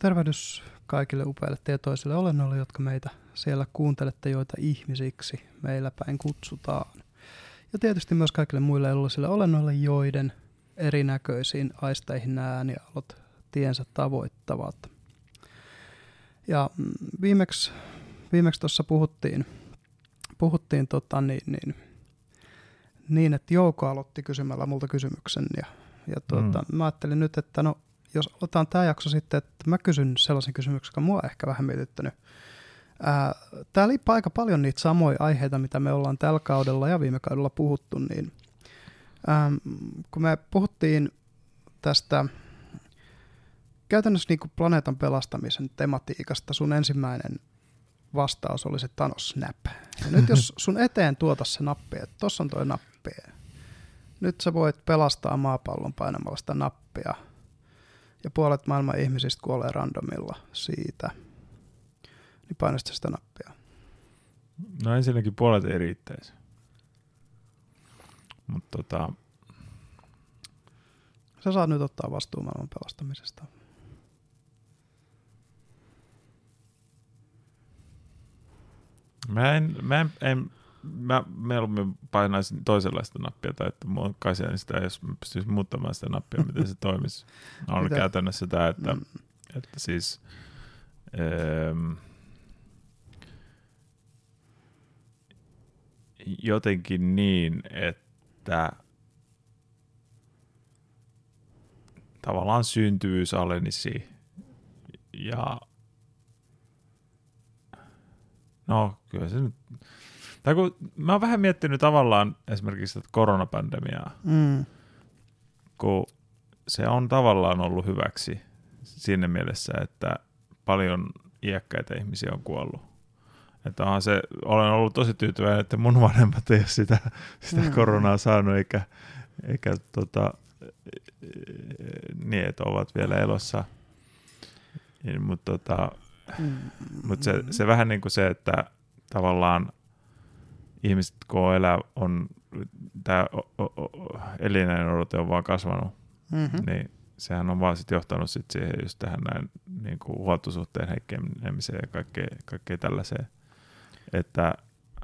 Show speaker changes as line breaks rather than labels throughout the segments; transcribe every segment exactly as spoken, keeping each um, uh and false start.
Tervehdys kaikille upeille tietoisille olennoille, jotka meitä siellä kuuntelette, joita ihmisiksi meillä päin kutsutaan. Ja tietysti myös kaikille muille elollisille olennoille, joiden erinäköisiin aisteihin nämä ääniaallot tiensä tavoittavat. Ja viimeksi, viimeksi tuossa puhuttiin, puhuttiin tota niin, niin, niin, että Jouko aloitti kysymällä multa kysymyksen. Ja, ja tuota, mm. mä ajattelin nyt, että no, jos otetaan tämä jakso sitten, että mä kysyn sellaisen kysymyksen, joka mua on ehkä vähän mietittänyt. Tää liippaa aika paljon niitä samoja aiheita, mitä me ollaan tällä kaudella ja viime kaudella puhuttu, niin ää, kun me puhuttiin tästä käytännössä niin kuin planeetan pelastamisen tematiikasta, sun ensimmäinen vastaus oli se Thanos-snap. Ja nyt jos sun eteen tuota se nappi, että tossa on toi nappi, nyt sä voit pelastaa maapallon painamalla sitä nappia, ja puolet maailman ihmisistä kuolee randomilla siitä, niin painasta sitä nappia.
No ensinnäkin puolet ei riittäisi. Mut tota...
Sä saat nyt ottaa vastuun maailman pelastamisesta.
Mä en, mä en, en mä mieluummin painaisin toisenlaista nappia, tai että mulla on kasia, niin sitä, jos mä pystyisin muuttamaan sitä nappia, miten se toimisi. On Mitä? Käytännössä tämä, että, mm. että siis ähm, jotenkin niin, että tavallaan syntyvyys alenisi ja no kyllä se nyt, tai kun mä oon vähän miettinyt tavallaan esimerkiksi tätä koronapandemiaa, mm. kun se on tavallaan ollut hyväksi siinä mielessä, että paljon iäkkäitä ihmisiä on kuollut. Että onhan se, olen ollut tosi tyytyväinen, että mun vanhemmat ei ole sitä, sitä mm. koronaa saanut, eikä, eikä tota, niin, että ovat vielä elossa. Mutta tota, mm. mut se, se vähän niin kuin se, että tavallaan ihmiset, kun elää, on, tämä elinajan odote on vaan kasvanut, mm-hmm. niin sehän on vaan sit johtanut sit siihen just tähän näin niin kuin huoltosuhteen heikkenemiseen ja kaikkea, kaikkea tällaiseen. Että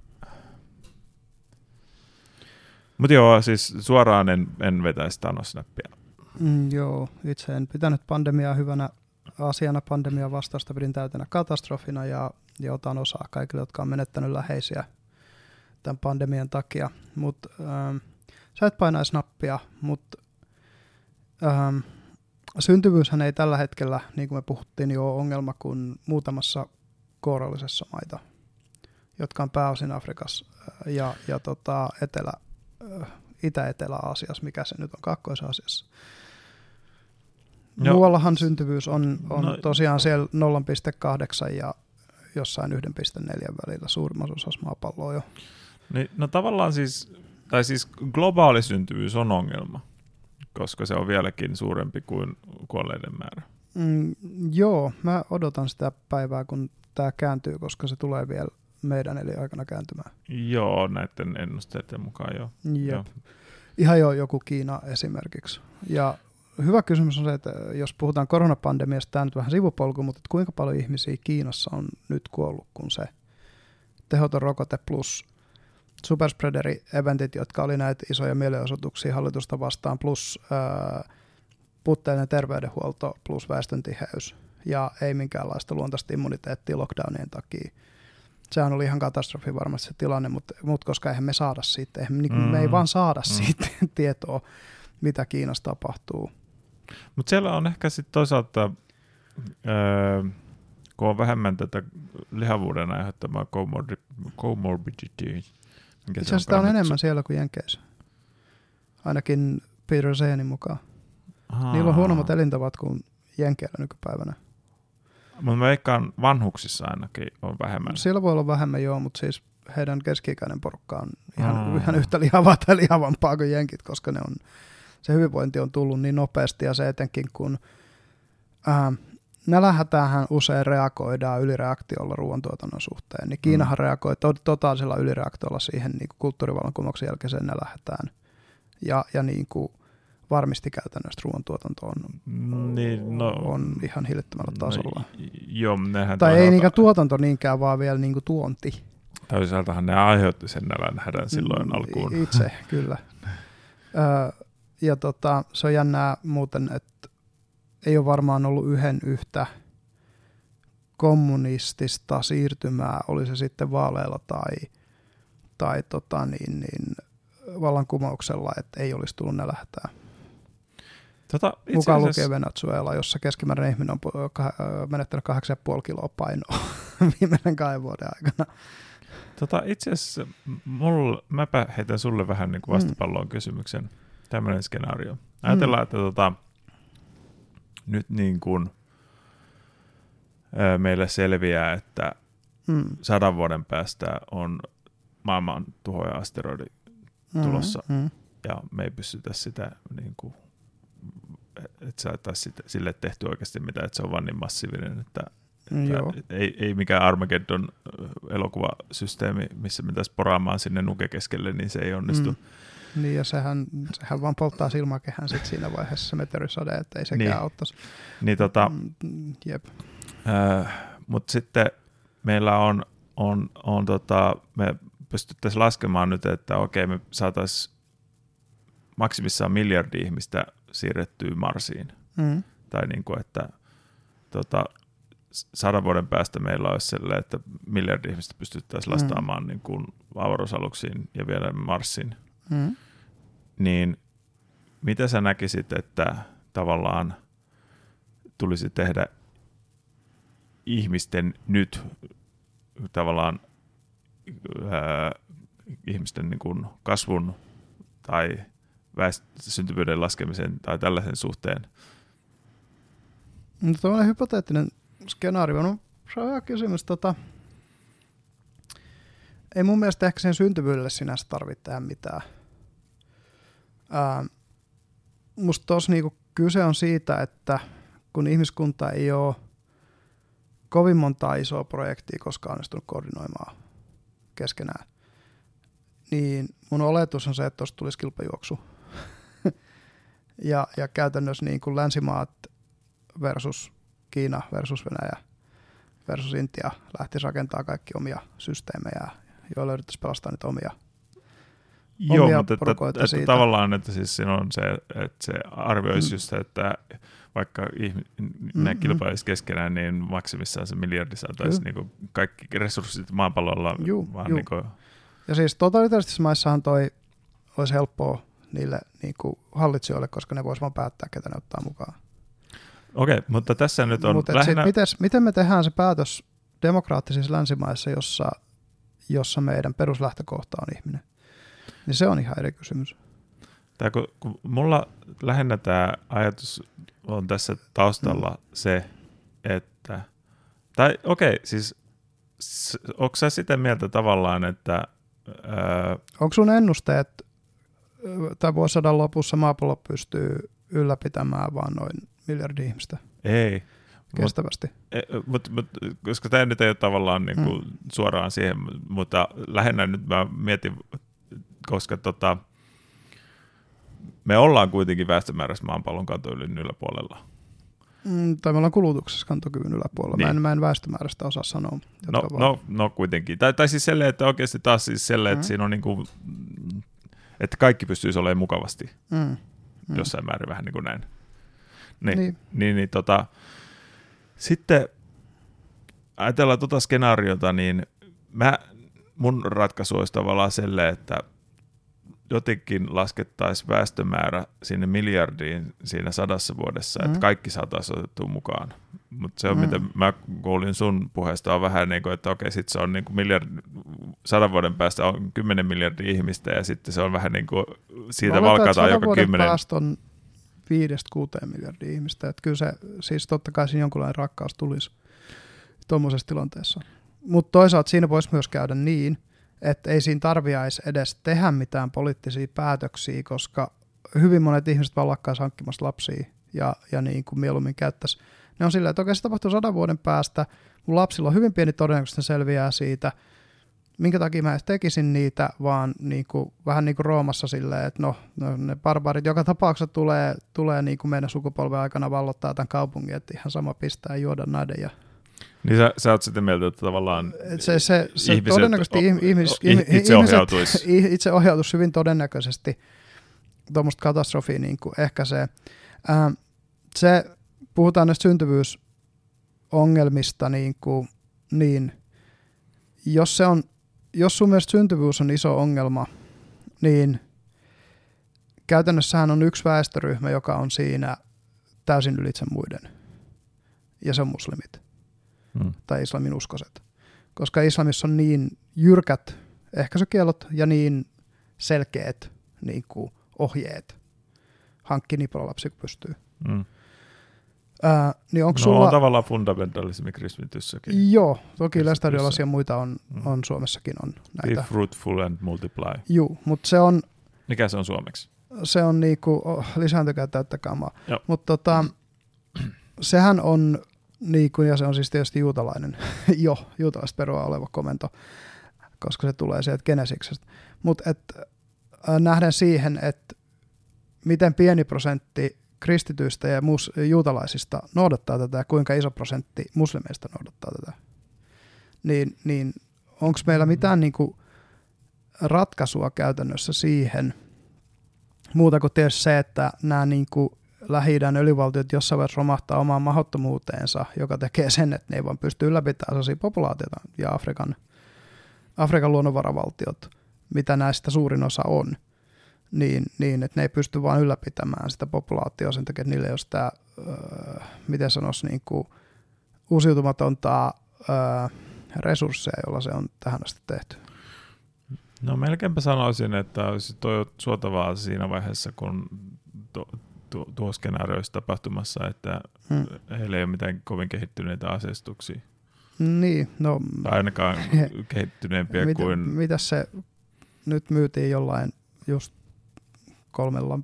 mutta joo, siis suoraan en, en vetäisi Thanos-snappia.
Mm, joo, itse en pitänyt pandemiaa hyvänä asiana. Pandemian vastausta pidin täytänä katastrofina ja, ja otan osaa kaikille, jotka on menettänyt läheisiä tämän pandemian takia. Mut, ähm, sä et painaisi nappia, mutta ähm, syntyvyyshän ei tällä hetkellä, niin kuin me puhuttiin, jo ole ongelma kuin muutamassa kourallisessa maita, jotka on pääosin Afrikassa ja, ja tota, etelä, Itä-Etelä-Aasiassa, mikä se nyt on, Kaakkois-Aasiassa. No, muuallahan syntyvyys on, on no, tosiaan siellä nolla pilkku kahdeksan ja jossain yksi pilkku neljä välillä suurimmassa osassa maapalloa jo.
Niin, no tavallaan siis, tai siis globaali syntyvyys on ongelma, koska se on vieläkin suurempi kuin kuolleiden määrä.
Mm, joo, mä odotan sitä päivää, kun tämä kääntyy, koska se tulee vielä meidän eli aikana kääntymään.
Joo, näiden ennusteiden mukaan joo.
Jep. Joo. Ihan jo joku Kiina esimerkiksi. Ja hyvä kysymys on se, että jos puhutaan koronapandemiasta, tämä nyt vähän sivupolku, mutta kuinka paljon ihmisiä Kiinassa on nyt kuollut, kun se tehoton rokote plus superspreaderi-eventit, jotka oli näitä isoja mielenosoituksia hallitusta vastaan, plus ää, puutteellinen terveydenhuolto, plus väestöntiheys ja ei minkäänlaista luontaista immuniteettia lockdownien takia. Sehän oli ihan katastrofi varmasti se tilanne, mutta, mutta koska eihän me saada siitä, eihän, niin, mm. me ei vaan saada mm. siitä tietoa, mitä Kiinassa tapahtuu.
Mutta siellä on ehkä sitten toisaalta, öö, kun on vähemmän tätä lihavuuden aiheuttamaa comorbidity.
Itse asiassa sitä on enemmän siellä kuin Jenkeissä. Ainakin Peter Zehnin mukaan. Aa. Niillä on huonommat elintavat kuin Jenkeillä nykypäivänä.
Mutta mä veikkaan vanhuksissa ainakin on vähemmän.
Siellä voi olla vähemmän joo, mutta siis heidän keski-ikäinen porukka on ihan, ihan yhtä lihavaa tai lihavampaa kuin jenkit, koska ne on, se hyvinvointi on tullut niin nopeasti ja se etenkin kun ää, nälähätähän usein reagoidaan ylireaktiolla ruoantuotannon suhteen, niin Kiinahan mm. reagoi to- totaalisella ylireaktiolla siihen niin kuin kulttuurivallankumouksen jälkeiseen nälähätään. Ja, ja niin kuin varmisti käytännössä ruoantuotanto on,
niin, no,
on ihan hillittömällä tasolla.
No, joo, nehän
tai ei niinkään tuotanto niinkään, vaan vielä niinku tuonti.
Toisaaltahan ne aiheutti sen nälänhädän silloin alkuun.
Itse, kyllä. Ö, ja tota, se on jännää muuten, että ei ole varmaan ollut yhden yhtä kommunistista siirtymää, oli se sitten vaaleilla tai, tai tota niin, niin, vallankumouksella, että ei olisi tullut nälänhätää.
Tota,
mukaan
asiassa...
lukee Venezuela, jossa keskimääräinen ihminen on menettänyt kahdeksan pilkku viisi kiloa painoa viimeisen kahden vuoden aikana.
Tota, itse asiassa mulla, mäpä heitän sulle vähän niin kuin vastapalloon mm. kysymyksen. Tämmöinen skenaario. Ajatellaan, mm. että tota, nyt niin kuin, ää, meille selviää, että mm. sadan vuoden päästä on maailman tuhoja asteroidi tulossa, mm. Mm. ja me ei pystytä sitä, niin kuin, että saataisiin sille tehty oikeasti mitään, että se on vaan niin massiivinen, että Että ei, ei mikään Armageddon elokuvasysteemi, missä me tässä poraamaan sinne nuke keskelle, niin se ei onnistu.
Mm. Niin, ja sehän, sehän vaan polttaa silmäkehän sit siinä vaiheessa se meteorisade, että ei sekään
niin.
auttaisi.
Niin, tota,
mm, jep.
Äh, mutta sitten meillä on, on, on tota, me pystyttäisiin laskemaan nyt, että okei, me saataisiin maksimissaan miljardi ihmistä siirrettyä Marsiin. Mm. Tai niin kuin, että tota, sadan vuoden päästä meillä olisi sellainen, että miljardi ihmistä pystyttäisiin lastaamaan mm. niin kuin avaruusaluksiin ja vielä Marsiin. Mm. Niin mitä sä näkisit, että tavallaan tulisi tehdä ihmisten nyt tavallaan ää, ihmisten niin kuin kasvun tai väestösyntyvyyden laskemisen tai tällaisen suhteen?
No, tuollainen hypoteettinen skenaario. No, se on hyvä kysymys. Tota, ei mun mielestä ehkä sen syntyvyydelle sinänsä tarvitse tehdä mitään. Ää, musta tos niinku kyse on siitä, että kun ihmiskunta ei ole kovin montaa isoa projektia koskaan onnistunut koordinoimaan keskenään, niin mun oletus on se, että tuosta tulisi kilpajuoksu. ja, ja käytännössä niin kuin länsimaat versus Kiina versus Venäjä versus Intia lähtisi rakentaa kaikki omia systeemejä, joilla yritettäisiin pelastaa niitä omia,
Joo,
omia
mutta että, että tavallaan, että siis siinä on se, että se arvioisi mm. just se, että vaikka ne mm, kilpailisi keskenään, niin maksimissaan se miljardi saataisiin niin kaikki resurssit maapallolla.
Juu,
vaan
juu.
Niin kuin...
Ja siis totalitaristisissa maissahan toi olisi helppoa niille niin kuin hallitsijoille, koska ne voisivat vaan päättää, ketä ne ottaa mukaan.
Okei, mutta tässä nyt on
Mut
lähinnä...
Mites, miten me tehdään se päätös demokraattisissa länsimaissa, jossa, jossa meidän peruslähtökohta on ihminen? Niin se on ihan eri kysymys.
Tää, kun, kun mulla lähinnä tämä ajatus on tässä taustalla mm. se, että... Tai okei, okay, siis onko sä sitä mieltä tavallaan, että... Ää...
Onko sun ennusteet tämän vuosisadan lopussa maapallo pystyy ylläpitämään vaan noin miljardi ihmistä?
Ei.
Kestävästi.
Mut, mut, mut, koska tämä nyt ei ole tavallaan niinku mm. suoraan siihen, mutta lähinnä nyt mä mietin, koska tota, me ollaan kuitenkin väestömäärässä maapallon kantokyvyn yläpuolella.
Mm, tai me ollaan kulutuksessa kantokyvyn yläpuolella. Niin. Mä, en, mä en väestömäärästä osaa sanoa.
No, no, no kuitenkin. Tai, tai siis selleen, että oikeasti taas siis selleen, että mm. siinä on niinku, että kaikki pystyisi olemaan mukavasti. Mm. Mm. Jossain määrin vähän niin kuin näin. Niin, niin. niin, niin tota, sitten ajatellaan tuota skenaariota, niin mä, mun ratkaisu olisi tavallaan selleen, että jotenkin laskettaisiin väestömäärä sinne miljardiin siinä sadassa vuodessa, mm. että kaikki saataisiin otettua mukaan. Mutta se on, mm. mitä mä kuulin sun puheesta, on vähän niin kuin, että okei, sitten se on niin kuin miljard, sadan vuoden päästä on kymmenen miljardia ihmistä, ja sitten se on vähän niin kuin siitä valkataan joka kymmenen.
Sadan vuoden päästä on viidestä kuuteen miljardia ihmistä, että kyllä se, siis totta kai siinä jonkunlainen rakkaus tulisi tuommoisessa tilanteessa. Mutta toisaalta siinä voisi myös käydä niin, että ei siinä tarviaisi edes tehdä mitään poliittisia päätöksiä, koska hyvin monet ihmiset vaan lakkaisi hankkimasta lapsia ja, ja niin kuin mieluummin käyttäisi. Ne on silleen, että okei, se tapahtuu sadan vuoden päästä, mun lapsilla on hyvin pieni todennäköisesti selviää siitä, minkä takia mä edes tekisin niitä, vaan niin kuin, vähän niin kuin Roomassa silleen, että no, no ne barbaarit joka tapauksessa tulee, tulee niin kuin meidän sukupolven aikana vallottaa tämän kaupungin, että ihan sama pistää juoda näiden. Ja
niin sä, sä oot sitten mieltä, että tavallaan
se, se, se
ihmiset
todennäköisesti
o,
ihmis,
o, itse ohjautuisi.
Itse ohjautuisi hyvin todennäköisesti tuommoista katastrofia niin kuin ehkä se. Ää, se, puhutaan näistä syntyvyysongelmista, niin, kuin, niin jos, se on, jos sun mielestä syntyvyys on iso ongelma, niin käytännössähän on yksi väestöryhmä, joka on siinä täysin ylitse muiden, ja se on muslimit hmm. tai islamin uskoiset. Koska islamissa on niin jyrkät ehkäisykiellot ja niin selkeät niin kuin ohjeet hankki niprolapsi, kun pystyy.
Hmm.
Ää, niin onko
no
sulla...
on tavallaan fundamentalismi kristityssäkin.
Joo, toki lästadiolaisia muita on,
mm.
on Suomessakin on näitä.
Be fruitful and multiply.
Joo, mutta se on...
Mikä se on suomeksi?
Se on niinku, oh, lisääntykää täyttä kamaa. Mutta tota, sehän on, niinku, ja se on siis tietysti juutalainen, jo, juutalaista perua oleva komento, koska se tulee sieltä Genesiksestä. Mutta äh, nähden siihen, että miten pieni prosentti kristityistä ja mus, juutalaisista noudattaa tätä ja kuinka iso prosentti muslimeista noudattaa tätä, niin, niin onko meillä mitään niinku ratkaisua käytännössä siihen, muuta kuin tietysti se, että nämä niinku Lähi-idän öljyvaltiot jossain vaiheessa romahtaa omaan mahdottomuuteensa, joka tekee sen, että ne ei vaan pysty ylläpitämään sellaisia populaatioita ja Afrikan, Afrikan luonnonvaravaltiot, mitä näistä suurin osa on. Niin, niin, että ne ei pysty vaan ylläpitämään sitä populaatioa sen takia, että niillä ei ole sitä, öö, miten sanoisi, niin kuin uusiutumatonta öö, resursseja, jolla se on tähän asti tehty.
No melkeinpä sanoisin, että olisi toi suotavaa siinä vaiheessa, kun tuo, tuo, tuo skenaario olisi tapahtumassa, että hmm. heillä ei ole mitään kovin kehittyneitä aseistuksia.
Niin, no...
Tai ainakaan kehittyneempiä
mitä,
kuin...
Mitä se nyt myytiin jollain just kolmella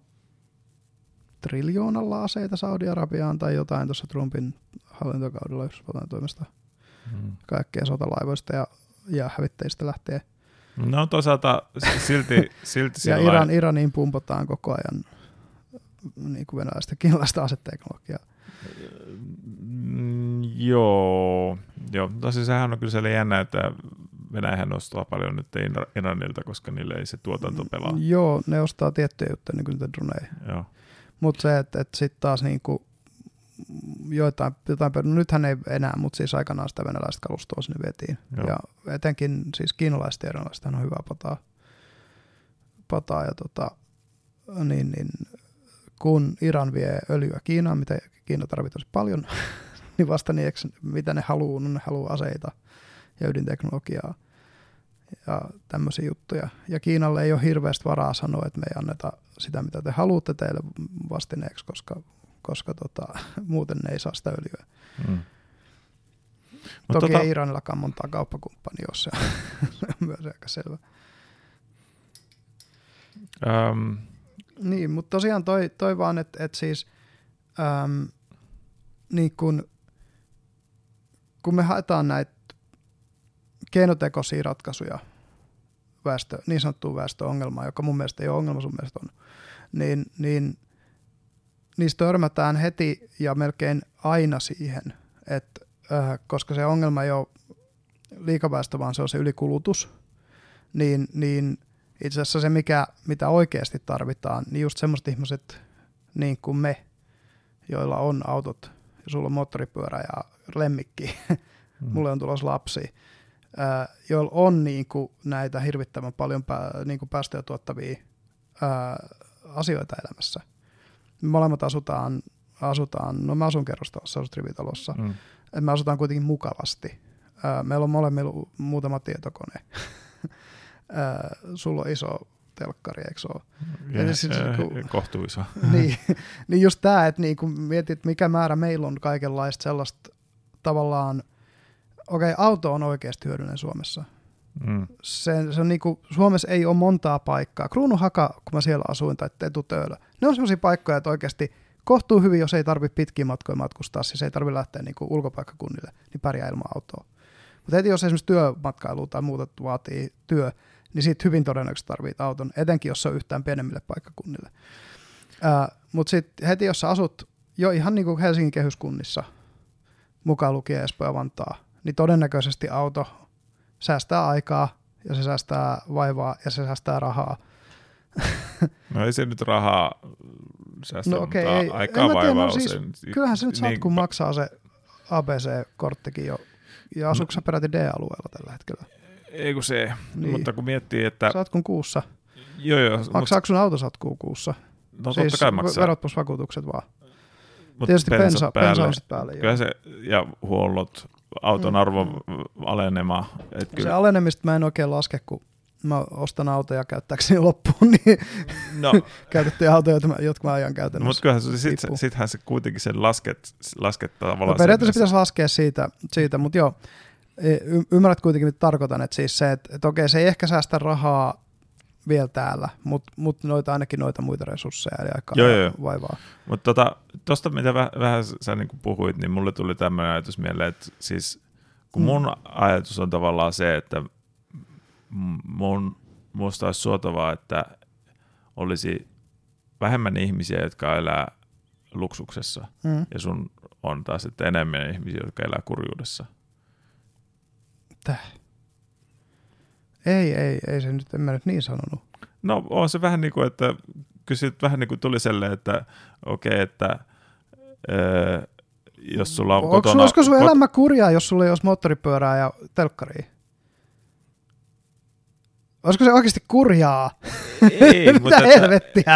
triljoonalla aseita Saudi-Arabiaan tai jotain tuossa Trumpin hallintokaudella Yhdysvaltain toimesta hmm. kaikkea sotalaivoista ja, ja hävittäjistä lähtee.
No toisaalta silti, silti
ja Iran, Iraniin pumpataan koko ajan niin kuin venäläistä kiinalaista aseteknologiaa.
Mm, joo, joo. Tosi sehän on kyllä siellä jännä, että Venäjähän ostaa paljon nyt Iranilta, koska niille ei se tuotanto pelaa.
Joo, ne ostaa tiettyjä juttuja, niin kuin niitä droneja. Mutta se, että, että sitten taas niin kuin joitain, jotain, no nythän ei enää, mutta siis aikanaan sitä venäläistä kalustoa sinne vietiin. Joo. Ja etenkin siis kiinalaiset ja iranilaiset on hyvää pataa. pataa ja tota, niin, niin, kun Iran vie öljyä Kiinaan, mitä Kiina tarvitsee paljon, niin vasta niin, mitä ne haluaa, no ne haluaa aseita ja ydinteknologiaa ja tämmöisiä juttuja. Ja Kiinalle ei ole hirveästi varaa sanoa, että me ei anneta sitä, mitä te haluatte teille vastineeksi, koska, koska tota, muuten ne ei saa sitä öljyä. Mm. Toki tota... ei Iranillakaan montaa kauppakumppania, jos se on myös aika selvä.
Um.
Niin, mutta tosiaan toi, toi vaan, että et siis äm, niin kun, kun me haetaan näitä keinotekoisia ratkaisuja väestö, niin sanottuun väestöongelmaan, joka mun mielestä ei ole ongelma, sun mielestä on, niin, niin niistä törmätään heti ja melkein aina siihen, että äh, koska se ongelma ei ole liikaväestö, vaan se on se ylikulutus, niin, niin itse asiassa se, mikä, mitä oikeasti tarvitaan, niin just semmoiset ihmiset niin kuin me, joilla on autot, ja sulla on moottoripyörä ja lemmikki, mm. mulle on tulossa lapsi, ää, joilla on niin kuin näitä hirvittävän paljon pää, niin kuin päästöjä tuottavia ää, asioita elämässä. Me molemmat asutaan, asutaan, no mä asun kerrostalossa, asut rivitalossa, mm. me asutaan kuitenkin mukavasti. Ää, meillä on molemmilla muutama tietokone. Uh, sulla on iso telkkari, eikö se ole?
Ja, siis, äh, kun, kohtuu iso.
niin, niin just tämä, että niin kun mietit, mikä määrä meillä on kaikenlaista sellaista tavallaan, okei, okay, auto on oikeasti hyödyllinen Suomessa. Mm. Se, se on niin kuin, Suomessa ei ole montaa paikkaa. Kruununhaka, kun mä siellä asuin, tai Etutöölö, ne on sellaisia paikkoja, että oikeasti kohtuu hyvin, jos ei tarvitse pitkiä matkoja matkustaa, siis ei tarvitse lähteä niin kuin ulkopaikkakunnille, niin pärjää ilman autoa. Mutta heti jos esimerkiksi työmatkailu tai muuta vaatii työ, niin siitä hyvin todennäköisesti tarvitsee auton, etenkin jos se on yhtään pienemmille paikkakunnille. Mutta sitten heti jos sä asut jo ihan niin kuin Helsingin kehyskunnissa, mukaan lukien Espoo ja Vantaa, niin todennäköisesti auto säästää aikaa ja se säästää vaivaa ja se säästää rahaa.
No ei se nyt rahaa säästää,
no, okay,
mutta
ei,
aikaa vaivaa
tiedä, no,
on
siis,
sen.
Kyllähän se nyt saat,
niin,
kun maksaa se A B C-korttikin jo. Ja asuuko sä peräti D-alueella tällä hetkellä?
Ei kun se,
niin.
Mutta kun miettii, että...
Saat kun kuussa.
Joo, joo.
Maksaako sun autosatkuu kuussa?
No
siis
totta kai maksaa.
Verot plus vakuutukset vaan.
Mut
tietysti
bensa,
bensa,
päälle.
bensa on sitten päälle.
Kyllä se, ja huollot, auton arvon mm. alenema. Et
se
kyllä.
alenemista mä en oikein laske, kun mä ostan autoja käyttääkseni loppuun, niin no. käytettyjä autoja, jotka mä ajan käytännössä.
Mutta kyllähän se, sit, sittenhän se kuitenkin sen lasket, lasket tavallaan.
No, periaatteessa pitäisi laskea siitä, siitä mutta joo, y- ymmärrät kuitenkin, mitä tarkoitan, että siis se, että, että okei, se ei ehkä säästä rahaa vielä täällä, mutta mut noita ainakin noita muita resursseja ja aikaa joo, ja vaivaa.
Mutta tota, tuosta, mitä väh, vähän sä niin puhuit, niin mulle tuli tämmöinen ajatus mieleen, että siis kun mun mm. ajatus on tavallaan se, että mun, musta olisi suotavaa, että olisi vähemmän ihmisiä, jotka elää luksuksessa, mm. ja sun on taas sitten enemmän ihmisiä, jotka elää kurjuudessa.
Täh? Ei, ei, ei se nyt, en mä nyt niin sanonut.
No on se vähän niin kuin, että kysyt vähän niin kuin tuli selleen, että okei, okay, että öö, jos sulla on
Onko,
kotona...
Olisiko sun
kot...
elämä kurjaa, jos sulla ei olisi moottoripyörää ja telkkaria? Olisiko se oikeasti kurjaa?
Ei,
mitä helvettiä?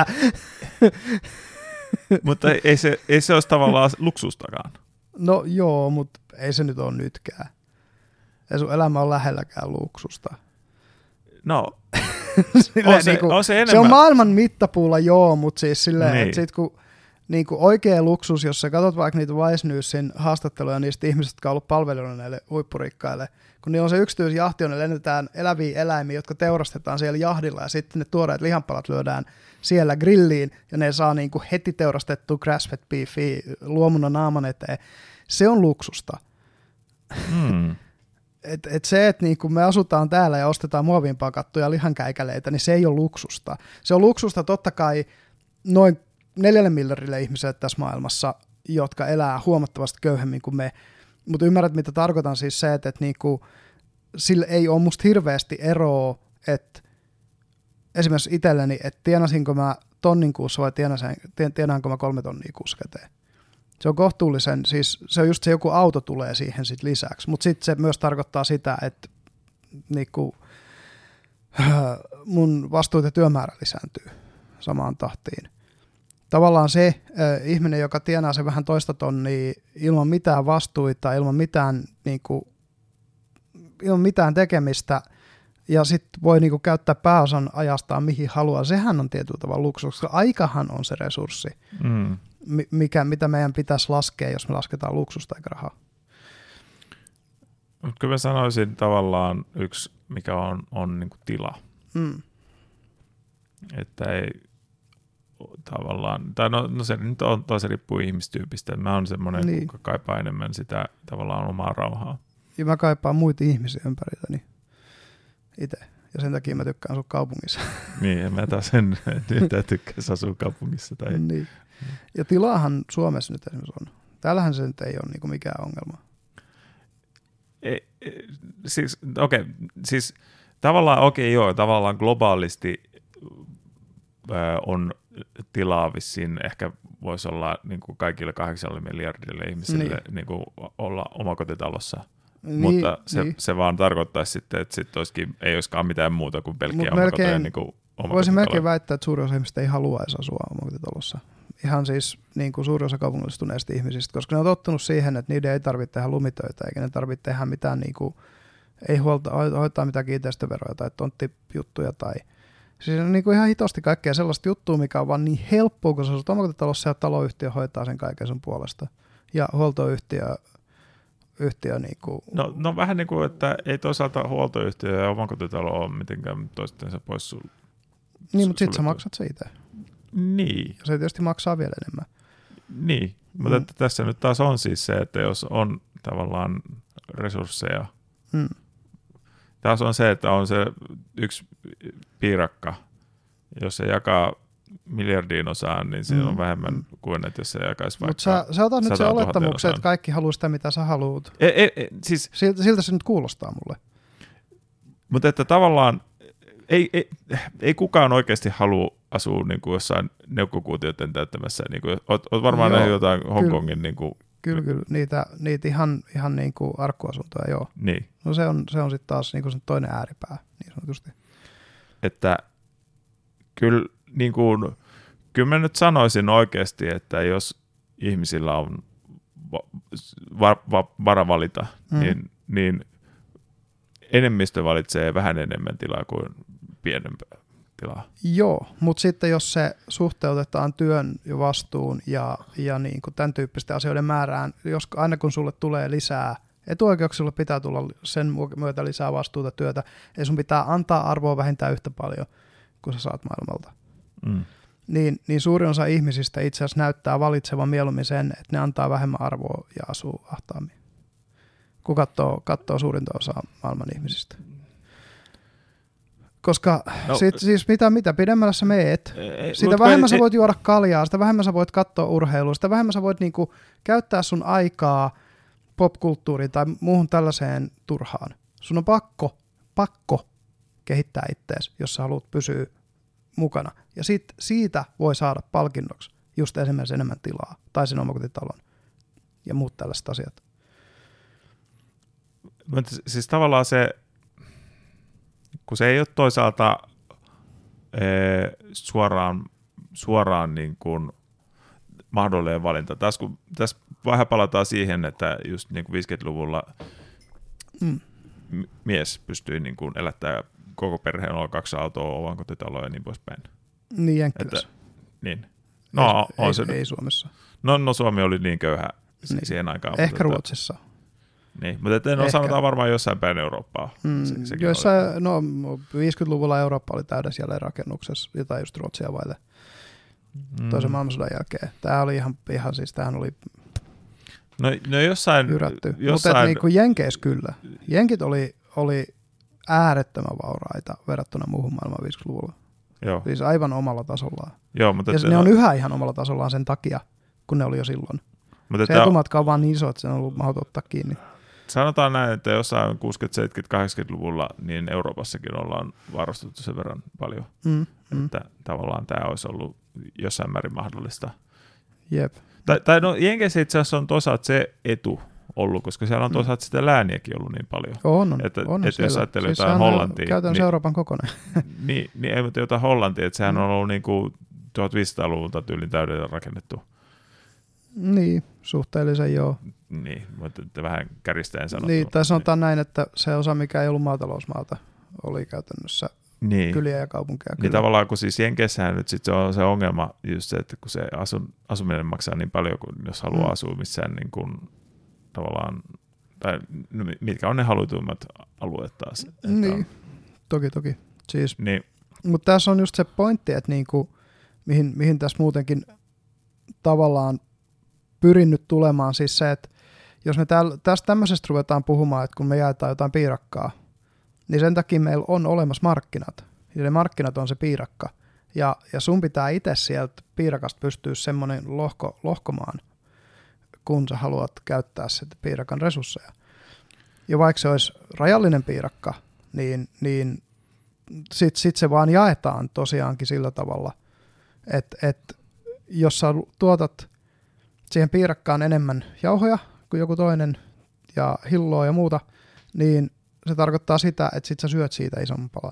Mutta ei se, ei se olisi tavallaan luksustakaan.
No joo, mutta ei se nyt ole nytkään. Ei sun elämä ole lähelläkään luksusta.
No, on se,
niin kuin,
on se, enemmän...
se on maailman mittapuulla joo, mutta siis silleen,
niin.
että sit kun niin kuin oikea luksus, jos sä katsot vaikka niitä Vice Newsin haastatteluja niistä ihmisistä, jotka on ollut palvelijoina näille huippurikkaille, kun niillä on se yksityisjahti, jonne lennetään eläviä eläimiä, jotka teurastetaan siellä jahdilla ja sitten ne tuoreet lihanpalat lyödään siellä grilliin ja ne saa niin kuin heti teurastettua grass-fed beefia luomuna naaman eteen. Se on luksusta.
Mm.
Et, et se, että niinku me asutaan täällä ja ostetaan muoviin pakattuja lihankäikäleitä, niin se ei ole luksusta. Se on luksusta totta kai noin neljälle miljardille ihmiselle tässä maailmassa, jotka elää huomattavasti köyhemmin kuin me. Mutta ymmärrät, mitä tarkoitan siis se, että et niinku, sillä ei ole musta hirveästi eroa, että esimerkiksi itselleni, että tienasinko mä tonnin kuussa vai tienaanko mä kolme tonnia kuussa käteen. Se on kohtuullisen, siis se on just se joku auto tulee siihen sit lisäksi, mutta sitten se myös tarkoittaa sitä, että niinku, mun vastuut ja työmäärä lisääntyy samaan tahtiin. Tavallaan se äh, ihminen, joka tienaa sen vähän toista tonnia ilman mitään vastuita, ilman mitään, niinku, ilman mitään tekemistä ja sitten voi niinku käyttää pääosan ajastaan mihin haluaa, sehän on tietyllä tavalla luksus, koska aikahan on se resurssi. Mm. Mikä, mitä meidän pitäisi laskea, jos me lasketaan luksusta eikä rahaa?
Kyllä mä sanoisin tavallaan yksi, mikä on, on niin kuin tila. Mm. Että ei tavallaan, tai no, no se nyt on, se riippuu ihmistyypistä. Mä oon semmoinen, niin. joka kaipaa enemmän sitä tavallaan omaa rauhaa.
Ja mä kaipaan muita ihmisiä ympäriltäni itse. Ja sen takia mä tykkään asua kaupungissa.
Niin, ja mä taas en tykkäisi asua kaupungissa. Tai...
Niin. Ja tilaahan Suomessa nyt esimerkiksi on. Täällähän se nyt ei ole niinku mikään ongelma.
Ei, siis, okei, okay, siis tavallaan, okei okay, joo, tavallaan globaalisti äh, on tilaa vissiin, ehkä voisi olla niin kuin kaikille kahdeksalle miljardille ihmisille niin. Niin kuin olla omakotitalossa. Niin, mutta se, niin. se vaan tarkoittaisi sitten, että sit olisikin, ei olisikaan mitään muuta kuin pelkkiä omakoteja. Niin
voisin melkein väittää, että suurin osa ihmistä ei halua edes asua omakotitalossa. Ihan siis niin kuin suurin osa kaupungistuneista ihmisistä, koska ne on tottunut siihen, että niiden ei tarvitse tehdä lumitöitä, eikä ne tarvitse tehdä mitään, niin kuin, ei huolta, hoitaa mitään kiinteistöveroja tai tonttijuttuja tai siis on niin kuin ihan hitosti kaikkea sellaista juttua, mikä on vaan niin helppoa, kun sä asut omakotitalossa ja taloyhtiö hoitaa sen kaiken sun puolesta. Ja huoltoyhtiö yhtiö niin kuin...
No, no vähän niin kuin, että ei toisaalta huoltoyhtiö ja omakotitalo ole mitenkään toistensa pois sul...
Niin, mutta sit sä maksat se itse.
Niin.
Ja se tietysti maksaa vielä enemmän.
Niin, mutta mm. tässä nyt taas on siis se, että jos on tavallaan resursseja
Mm.
Taas on se, että on se yksi piirakka, jos se jakaa miljardiin osaan, niin siinä mm. on vähemmän mm. kuin, että jos se jakaisi vaikka
Mutta sä, sä otat nyt se olettamuksen, että kaikki haluaa sitä, mitä sä haluat.
E, e, e, siis,
siltä, siltä se nyt kuulostaa mulle.
Mutta että tavallaan ei, ei, ei kukaan oikeasti halua asua niin kuin jossain neukkokuutioiden täyttämässä. Niin kuin, oot, oot varmaan nähnyt jotain Hongkongin. Niin kuin,
Kyllä, kyllä. Niitä, niitä ihan, ihan niin kuin arkkuasuntoja, joo.
Niin.
No se on, se on sitten taas niin kuin sen toinen ääripää, niin sanotusti.
Että kyllä, niin kuin, kyllä mä nyt sanoisin oikeasti, että jos ihmisillä on va- va- va- vara valita, mm. niin, niin enemmistö valitsee vähän enemmän tilaa kuin pienempää tilaa.
Joo, mutta sitten jos se suhteutetaan työn ja vastuun ja, ja niin kuin tämän tyyppisten asioiden määrään, jos aina kun sulle tulee lisää etuoikeuksia, sulle pitää tulla sen myötä lisää vastuuta työtä, ja sun pitää antaa arvoa vähintään yhtä paljon kuin sä saat maailmalta.
Mm.
Niin, niin suurin osa ihmisistä itse asiassa näyttää valitsevan mieluummin sen, että ne antaa vähemmän arvoa ja asuu ahtaammin, kun katsoo, katsoo suurinta osaa maailman ihmisistä. Koska no, sit, siis mitä, mitä pidemmällä sä meet, ei, sitä vähemmän ei, sä voit juoda kaljaa, sitä vähemmän sä voit katsoa urheilua, sitä vähemmän sä voit niinku käyttää sun aikaa popkulttuuriin tai muuhun tällaiseen turhaan. Sun on pakko, pakko kehittää ittees, jos sä haluat pysyä mukana. Ja sit siitä voi saada palkinnoksi just esimerkiksi enemmän tilaa tai sen omakotitalon ja muut tällaiset asiat.
Mutta siis tavallaan se, kun se ei ole toisaalta ee, suoraan, suoraan niin kuin mahdollinen valinta. Tässä, kun, tässä vähän palataan siihen, että just niin kuin viisikymmentäluvulla mm. mies pystyi niin kuin elättämään koko perheen olla kaksi autoa, oman kotitaloa ja niin poispäin.
Niin Jenkkilässä.
Niin. No,
ei,
on
ei,
se,
ei Suomessa.
No, no Suomi oli niin köyhä niin. siihen aikaan.
Ehkä Ruotsissa.
Niin, mutta en ole sanotaan varmaan jossain päin Eurooppaa.
Mm, se, jossain, no viisikymmentäluvulla Eurooppa oli täydessä jälleen-rakennuksessa, jotain just Ruotsia vaille mm. toisen maailmansodan jälkeen. Tämä oli ihan, ihan siis, tämähän oli
no, no jossain,
yrätty.
jossain...
Mutta niin kuin Jenkeissä kyllä. Jenkit oli, oli äärettömän vauraita verrattuna muuhun maailmaan viisikymmentäluvulla.
Joo.
Siis aivan omalla tasollaan.
Joo, mutta
ja ne on yhä ihan omalla tasollaan sen takia, kun ne oli jo silloin. Mutta se etumatka on vaan niin iso, että se on ollut mahdoton ottaa kiinni.
Sanotaan näin, että jossain kuusikymmentä-, seitsemänkymmentä-, kahdeksankymmentäluvulla niin Euroopassakin ollaan varustettu sen verran paljon,
mm, mm.
että tavallaan tämä olisi ollut jossain määrin mahdollista.
Jep.
Tai, tai no Jenkeissä itse asiassa on toisaalta se etu ollut, koska siellä on toisaalta mm. sitä lääniäkin ollut niin paljon.
On, on.
Että,
on
että jos ajattelee
siis
jotain Hollantia.
Käytännössä
niin,
Euroopan kokonaan.
niin, niin ei, mutta jotain Hollantia, että sehän mm. on ollut niin kuin tuhatviisisataaluvulta tyylin täydellä rakennettu.
Niin, suhteellisen joo.
Niin, mutta vähän kärjistäen sanottu.
Niin, tai sanotaan niin. näin, että se osa, mikä ei ollut maatalousmaata, oli käytännössä niin. kyliä ja kaupunkeja.
Niin tavallaan, kun siis Jenkeissähän nyt sit se on se ongelma just se, että kun se asun, asuminen maksaa niin paljon, kun jos haluaa mm. asua missään niin kuin, tavallaan, tai mitkä on ne halutummat alueet taas.
Niin,
on,
toki toki. Siis,
niin.
Mutta tässä on just se pointti, että niinku, mihin, mihin tässä muutenkin tavallaan pyrin nyt tulemaan, siis se, että jos me täällä, tästä tämmöisestä ruvetaan puhumaan, että kun me jaetaan jotain piirakkaa, niin sen takia meillä on olemassa markkinat. Ja ne markkinat on se piirakka. Ja, ja sun pitää itse sieltä piirakasta pystyä semmoinen lohko, lohkomaan, kun sä haluat käyttää sitä piirakan resursseja. Ja vaikka se olisi rajallinen piirakka, niin, niin sitten sit se vaan jaetaan tosiaankin sillä tavalla, että, että jos sä tuotat siihen piirakkaan enemmän jauhoja kuin joku toinen ja hilloa ja muuta, niin se tarkoittaa sitä, että sit sä syöt siitä isomman palan.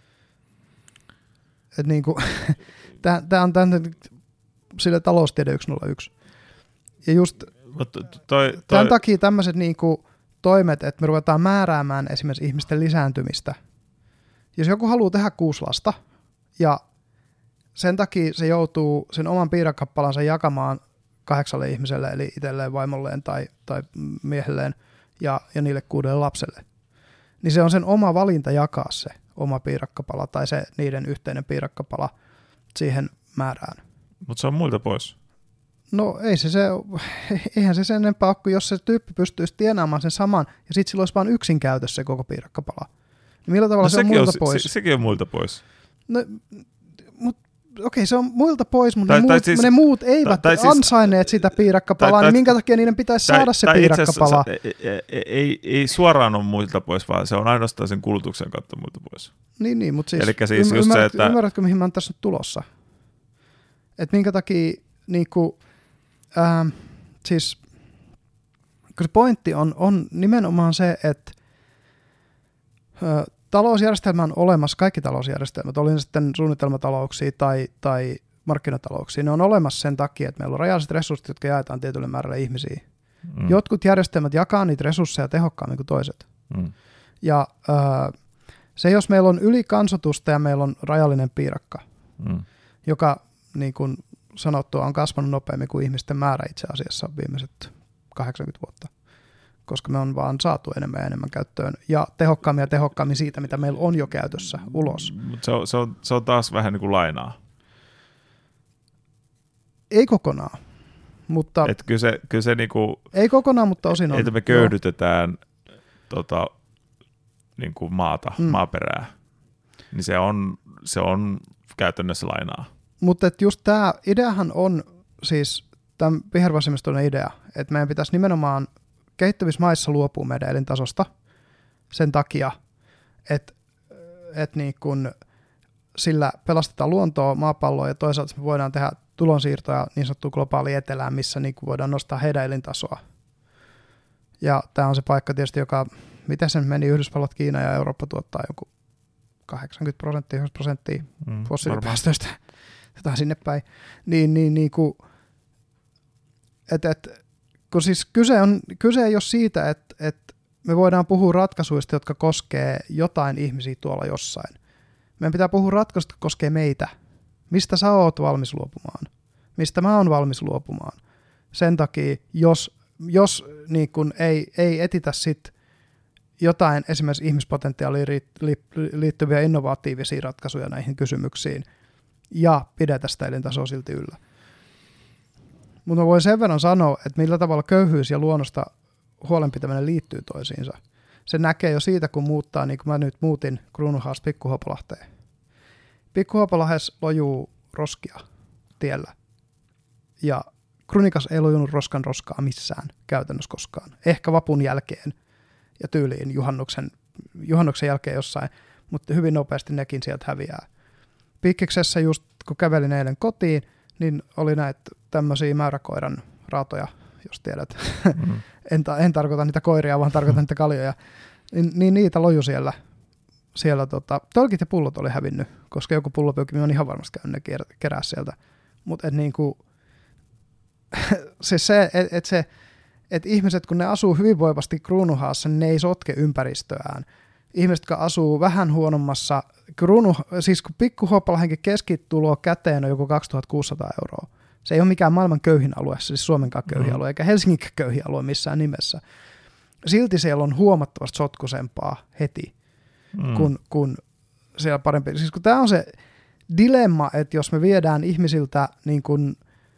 Et niinku, tää on tämän sille taloustiede yksi nolla yksi. Ja just
toi, toi,
tämän takia tämmöiset niinku toimet, että me ruvetaan määräämään esimerkiksi ihmisten lisääntymistä. Jos joku haluaa tehdä kuusi lasta ja sen takia se joutuu sen oman piirakkapalansa jakamaan kahdeksalle ihmiselle, eli itselleen, vaimolleen tai, tai miehelleen ja, ja niille kuudelle lapselle, niin se on sen oma valinta jakaa se oma piirakkapala tai se niiden yhteinen piirakkapala siihen määrään.
Mutta se on muilta pois.
No ei se, se, eihän se sen enempää ole, kun jos se tyyppi pystyisi tienaamaan sen saman, ja sitten sillä olisi vain yksin käytössä se koko piirakkapala. Niin millä tavalla no, se on muilta on, pois?
Se, sekin on muilta pois.
No, mut, okei, se on muilta pois, mutta tai, ne, muut, siis, ne muut eivät tai, tai ansainneet siis, sitä piirakkapalaa, tai, niin minkä takia niiden pitäisi tai, saada se tai piirakkapala?
Ei, ei, ei, ei suoraan ole muilta pois, vaan se on ainoastaan sen kulutuksen kautta muilta pois.
Niin, niin mutta siis,
siis
ymmärrät,
se, että...
ymmärrätkö, mihin mä oon tässä nyt tulossa? Että minkä takia, niinku, ähm, siis, kun se pointti on, on nimenomaan se, että äh, talousjärjestelmä on olemassa, kaikki talousjärjestelmät, oli ne sitten suunnitelmatalouksia tai, tai markkinatalouksia, ne on olemassa sen takia, että meillä on rajalliset resurssit, jotka jaetaan tietylle määrälle ihmisiä. Mm. Jotkut järjestelmät jakaa niitä resursseja tehokkaammin kuin toiset. Mm. Ja äh, se, jos meillä on ylikansotusta ja meillä on rajallinen piirakka, mm. joka niin kuin sanottua on kasvanut nopeammin kuin ihmisten määrä itse asiassa viimeiset kahdeksankymmentä vuotta, koska me on vaan saatu enemmän ja enemmän käyttöön ja tehokkaammin ja tehokkaammin siitä, mitä meillä on jo käytössä ulos.
Mutta se on, se, on, se on taas vähän niin kuin lainaa.
Ei kokonaan, mutta...
Et kyllä se, kyllä se niinku,
ei kokonaan, mutta osin on.
Että me köyhdytetään tota, niinku maata, mm. maaperää, niin se on, se on käytännössä lainaa.
Mutta just tämä ideahan on siis tämän vihervasemmiston idea, että meidän pitäisi nimenomaan kehittyvissä maissa luopua meidän elintasosta sen takia, että, että niin kun sillä pelastetaan luontoa, maapalloa ja toisaalta me voidaan tehdä tulonsiirtoja niin sanottuun globaaliin etelään, missä niin kun voidaan nostaa heidän elintasoa. Ja tämä on se paikka tietysti, joka, miten sen meni, Yhdysvallat, Kiina ja Eurooppa tuottaa joku kahdeksankymmentä prosenttia, yhdeksänkymmentä prosenttia mm, fossiilipäästöistä. Jotain sinne päin, niin, niin, niin kuin, et, et, kun siis kyse, on, kyse ei ole siitä, että, että me voidaan puhua ratkaisuista, jotka koskee jotain ihmisiä tuolla jossain. Meidän pitää puhua ratkaisuista, jotka koskee meitä. Mistä sä oot valmis luopumaan? Mistä mä oon valmis luopumaan? Sen takia, jos, jos niin kun ei, ei etitä sit jotain esimerkiksi ihmispotentiaaliin liittyviä innovatiivisia ratkaisuja näihin kysymyksiin, ja pidetä sitä elintasoa silti yllä. Mutta voin sen verran sanoa, että millä tavalla köyhyys ja luonnosta huolenpitäminen liittyy toisiinsa. Se näkee jo siitä, kun muuttaa, niin kuin mä nyt muutin Kruunuhaasta Pikkuhuopalahteen. Pikkuhuopalahdessa lojuu roskia tiellä. Ja Krunikas ei lojunut roskan roskaa missään käytännössä koskaan. Ehkä vapun jälkeen ja tyyliin juhannuksen, juhannuksen jälkeen jossain, mutta hyvin nopeasti nekin sieltä häviää. Pikkiksessä just kun kävelin eilen kotiin, niin oli näitä tämmöisiä mäyräkoiran raatoja, jos tiedät. Mm-hmm. en, ta- en tarkoita niitä koiria, vaan tarkoitan niitä kaljoja. Niin, niin niitä loju siellä. siellä tota, tölkit ja pullot oli hävinnyt, koska joku pullopyykki on ihan varmasti käynyt ne ker- kerää sieltä. Mutta et niinku, se, se että et se, et ihmiset, kun ne asuu hyvinvoivasti Kruunuhaassa, niin ne ei sotke ympäristöään. Ihmiset, jotka asuu vähän huonommassa, kruunu, siis kun Pikkuhuopalahdenkin keskitulo käteen on joku kaksituhattakuusisataa euroa. Se ei ole mikään maailman köyhin alue, siis Suomenkaan köyhin mm. alue, eikä Helsinginkään köyhin alue missään nimessä. Silti siellä on huomattavasti sotkusempaa heti, mm. kun, kun siellä parempi. Siis kun tämä on se dilemma, että jos me viedään ihmisiltä, niin kun,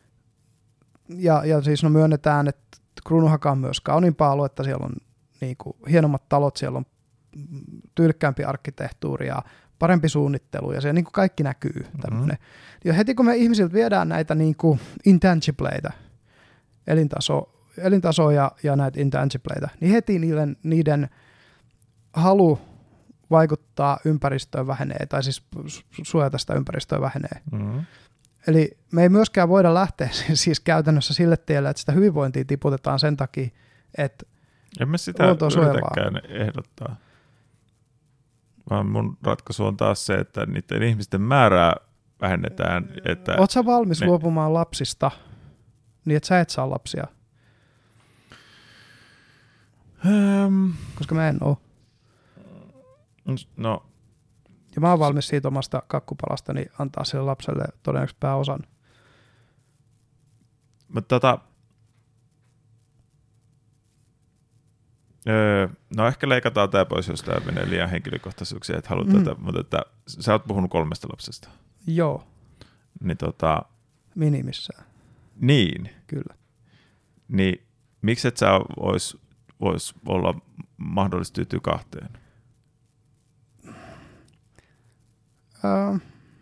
ja, ja siis no myönnetään, että Kruunuhaka on myös kauniimpaa aluetta, siellä on niin kuin hienommat talot, siellä on tyylikkäämpi arkkitehtuuri ja parempi suunnittelu ja se niin kuin kaikki näkyy tämmöinen. Mm-hmm. Ja heti kun me ihmisiltä viedään näitä niin kuin intangibleita, elintaso, elintaso ja, ja näitä intangibleita, niin heti niiden, niiden halu vaikuttaa ympäristöön vähenee, tai siis suojata sitä ympäristöä vähenee. Mm-hmm. Eli me ei myöskään voida lähteä siis käytännössä sille tielle, että sitä hyvinvointia tiputetaan sen takia, että
emme sitä yritäkään ehdottaa. Vaan mun ratkaisu on taas se, että niiden ihmisten määrää vähennetään. Että
oot sä valmis
ne
luopumaan lapsista niin, että sä et saa lapsia?
Um,
Koska mä en oo.
No.
Ja mä oon valmis siitä omasta kakkupalastani antaa sille lapselle todennäköisesti pääosan.
Mutta tota, öö, no ehkä leikataan tämä pois, jos tämä menee liian henkilökohtaisuuksia, että haluat mm. tätä, mutta että sä oot puhunut kolmesta lapsesta.
Joo.
Niin tota,
minimissään.
Niin.
Kyllä.
Niin miksi et sä vois, vois olla mahdollisesti tyytyä kahteen?
Öö,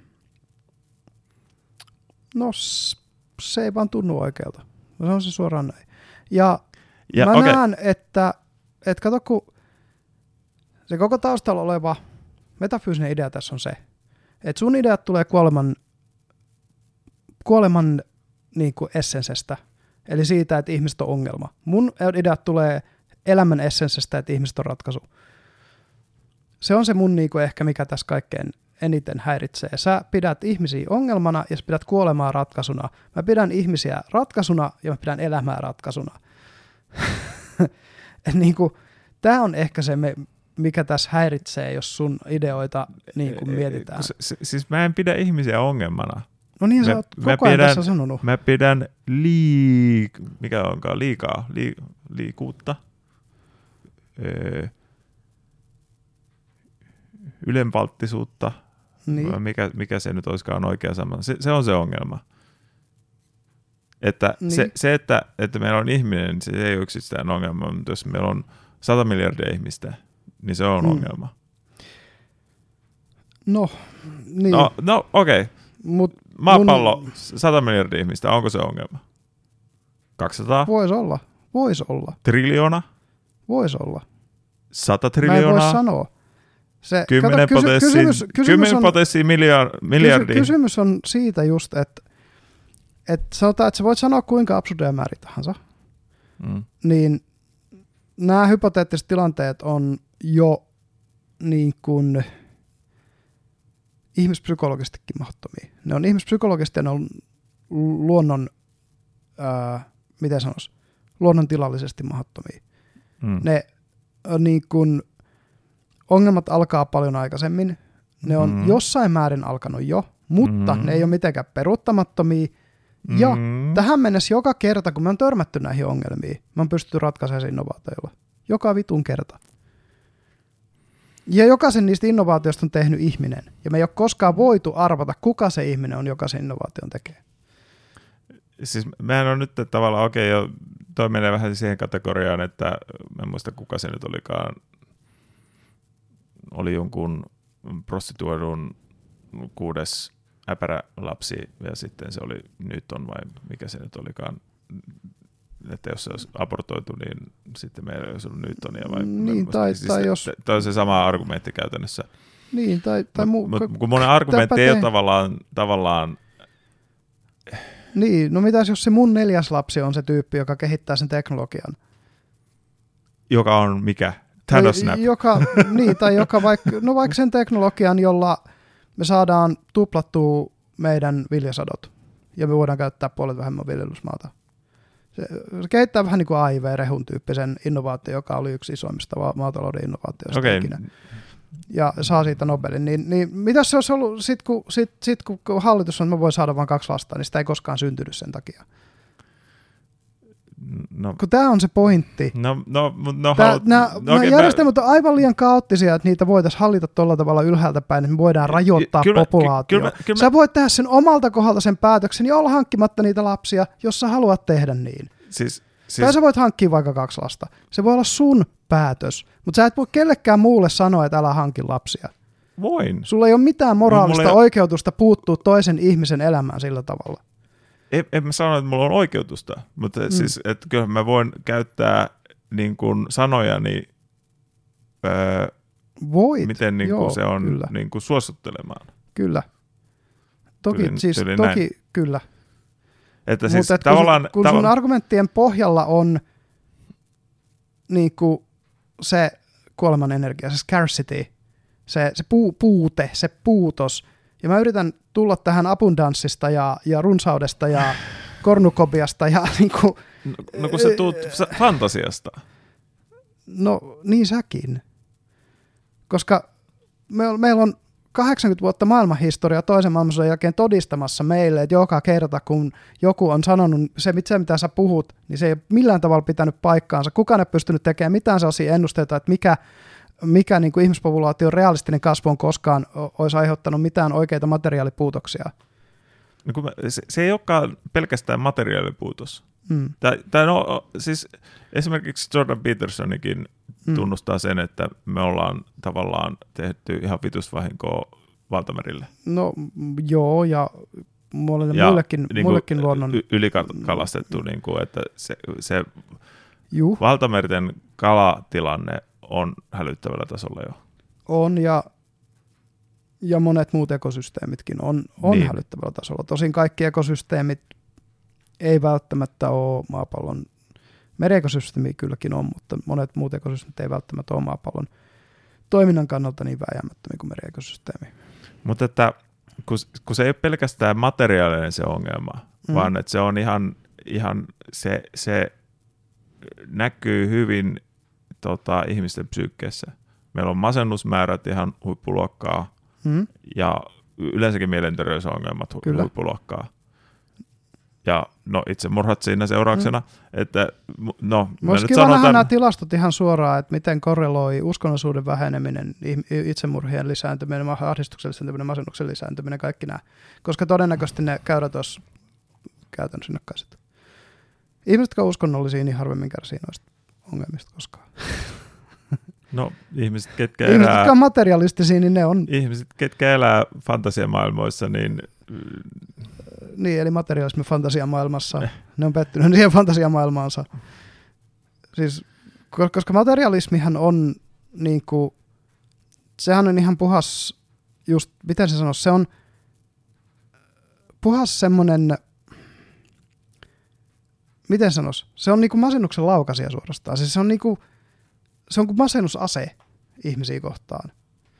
no se ei vaan tunnu oikealta. Se on se suoraan näin. Ja, ja mä okay. näen, että et kato, kun se koko taustalla oleva metafyysinen idea tässä on se, että sun ideat tulee kuoleman, kuoleman niin kuin essensestä, eli siitä, että ihmiset on ongelma. Mun ideat tulee elämän essensestä, että ihmiset on ratkaisu. Se on se mun niin kuin ehkä, mikä tässä kaikkein eniten häiritsee. Sä pidät ihmisiä ongelmana ja sä pidät kuolemaa ratkaisuna. Mä pidän ihmisiä ratkaisuna ja mä pidän elämää ratkaisuna. niin kuin, tää on ehkä se, mikä tässä häiritsee, jos sun ideoita niin kuin mietitään.
S- siis mä en pidä ihmisiä ongelmana.
No niin, sä oot koko ajan tässä sanonut.
Mä pidän liik... Mikä onkaan? Liikaa. Li... Liikuutta. Öö... Ylenpalttisuutta. Niin. Mikä, mikä se nyt olisikaan oikea sama. Se, se on se ongelma. Että niin. se, se että, että meillä on ihminen, niin se ei ole yksistään ongelma. Mutta jos meillä on sata miljardia ihmistä, niin se on mm. ongelma.
No, niin.
No, no okei. Okay. Maapallo, mun... sata miljardia ihmistä, onko se ongelma? kaksisataa?
Voisi olla. Voisi olla.
Triljoona?
Voisi olla.
sata triljoonaa?
Mä en voi sanoa. Se,
kymmenen
kato, kysy, kysymys, kysymys, on,
miljardia.
Kysymys on siitä just, että et sanotaan, että sä voit sanoa kuinka absurdeja määrin tahansa, mm. niin nämä hypoteettiset tilanteet on jo niin kuin ihmispsykologisestikin mahdottomia. Ne on ihmispsykologisesti ja ne on luonnon, ää, miten sanoisi, luonnontilallisesti mahdottomia. Mm. Ne on niin kuin ongelmat alkaa paljon aikaisemmin. Ne on mm. jossain määrin alkanut jo, mutta mm. ne ei ole mitenkään peruuttamattomia. Mm. Ja tähän mennessä joka kerta, kun me on törmätty näihin ongelmiin, me on pystytty ratkaisemaan innovaatioilla. Joka vitun kerta. Ja jokaisen niistä innovaatioista on tehnyt ihminen. Ja me ei ole koskaan voitu arvata, kuka se ihminen on, joka sen innovaation tekee.
Siis mehän on nyt tavallaan, okei, okay, jo, toi menee vähän siihen kategoriaan, että mä en muista kuka se nyt olikaan, oli jonkun prostituoidun kuudes äpärälapsi, ja sitten se oli Newton vai mikä se nyt olikaan, että jos se olisi abortoitu, niin sitten meillä ei olisi ollut Newtonia vai...
Niin, tai,
siis
tai jos...
Tämä on se sama argumentti käytännössä.
Niin, tai... tai
muu... Mutta kun monen argumentti ei ole tavallaan... tavallaan...
Niin, no mitäs jos se mun neljäs lapsi on se tyyppi, joka kehittää sen teknologian?
Joka on mikä? Thanosnap.
Joka, niin, tai joka vaikka, no vaikka sen teknologian, jolla me saadaan tuplattua meidän viljasadot, ja me voidaan käyttää puolet vähemmän viljelysmaata. Se, se kehittää vähän niin kuin A I V-rehun tyyppisen innovaatio, joka oli yksi isoimmista maatalouden innovaatioista okay. ikinä. Ja saa siitä Nobelin. Niin, niin mitäs se olisi ollut, sit kun, sit, sit kun hallitus on, että mä voin saada vain kaksi lasta, niin sitä ei koskaan syntynyt sen takia. No, kun tämä on se pointti.
No, no, no,
Tää,
haluat,
nämä,
no,
nämä okay, järjestelmät mä... on aivan liian kaoottisia, että niitä voitaisiin hallita tuolla tavalla ylhäältä päin, että me voidaan rajoittaa kyllä, populaatioa. Kyllä, kyllä, sä voit tehdä sen omalta kohdalta sen päätöksen ja olla hankkimatta niitä lapsia, jos sä haluat tehdä niin.
Siis, siis...
Tai sä voit hankkia vaikka kaksi lasta. Se voi olla sun päätös, mutta sä et voi kellekään muulle sanoa, että älä hanki lapsia.
Voin.
Sulla ei ole mitään moraalista no, oikeutusta puuttua toisen ihmisen elämään sillä tavalla.
En, en mä sano, että mulla on oikeutusta, mutta mm. siis, että kyllä mä voin käyttää niin kuin sanojani, öö,
Voit.
miten niin kuin Joo, se on niin kuin suostuttelemaan.
Kyllä. Toki, tylin, siis, tylin toki kyllä.
Että siis
mutta
tavallaan,
kun, kun sun tavallaan... argumenttien pohjalla on niin kuin se kuoleman energia, se scarcity, se, se pu, puute, se puutos, ja mä yritän tulla tähän abundanssista ja, ja runsaudesta ja kornukobiasta ja niinku...
No, no kun sä tuut äh, fantasiasta.
No niin säkin. Koska me, meillä on kahdeksankymmentä vuotta maailmanhistoriaa toisen maailmansodan jälkeen todistamassa meille, että joka kerta kun joku on sanonut se, mitä sä puhut, niin se ei millään tavalla pitänyt paikkaansa. Kukaan ei pystynyt tekemään mitään sellaisia ennusteita, että mikä... mikä niin kuin ihmispopulaation realistinen kasvu on koskaan olisi aiheuttanut mitään oikeita materiaalipuutoksia.
niin kun mä, se, se ei olekaan pelkästään materiaalipuutos.
Mm.
Tai, tai no, siis esimerkiksi Jordan Petersonikin mm. tunnustaa sen, että me ollaan tavallaan tehty ihan vitusvahinkoa valtamerille.
No joo, ja muille,
ja
muillekin,
niin
muillekin luonnon...
Y- ylikalastettu, niin kuin, että se, se
Juh.
valtamerten kalatilanne on hälyttävällä tasolla jo.
On, ja, ja monet muut ekosysteemitkin on, on niin. hälyttävällä tasolla. Tosin kaikki ekosysteemit ei välttämättä ole maapallon, meriekosysteemi kylläkin on, mutta monet muut ekosysteemit ei välttämättä ole maapallon toiminnan kannalta niin vääjäämättömiä kuin meriekosysteemi.
Mutta että kun, kun se ei ole pelkästään materiaalinen se ongelma, mm. vaan että se on ihan, ihan se, se näkyy hyvin tota, ihmisten psyykkeessä. Meillä on masennusmäärät ihan huippuluokkaa mm. ja yleensäkin mielenterveysongelmat hu- huippuluokkaa. Ja no itsemurhat siinä seurauksena, mm. että no...
Voisi kiva nähdä tämän... nämä tilastot ihan suoraan, että miten korreloi uskonnollisuuden väheneminen, itsemurhien lisääntyminen, ahdistuksen lisääntyminen, masennuksen lisääntyminen, kaikki nämä. Koska todennäköisesti ne käydät olisi käytännössä sinnekkaiset. Ihmiset, jotka on uskonnollisia, niin harvemmin kärsii noista ongelmista koskaan.
No ihmiset, ketkä
ihmiset,
elää...
jotka on materialistisia, niin ne on...
Ihmiset, ketkä elää fantasiamaailmoissa, niin...
Niin, eli materialismi fantasiamaailmassa. Eh. Ne on pettynyt siihen fantasiamaailmaansa. Siis, koska materialismihan on niinku, sehän on ihan puhas, just, miten se sanoisi, se on puhas semmonen, miten sanoisi, se on niinku masennuksen laukaisija suorastaan. Siis se on niinku, se on kuin masennusase ihmisiä kohtaan.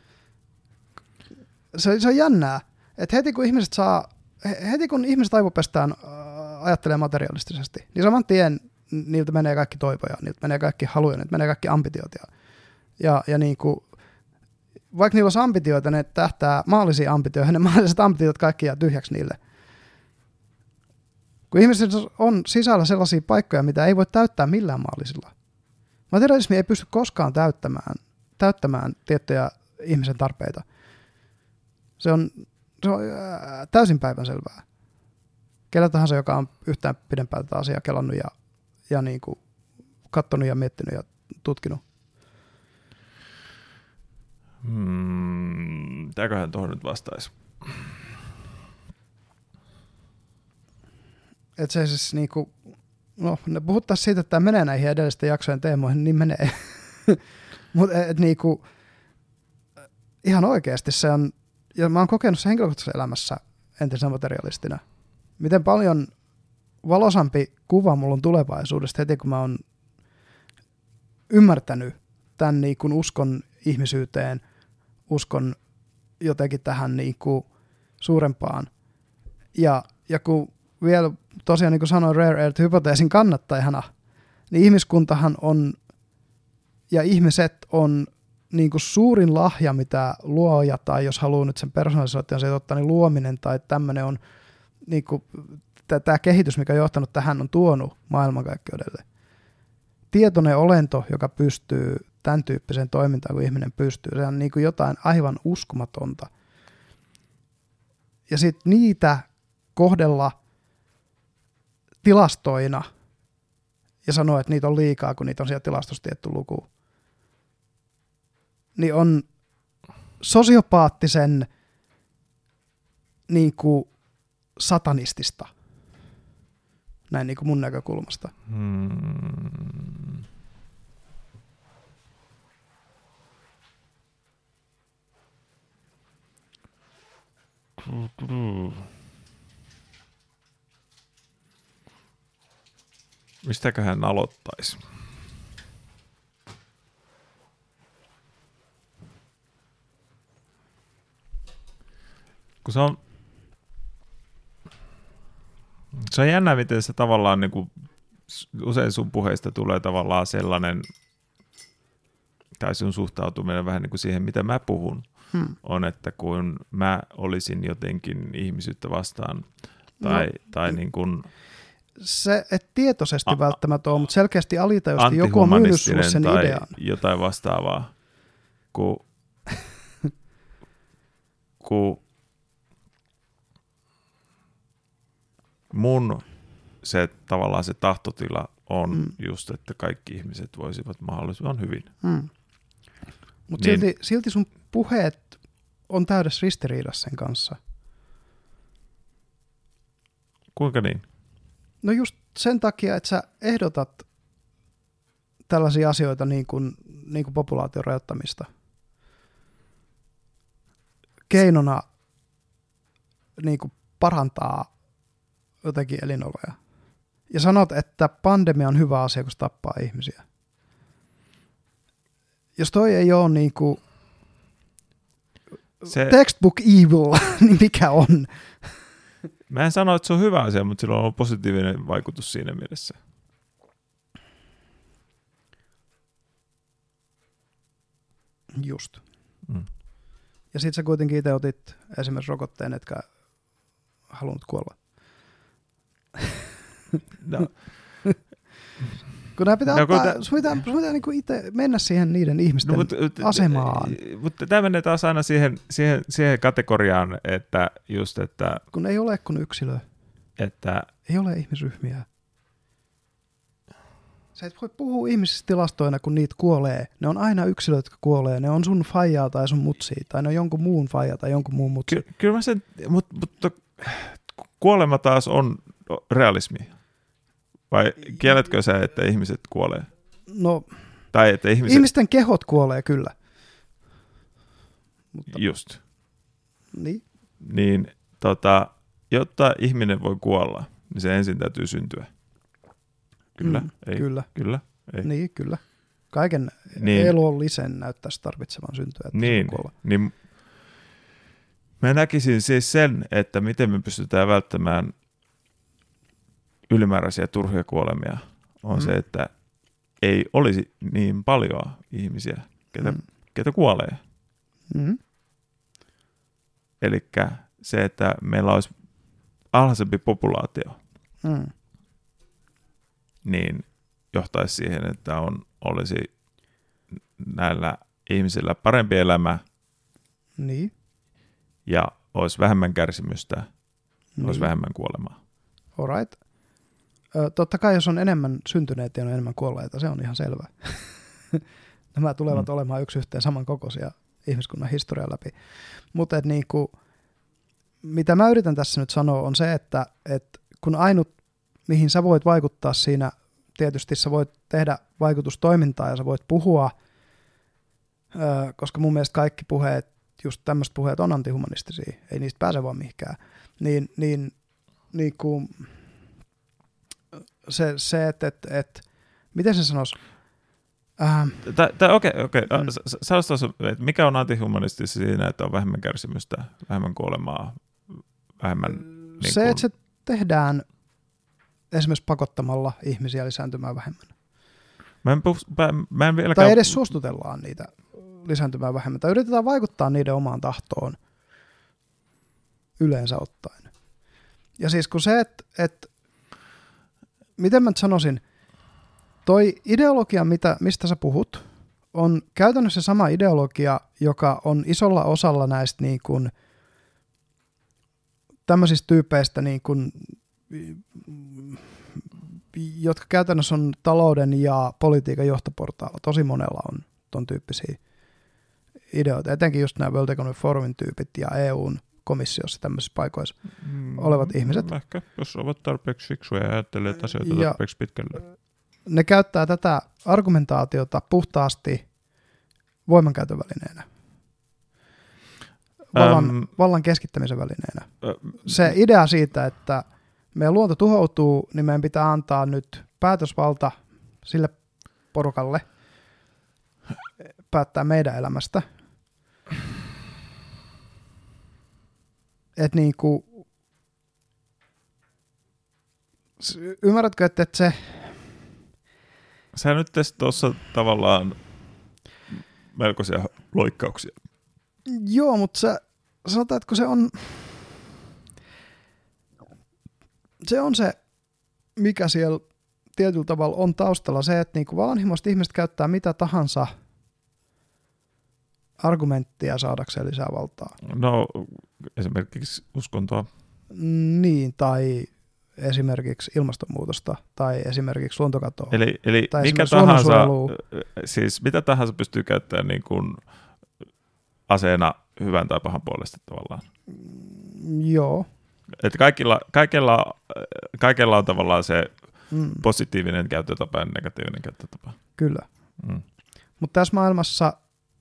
Se, se on jännää, että heti kun ihmiset saa Heti kun ihmiset aivopestään ajattelee materialistisesti, niin saman tien niiltä menee kaikki toivoja, niiltä menee kaikki haluja, niiltä menee kaikki ambitioita. Ja, ja niin kuin, vaikka niillä olisi ambitioita, ne tähtää maallisiin ambitioihin, ne maalliset ambitiot kaikki jää tyhjäksi niille. Kun ihmiset on sisällä sellaisia paikkoja, mitä ei voi täyttää millään maallisilla. Materialismi ei pysty koskaan täyttämään, täyttämään tiettyjä ihmisen tarpeita. Se on... Se on täysin päivänselvää. Kellä tahansa, joka on yhtään pidempään tätä asiaa kelannut ja, ja niin kuin katsonut ja miettinyt ja tutkinut.
Hmm, mitäköhän tuohon nyt vastaisi?
Että se siis niinku, no puhuttaisiin siitä, että tämä menee näihin edellisten jaksojen teemoihin, niin menee. Mutta niinku, ihan oikeasti se on, ja mä oon kokenut se henkilökohtaisessa elämässä entisenä materialistina. Miten paljon valoisampi kuva mulla on tulevaisuudesta heti, kun mä oon ymmärtänyt tämän niin kuin uskon ihmisyyteen, uskon jotenkin tähän niin kuin suurempaan. Ja, ja kun vielä tosiaan niin kuin sanoin Rare Earth-hypoteesin kannattajana, niin ihmiskuntahan on ja ihmiset on niin kuin suurin lahja, mitä luoja, tai jos haluaa nyt sen persoonallisuuden se ottaa, niin luominen tai tämmöinen on niin kuin, tämä kehitys, mikä on johtanut tähän, on tuonut maailmankaikkeudelle. Tietoinen olento, joka pystyy tämän tyyppiseen toimintaan, kun ihminen pystyy, se on niin kuin jotain aivan uskomatonta. Ja sitten niitä kohdella tilastoina ja sanoa, että niitä on liikaa, kun niitä on siellä tilastossa tietty luku, niin on sosiopaattisen niin kuin satanistista, näin niin kuin mun näkökulmasta. Hmm.
Mistäköhän aloittaisi? Kun se on, se on jännä, miten se tavallaan niin kuin, usein sun puheista tulee tavallaan sellainen, tai sun suhtautuminen vähän niin kuin siihen, mitä mä puhun, hmm. on, että kun mä olisin jotenkin ihmisyyttä vastaan, tai, no, tai niin kuin...
Se, et tietoisesti a- välttämättä ole, mutta selkeästi alitajuisesti joku on myynyt sulle sen
tai
idean.
Jotain vastaavaa, kun... kun mun se tavallaan se tahtotila on
mm.
just, että kaikki ihmiset voisivat mahdollisimman hyvin.
Mm. Mutta
niin,
silti, silti sun puheet on täydessä ristiriidassa sen kanssa.
Kuinka niin?
No just sen takia, että sä ehdotat tällaisia asioita niin kuin, niin kuin populaation rajoittamista keinona niin kuin parantaa jotenkin elinoloja. Ja sanot, että pandemia on hyvä asia, kun se tappaa ihmisiä. Jos toi ei ole niin kuin se textbook evil, niin mikä on?
Mä en sano, että se on hyvä asia, mutta sillä on ollut positiivinen vaikutus siinä mielessä.
Just.
Mm.
Ja sit sä kuitenkin itse otit esimerkiksi rokotteen, etkä halunnut kuolla.
No.
Kun nää pitää
no,
ottaa,
kun
sun pitää, sun pitää niinku itse mennä siihen niiden ihmisten no, mutta, asemaan.
Mutta tämä menee taas aina siihen, siihen, siihen kategoriaan, että just, että
kun ei ole kun yksilö.
Että
ei ole ihmisryhmiä. Sä et voi puhua ihmisistä tilastoina, kun niitä kuolee. Ne on aina yksilöt, jotka kuolee. Ne on sun faijaa tai sun mutsia, tai ne on jonkun muun faija tai jonkun muun mutsi.
Ky- kyllä mä sen, mutta, mutta kuolema taas on realismi. Vai kielletkö sä, että ihmiset kuolee?
No,
tai että ihmiset
ihmisten kehot kuolee kyllä.
Mutta, just.
Niin.
Niin, tota, jotta ihminen voi kuolla, niin se ensin täytyy syntyä. Kyllä,
mm,
ei.
Kyllä.
Kyllä, ei.
Niin, kyllä. Kaiken
niin,
elollisen näyttäisi tarvitsevan syntyä, että
niin, kuolla. Niin, mä näkisin siis sen, että miten me pystytään välttämään ylimääräisiä turhia kuolemia, on mm. se, että ei olisi niin paljon ihmisiä, ketä, mm. ketä kuolee.
Mm.
Elikkä se, että meillä olisi alhaisempi populaatio,
mm.
niin johtaisi siihen, että on, olisi näillä ihmisillä parempi elämä
niin.
ja olisi vähemmän kärsimystä,
niin.
olisi vähemmän kuolemaa.
All right. Ö, totta kai, jos on enemmän syntyneitä ja on enemmän kuolleita, se on ihan selvä. Nämä tulevat mm. olemaan yksi yhteen samankokoisia ihmiskunnan historian läpi. Mutta niinku, mitä mä yritän tässä nyt sanoa on se, että et kun ainut, mihin sä voit vaikuttaa siinä, tietysti sä voit tehdä vaikutustoimintaa ja sä voit puhua, ö, koska mun mielestä kaikki puheet, just tämmöiset puheet on antihumanistisia, ei niistä pääse vaan mihinkään, niin, niin niinku, se, se että et, et, miten se sanoisi? Ähm,
Okei, okei. Mikä on antihumanistista siinä, että on vähemmän kärsimystä, vähemmän kuolemaa, vähemmän niin
se,
kuin...
että se tehdään esimerkiksi pakottamalla ihmisiä lisääntymään vähemmän.
Mä en, puh, mä, mä en vieläkään...
Tai edes suostutellaan niitä lisääntymään vähemmän. Tai yritetään vaikuttaa niiden omaan tahtoon yleensä ottaen. Ja siis kun se, että... Et, miten mä nyt sanoisin, toi ideologia, mitä, mistä sä puhut, on käytännössä sama ideologia, joka on isolla osalla näistä niin kuin, tämmöisistä tyypeistä, niin kuin, jotka käytännössä on talouden ja politiikan johtoportaalla. Tosi monella on ton tyyppisiä ideoita, etenkin just nämä World Economic Forumin tyypit ja E U:n komissiossa tämmöisissä paikoissa mm, olevat ihmiset.
Ehkä, jos ovat tarpeeksi fiksuja ja ajattelee asioita ja tarpeeksi pitkälle.
Ne käyttää tätä argumentaatiota puhtaasti voimankäytön välineenä. Vallan, ähm, vallan keskittämisen välineenä. Äh, Se idea siitä, että meidän luonto tuhoutuu, niin meidän pitää antaa nyt päätösvalta sille porukalle päättää meidän elämästä. Että niinku, ymmärrätkö, että, että se...
Sä nyt tässä tuossa tavallaan melkoisia loikkauksia.
Joo, mutta sä sanotaan, että kun se on... Se on se, mikä siellä tietyllä tavalla on taustalla, se, että niinku vallanhimoiset ihmiset käyttää mitä tahansa argumenttia saadakseen lisää valtaa.
No esimerkiksi uskontoa.
Niin, tai esimerkiksi ilmastonmuutosta tai esimerkiksi luontokatoa.
Eli, eli
tai
mikä tahansa, siis mitä tahansa pystyy käyttämään niin kuin aseena hyvän tai pahan puolesta tavallaan.
Joo.
Että kaikilla, kaikilla, kaikilla on tavallaan se
mm.
positiivinen käyttötapa ja negatiivinen käyttötapa.
Kyllä.
Mm.
Mutta tässä maailmassa,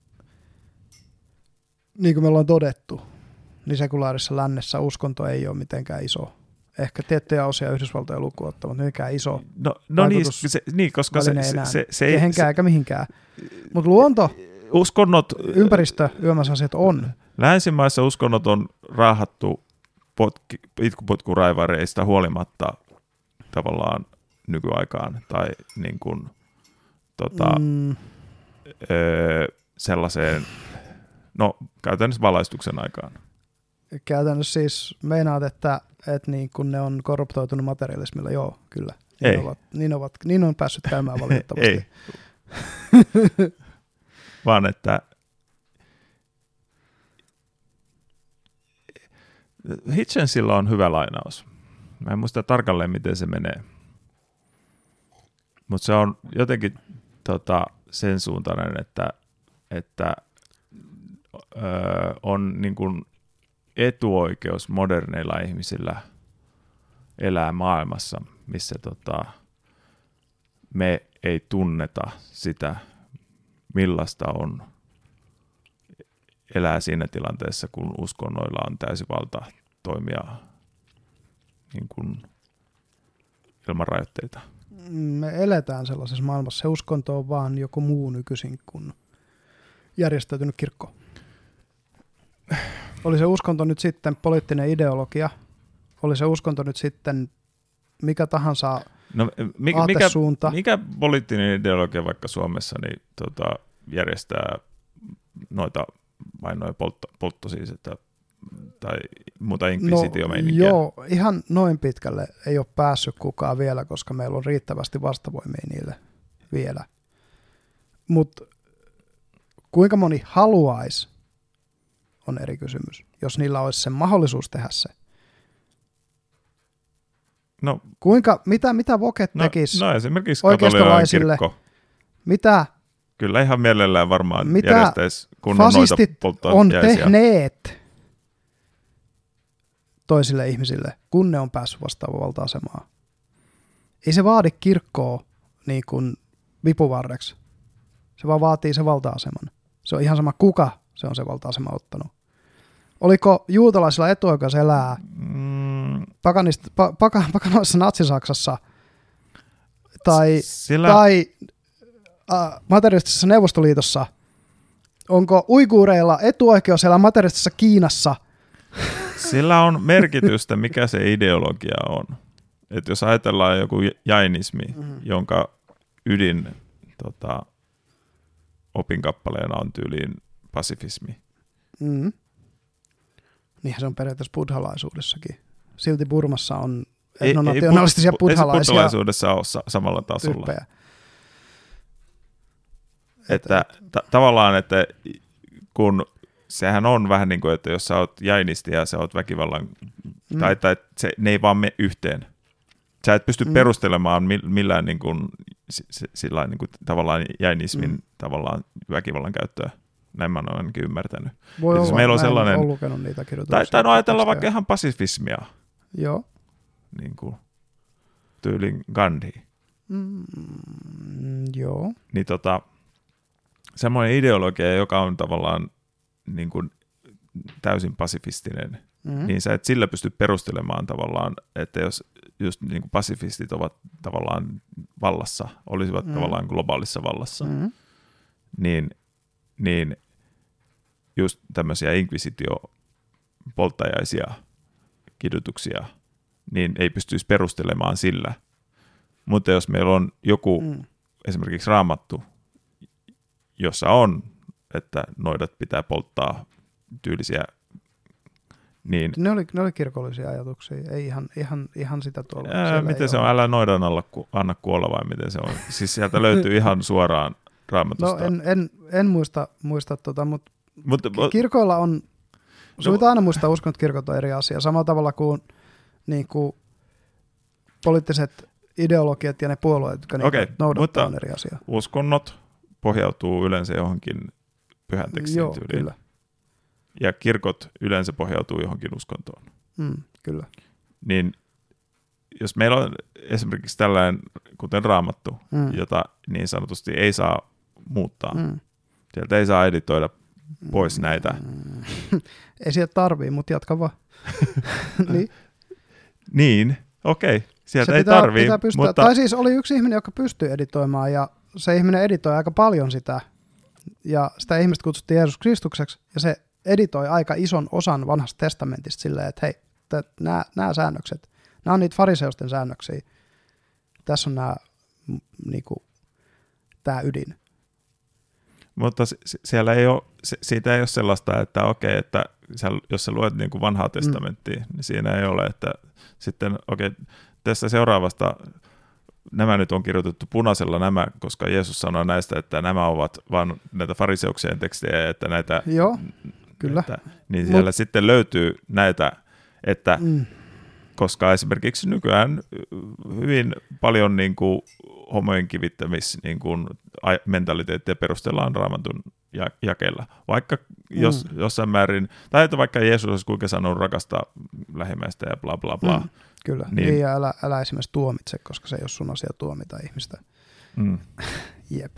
niin kuin me ollaan todettu, niin sekulaarissa lännessä uskonto ei ole mitenkään iso. Ehkä tiettyjä osia Yhdysvaltojen lukuun ottamatta, mikään iso
no, no niin, se, niin, koska se, se, se, se ei...
Kehenkään eikä mihinkään. Mutta luonto,
uskonnot,
ympäristö, yömäisasiat on.
Länsimaissa uskonnot on raahattu potki, itkupotkuraivareista huolimatta tavallaan nykyaikaan tai niin kuin, tota, mm. öö, sellaiseen, no käytännössä valaistuksen aikaan.
Käytännössä siis meinaat, että, että niin kun ne on korruptoitunut materialismilla, joo, kyllä. Niin,
ei.
Ovat, niin, ovat, niin on päässyt käymään valitettavasti.
Ei. Vaan että Hitchensilla on hyvä lainaus. Mä en muista tarkalleen, miten se menee. Mutta se on jotenkin tota, sen suuntainen, että, että öö, on niin kuin etuoikeus moderneilla ihmisillä elää maailmassa, missä tota, me ei tunneta sitä, millaista on elää siinä tilanteessa, kun uskonnoilla on täysi valta toimia niin kuin ilman rajoitteita.
Me eletään sellaisessa maailmassa. Se uskonto on vaan joku muu nykyisin kuin järjestäytynyt kirkko. Oli se uskonto nyt sitten poliittinen ideologia, oli se uskonto nyt sitten mikä tahansa
no, mikä,
aatesuunta.
Mikä, mikä poliittinen ideologia vaikka Suomessa niin, tota, järjestää noita vain noin poltto, poltto siis, että, tai muuta inkvisitiomeininkiä?
No, joo, ihan noin pitkälle ei ole päässyt kukaan vielä, koska meillä on riittävästi vastavoimia niille vielä. Mutta kuinka moni haluaisi, on eri kysymys, jos niillä olisi se mahdollisuus tehdä se.
No,
kuinka, mitä, mitä Voket
no,
tekisi
no esimerkiksi katolilainen kirkko.
Mitä?
Kyllä ihan mielellään varmaan
mitä
järjestäisi kunnon noita polttojaisia.
On tehneet toisille ihmisille, kun ne on päässyt vastaavaan valta-asemaan. Ei se vaadi kirkkoa niin kuin vipuvarreksi. Se vaan vaatii se valta-aseman. Se on ihan sama, kuka se on se valta-asema ottanut. Oliko juutalaisilla etuoikeus elää mm. pakanist, pa, paka, pakanoissa Natsi-Saksassa tai, Sillä... tai äh, materialistisessa Neuvostoliitossa? Onko uiguureilla etuoikeus elää materialistisessa Kiinassa?
Sillä on merkitystä, mikä se ideologia on. Et jos ajatellaan joku jainismi, mm-hmm. jonka ydin tota, opinkappaleena on tyyliin pasifismi.
Mm. Niinhän se on periaatteessa buddhalaisuudessakin. Silti Burmassa on etnonationalistisia buddhalaisia. Ei se
buddhalaisuudessa ole sa- samalla tasolla.
Tyyppejä.
Että t- tavallaan, että kun sehän on vähän niin kuin, että jos sä oot jainisti ja sä oot väkivallan, mm. tai, tai se, ne ei vaan mene yhteen. Sä et pysty mm. perustelemaan millään niin kuin, sillä niin kuin, tavallaan jainismin mm. tavallaan väkivallan käyttöä. Näin mä oon ainakin ymmärtänyt.
Voi olla,
meillä on sellainen,
olen lukenut niitä kirjoituksia.
Tai, tai no ajatellaan vaikka ihan pasifismia.
Joo.
Niin kuin tyylin Gandhi.
Mm, joo.
Niin tota, semmoinen ideologia, joka on tavallaan niin kuin täysin pasifistinen, mm-hmm. niin sä et sillä pysty perustelemaan tavallaan, että jos just niin kuin pasifistit ovat tavallaan vallassa, olisivat mm-hmm. tavallaan globaalissa vallassa, mm-hmm. niin, niin just tämmöisiä inkvisitio-polttajaisia kidutuksia, niin ei pystyisi perustelemaan sillä. Mutta jos meillä on joku mm. esimerkiksi Raamattu, jossa on, että noidat pitää polttaa tyylisiä, niin...
Ne oli, ne oli kirkollisia ajatuksia, ei ihan, ihan, ihan sitä tuolla.
Ää, miten se on, älä noidan alla ku, anna kuolla vai miten se on? Siis sieltä löytyy ihan suoraan Raamatusta.
No en, en, en muista, muista tota, mutta
Mut,
kirkoilla on, se no, pitää aina muistaa, uskon, että kirkot on eri asia. Samalla tavalla kuin, niin kuin poliittiset ideologiat ja ne puolueet, jotka niitä
okay,
noudattaa, on eri asia.
Uskonnot pohjautuu yleensä johonkin pyhän tekstiin
Joo,
tyyliin.
Kyllä.
Ja kirkot yleensä pohjautuu johonkin uskontoon.
Mm, kyllä.
Niin jos meillä on esimerkiksi tällainen, kuten Raamattu, mm. jota niin sanotusti ei saa muuttaa, mm. sieltä ei saa editoida pois mm. näitä.
Ei sieltä tarvii, mutta jatka vaan. niin,
niin okei. Okay. Sieltä
se
ei
pitää,
tarvii.
Pitää mutta... Tai siis oli yksi ihminen, joka pystyi editoimaan, ja se ihminen editoi aika paljon sitä. Ja sitä ihmistä kutsuttiin Jeesus Kristukseksi, ja se editoi aika ison osan vanhasta testamentista silleen, että hei, nämä, nämä säännökset, nämä on niitä fariseusten säännöksiä. Tässä on nämä, niinku, tämä ydin.
Mutta siellä ei ole, siitä ei ole sellaista, että okei, että jos sä luet niin kuin vanhaa testamenttia, mm. niin siinä ei ole, että sitten okei, tässä seuraavasta nämä nyt on kirjoitettu punaisella nämä, koska Jeesus sanoi näistä, että nämä ovat vain näitä fariseuksien tekstejä, että näitä,
Joo, kyllä.
Että, niin siellä Mut... sitten löytyy näitä, että
mm.
koska esimerkiksi nykyään hyvin paljon niin kuin homojen kivittämis niin kuin mentaliteettia perustellaan Raamatun jakeella. Vaikka jos, mm. jossain määrin, tai että vaikka Jeesus olisi kuinka sanonut rakasta lähimmäistä ja bla bla bla. Mm.
Kyllä, niin, niin ja älä, älä esimerkiksi tuomitse, koska se ei ole sun asia tuomita ihmistä.
Mm.
Jep.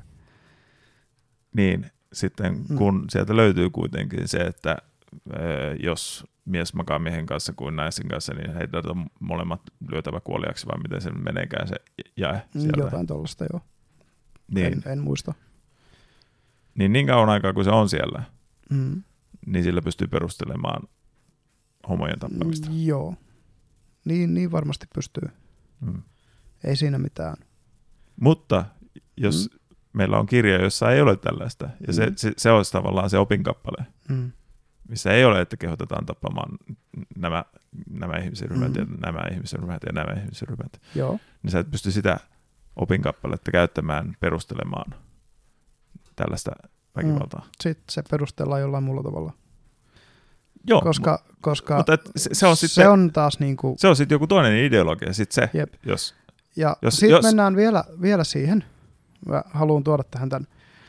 Niin, sitten mm. kun sieltä löytyy kuitenkin se, että eh, jos mies makaa miehen kanssa kuin naisen kanssa, niin heitä on molemmat lyötävä kuoliaksi, vai miten se meneekään se jae sieltä.
Jotain tuollaista, joo.
Niin.
En, en muista.
Niin niin kauan aikaa, kun se on siellä,
mm.
niin sillä pystyy perustelemaan homojen tappamista.
Mm, joo. Niin, niin varmasti pystyy.
Mm.
Ei siinä mitään.
Mutta jos mm. meillä on kirja, jossa ei ole tällaista, ja mm. se, se, se olisi tavallaan se opinkappale,
mm.
missä ei ole, että kehotetaan tappamaan nämä, nämä ihmisryhmät mm. ja nämä ihmisryhmät ja nämä ihmisryhmät,
Joo.
niin sä et pysty sitä opinkappaletta käyttämään perustelemaan tällaista väkivaltaa.
Mm. Sitten se perustellaan jollain muulla tavalla.
Joo,
koska, koska
mutta se, se, on
se on taas niin kuin...
Se on sitten joku toinen ideologia, sitten se,
Jep.
jos...
Ja
jos,
sitten
jos...
mennään vielä, vielä siihen, mä haluan tuoda tähän tämän,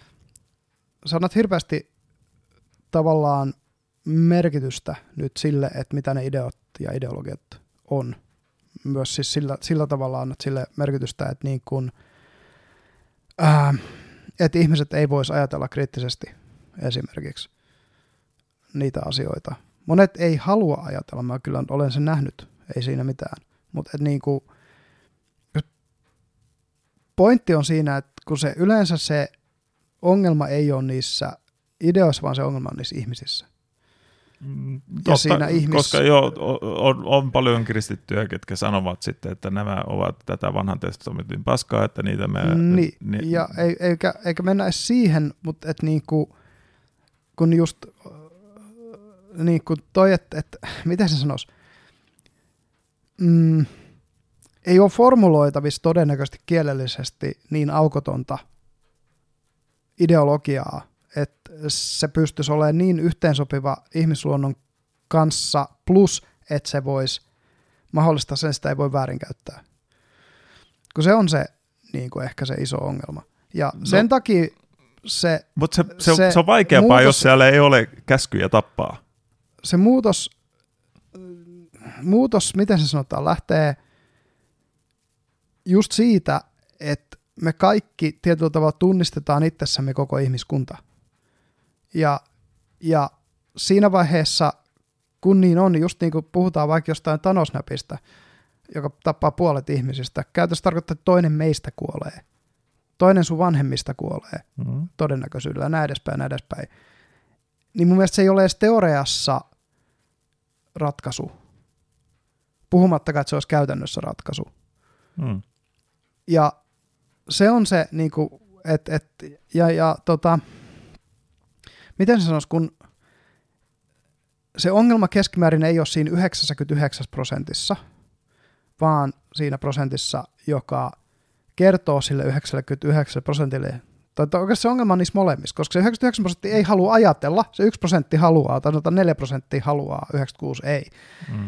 sanat hirveästi tavallaan merkitystä nyt sille, että mitä ne ideot ja ideologiat on. Myös siis sillä, sillä tavalla annat sille merkitystä, että, niin kun, ää, että ihmiset ei voisi ajatella kriittisesti esimerkiksi niitä asioita. Monet ei halua ajatella, mä kyllä olen sen nähnyt, ei siinä mitään. Mutta niin kuin, pointti on siinä, että kun se yleensä se ongelma ei ole niissä ideoissa, vaan se ongelma on niissä ihmisissä.
Mm, totta,
siinä ihmis...
koska jo, on, on paljon kristittyjä, ketkä sanovat sitten, että nämä ovat tätä vanhan testamentin paskaa, että niitä me...
Niin,
ni...
ja eikä, eikä mennä edes siihen, mutta et niinku, kun just niin kuin toi, että et, miten se sanoisi, mm, ei ole formuloitavissa todennäköisesti kielellisesti niin aukotonta ideologiaa, että se pystyisi olemaan niin yhteensopiva ihmisluonnon kanssa, plus että se voisi mahdollistaa sen, sitä ei voi väärinkäyttää. Kun se on se, niin kuin ehkä se iso ongelma. Ja no, sen takia se...
Mutta se, se, se, se on vaikeampaa, muutos, jos siellä ei ole käskyjä tappaa.
Se muutos, muutos, miten se sanotaan, lähtee just siitä, että me kaikki tietyllä tavalla tunnistetaan itsessämme koko ihmiskunta. Ja, ja siinä vaiheessa, kun niin on, just niin kuin puhutaan vaikka jostain Thanos-näpistä, joka tappaa puolet ihmisistä, käytössä tarkoittaa, että toinen meistä kuolee. Toinen sun vanhemmista kuolee mm-hmm. todennäköisyydellä, näin edespäin, näin edespäin. Niin mun mielestä se ei ole edes teoriassa ratkaisu. Puhumattakaan, että se olisi käytännössä ratkaisu.
Mm.
Ja se on se, niin kuin, että, että, ja, ja tota, miten se sanoisi, kun se ongelma keskimäärin ei ole siinä yhdeksänkymmentäyhdeksän prosentissa, vaan siinä prosentissa, joka kertoo sille yhdeksänkymmentäyhdeksän prosentille, tai oikeasti se ongelma on niissä molemmissa, koska se yhdeksänkymmentäyhdeksän prosenttia ei halua ajatella, se yksi prosentti haluaa, tai neljä prosenttia haluaa, yhdeksänkymmentäkuusi ei. Mm.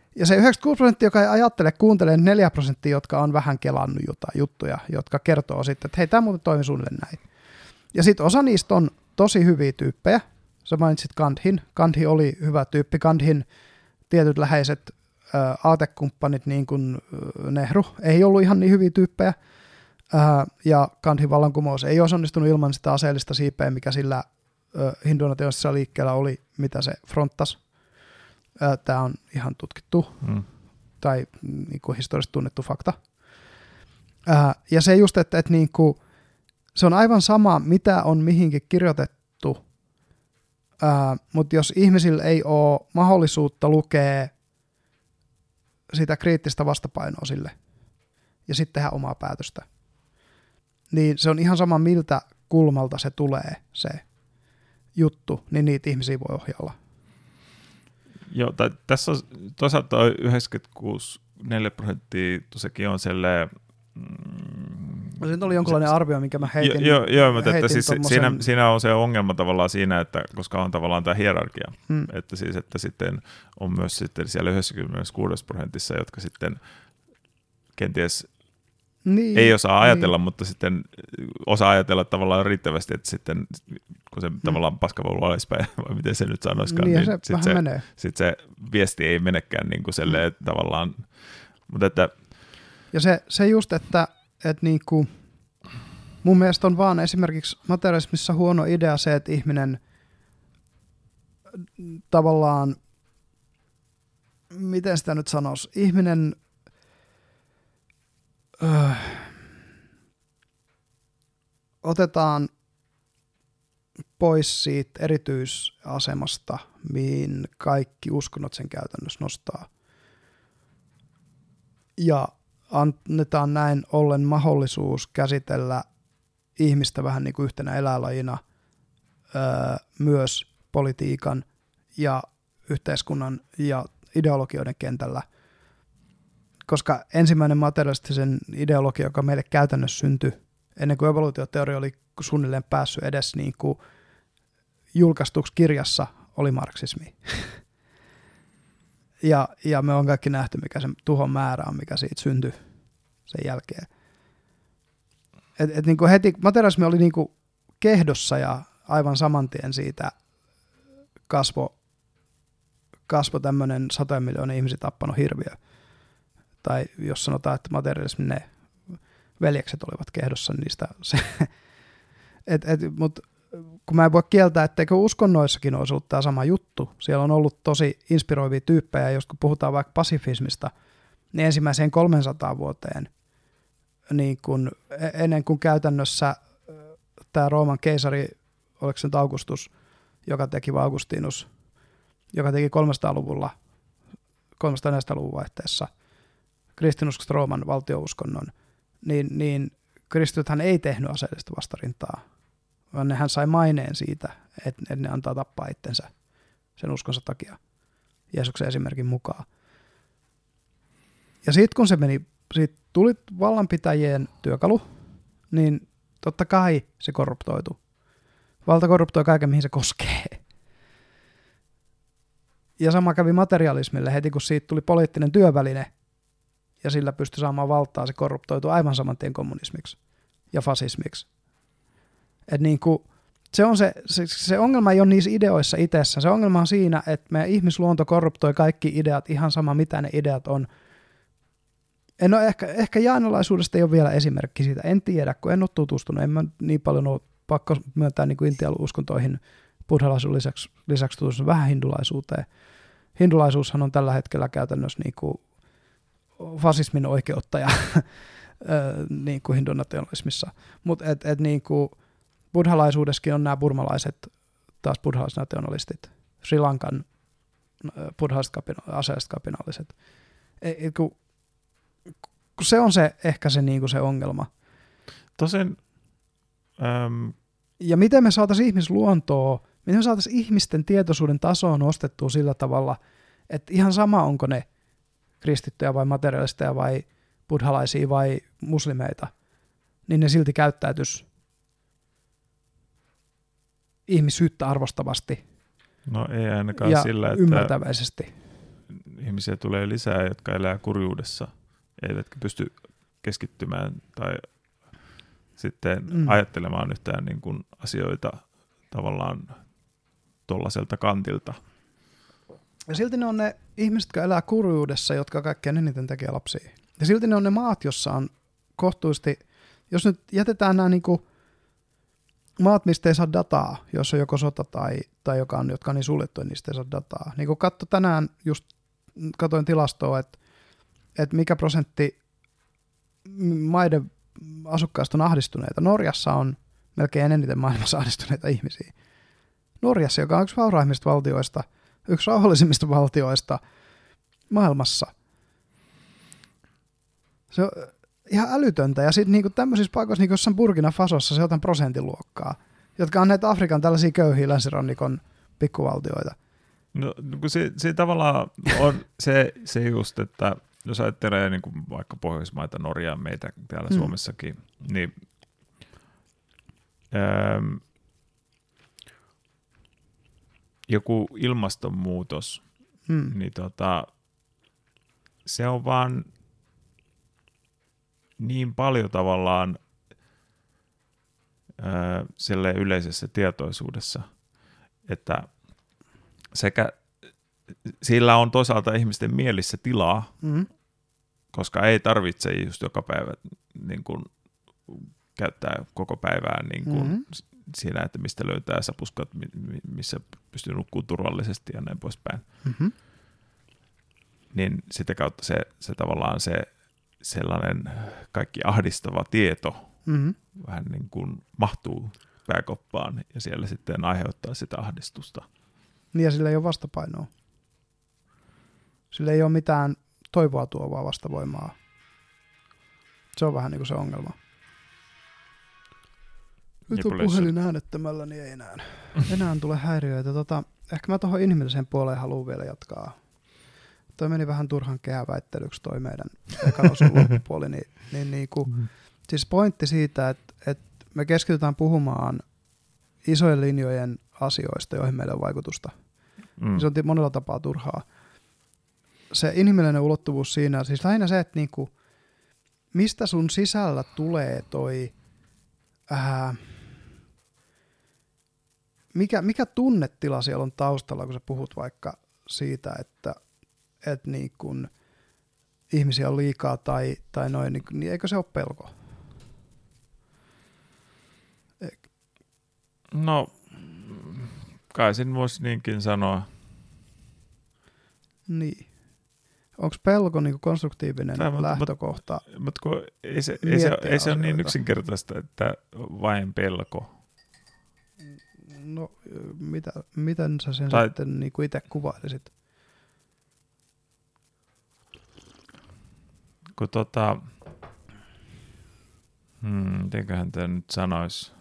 Ja se yhdeksänkymmentäkuusi prosenttia, joka ei ajattele, kuuntelee neljä prosenttia, jotka on vähän kelannut jotain juttuja, jotka kertoo sitten, että hei, tämä muuten toimii suunnilleen näin. Ja sitten osa niistä on tosi hyviä tyyppejä. Sä mainitsit Gandhin. Gandhi oli hyvä tyyppi. Gandhin tietyt läheiset ää, aatekumppanit, niin kuin ää, Nehru, ei ollut ihan niin hyviä tyyppejä. Ää, ja Gandhin vallankumous ei olisi onnistunut ilman sitä aseellista siipeä, mikä sillä hindunationalistisella liikkeellä oli, mitä se fronttasi. Tämä on ihan tutkittu mm. tai niin kuin historiallisesti tunnettu fakta. Ää, ja se just, että, että niin kuin, se on aivan sama, mitä on mihinkin kirjoitettu, ää, mutta jos ihmisillä ei ole mahdollisuutta lukea sitä kriittistä vastapainoa sille ja sitten tehdä omaa päätöstä, niin se on ihan sama, miltä kulmalta se tulee se juttu, niin niitä ihmisiä voi ohjalla.
Joo, tai tässä on toisaalta yhdeksänkymmentäkuusi neljä prosenttia, sekin on selleen... Mm,
no, se oli jonkinlainen se, arvio, minkä mä heitin.
Joo, jo, mutta että siis tommosen... siinä, siinä on se ongelma tavallaan siinä, että koska on tavallaan tämä hierarkia, hmm. että, siis, että sitten on myös sitten siellä yhdeksänkymmentäkuusi prosentissa, jotka sitten kenties niin, ei osaa ajatella, niin. Mutta sitten osaa ajatella tavallaan riittävästi, että sitten kun se hmm. tavallaan paskavolu alaspäin, vai miten se nyt sanoisikaan,
niin,
niin
se
sitten se, sit se viesti ei menekään niin kuin selleen hmm. tavallaan, mutta että...
Ja se, se just, että, että niin kuin, mun mielestä on vaan esimerkiksi materialismissa huono idea se, että ihminen tavallaan, miten sitä nyt sanoisi, ihminen öö, otetaan pois siitä erityisasemasta, mihin kaikki uskonnot sen käytännössä nostaa. Ja annetaan näin ollen mahdollisuus käsitellä ihmistä vähän niin kuin yhtenä eläinlajina öö, myös politiikan ja yhteiskunnan ja ideologioiden kentällä. Koska ensimmäinen materialistisen ideologia, joka meille käytännössä syntyi ennen kuin evoluutioteoria oli suunnilleen päässyt edes niin kuin julkaistuksi kirjassa, oli marksismi. Ja, ja me on kaikki nähty, mikä se tuhon määrä on, mikä siitä syntyi sen jälkeen. Et, et niinku heti materialismi oli niinku kehdossa ja aivan saman tien siitä kasvo, kasvo tämmöinen satoja miljoonia ihmisiä tappanut hirviö. Tai jos sanotaan, että materialismin ne veljekset olivat kehdossa, niin niistä se... et, et, mut, kun mä en voi kieltää, etteikö uskonnoissakin olisi ollut tämä sama juttu. Siellä on ollut tosi inspiroivia tyyppejä, jos kun puhutaan vaikka pasifismista, niin ensimmäiseen kolmeensataan vuoteen, niin kun, ennen kuin käytännössä tämä Rooman keisari, oliko se nyt Augustus, joka teki Augustinus, joka teki kolmesataaluvulla, kolmesataaneljäkymmentäluvun vaihteessa kristinuskosta Rooman valtiouskonnon, niin, niin kristituthan ei tehnyt aseellista vastarintaa, vaan nehän sai maineen siitä, että ne antaa tappaa itsensä sen uskonsa takia Jeesuksen esimerkin mukaan. Ja sitten kun se meni, siitä tuli vallanpitäjien työkalu, niin totta kai se korruptoitu. Valta korruptoi kaiken, mihin se koskee. Ja sama kävi materialismille heti, kun siitä tuli poliittinen työväline, ja sillä pystyi saamaan valtaa, se korruptoitui aivan saman tien kommunismiksi ja fasismiksi. Et niin kuin, se, on se, se, se ongelma ei ole niissä ideoissa itsessä. Se ongelma on siinä, että meidän ihmisluonto korruptoi kaikki ideat, ihan sama mitä ne ideat on. En ole, ehkä, ehkä jaanalaisuudesta ei ole vielä esimerkki siitä. En tiedä, kun en ole tutustunut. En mä niin paljon ole pakko myöntää niin kuin intian uskontoihin buddhalaisuuden lisäksi, lisäksi tutustunut vähän hindulaisuuteen. Hindulaisuushan on tällä hetkellä käytännössä niin kuin fasismin oikeuttaja niin kuin hindunationalismissa. Mutta et, et niin kuin buddhalaisuudessakin on nämä burmalaiset, taas buddhalaisnationalistit, Sri Lankan buddhalaiset kapina- aseelliset kapinalliset. E, et, kun, kun se on se, ehkä se, niin kuin se ongelma.
Tosin, äm...
Ja miten me saataisiin ihmisluontoa, miten me saataisiin ihmisten tietoisuuden tasoa nostettua sillä tavalla, että ihan sama onko ne kristittyjä vai materialisteja vai buddhalaisia vai muslimeita, niin ne silti käyttäytyisi ihmisyyttä arvostavasti
no ei ainakaan
ja
sillä, että
ymmärtäväisesti.
ihmisiä tulee lisää, jotka elää kurjuudessa, eivätkä pysty keskittymään tai sitten mm. ajattelemaan yhtään niin kuin asioita tavallaan tuollaiselta kantilta.
Ja silti ne on ne ihmiset, jotka elää kurjuudessa, jotka kaikkein eniten tekee lapsia. Ja silti ne on ne maat, jossa on kohtuullisesti, jos nyt jätetään nämä niin kuin maat, mistä ei saa dataa, jos on joko sota tai, tai joka on, jotka on niin suljettu, niin niistä ei saa dataa. Niin kuin katso tänään, just katsoin tilastoa, että, että mikä prosentti maiden asukkaista on ahdistuneita. Norjassa on melkein eniten maailmassa ahdistuneita ihmisiä. Norjassa, joka on yksi vauraimmista valtioista, yksi rauhallisimmista valtioista maailmassa. Se on ihan älytöntä. Ja sitten niinku tämmöisissä paikoissa, niin kuin jossain Burkina Fasossa, se on jotain prosentiluokkaa, jotka on näitä Afrikan tällaisia köyhiä länsirannikon pikkuvaltioita.
No kun se, se tavallaan on se, se just, että jos ajattelee niin kuin vaikka Pohjoismaita, Norjaa, meitä täällä hmm. Suomessakin, niin ähm, joku ilmastonmuutos, hmm. niin tota, se on vaan niin paljon tavallaan äh, silleen yleisessä tietoisuudessa, että sekä sillä on toisaalta ihmisten mielissä tilaa, hmm. koska ei tarvitse just joka päivä niin kuin, käyttää koko päivää niin kuin, hmm. siinä, että mistä löytää sapuskat, missä pystyy nukkumaan turvallisesti ja näin poispäin. Mm-hmm. Niin sitä kautta se, se tavallaan se sellainen kaikki ahdistava tieto mm-hmm. vähän niin kuin mahtuu pääkoppaan ja siellä sitten aiheuttaa sitä ahdistusta.
Niin ja sillä ei ole vastapainoa. Sillä ei ole mitään toivoa tuovaa vastavoimaa. Se on vähän niin kuin se ongelma. Nyt on puhelin äänettömällä, niin ei enää, enää tule häiriöitä. Tota, ehkä mä tuohon inhimilliseen puoleen haluan vielä jatkaa. Toi meni vähän turhan kehäväittelyksi toi meidän ekan osun loppupuoli. Niin, niin, niin kuin, mm-hmm. Siis pointti siitä, että, että me keskitytään puhumaan isojen linjojen asioista, joihin meillä on vaikutusta. Mm. Se on monella tapaa turhaa. Se inhimillinen ulottuvuus siinä, siis lähinnä se, että niin kuin, mistä sun sisällä tulee toi Äh, mikä, mikä tunnetila siellä on taustalla, kun sä puhut vaikka siitä, että, että niin kun ihmisiä on liikaa tai, tai noin, niin, niin eikö se ole pelko? Eik.
No, kai sen voisi niinkin sanoa.
Niin. Onko pelko niin konstruktiivinen Tämä, lähtökohta?
Mutta mut, mut ei se, ei se, ei se ole niin yksinkertaista, että vain pelko.
No, mitä, miten sä sen
tai,
sitten niin itse kuvailisit?
Kun tota, hmm, mitenköhän tämä nyt sanoisi?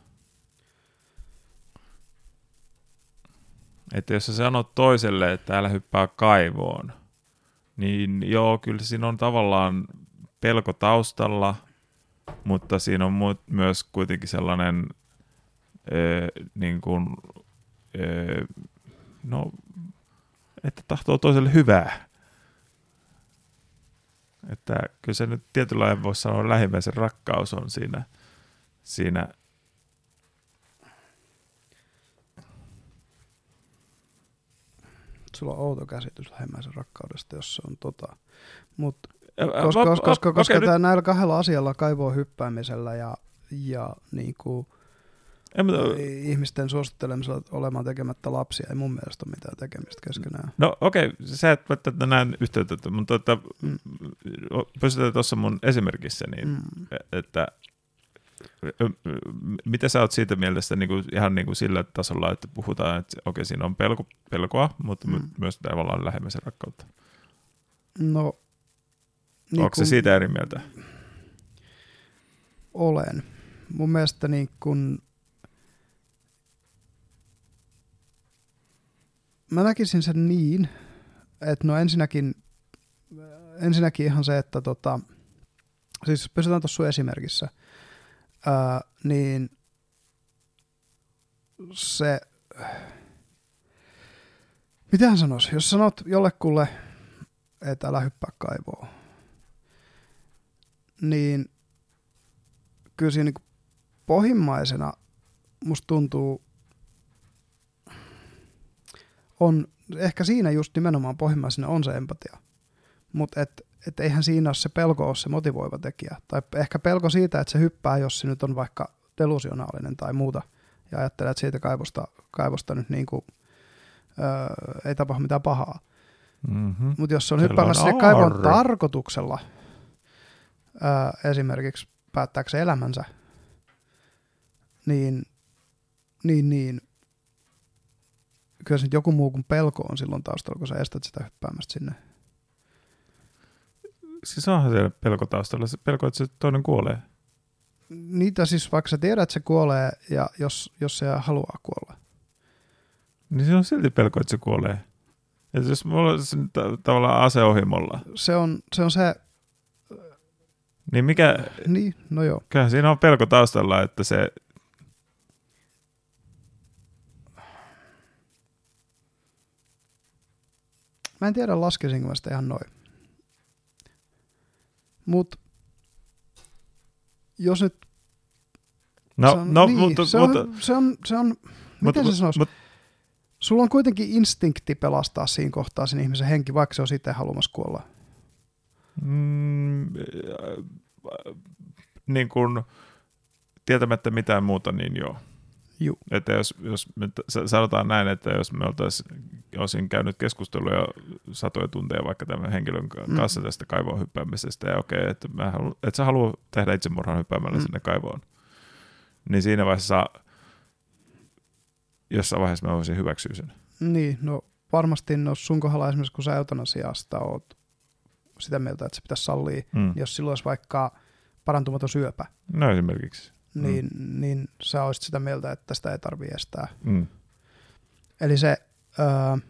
Että jos sä sanot toiselle, että älä hyppää kaivoon, niin joo, kyllä siinä on tavallaan pelko taustalla, mutta siinä on myös kuitenkin sellainen, öö, niin kuin, öö, no, että tahtoo toiselle hyvää. Että kyllä se nyt tietyllä lailla voisi sanoa, lähimmäisen rakkaus on siinä, siinä
sulla on outo käsitys lähimmäisen rakkaudesta, jos se on tota. Mut, koska koska, koska, koska okay, tää näillä kahdella asialla, kaivoon hyppäämisellä ja, ja niinku, ihmisten suosittelemisella olemaan tekemättä lapsia, ei mun mielestä ole mitään tekemistä keskenään.
No okei, okay, sä et välttämättä näin yhteyttä, mutta että, mm. pysytään tuossa mun esimerkissä, niin, mm. että mitä sä oot siitä mielestä niin kuin, ihan niin kuin sillä tasolla, että puhutaan, että okei, siinä on pelko, pelkoa, mutta mm. myös tavallaan lähemmäisen rakkautta?
No, niin
onko se siitä eri mieltä?
Olen. Mun mielestä niin kun, mä näkisin sen niin, että no ensinnäkin, ensinnäkin ihan se, että tota, siis pysytään tuossa sun esimerkissä, Ää, niin se, mitähän sanoisi, jos sanot jollekulle että älä hyppää kaivoon, niin kyllä siinä niin pohjimmaisena musta tuntuu, on ehkä siinä just nimenomaan pohjimmaisena on se empatia, mutta et, et eihän siinä ole se pelko ole se motivoiva tekijä, tai ehkä pelko siitä, että se hyppää, jos se nyt on vaikka delusionaalinen tai muuta, ja ajattelee, että siitä kaivosta, kaivosta nyt niin kuin, öö, ei tapahdu mitään pahaa. Mm-hmm. Mutta jos se on hyppäämässä sinne kaivon tarkoituksella, öö, esimerkiksi päättääkö se elämänsä, niin, niin, niin kyllä se joku muu kuin pelko on silloin taustalla, kun sä estät sitä hyppäämästä sinne.
Siis onhan siellä pelko taustalla. Se pelko, että se toinen kuolee.
Niitä siis, vaikka sä tiedät, että se kuolee, ja jos, jos se haluaa kuolla.
Niin se on silti pelko, että se kuolee. Ja jos mulla on t- tavallaan aseohimolla.
Se on se... On se
niin mikä...
Niin, no joo.
Kyllähän siinä on pelko taustalla, että se...
Mä en tiedä, laskesinko mä sitä ihan noin. Mut jos nyt
no,
se on,
no,
niin,
mutta,
se, on,
mutta,
se on, se on, miten
mutta,
se sanoisi?
Mutta,
sulla on kuitenkin instinkti pelastaa siinä kohtaa sen ihmisen henki, vaikka se on itse haluamassa kuolla.
Mm, äh, niin kuin tietämättä mitään muuta, niin joo.
Juh.
Että jos, jos me sanotaan näin, että jos me oltaisiin olisin käynyt keskusteluja satoja tunteja vaikka tämän henkilön kanssa mm. tästä kaivoon hyppäämisestä, ja okei, että mä halu, et sä halua tehdä itsemurhan hyppäämällä mm. sinne kaivoon, niin siinä vaiheessa jossain vaiheessa mä voisin hyväksyä sen.
Niin, no varmasti no sun kohdalla esimerkiksi kun sä eutanasiasta oot sitä mieltä, että se pitäisi sallia, mm. jos silloin olisi vaikka parantumaton syöpä.
No esimerkiksi.
Niin, mm. niin sä olisit sitä mieltä, että sitä ei tarvitse estää.
Mm.
Eli se, öö,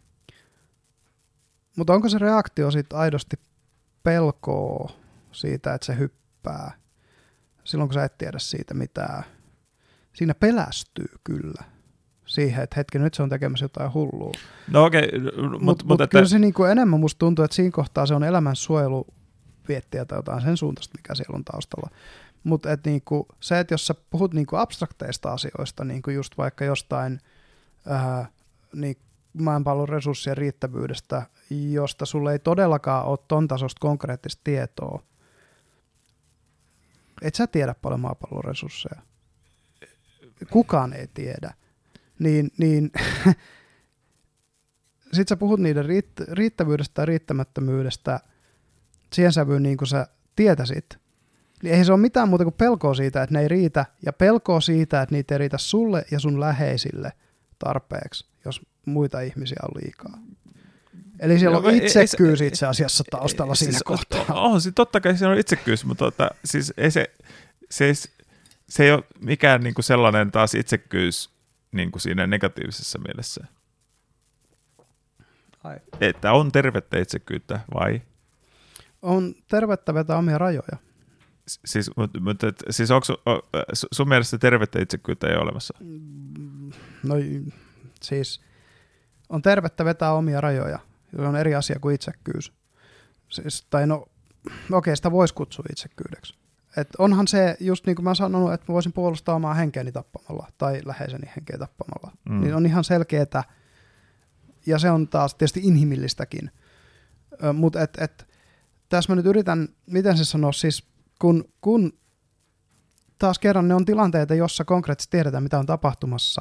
mutta onko se reaktio sitten aidosti pelkoa siitä, että se hyppää, silloin kun sä et tiedä siitä mitään? Siinä pelästyy kyllä siihen, että hetken nyt se on tekemässä jotain hullua.
No okei. Okay,
mutta
mut,
mut
että...
kyllä se niinku enemmän musta tuntuu, että siinä kohtaa se on elämänsuojeluviettiä tai jotain sen suuntaista, mikä siellä on taustalla. Mutta et niinku, se, että jos sä puhut niinku abstrakteista asioista, niinku just vaikka jostain ää, niin maanpallon resurssien riittävyydestä, josta sulle ei todellakaan ole ton tasosta konkreettista tietoa, et sä tiedä paljon maapallon resursseja. Kukaan ei tiedä. Niin, niin sit sä puhut niiden riitt- riittävyydestä tai riittämättömyydestä siihen sävyyn niin kuin sä tietäisit. Niin eihän se ole mitään muuta kuin pelkoa siitä, että ne ei riitä, ja pelkoa siitä, että niitä ei riitä sulle ja sun läheisille tarpeeksi, jos muita ihmisiä on liikaa. Eli siellä no, on itsekkyys itse asiassa taustalla siinä siis, kohtaa.
On, siis totta kai siellä on itsekkyys, mutta tota, siis ei se, se, ei, se ei ole mikään niinku sellainen taas itsekkyys niinku siinä negatiivisessa mielessä.
Ai.
Että on tervettä itsekkyyttä, vai?
On tervettä vetää omia rajoja.
Siis, mutta, mutta, siis onko sun mielestä tervettä itsekkyyttä ei ole olemassa?
No siis on tervettä vetää omia rajoja. Se on eri asia kuin itsekkyys. Siis, tai no, okei, sitä voisi kutsua itsekkyydeksi. Et onhan se, just niin kuin mä oon sanonut, että mä voisin puolustaa omaa henkeäni tappamalla tai läheiseni henkeä tappamalla. Mm. Niin on ihan selkeetä, ja se on taas tietysti inhimillistäkin. Mutta et, et, tässä mä nyt yritän, miten se sanoo, siis kun, kun taas kerran ne on tilanteita, jossa konkreettisesti tiedetään, mitä on tapahtumassa,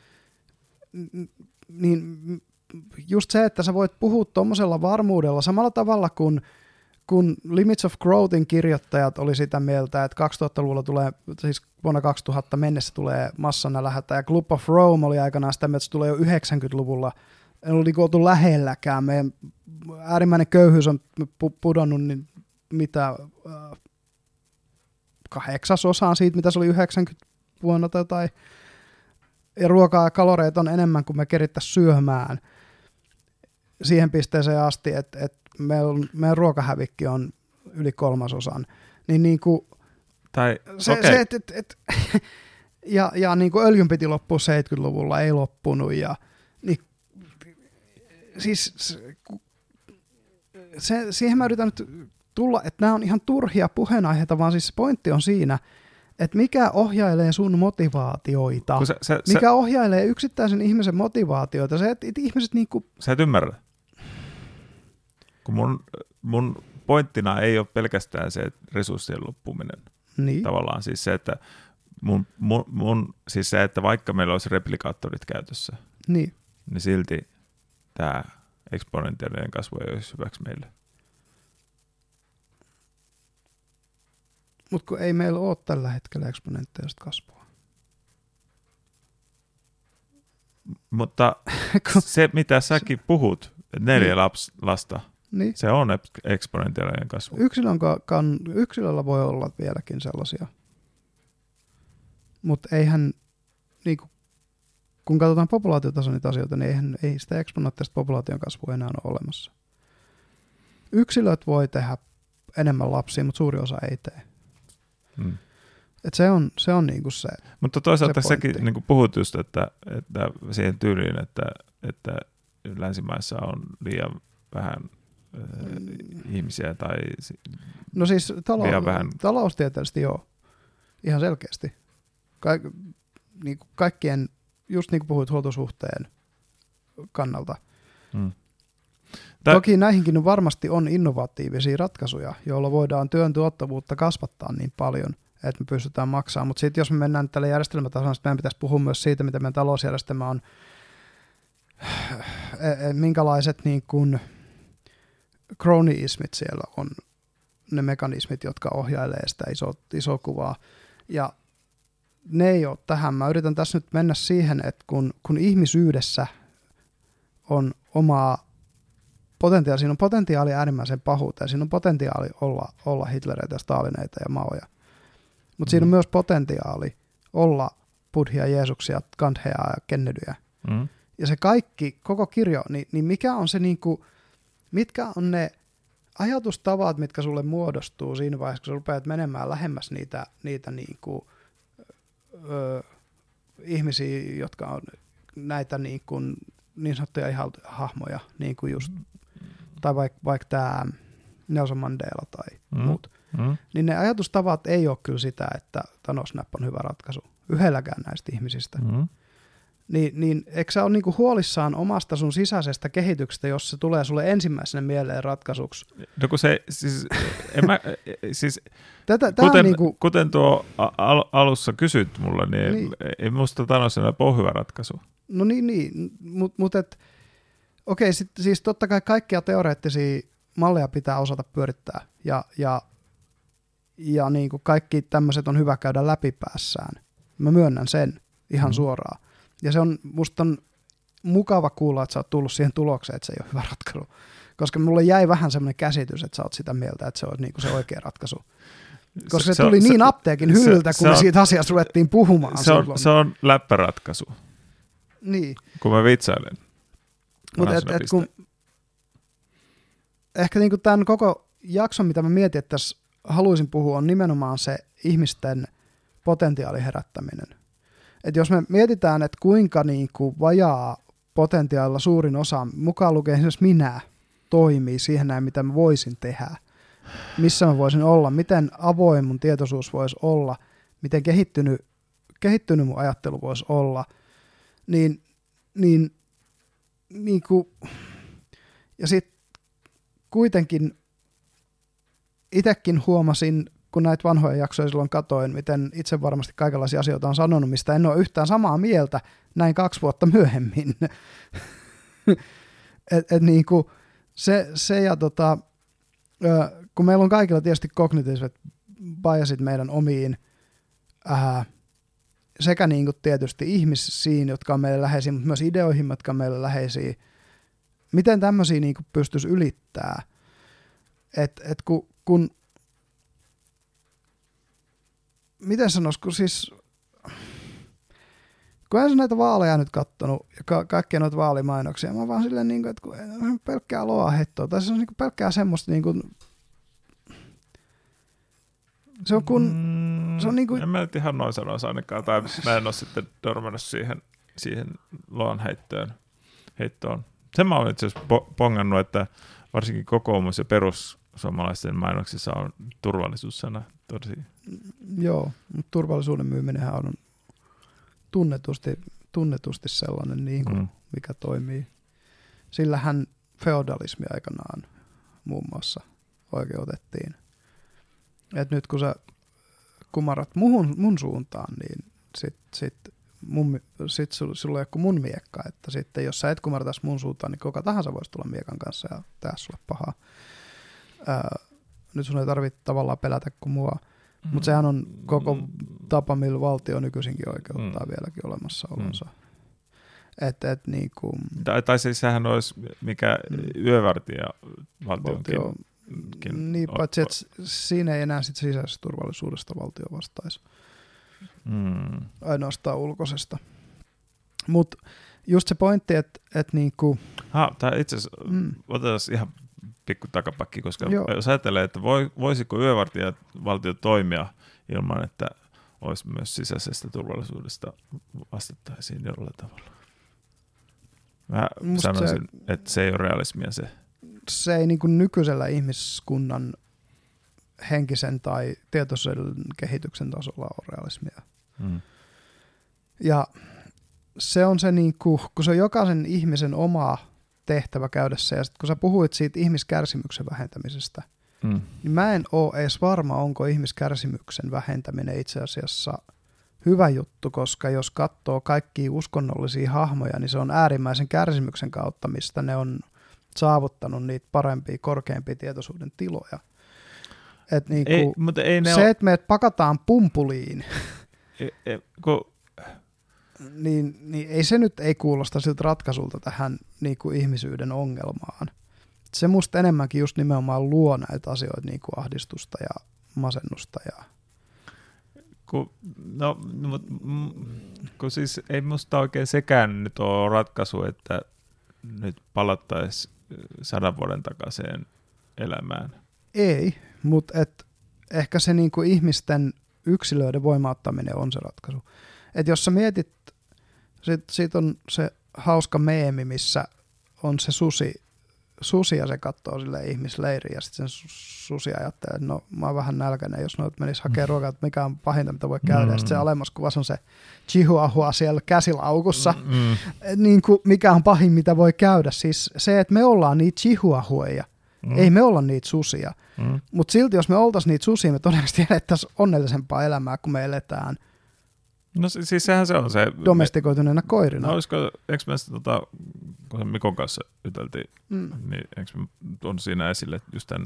niin just se, että sä voit puhua tuommoisella varmuudella samalla tavalla kuin kun Limits of Growthin kirjoittajat oli sitä mieltä, että kaksituhattaluvulla tulee, siis vuonna kaksituhatta mennessä tulee massana lähetä, ja Club of Rome oli aikanaan sitä mieltä, että se tulee jo yhdeksänkymmentäluvulla, ei ollut niin oltu lähelläkään, meidän äärimmäinen köyhyys on pudonnut niin mitä äh, kahdeksasosaan siitä, mitä se oli yhdeksänkymmentä vuonna tai jotain, ja ruokaa ja kaloreita on enemmän kuin me kerittäisiin syömään siihen pisteeseen asti, että, että meidän, meidän ruokahävikki on yli kolmasosan. Niin niin kuin
tai,
se,
okay.
se, et, et, et, ja ja niin kuin öljyn piti loppua seitsemänkymmentäluvulla, ei loppunut. Ja, niin, siis se, siihen mä yritän nyt tulla, että nämä on ihan turhia puheenaiheita, vaan siis pointti on siinä, että mikä ohjailee sun motivaatioita, se, se, mikä se, ohjailee yksittäisen ihmisen motivaatioita, se, että ihmiset niinku...
Sä et ymmärrä. Kun mun, mun pointtina ei ole pelkästään se resurssien loppuminen.
Niin.
Tavallaan siis se, että mun, mun, mun, siis se, että vaikka meillä olisi replikaattorit käytössä,
niin,
niin silti tämä eksponentiaalinen kasvu ei olisi hyväksi meille.
Mutta kun ei meillä ole tällä hetkellä eksponentiaalista kasvua.
Mutta se, mitä säkin puhut, neljä niin. laps, lasta, niin. se on eksponentiaalinen kasvu.
Yksilön kan, yksilöllä voi olla vieläkin sellaisia. Mutta eihän, niinku, kun katsotaan populaatiotason niitä asioita, niin eihän, ei sitä eksponentiaalista populaation kasvua enää ole olemassa. Yksilöt voi tehdä enemmän lapsia, mutta suuri osa ei tee. Hmm. Et se on, se on niinku se.
Mutta toisaalta se säkin niinku puhut just, että, että siihen tyyliin, että, että länsimaissa on liian vähän äh, ihmisiä tai
no siis talo-
liian vähän.
Taloustieteellisesti joo, ihan selkeästi. Kaik, niinku kaikkien, just niin kuin puhuit huoltosuhteen kannalta. Hmm. Tää... Toki näihinkin varmasti on innovatiivisia ratkaisuja, joilla voidaan työn tuottavuutta kasvattaa niin paljon, että me pystytään maksamaan. Mutta sitten jos me mennään tälle järjestelmätasolle, meidän pitäisi puhua myös siitä, miten meidän talousjärjestelmä on, minkälaiset niin kuin cronyismit siellä on, ne mekanismit, jotka ohjailee sitä iso, isoa kuvaa. Ja ne ei ole tähän. Mä yritän tässä nyt mennä siihen, että kun, kun ihmisyydessä on omaa potentiaali, siinä on potentiaali äärimmäisen pahuuteen, siinä on potentiaali olla, olla Hitlereitä ja Stalineita ja Maoja. Mutta mm. siinä on myös potentiaali olla Buddhia, Jeesuksia, Gandhia ja Kennedyä. Mm. Ja se kaikki, koko kirjo, niin, niin mikä on se niinku, mitkä on ne ajatustavat, mitkä sulle muodostuu siinä vaiheessa, kun sä rupeat menemään lähemmäs niitä, niitä niinku, ö, ihmisiä, jotka on näitä niinku, niin sanottuja ihahahmoja, niin kuin just, tai vaikka vaik tämä Nelson Mandela tai mm. muut, mm. niin ne ajatustavat ei ole kyllä sitä, että Thanos-snap on hyvä ratkaisu yhdelläkään näistä ihmisistä. Mm. Niin, niin eikö sä ole niinku huolissaan omasta sun sisäisestä kehityksestä, jos se tulee sulle ensimmäisenä mieleen ratkaisuksi?
No kun se, siis, en mä, siis
Tätä,
kuten,
niinku,
kuten tuo al- alussa kysyt mulle, niin, niin ei musta Thanos-snap ole hyvä ratkaisu.
No niin, niin. mutta mut okei, sit, siis totta kai kaikkia teoreettisia malleja pitää osata pyörittää, ja, ja, ja niin kuin kaikki tämmöiset on hyvä käydä läpi päässään. Mä myönnän sen ihan mm. suoraan. Ja se on, musta on mukava kuulla, että sä oot tullut siihen tulokseen, että se ei ole hyvä ratkaisu. Koska mulle jäi vähän semmoinen käsitys, että sä oot sitä mieltä, että se on niin kuin se oikea ratkaisu. Koska se, se tuli se, niin apteekin hyllyltä, se, kun se on, siitä asiasta ruvettiin puhumaan.
Se on, se on läppäratkaisu.
Niin.
Kun mä vitsailen.
Mutta et, et kun, ehkä niinku tämän koko jakson, mitä mä mietin, että tässä haluaisin puhua, on nimenomaan se ihmisten potentiaalin herättäminen. Et jos me mietitään, että kuinka niinku vajaa potentiaalilla suurin osa, mukaan lukee esimerkiksi minä, toimii siihen näin, mitä mä voisin tehdä, missä mä voisin olla, miten avoin mun tietoisuus voisi olla, miten kehittynyt, kehittynyt mun ajattelu voisi olla, niin, niin, niin kuin, ja sitten kuitenkin itsekin huomasin, kun näitä vanhoja jaksoja silloin katoin, miten itse varmasti kaikenlaisia asioita on sanonut, mistä en ole yhtään samaa mieltä näin kaksi vuotta myöhemmin. et, et niin kuin se, se ja tota, kun meillä on kaikilla tietysti kognitiiviset biasit meidän omiin, ää, sekä niin kuin tietysti ihmisiin, jotka on meille läheisiä, mutta myös ideoihin, jotka on meille läheisiä. Miten tämmöisiä niin kuin pystyisi ylittää? Et, et kun, kun, miten sanoisi, kun siis, kun en näitä vaaleja nyt kattonut, ja ka- kaikkia noita vaalimainoksia, mä oon vaan silleen, niin kuin, että kun pelkkää loa hettoa, tai se on niin kuin pelkkää semmoista, niin kuin, se on kun,
mm,
se on niin kuin,
en mä nyt ihan noin sanoisi ainakaan, tai mä en ole sitten törmännyt siihen, siihen loan heittoon. heittoon. Sen mä oon itse asiassa po- pongannut, että varsinkin kokoomus ja perussuomalaisten mainoksissa on turvallisuussana tosi.
Joo, mutta turvallisuuden myyminenhän on tunnetusti, tunnetusti sellainen, niin kuin, mm. mikä toimii. Sillähän feodalismi aikanaan muun muassa oikeutettiin. Et nyt kun sä kumarrat mun, mun suuntaan, niin sit, sit, mun, sit sulla ei ole mun miekka. Että sitten jos sä et kumartaisi mun suuntaan, niin kuka tahansa voisi tulla miekan kanssa ja tehdä sulle pahaa. Ää, nyt sun ei tarvitse tavallaan pelätä kuin mua. Mm. Mutta sehän on koko tapa, millä valtio nykyisinkin oikeuttaa mm. vieläkin olemassaolonsa. Mm. Et, et niinku,
tai, tai siis sehän olisi mikä mm. yövartija valtionkin. Valtio,
niin, paitsi että siinä ei enää sit sisäisestä turvallisuudesta valtio vastaisi.
Mm.
Ainoastaan ulkoisesta. Mutta just se pointti, että et niinku...
Ha, tai itse asiassa mm. otetaan ihan pikku takapakki, koska Joo. jos ajattelee, että voi, voisiko yövartija valtio toimia ilman, että olisi myös sisäisestä turvallisuudesta vastattaisiin jollain tavalla. Mä Musta sanoisin, se, että se ei ole realismia se.
Se ei niin kuin nykyisellä ihmiskunnan henkisen tai tietoisen kehityksen tasolla ole realismia. Mm. Ja se on se, niin kuin, kun se on jokaisen ihmisen oma tehtävä käydä se, ja sit kun sä puhuit siitä ihmiskärsimyksen vähentämisestä, mm. niin mä en ole edes varma, onko ihmiskärsimyksen vähentäminen itse asiassa hyvä juttu, koska jos katsoo kaikkia uskonnollisia hahmoja, niin se on äärimmäisen kärsimyksen kautta, mistä ne on saavuttanut niitä parempia, korkeampia tietoisuuden tiloja. Et niinku,
ei, mutta ei ne
se,
ole...
että meidät pakataan pumpuliin,
ei, ei, kun...
niin, niin ei se nyt ei kuulosta siltä ratkaisulta tähän niinku ihmisyyden ongelmaan. Se musta enemmänkin just nimenomaan luo näitä asioita, niin kuin ahdistusta ja masennusta ja
Kun, no, mut, kun siis ei musta oikein sekään nyt ole ratkaisu, että nyt palattaisiin sadan vuoden takaisin elämään.
Ei, mutta et ehkä se niinku ihmisten yksilöiden voimauttaminen on se ratkaisu. Et jos sä mietit, sit, sit on se hauska meemi, missä on se susi, susi ja se katsoo sille ihmisleiriin ja sitten sen susi ajattelee, että no mä oon vähän nälkäinen, jos noit menis hakemaan ruokaa, että mikä on pahinta, mitä voi käydä. Mm. Ja sitten se alemmassa kuvassa on se chihuahua siellä käsilaukussa, mm. niin kuin mikä on pahin, mitä voi käydä. Siis se, että me ollaan niitä chihuahueja, mm. ei me olla niitä susia. Mm. Mutta silti, jos me oltaisiin niitä susia, me todennäköisesti elettäisiin onnellisempaa elämää, kun me eletään
no siis sehän se on se.
Domestikoituneena koirina.
No olisiko, eikö me tota, kun se Mikon kanssa juteltiin, mm. niin eikö me on siinä esille just tämän,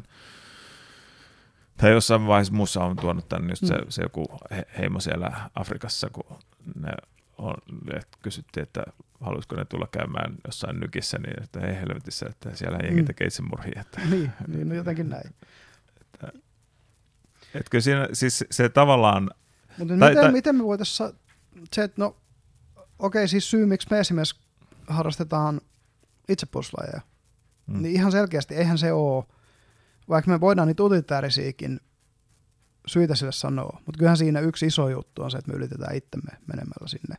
tai jossain vaiheessa muussa on tuonut tämän just mm. se, se joku heimo siellä Afrikassa, kun ne on, kysyttiin, että haluaisiko ne tulla käymään jossain nykissä, niin että ei helvetissä, että siellä jengi tekee mm. itsemurhia. Että,
niin, niin, no jotenkin näin.
Että, että kyllä siinä, siis se tavallaan
mutta miten, tai, miten me voitaisiin se, että no okei, okay, siis syy, miksi me esimerkiksi harrastetaan itsepuolustuslajeja, mm. niin ihan selkeästi eihän se ole, vaikka me voidaan niitä utilitaarisiakin syitä sille sanoa, mutta kyllähän siinä yksi iso juttu on se, että me ylitetään itsemme menemällä sinne.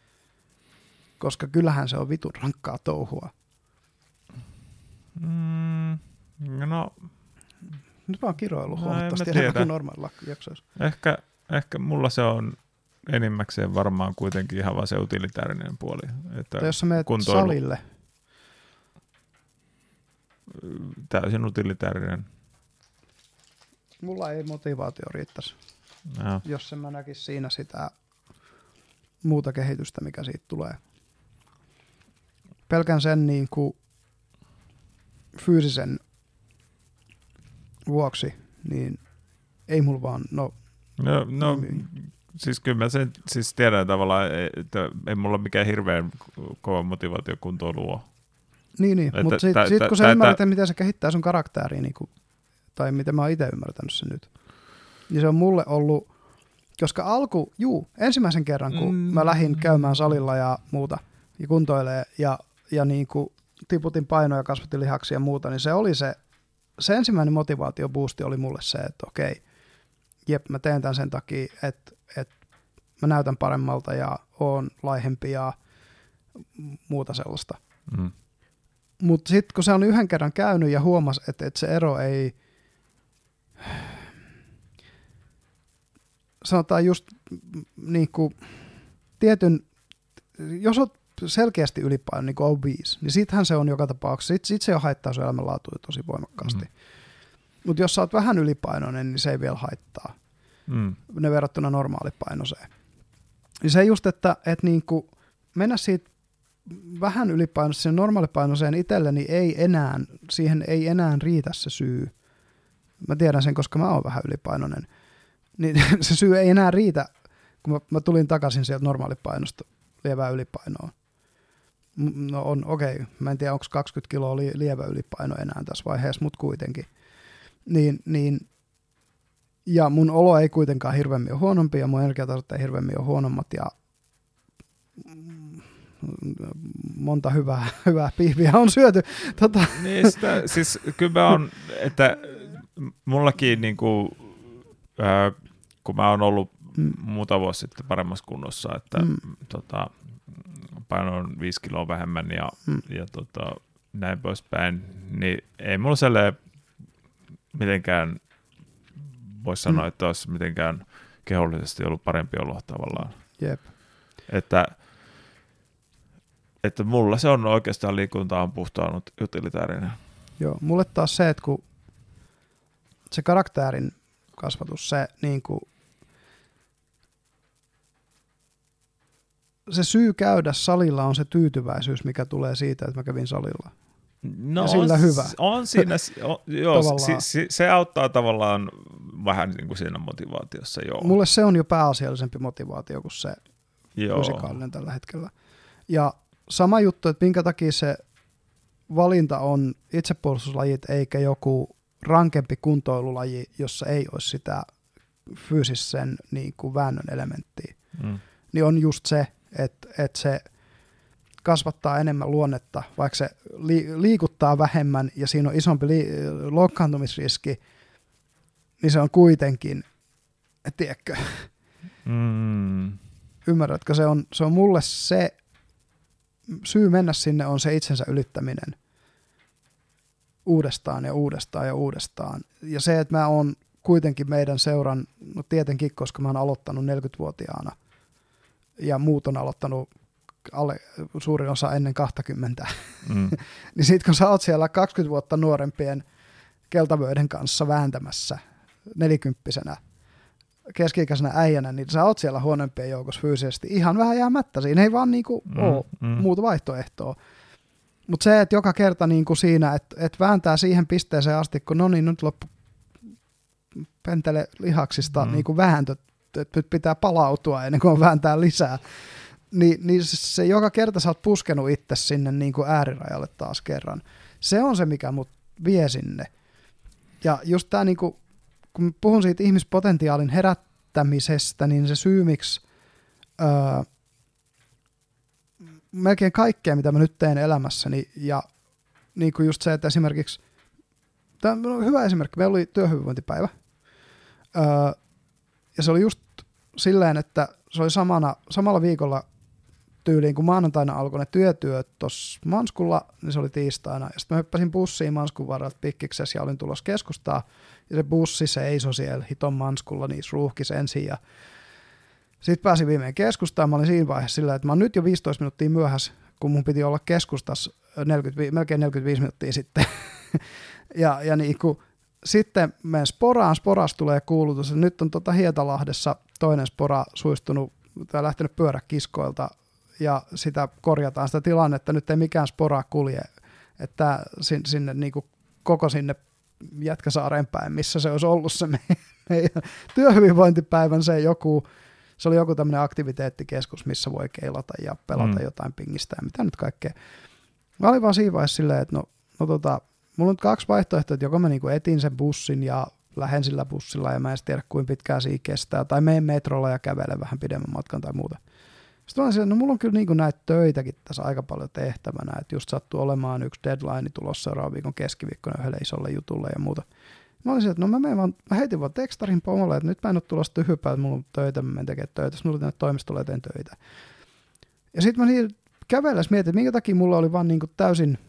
Koska kyllähän se on vitun rankkaa touhua.
Mm, no...
Nyt mä oon kiroillut no, huomattavasti enemmän kuin normaalilla jaksoissa.
Ehkä... Ehkä mulla se on enimmäkseen varmaan kuitenkin ihan vaan se utilitäärinen puoli. Että
jos sä menet kuntoilu, salille.
Täysin utilitäärinen.
Mulla ei motivaatio riittäisi,
no.
jos en mä näkisi siinä sitä muuta kehitystä, mikä siitä tulee. Pelkän sen niin kuin fyysisen vuoksi, niin ei mulla vaan, no
No, no niin. Siis kyllä mä sen siis tiedän tavallaan, että ei mulla ole mikään hirveän kova motivaatio kuntoilua.
Niin, niin. mutta sitten sit, kun sä ymmärrät, miten se kehittää sun karaktääriä, niin kuin, tai miten mä oon itse ymmärtänyt sen nyt, niin se on mulle ollut, koska alku, juu, ensimmäisen kerran, kun mm. mä lähdin käymään salilla ja muuta, ja kuntoilee, ja, ja niin kuin tiputin painoja, kasvatin lihaksia ja muuta, niin se oli se, se ensimmäinen motivaatioboosti oli mulle se, että okei, jep, mä teen tämän sen takia, että, että mä näytän paremmalta ja oon laihempi ja muuta sellaista. Mm. Mutta sitten kun se on yhden kerran käynyt ja huomasi, että, että se ero ei, sanotaan just niin kuin tietyn, jos olet selkeästi ylipaino, niin kuin obese, niin sittenhän se on joka tapauksessa, sitten sit se jo haittaa sun elämänlaatua tosi voimakkaasti. Mm. Mutta jos sä oot vähän ylipainoinen, niin se ei vielä haittaa. Mm. Ne verrattuna normaalipainoiseen. Ja se just, että, että niin kuin mennä siitä vähän ylipainoiseen siihen normaalipainoiseen itselleni ei enää, siihen ei enää riitä se syy. Mä tiedän sen, koska mä oon vähän ylipainoinen. Niin se syy ei enää riitä, kun mä, mä tulin takaisin sieltä normaalipainosta lievää ylipainoa. No on, okei, okay. Mä en tiedä, onko kaksikymmentä kiloa li, lievä ylipaino enää tässä vaiheessa, mutta kuitenkin. Niin, niin, ja mun olo ei kuitenkaan hirveämmin ole huonompi, ja mun energiatasot ei hirveämmin ole huonommat, ja monta hyvää, hyvää pihviä on syöty. Tota.
Niin sitä, siis kyllä on, että mullakin niin kuin, äh, kun mä oon ollut mm. muutama vuosi sitten paremmassa kunnossa, että mm. tota, painoin viisi kiloa vähemmän ja, mm. ja tota, näin poispäin, niin ei mulla sellainen mitenkään voisi sanoa, mm. että olisi mitenkään kehollisesti ollut parempi olo tavallaan.
Jep.
Että, että mulla se on oikeastaan liikunta on puhtaan utilitäärinen.
Joo, mulle taas se, että kun se karakterin kasvatus, se niin kuin se syy käydä salilla on se tyytyväisyys, mikä tulee siitä, että mä kävin salilla.
No
ja sillä
on,
hyvä.
On siinä, on, joo, si, si, se auttaa tavallaan vähän niin kuin siinä motivaatiossa. Joo.
Mulle se on jo pääasiallisempi motivaatio kuin se fysikaalinen tällä hetkellä. Ja sama juttu, että minkä takia se valinta on itsepuolustuslajit eikä joku rankempi kuntoilulaji, jossa ei olisi sitä fyysisen niin kuin väännön elementtiä, mm. niin on just se, että, että se kasvattaa enemmän luonnetta, vaikka se li- liikuttaa vähemmän ja siinä on isompi li- loukkaantumisriski, niin se on kuitenkin, tiedätkö,
mm.
ymmärrätkö, se on, se on mulle se syy mennä sinne on se itsensä ylittäminen uudestaan ja uudestaan ja uudestaan. Ja se, että mä oon kuitenkin meidän seuran, no tietenkin, koska mä oon aloittanut neljäkymmentävuotiaana ja muut on aloittanut alle, suurin osa ennen kaksikymmentä, mm. niin sit kun sä oot siellä kaksikymmentä vuotta nuorempien keltavöiden kanssa vääntämässä nelikymppisenä keski-ikäisenä äijänä, niin sä oot siellä huonompien joukossa fyysisesti ihan vähän jäämättä. Siinä ei vaan niinku mm, ole mm. muuta vaihtoehtoa. Mutta se, että joka kerta niinku siinä, että et vääntää siihen pisteeseen asti, kun no niin, nyt loppu pentele lihaksista mm. niinku vääntö, että nyt pitää palautua ennen kuin vääntää lisää, Ni, niin se joka kerta sä oot puskenut itse sinne niinku äärirajalle taas kerran. Se on se, mikä mut vie sinne. Ja just tää niinku, kun puhun siitä ihmispotentiaalin herättämisestä, niin se syy, miksi öö, melkein kaikkea, mitä mä nyt teen elämässäni, ja niin kuin just se, että esimerkiksi, tämä on hyvä esimerkki, meillä oli työhyvinvointipäivä, öö, ja se oli just silleen, että se oli samana, samalla viikolla tyyliin, kun maanantaina alkoi ne työtyöt tuossa Manskulla, niin se oli tiistaina, ja sitten mä hyppäsin bussiin Manskun varrelta Pikkiksessä ja olin tulossa keskustaa, ja se bussi seisoi siellä hiton Manskulla niissä ruuhkissa ensin, ja sitten pääsin viimein keskustaan, mä olin siinä vaiheessa sillä, että mä oon nyt jo viisitoista minuuttia myöhässä, kun mun piti olla keskustassa neljäkymmentä, melkein neljäkymmentäviisi minuuttia sitten, ja, ja niin kun, sitten menen sporaan, sporasta tulee kuulutus, että nyt on tuota Hietalahdessa toinen spora suistunut tai lähtenyt pyöräkiskoilta, ja sitä korjataan sitä tilannetta, nyt ei mikään spora kulje, että sinne, sinne niin kuin koko sinne Jätkäsaareen päin, missä se olisi ollut se meidän, meidän työhyvinvointipäivän, se, joku, se oli joku tämmöinen aktiviteettikeskus, missä voi keilata ja pelata mm. jotain pingistä ja mitä nyt kaikkea. Mä olin vaan siinä vaiheessa silleen, että no, no tota, mulla on nyt kaksi vaihtoehtoa, että joko mä niin kuin etin sen bussin ja lähden sillä bussilla ja mä en tiedä kuinka pitkään siinä kestää, tai menen metrolla ja kävelen vähän pidemmän matkan tai muuta. Sitten mä olin silleen, no mulla on kyllä niin näitä töitäkin tässä aika paljon tehtävänä, että just sattuu olemaan yksi deadline tulossa seuraavan viikon keskiviikkona yhdelle isolle jutulle ja muuta. Mä olin silleen, että no mä, menen vaan, mä heitin vaan tekstarin pomolle, että nyt mä en ole tulossa tyhjypää, että mulla on töitä, mä menen tekemään töitä, sitten mulla oli tänne toimistolle ja teen töitä. Ja sitten mä niin kävellessä mietin, että minkä takia mulla oli vaan niin täysin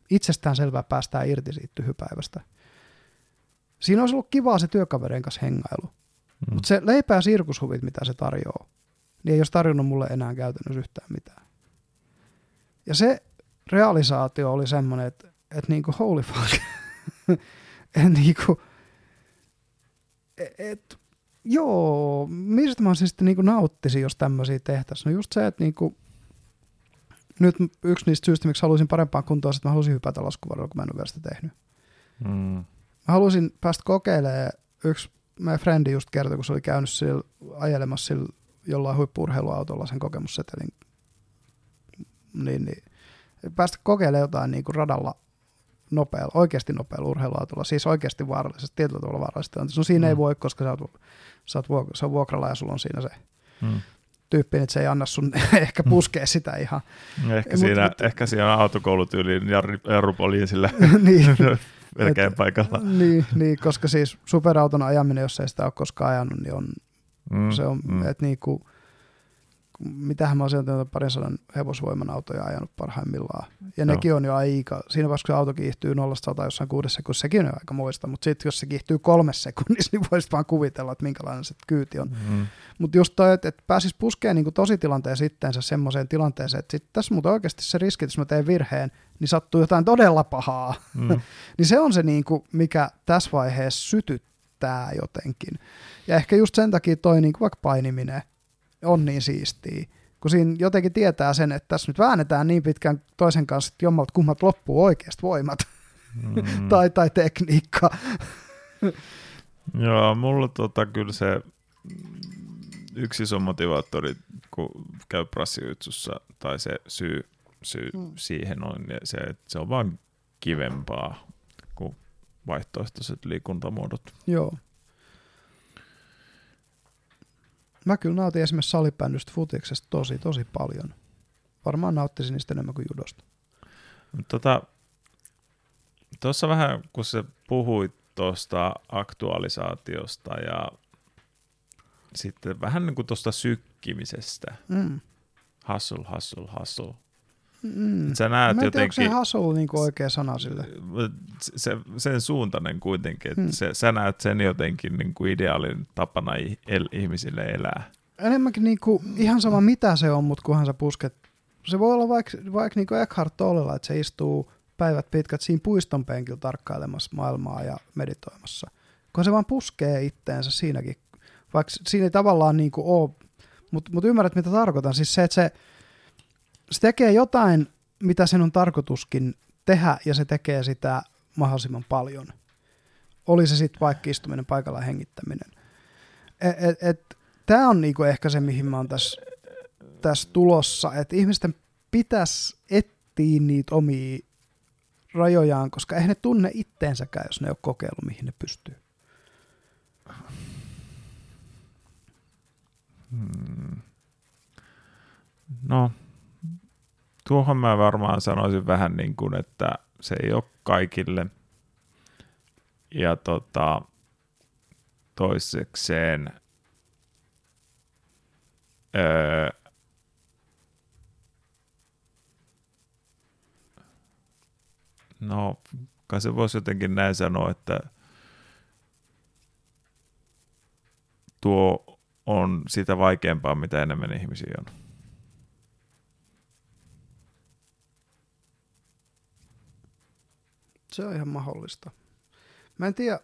itsestään selvää päästään irti siitä tyhjypäivästä. Siinä olisi ollut kivaa se työkaverien kanssa hengailu. Mm. Mutta se leipä ja sirkushuvit, mitä se tarjoaa, niin ei olisi tarjonnut mulle enää käytännössä yhtään mitään. Ja se realisaatio oli semmoinen, että et niinku holy fuck. et niinku, et, et, joo, mistä mä sitten niinku nauttisin, jos tämmöisiä tehtäisiin? No just se, että niinku, nyt yksi niistä syistä, miksi haluaisin parempaan kuntoon, että mä haluaisin hypätä laskuvarjolla, kun mä en ole vielä sitä tehnyt. Mm. Mä haluaisin päästä kokeilemaan, yksi meidän frendi just kertoi, kun se oli käynyt sillä, ajelemassa sillä jollain huippu-urheiluautolla sen kokemussetelin, niin, niin päästä kokeilemaan jotain niin kuin radalla nopealla, oikeasti nopealla urheiluautolla, siis oikeasti vaarallisesta, tietyllä tavalla vaarallisesta. No siinä mm. ei voi, koska sä oot, sä oot vuok- sä oot vuokralla ja sulla on siinä se mm. tyyppi, että se ei anna sun ehkä puskea sitä ihan.
Ehkä, siinä, mut, ehkä siinä on autokoulutyyliin jarrupoliisille
niin,
melkein paikalla.
Niin, niin, koska siis superauton ajaminen, jos ei sitä ole koskaan ajanut, niin on, mm, se on, mm. että niinku, mitähän mä oon sieltä parin sadan hevosvoiman autoja ajanut parhaimmillaan. Ja no. nekin on jo aika, siinä vaiheessa kun se auto kiihtyy nollasta sataan jossain kuudessa sekunnissa, sekin on jo aika moista, mutta sitten jos se kiihtyy kolmessa sekunnissa, niin voisit vaan kuvitella, että minkälainen se kyyti on. Mm. Mutta just toi, että et pääsis puskemaan niinku tositilanteen sitteensä semmoiseen tilanteeseen, että sitten tässä mutta oikeasti se riski, että jos mä teen virheen, niin sattuu jotain todella pahaa. Mm. niin se on se, niinku, mikä tässä vaiheessa sytyttää jotenkin. Ja ehkä just sen takia toi niinku, vaikka painiminen on niin siistiä, kun siinä jotenkin tietää sen, että tässä nyt väännetään niin pitkään toisen kanssa, että jommalta kummat loppuu oikeasti voimat mm. tai, tai tekniikka.
Joo, mulla tota, kyllä se yksi iso motivaattori, kun käy prassijutsussa, tai se syy, syy mm. siihen on se, että se on vaan kivempaa kuin vaihtoehtoiset liikuntamuodot.
Joo. Mä kyllä nautin esimerkiksi salibändystä, futiksesta tosi, tosi paljon. Varmaan nauttisin niistä enemmän kuin judosta.
Tuossa tota, vähän, kun sä puhuit tuosta aktualisaatiosta ja sitten vähän niin kuin tuosta sykkimisestä. Mm. Hustle, hustle, hustle.
Mm.
Sä näet
mä en
jotenkin,
tiedä, onko se hustle niin kuin oikea sana sille?
Se, sen suuntainen kuitenkin, että mm. se, sä näet sen jotenkin niin kuin ideaalin tapana el, ihmisille elää.
Enemmänkin niin kuin, ihan sama mitä se on, mutta kunhan sä pusket. Se voi olla vaikka, vaikka niin kuin Eckhart Tollella, että se istuu päivät pitkät siinä puiston penkillä tarkkailemassa maailmaa ja meditoimassa. Kun se vaan puskee itteensä siinäkin, vaikka siinä ei tavallaan niin kuin ole, mutta mut ymmärrät mitä tarkoitan. Siis se, että se, se tekee jotain, mitä sen on tarkoituskin tehdä, ja se tekee sitä mahdollisimman paljon. Oli se sitten vaikka istuminen paikalla ja hengittäminen. Tämä on niinku ehkä se, mihin mä oon tässä täs tulossa, että ihmisten pitäisi etsiä niitä omia rajojaan, koska eihän ne tunne itteensäkään, jos ne ei ole kokeillut, mihin ne pystyy.
Hmm. No, tuohon mä varmaan sanoisin vähän niin kuin, että se ei ole kaikille. Ja tota, toisekseen öö, no, kai se voisi jotenkin näin sanoa, että tuo on sitä vaikeampaa, mitä enemmän ihmisiä on.
Se on ihan mahdollista. Mä en tiedä,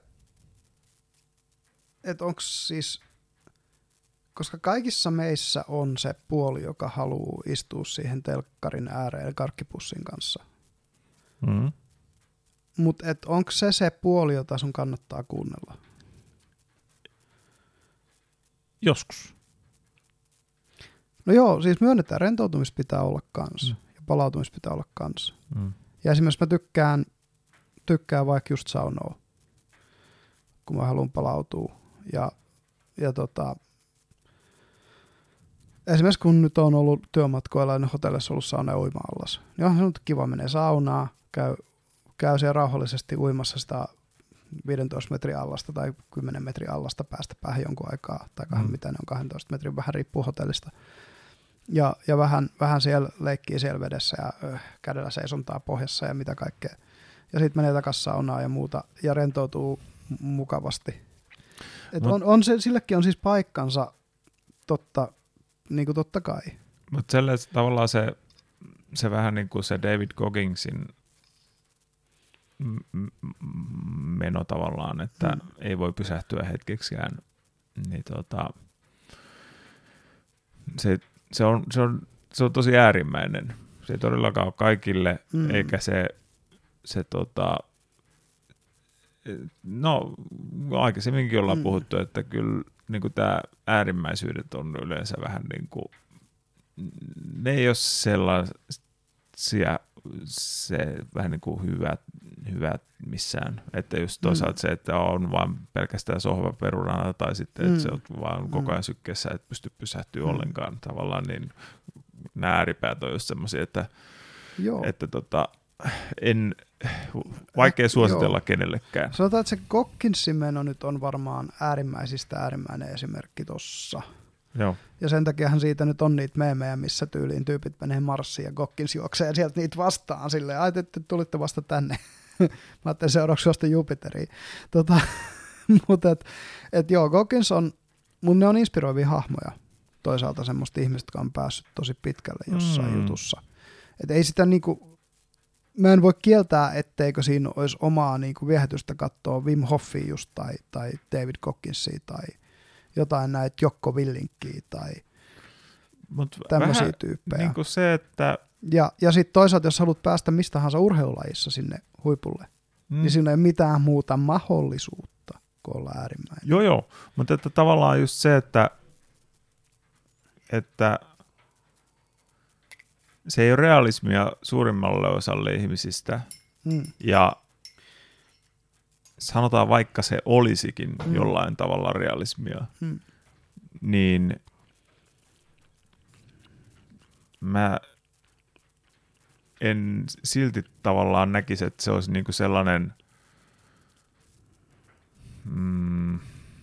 että onko siis, koska kaikissa meissä on se puoli, joka haluaa istua siihen telkkarin ääreen karkkipussin kanssa. Mm. Mutta onko se se puoli, jota sun kannattaa kuunnella?
Joskus.
No joo, siis myönnetään, rentoutumista pitää olla kanssa mm. ja palautumista pitää olla kanssa. Mm. Ja esimerkiksi mä tykkään, tykkään vaikka just saunoa, kun mä haluan palautua. Ja, ja tota, esimerkiksi kun nyt on ollut työmatkoilla ja hotellissa ollut sauna ja uima-allas, niin onhan se nyt kiva menee saunaan, käy, käy siellä rauhallisesti uimassa sitä viisitoista metrin allasta tai kymmenen metrin allasta päästä päähän jonkun aikaa, tai mm. mitä ne on, kaksitoista metrin, vähän riippuu hotellista. Ja, ja vähän, vähän siellä leikkii siellä vedessä ja ö, kädellä seisontaa pohjassa ja mitä kaikkea. Ja sitten menee takaisin saunaan ja muuta ja rentoutuu mukavasti. Et on, on se, sillekin on siis paikkansa totta, niin kuin totta kai.
Mutta tavallaan se, se vähän niin kuin se David Goggingsin meno tavallaan, että mm. ei voi pysähtyä hetkeksikään, niin tota, se, se, on, se, on, se on tosi äärimmäinen. Se ei todellakaan ole kaikille, mm. eikä se, se tota, no aikaisemminkin ollaan mm. puhuttu, että kyllä niin kuin tämä äärimmäisyydet on yleensä vähän niin kuin, ne ei ole sellaisia, se vähän niin kuin hyvät, hyvät missään, että just toisaalta mm. se, että on vaan pelkästään sohvaperunana tai sitten, että mm. se on vaan koko ajan sykkeessä, että pysty pysähtyä mm. ollenkaan tavallaan, niin nämä ääripäät on just semmoisia, että, että tota, en, vaikea suositella Joo. kenellekään.
Sanotaan, että se Gogginsin meno nyt on varmaan äärimmäisistä äärimmäinen esimerkki tossa.
Joo.
Ja sen takiahan siitä nyt on niitä meemejä, missä tyyliin tyypit menee Marsiin ja Goggins juoksee ja sieltä niitä vastaan silleen, ai te tulitte vasta tänne. Mä ajattelin seuraavaksi vasta Jupiteriin. Tota, mutta et, et joo, Goggins on, mun ne on inspiroivia hahmoja. Toisaalta semmoista ihmistä, jotka on päässyt tosi pitkälle jossain mm. jutussa. Et ei sitä niinku, mä en voi kieltää, etteikö siinä olisi omaa niinku viehätystä katsoa Wim Hofia just tai, tai David Gogginsia tai jotain näitä Jokko Willinkkiä tai
Mut
tämmöisiä tyyppejä.
Niin kuin se, että
Ja, ja sitten toisaalta, jos haluat päästä mistä tahansa urheilulajissa sinne huipulle, mm. niin siinä ei ole mitään muuta mahdollisuutta kuin olla äärimmäinen.
Joo, joo. Mutta että tavallaan just se, että, että se ei ole realismia suurimmalle osalle ihmisistä. Mm. Ja sanotaan vaikka se olisikin mm. jollain tavalla realismia, mm. niin mä en silti tavallaan näkisi, että se olisi niinku sellainen mm,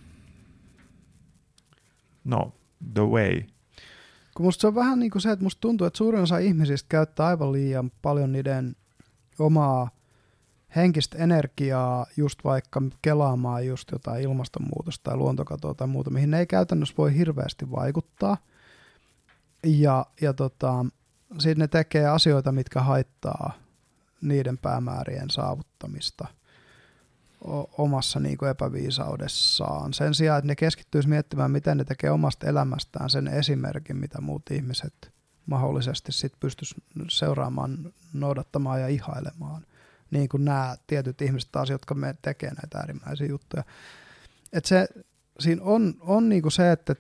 no, the way.
Kun musta se on vähän niin kuin se, että musta tuntuu, että suurin osa ihmisistä käyttää aivan liian paljon niiden omaa henkistä energiaa just vaikka kelaamaan just jotain ilmastonmuutosta tai luontokatoa tai muuta, mihin ne ei käytännössä voi hirveästi vaikuttaa. Ja, ja tota, sitten ne tekee asioita, mitkä haittaa niiden päämäärien saavuttamista o- omassa niin kuin epäviisaudessaan. Sen sijaan, että ne keskittyisi miettimään, miten ne tekee omasta elämästään sen esimerkin, mitä muut ihmiset mahdollisesti sit pystyisi seuraamaan, noudattamaan ja ihailemaan. Niin kuin nämä tietyt ihmiset taas, jotka me tekee näitä äärimmäisiä juttuja. Et se, siinä on, on niin kuin se, että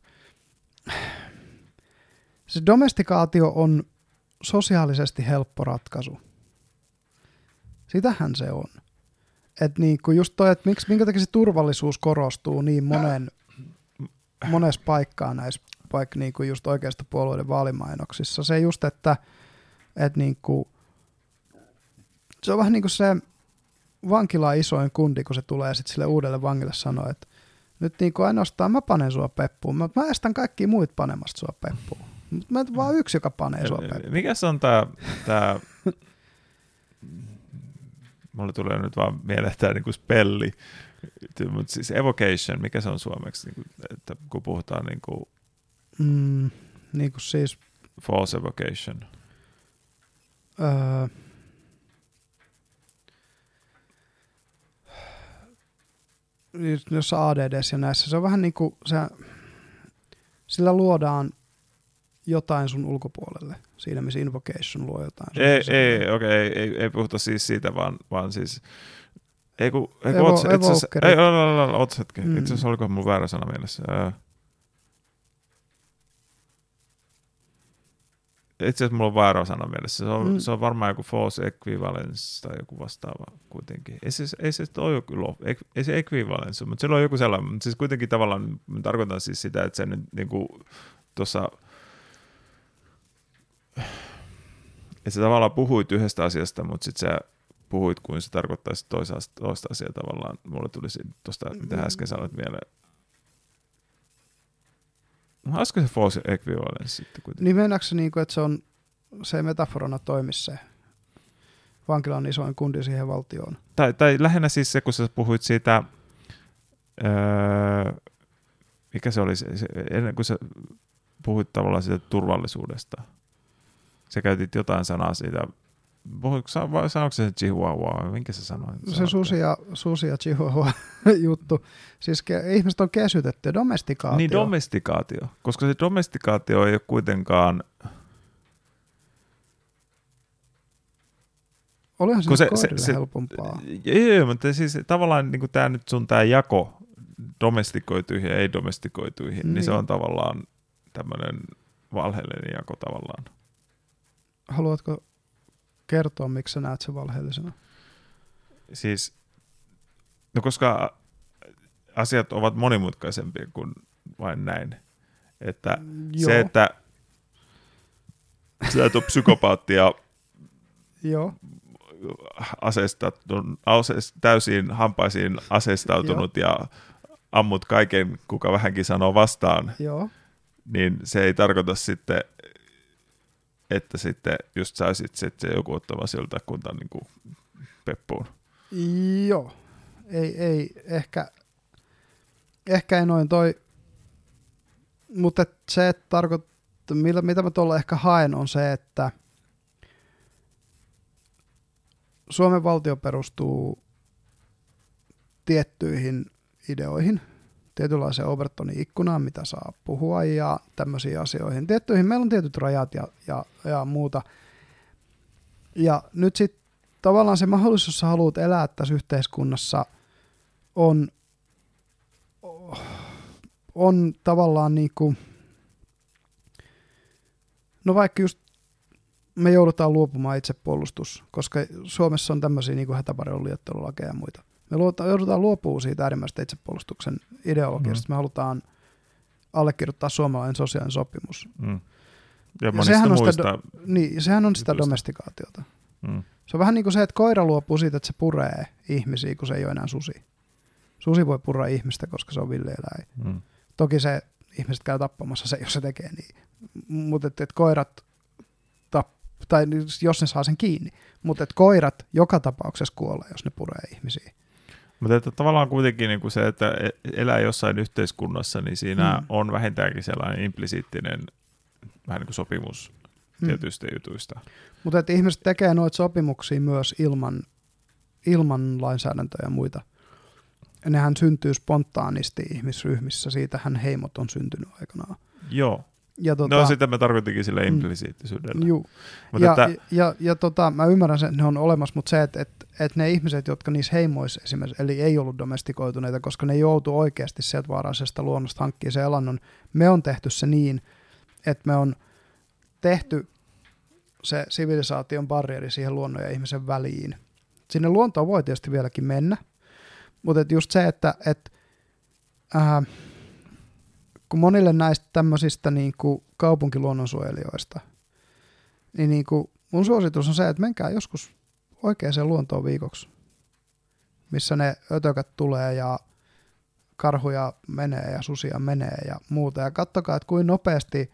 se domestikaatio on sosiaalisesti helppo ratkaisu. Sitähän se on. Että niinku just toi, että miksi, minkä takia se turvallisuus korostuu niin monen, monessa paikkaa näissä vaikka niinku just oikeasta puolueiden vaalimainoksissa. Se just, että et niinku, se on vähän niin kuin se vankila isoin kundi, kun se tulee sitten sille uudelle vangille sanoa, että nyt niinku ainoastaan mä panen sua peppuun. Mä, mä estän kaikkia muita panemasta sua peppuun. Mä en vaan yksi, joka panee sua peppuun.
Mikäs on tää, tää mulle tulee nyt vaan mieleen tää niinku spelli, mutta siis evocation, mikä se on suomeksi, niinku, että kun puhutaan niinku
mm, niinku siis
false evocation.
Öö, jossa A D D:ssä ja näissä, se on vähän niin kuin se, sillä luodaan jotain sun ulkopuolelle, siinä missä invocation luo jotain.
Ei, ei, okei, okay, ei, ei, ei puhuta siis siitä, vaan, vaan siis, ei kun, ei kun
Evo,
ots, itse asiassa, ei, ots hetki,
mm.
itse asiassa olikohan mun väärä sana mielessä. Itse asiassa mulla on väärä sana mielessä. Se on, mm. se on varmaan joku false equivalence tai joku vastaava kuitenkin. Ei se, ei se ole joku, ei se equivalence, mutta sillä on joku sellainen. Mutta siis kuitenkin tavallaan tarkoitan siis sitä, että se nyt niinku tuossa, että sä tavallaan puhuit yhdestä asiasta, mutta sitten sä puhuit, kuin se tarkoittaisi toisesta, toista asiaa tavallaan. Mulle tuli tuosta, mitä äsken sanoit mieleen. Olisiko se false equivalence sitten kuitenkin?
Niin mennäänkö se niin kuin, että se on, se ei metaforana toimi se vankila on isoin kundi siihen valtioon?
Tai, tai lähinnä siis se, kun sä puhuit siitä, öö, mikä se oli, se, se, ennen kuin sä puhuit tavallaan siitä turvallisuudesta, sä käytit jotain sanaa siitä, puhuitko, sanoiko se chihuahua, minkä sä sanoit?
Se susi ja, susi ja chihuahua juttu. Siis ke, ihmiset on kesytetty, domestikaatio.
Niin, domestikaatio, koska se domestikaatio ei ole kuitenkaan...
Olihan se,
se
koirille
se,
helpompaa.
Joo, mutta siis tavallaan niin tämä nyt sun tämä jako domestikoituihin ja ei-domestikoituihin, niin. niin se on tavallaan tämmöinen valheellinen jako tavallaan.
Haluatko kertoa, miksi sä näet sen valheellisena?
Siis, no koska asiat ovat monimutkaisempia kuin vain näin. Että
Joo.
se, että sä et ole psykopaatti ja
Joo.
täysin hampaisiin aseistautunut ja ammut kaiken, kuka vähänkin sanoo vastaan,
Joo.
niin se ei tarkoita sitten, että sitten just saisit sitten joku ottava siltä kuntaan niin kuin peppuun.
Joo. Ei, ei ehkä, ehkä ei noin toi, mutta se, että tarkoittaa, mitä mä tuolla ehkä haen, on se, että Suomen valtio perustuu tiettyihin ideoihin, tietynlaiseen Overtonin ikkunaan, mitä saa puhua ja tämmöisiin asioihin. Tiettyihin, meillä on tietyt rajat ja, ja, ja muuta. Ja nyt sitten tavallaan se mahdollisuus, jos sä haluat elää tässä yhteiskunnassa, on, on tavallaan niin kuin, no vaikka just me joudutaan luopumaan itsepuolustus, koska Suomessa on tämmöisiä niin kuin hätävarjelun liettelulakeja ja muita. Me joudutaan luopumaan siitä äärimmäisestä itsepuolustuksen ideologiasta. Mm. Me halutaan allekirjoittaa suomalainen sosiaalinen sopimus.
Mm. Ja,
ja sehän on
muista
sitä, do, niin, sehän on sitä domestikaatiota.
Mm.
Se on vähän niin kuin se, että koira luopuu siitä, että se puree ihmisiä, kun se ei ole enää susi. Susi voi purra ihmistä, koska se on villieläin. Mm. Toki se ihmiset käy tappamassa se, jos se tekee niin. Mutta että et koirat tai jos ne saa sen kiinni, mutta että koirat joka tapauksessa kuolee, jos ne puree ihmisiä.
Mutta että tavallaan kuitenkin niin kuin se, että elää jossain yhteiskunnassa, niin siinä mm. on vähintäänkin sellainen implisiittinen vähän niin kuin sopimus mm. tietyistä jutuista.
Mutta että ihmiset tekee noita sopimuksia myös ilman, ilman lainsäädäntöjä ja muita. Ja nehän syntyy spontaanisti ihmisryhmissä, siitähän heimot on syntynyt aikanaan.
Joo.
Ja tota,
no sitä mä tarkoitinkin sillä implisiittisyydellä.
Juu. Ja, että, ja, ja, ja tota, mä ymmärrän sen, että ne on olemassa, mutta se, että, että, että ne ihmiset, jotka niissä heimoissa esimerkiksi, eli ei ollut domestikoituneita, koska ne joutuu oikeasti sieltä vaarallisesta luonnosta hankkimaan se elannon, me on tehty se niin, että me on tehty se sivilisaation barrieri siihen luonnon ja ihmisen väliin. Sinne luontoon voi tietysti vieläkin mennä, mutta että just se, että, että äh, kun monille näistä tämmöisistä niin kuin kaupunkiluonnonsuojelijoista, niin, niin kuin mun suositus on se, että menkää joskus oikeaan luontoon viikoksi, missä ne ötökät tulee ja karhuja menee ja susia menee ja muuta. Ja katsokaa, että kuinka nopeasti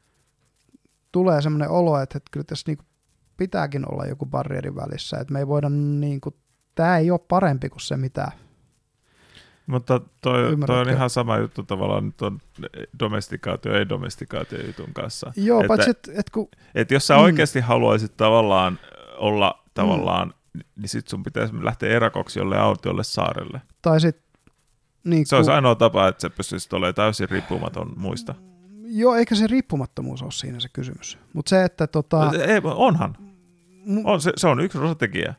tulee semmoinen olo, että, että kyllä tässä niin kuin pitääkin olla joku barrieri välissä. Että me ei voida, niin kuin, tämä ei ole parempi kuin se, mitä...
Mutta toi, toi on ihan sama juttu tavallaan nyt on domestikaatio ei domestikaatio jutun kanssa.
Joo,
että,
paitsi että et kun...
Et jos sä oikeasti mm. haluaisit tavallaan olla tavallaan, mm. niin sit sun pitäisi lähteä erakoksi jolle autiolle saarelle.
Tai sit... Niin
se kun... olisi ainoa tapa, että sä pystyisit olemaan täysin riippumaton muista.
Joo, eikä se riippumattomuus ole siinä se kysymys. Mutta se, että tota...
Ei, onhan. On, se, se on yksi osatekijä.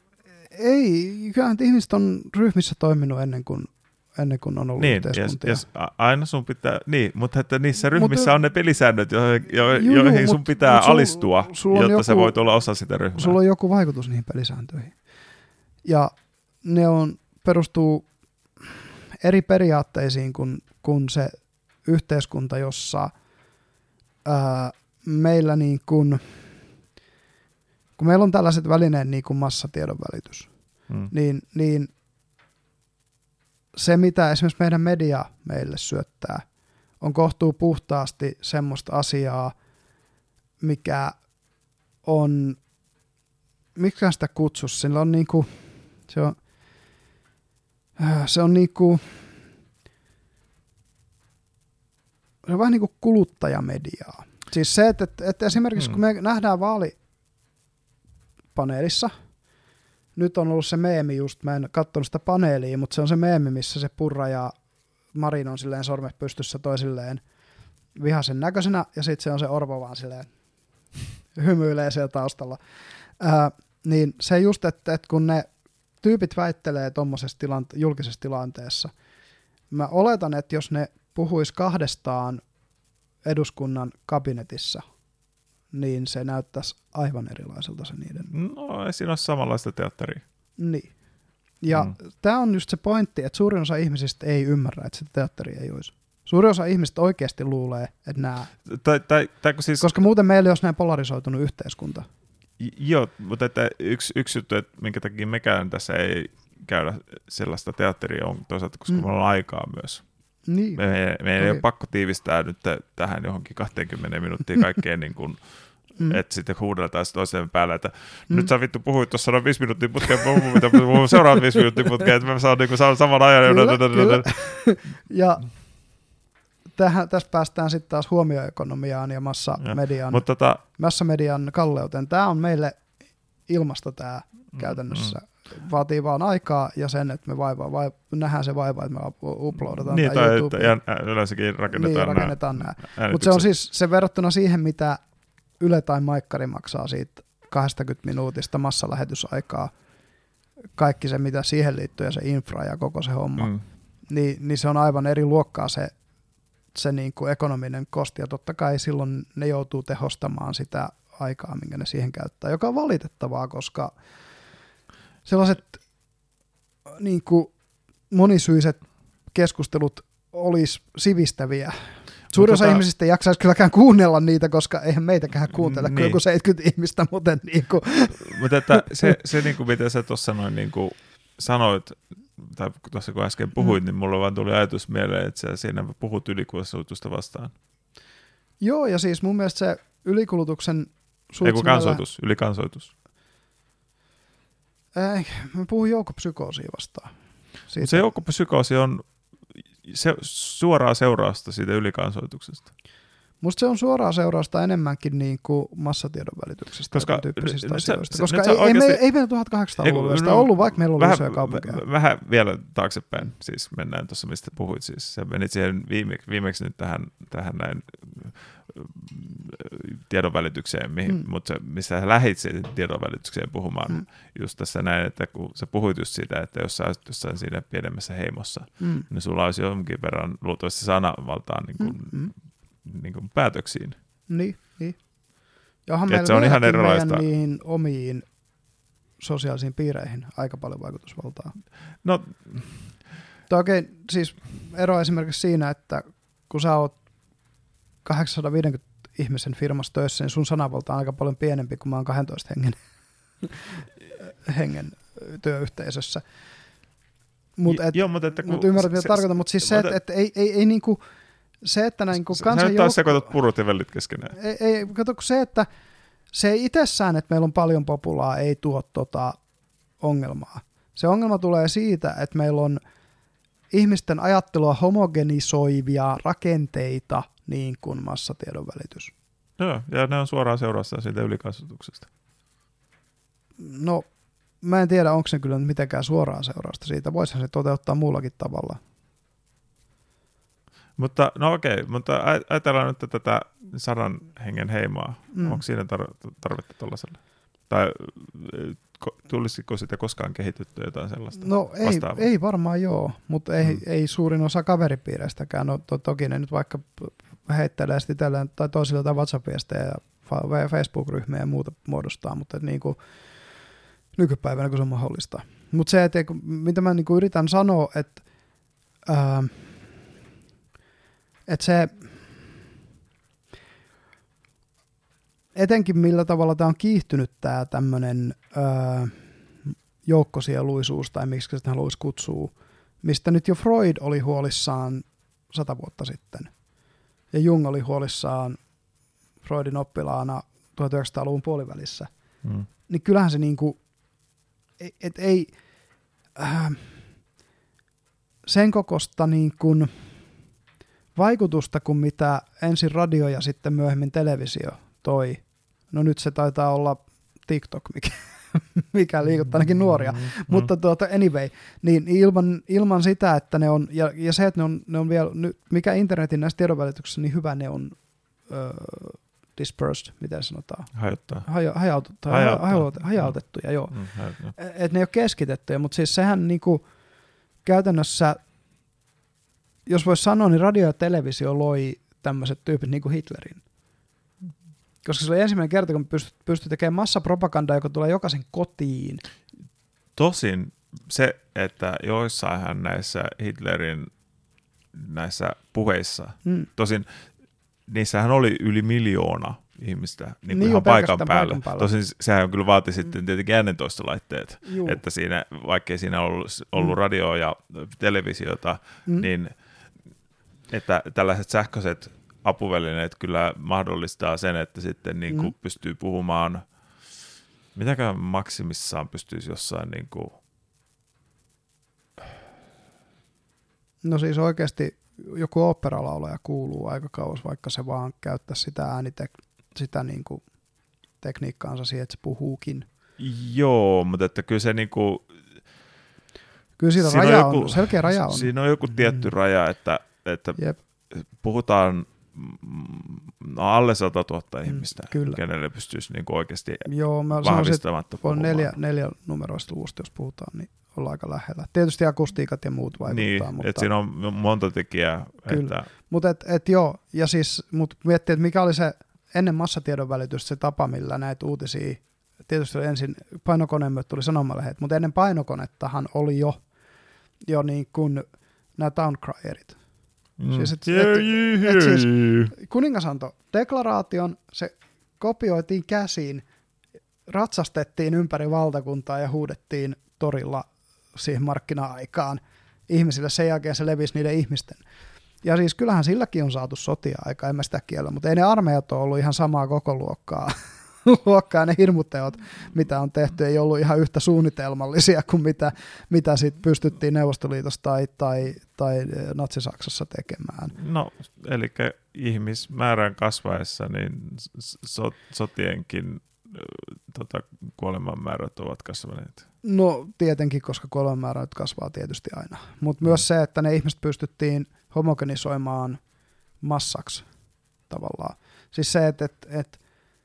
Ei, kyllähän ihmiset on ryhmissä toiminut ennen kuin, ennen kuin on ollut
niin,
yhteiskuntia.
Yes, yes, aina sun pitää, niin, mutta että niissä ryhmissä mutta, on ne pelisäännöt, joihin, jo,
juu,
joihin sun
mut,
pitää
mut sul,
alistua,
sul
jotta
joku,
sä voit olla osa sitä ryhmää.
Sulla on joku vaikutus niihin pelisääntöihin. Ja ne on, perustuu eri periaatteisiin kuin, kuin se yhteiskunta, jossa ää, meillä niin kuin, kun meillä on tällaiset välineet niin kuin massatiedon välitys, hmm. niin, niin se, mitä esimerkiksi meidän media meille syöttää, on kohtuu puhtaasti semmoista asiaa, mikä on, miksi sitä kutsus, sillä on niinku, se on, se on niinku, se on vähän niinku kuluttajamediaa. Siis se, että, että, että esimerkiksi hmm. kun me nähdään vaalipaneelissa, nyt on ollut se meemi just, mä en katsonut sitä paneelia, mutta se on se meemi, missä se Purra ja Marin on silleen sormet pystyssä toisilleen vihaisen näköisenä, ja sitten se on se Orpo vaan silleen hymyilee siellä taustalla. Ää, niin se just, että, että kun ne tyypit väittelee tuommoisessa tilante- julkisessa tilanteessa, mä oletan, että jos ne puhuis kahdestaan eduskunnan kabinetissa, niin se näyttäisi aivan erilaiselta se niiden.
No, ei siinä ole samanlaista teatteria.
Niin. Ja mm. tämä on just se pointti, että suurin osa ihmisistä ei ymmärrä, että sitä teatteria ei olisi. Suurin osa ihmisistä oikeasti luulee, että nämä...
Tai, tai, tai, siis...
Koska muuten meillä olisi näin polarisoitunut yhteiskunta.
J- joo, mutta että yksi, yksi juttu, että minkä takia mekään tässä ei käydä sellaista teatteria, on toisaalta, koska mm. meillä on aikaa myös.
Niin.
Me, me, me ei ole pakko tiivistää nyt tähän johonkin kaksikymmentä minuuttia kaikkeen, niin kuin, mm. että sitten huudeltaan toiseen päälle, että mm. nyt sä vittu puhuit tuossa noin viisi minuuttia putkeen, mitä puhuu seuraavat viisi minuuttia putkeen, että mä saan niin kuin saman ajan.
Kyllä, kyllä. Ja tähän, tästä päästään sitten taas huomioekonomiaan ja massamedian,
Mutta tota,
massamedian kalleuteen. Tämä on meille ilmasta tämä mm, käytännössä. Mm. Vaatii vaan aikaa ja sen, että me vaivaa, vai, nähdään se vaiva, että me uploadataan
niin,
tai YouTubeen.
Ja yleensäkin rakennetaan,
niin, rakennetaan nämä. nämä. Mutta se on siis se verrattuna siihen, mitä Yle tai Maikkari maksaa siitä kaksikymmentä minuutista massalähetysaikaa, kaikki se, mitä siihen liittyy ja se infra ja koko se homma, mm. niin, niin se on aivan eri luokkaa se, se niin kuin ekonominen kosti. Ja totta kai silloin ne joutuu tehostamaan sitä aikaa, minkä ne siihen käyttää, joka on valitettavaa, koska sellaiset niin kuin monisyiset keskustelut olisi sivistäviä. Suurin osa tota, ihmisistä ei jaksaisi kylläkään kuunnella niitä, koska eihän meitäkään kuuntele, niin. Kun joku seitsemänkymmentä ihmistä muuten. Niin kuin.
Mutta että se, se niin kuin mitä sä tuossa noin niin kuin sanoit, tai tuossa kun äsken puhuit, mm. niin mulla vaan tuli ajatus mieleen, että sä siinä puhut ylikulutusta vastaan.
Joo, ja siis mun mielestä se ylikulutuksen...
Ei kun kansoitus, vähän... ylikansoitus.
Ei, mä puhun joukkopsykoosia vastaan.
Siitä. Se joukkopsykoosi on se, suoraa seurausta siitä ylikansoituksesta.
Musta se on suoraa seurausta enemmänkin niin kuin massatiedon välityksestä, koska, tyyppisistä asioista. Se, koska ei, oikeasti, ei, me, ei meillä tuhatkahdeksansataaluvulla sitä ollut, vaikka meillä oli isoja kaupunkeja.
Vähän vielä taaksepäin, siis mennään tuossa, mistä puhuit. Siis sä menit siihen viime, viimeksi nyt tähän, tähän näin tiedonvälitykseen, mihin, mm. mutta missä sä lähit siihen tiedonvälitykseen puhumaan mm. just tässä näin, että kun sä puhuit just siitä, että jos sä olisit jossain siinä pienemmässä heimossa, mm. niin sulla olisi jonkin verran luultavasti sanavaltaan niin kuin, mm. niin kuin päätöksiin.
Niin, niin. Ja onhan meillä se on ihan erilaista. Niihin omiin sosiaalisiin piireihin aika paljon vaikutusvaltaa.
No.
Oikein, siis ero esimerkiksi siinä, että kun sä oot kahdeksansataaviisikymmentä ihmisen firmassa töissä, niin sun sanavalta on aika paljon pienempi kuin mä oon kaksitoista hengen, hengen työyhteisössä. Mut et,
Joo, mutta että...
Mut ymmärrät, mitä se, tarkoitan, mutta siis se, että et, ei, ei, ei niinku... Se, että näin kun kansan joukko...
Sä nyt taas sekoitat purut ja vellit keskenään.
Ei, ei, kato, se, että se ei itsessään, että meillä on paljon populaa, ei tuo tota ongelmaa. Se ongelma tulee siitä, että meillä on ihmisten ajattelua homogenisoivia rakenteita, niin kuin massatiedon välitys.
Joo, ja ne on suoraan seurausta siitä ylikasvatuksesta.
No, mä en tiedä, onko se kyllä mitenkään suoraan seurausta siitä. Voisihan se toteuttaa muullakin tavalla.
Mutta, no okei, mutta ajatellaan nyt tätä sadan hengen heimoa. Mm. Onko siinä tar- tarvetta tuollaiselle? Tai tulisiko sitä koskaan kehitettyä jotain sellaista?
No ei, ei varmaan joo, mutta ei, mm. ei suurin osa kaveripiireistäkään. No, to, toki ne nyt vaikka heittelee itselleen tai toisille tai WhatsApp-viestejä ja Facebook-ryhmiä ja muuta muodostaa, mutta niin kuin nykypäivänä kun se on mahdollista. Mutta se, että mitä mä niin kuin yritän sanoa, että ää, että se etenkin millä tavalla tämä on kiihtynyt tämä tämmöinen öö, joukkosieluisuus, tai miksi sitä haluaisi kutsua, mistä nyt jo Freud oli huolissaan sata vuotta sitten. ja Jung oli huolissaan Freudin oppilaana tuhatyhdeksänsataaluvun puolivälissä, mm. niin kyllähän se niinku, et, et ei äh, sen kokosta niin kuin vaikutusta kuin mitä ensin radio ja sitten myöhemmin televisio toi. No nyt se taitaa olla TikTok, mikä, mikä liikuttaa ainakin nuoria, mm, mm. mutta tuota, anyway, niin ilman, ilman sitä, että ne on, ja, ja se, että ne on, ne on vielä, mikä internetin näissä tiedonvälityksissä niin hyvä, ne on öö, dispersed, miten sanotaan?
Hajottaa.
Haja, hajautettu, hajautettuja, hajautettuja, joo. Mm, että ne ei ole keskitettyjä, mutta siis sehän niinku käytännössä, jos voisi sanoa, niin radio ja televisio loi tämmöiset tyypit niin kuin Hitlerin. Koska se oli ensimmäinen kerta, kun pystyi pystyi tekemään massapropagandaa, joka tulee jokaisen kotiin.
Tosin se, että joissain näissä Hitlerin näissä puheissa, mm. tosin niissähän oli yli miljoona ihmistä niin niin ihan paikan päällä. paikan päällä. Tosin sehän kyllä vaati mm. sitten tietenkin äänentoistolaitteet, Juu. että siinä, vaikkei siinä ollut, ollut mm. radioa ja televisiota, mm. niin että tällaiset sähköiset apuvälineet kyllä mahdollistaa sen, että sitten niin kuin mm. pystyy puhumaan, mitäkään maksimissaan pystyisi jossain niin kuin...
No siis oikeasti joku oopperalaulaja kuuluu aika kauas, vaikka se vaan käyttää sitä äänitek- sitä niin kuin tekniikkaansa siihen, että se puhuukin.
Joo, mutta että kyllä se niin kuin...
Kyllä siitä raja on, joku, selkeä raja on.
Siinä on joku tietty mm. raja, että, että puhutaan no alle sata tuhatta ihmistä, mm, kenelle pystyisi niin kuin oikeasti
Joo, mä
vahvistamatta puhumaan.
On neljä, neljä numeroista luvusta, jos puhutaan, niin ollaan aika lähellä. Tietysti akustiikat ja muut vaikuttaa.
Niin,
mutta
että siinä on monta tekijää.
Kyllä,
että...
mutta et, et joo, ja siis mut miettii, että mikä oli se ennen massatiedon välitystä se tapa, millä näitä uutisia, tietysti oli ensin painokoneemme tuli sanomalehdet, mutta ennen painokonettahan oli jo, jo niin kuin nämä towncrierit. Mm. Siis, et,
yeah,
et,
yeah,
et siis kuningas antoi deklaraation, se kopioitiin käsiin, ratsastettiin ympäri valtakuntaa ja huudettiin torilla siihen markkina-aikaan ihmisille. Sen jälkeen se levisi niiden ihmisten. Ja siis kyllähän silläkin on saatu sotia aikaa, en mä sitä kiellä, mutta ei ne armeijat ole ollut ihan samaa koko luokkaa. luokkaa ne hirmuteot, mitä on tehty, ei ollut ihan yhtä suunnitelmallisia kuin mitä, mitä sit pystyttiin Neuvostoliitossa tai, tai, tai Natsi-Saksassa tekemään.
No, eli ihmismäärän kasvaessa niin so, sotienkin tota, kuolemanmäärät ovat kasvaneet.
No tietenkin, koska kuolemanmäärät kasvaa tietysti aina, mutta mm. myös se, että ne ihmiset pystyttiin homogenisoimaan massaksi tavallaan. Siis se, että et, et,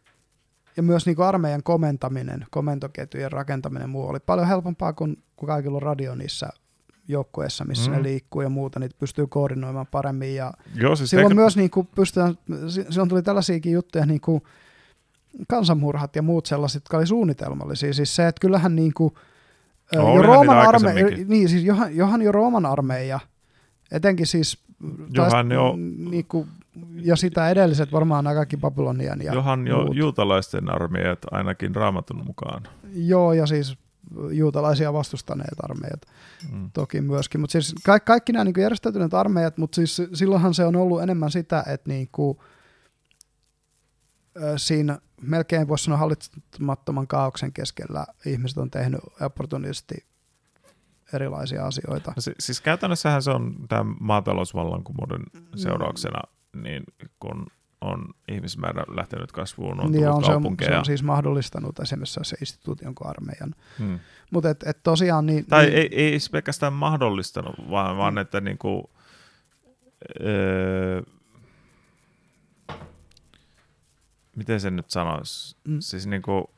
ja myös niin kuin armeijan komentaminen, komentoketjujen rakentaminen muu oli paljon helpompaa kuin, kuin kaikilla on radio niissä joukkueissa, missä mm. ne liikkuu ja muuta, niitä pystyy koordinoimaan paremmin. Ja Joo, siis silloin eikä... myös niin kuin pystytään, silloin tuli tällaisiakin juttuja niin kuin kansanmurhat ja muut sellaiset, jotka oli suunnitelmallisia. Siis se, että kyllähän niin kuin,
no,
jo Rooman armeija, niin siis johan, johan jo Rooman armeija, etenkin siis
Johan jo,
niin kuin, ja sitä edelliset varmaan nämä kaikki Babylonian ja
Johan jo
muut.
Juutalaisten armeijat ainakin Raamatun mukaan.
Joo, ja siis juutalaisia vastustaneet armeijat mm. toki myöskin. Mutta siis kaikki, kaikki nämä niin kuin järjestäytyneet armeijat, mutta siis silloinhan se on ollut enemmän sitä, että niin kuin, siinä melkein voisi sanoa hallitsemattoman kaaoksen keskellä ihmiset on tehnyt opportunisti erilaisia asioita.
No, siis käytännössähän se on tämän maatalousvallankumouden seurauksena, niin kun on ihmismäärä lähtenyt kasvuun, on
niin
tullut
on,
kaupunkeja.
Se on, se on siis mahdollistanut esimerkiksi se instituution kuin armeijan. Hmm. Mutta et, et tosiaan niin...
Tai
niin,
ei, ei pelkästään mahdollistanut, vaan, hmm. vaan että niinku... Öö, miten sen nyt sanoisi? Hmm. Siis niinku...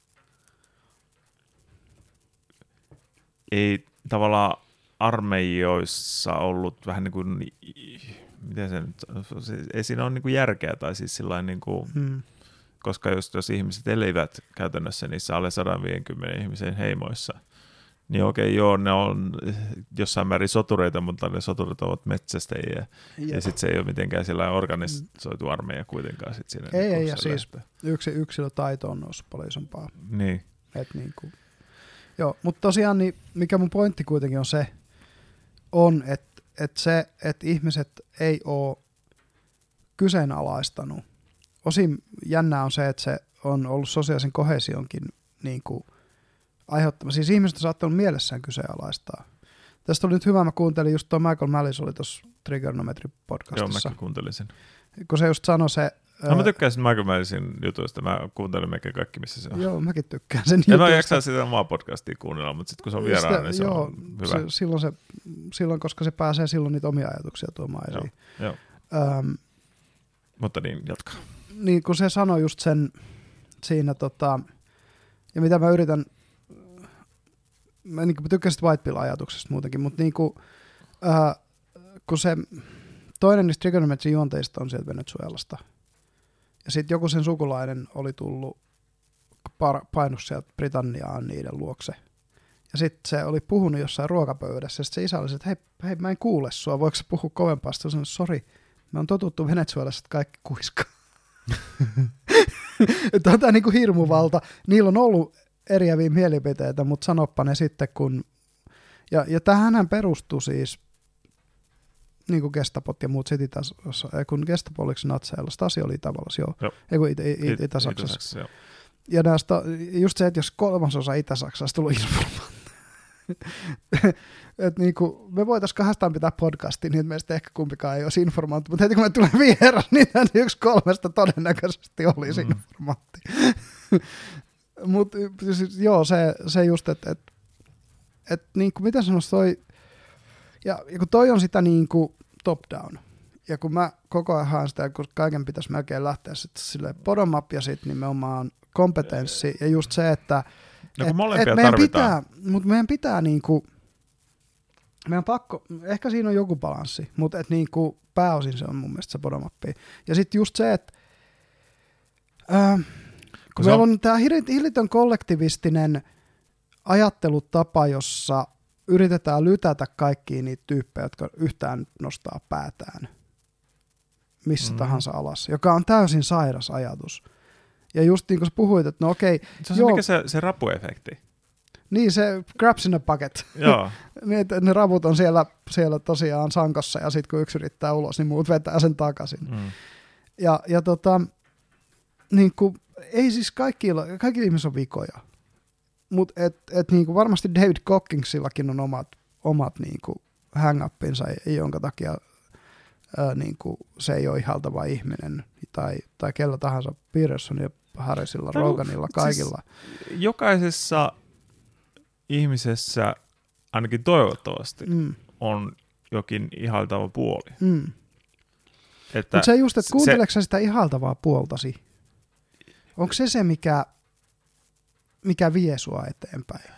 Ei tavallaan armeijoissa ollut vähän niin kuin, miten se nyt, ei siinä ole niin kuin järkeä, tai siis sillain niin kuin, hmm. koska jos, jos ihmiset elivät käytännössä niissä alle sata viisikymmentä ihmisen heimoissa, niin okei, joo, ne on jossain määrin sotureita, mutta ne soturit ovat metsästäjiä, Jep. ja sitten se ei ole mitenkään sellainen organisoitu armeija kuitenkaan. Sit siinä
ei,
niin
ei, ja siis yksi yksilötaito on noussut paljon isompaa.
Niin.
Et niin kuin. Joo, mutta tosiaan niin mikä mun pointti kuitenkin on se, on, että et se, että ihmiset ei ole kyseenalaistanut. Osin jännää on se, että se on ollut sosiaalisen koheesionkin niin kuin aiheuttama. Siis ihmiset on saattanut mielessään kyseenalaistaa. Tästä oli nyt hyvä, mä kuuntelin just tuo Michael Mallis oli tuossa Trigonometry-podcastissa.
Joo, mäkin kuuntelin sen.
Kun se just sanoi se...
No, mä tykkään sen Michael Mallisin jutuista, mä kuuntelen melkein kaikki, missä se on.
Joo, mäkin tykkään sen
jutuista. En mä jaksaa sitä omaa podcastia kuunnella, mutta sitten kun se on vieraana, niin se
joo,
on hyvä.
Se, silloin, se, silloin, koska se pääsee silloin niitä omia ajatuksia tuomaan esiin.
Joo,
Öm,
mutta niin, jatkaa.
Niin, kun se sanoi just sen siinä, tota, ja mitä mä yritän, mä, niin mä tykkään sitä White Pill-ajatuksesta muutenkin, mutta niin kuin, äh, kun se toinen niistä trigonometrin juonteista on sieltä Venezuelasta, ja sitten joku sen sukulainen oli tullut par, painus sieltä Britanniaan niiden luokse, ja sitten se oli puhunut jossain ruokapöydässä, ja sitten se isä oli, että hei, hei, mä en kuule sua, voiko sä puhua kovempaa? Sitten sanoi, sori, me on totuttu Venezuelassa, että kaikki kuiskaa. Tämä on tämä niin kuin hirmuvalta. Niillä on ollut eriäviä mielipiteitä, mutta sanoppa ne sitten, kun... Ja, ja tähänhän perustui siis niin kuin Gestapot ja muut sit Itä-Saksassa, kun Gestapo oliko natseilla, Stasi oli Itävallassa, joo. joo. Ei kun Itä- Itä- Itä-Saksassa. Itä-Saksassa, joo. Ja näistä, just se, että jos kolmasosa Itä-Saksasta tullut informaatio. Että niinku, me voitaisiin kahdestaan pitää podcastia, niin että meistä ehkä kumpikaan ei olisi informantti, mutta heti kun me tulee vieras, niin yksi kolmesta todennäköisesti olisi mm. informantti. Mutta siis, joo, se, se just, että et, et, niinku, mitä sanoisi toi, ja, ja kun toi on sitä niinku top down, ja kun mä koko ajan haen sitä, kun kaiken pitäisi melkein lähteä sitten silleen bottom up ja sitten nimenomaan kompetenssi, ja just se, että
no,
et,
molempia
et meidän
tarvitaan.
Pitää, mutta meidän pitää niinku, meidän pakko, ehkä siinä on joku balanssi, mutta et niinku pääosin se on mun mielestä se bottom up. Ja sitten just se, että äh, kun meillä on, on tämä hillitön kollektivistinen ajattelutapa, jossa yritetään lytätä kaikkia niitä tyyppejä, jotka yhtään nostaa päätään missä mm. tahansa alas, joka on täysin sairas ajatus. Ja just niin kuin sä puhuit, että no okei.
Se on joo, mikä se, se rapuefekti.
Niin, se grabs in a bucket.
Joo.
ne, ne raput on siellä, siellä tosiaan sankossa, ja sitten kun yksi yrittää ulos, niin muut vetää sen takaisin. Mm. Ja, ja tota, niin kuin, ei siis kaikki, kaikki ihmiset on vikoja. Mutta et, et niin kuin varmasti David Cockingsilla on omat, omat niin kuin hang-upinsa, jonka takia ää, niin kuin se ei ole ihaltava ihminen, tai, tai kellä tahansa Pearsonilla, Harrisilla, no, Roganilla, kaikilla.
Siis jokaisessa ihmisessä, ainakin toivottavasti, mm. on jokin ihaltava puoli.
Mm. Mutta se just, että kuunteleeko sä sitä ihaltavaa puoltasi? Onko se se, mikä, mikä vie sua eteenpäin?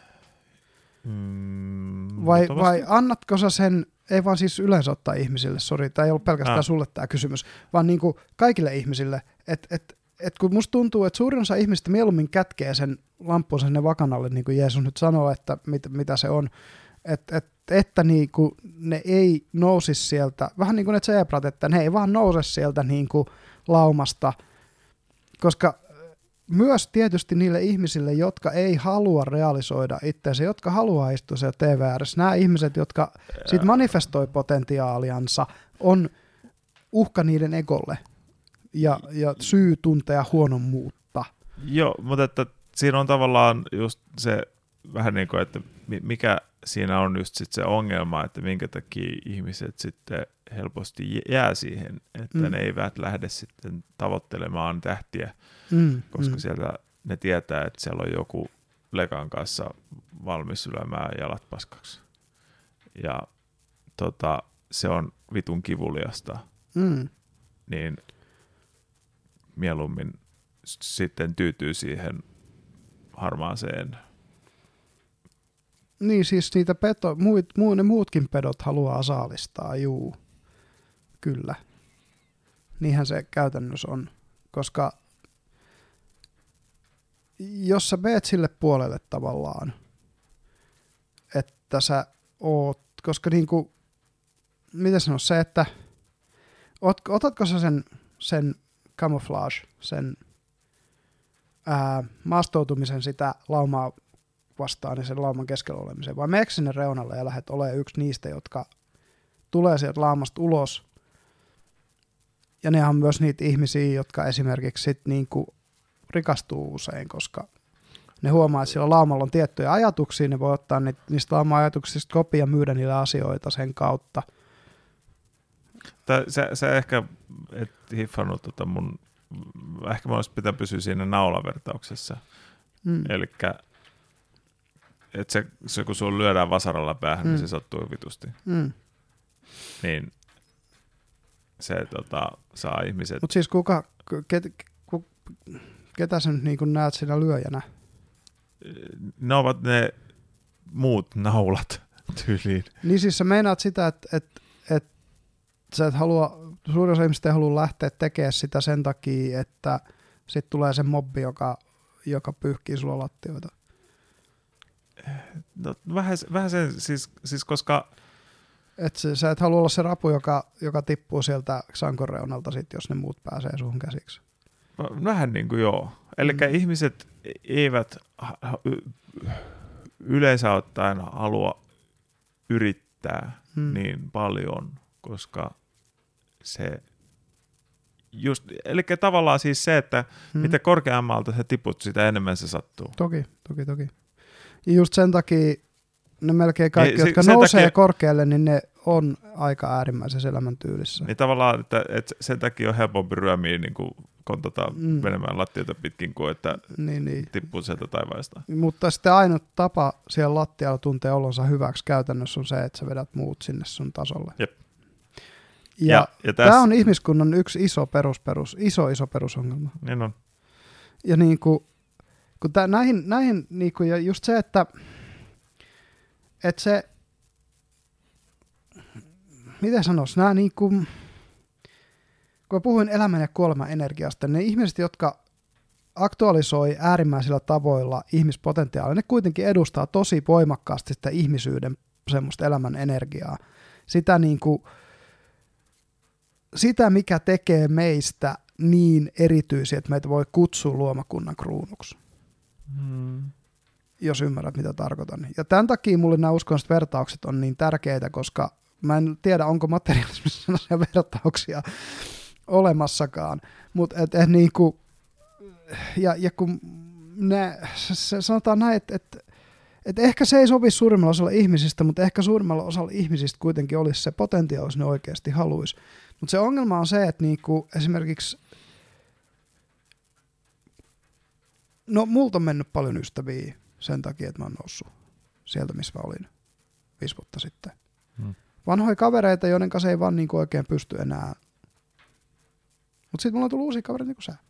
Mm,
vai, vai annatko sä sen, ei vaan siis yleensä ottaa ihmisille, sori, tämä ei ollut pelkästään ah. sulle tämä kysymys, vaan niin kuin kaikille ihmisille, että et, et kun musta tuntuu, että suurin osa ihmistä mieluummin kätkee sen lamppunsa sinne vakanalle, niin kuin Jeesus nyt sanoo, että mit, mitä se on, et, et, että niin kuin ne ei nousisi sieltä, vähän niin kuin ne zebrat, että ne ei vaan nouse sieltä niin kuin laumasta, koska myös tietysti niille ihmisille, jotka ei halua realisoida itseänsä, jotka haluaa istua siellä T V R:ssä, nämä ihmiset, jotka sit manifestoi potentiaaliansa, on uhka niiden egolle ja, ja syy tuntea huonommuutta.
Joo, mutta että siinä on tavallaan just se vähän niin kuin, että mikä siinä on just sit se ongelma, että minkä takia ihmiset sitten helposti jää siihen, että mm. ne eivät lähde sitten tavoittelemaan tähtiä, mm. koska mm. sieltä ne tietää, että siellä on joku lekan kanssa valmis sylemään jalat paskaksi. Ja tota, se on vitun kivuliasta. Mm. Niin mieluummin sitten tyytyy siihen harmaaseen.
Niin, siis niitä peto, muut, muu, ne muutkin pedot haluaa saalistaa, juu. Kyllä. Niinhän se käytännössä on. Koska jos sä meet sille puolelle tavallaan, että sä oot, koska niinku, miten sanoa se, että ot, otatko sä sen, sen camouflage, sen ää, maastoutumisen sitä laumaa vastaan ja sen lauman keskellä olemiseen, vai meneekö sinne reunalle ja lähdet olemaan yksi niistä, jotka tulee sieltä laamasta ulos ja ne on myös niitä ihmisiä, jotka esimerkiksi sit niinku rikastuu usein, koska ne huomaa, että sillä laumalla on tiettyjä ajatuksia, ne voi ottaa niistä lauma-ajatuksista kopia ja myydä niitä asioita sen kautta.
Tää, sä, sä ehkä et hiffannut tota mun, ehkä mä olisin pitää pysyä siinä naulavertauksessa. Mm. Elikkä, että se, se kun sun lyödään vasaralla päähän, mm. niin se sattuu vitusti. Mm. Niin se tota, saa ihmiset...
Mutta siis kuka, ket, ku, ketä sä nyt niin kun näet siinä lyöjänä?
Ne ovat ne muut naulat tyyliin.
Niin siis sä meinaat sitä, että et, et, sä et halua, suurin osa ihmistä ei halua lähteä tekemään sitä sen takia, että sit tulee se mobbi, joka, joka pyyhkii sulla lattioita.
No, vähän, vähän sen, siis, siis koska...
Et sä, sä et halua olla se rapu, joka, joka tippuu sieltä sankon reunalta, sit, jos ne muut pääsee suhun käsiksi.
Vähän niin kuin joo. Eli mm. ihmiset eivät yleensä ottaen halua yrittää mm. niin paljon, koska se just, eli tavallaan siis se, että mm. mitä korkeammalta sä tiput, sitä enemmän se sattuu.
Toki, toki, toki. Ja just sen takia ne melkein kaikki,
ja
jotka
se,
nousee
takia,
korkealle, niin ne on aika äärimmäisessä elämäntyylissä.
Niin tavallaan, että, että sen takia on helpompi ryömiä niin kuin kontata mm. menemään lattiota pitkin kuin, että niin, niin. tippuu sieltä taivaasta.
Mutta sitten ainut tapa siellä lattialla tuntee olonsa hyväksi käytännössä on se, että sä vedät muut sinne sun tasolle.
Jep.
Ja, ja, ja tämä on ihmiskunnan yksi iso perus, perus, iso iso perusongelma.
Niin on.
Ja niin kuin, kun tää, näihin, näihin niin kuin, ja just se, että, että se, miten sanoisi, nämä niin kuin, kun mä puhuin elämän ja kuoleman energiasta, ne ihmiset, jotka aktualisoi äärimmäisillä tavoilla ihmispotentiaalia, ne kuitenkin edustaa tosi voimakkaasti sitä ihmisyyden semmoista elämän energiaa. Sitä, niin kuin, sitä mikä tekee meistä niin erityisiä, että meitä voi kutsua luomakunnan kruunuksi. Hmm. Jos ymmärrät, mitä tarkoitan. Ja tämän takia mulle nämä uskonnolliset vertaukset on niin tärkeitä, koska mä en tiedä, onko materialismissa sellaisia vertauksia olemassakaan, mutta et, et niinku, ja, ja kun ne, se, sanotaan näin, että et, et ehkä se ei sovi suurimmalla osalla ihmisistä, mutta ehkä suurimmalla osalla ihmisistä kuitenkin olisi se potentiaali, jos ne oikeasti haluaisi. Mutta se ongelma on se, että niinku esimerkiksi, no multa on mennyt paljon ystäviä sen takia, että mä oon noussut sieltä, missä mä olin viisi vuotta sitten. Hmm. Vanhoja kavereita, joiden kanssa ei vaan niinku oikein pysty enää. Mutta sitten mulla on tullut uusia kavereita niin kuin sä.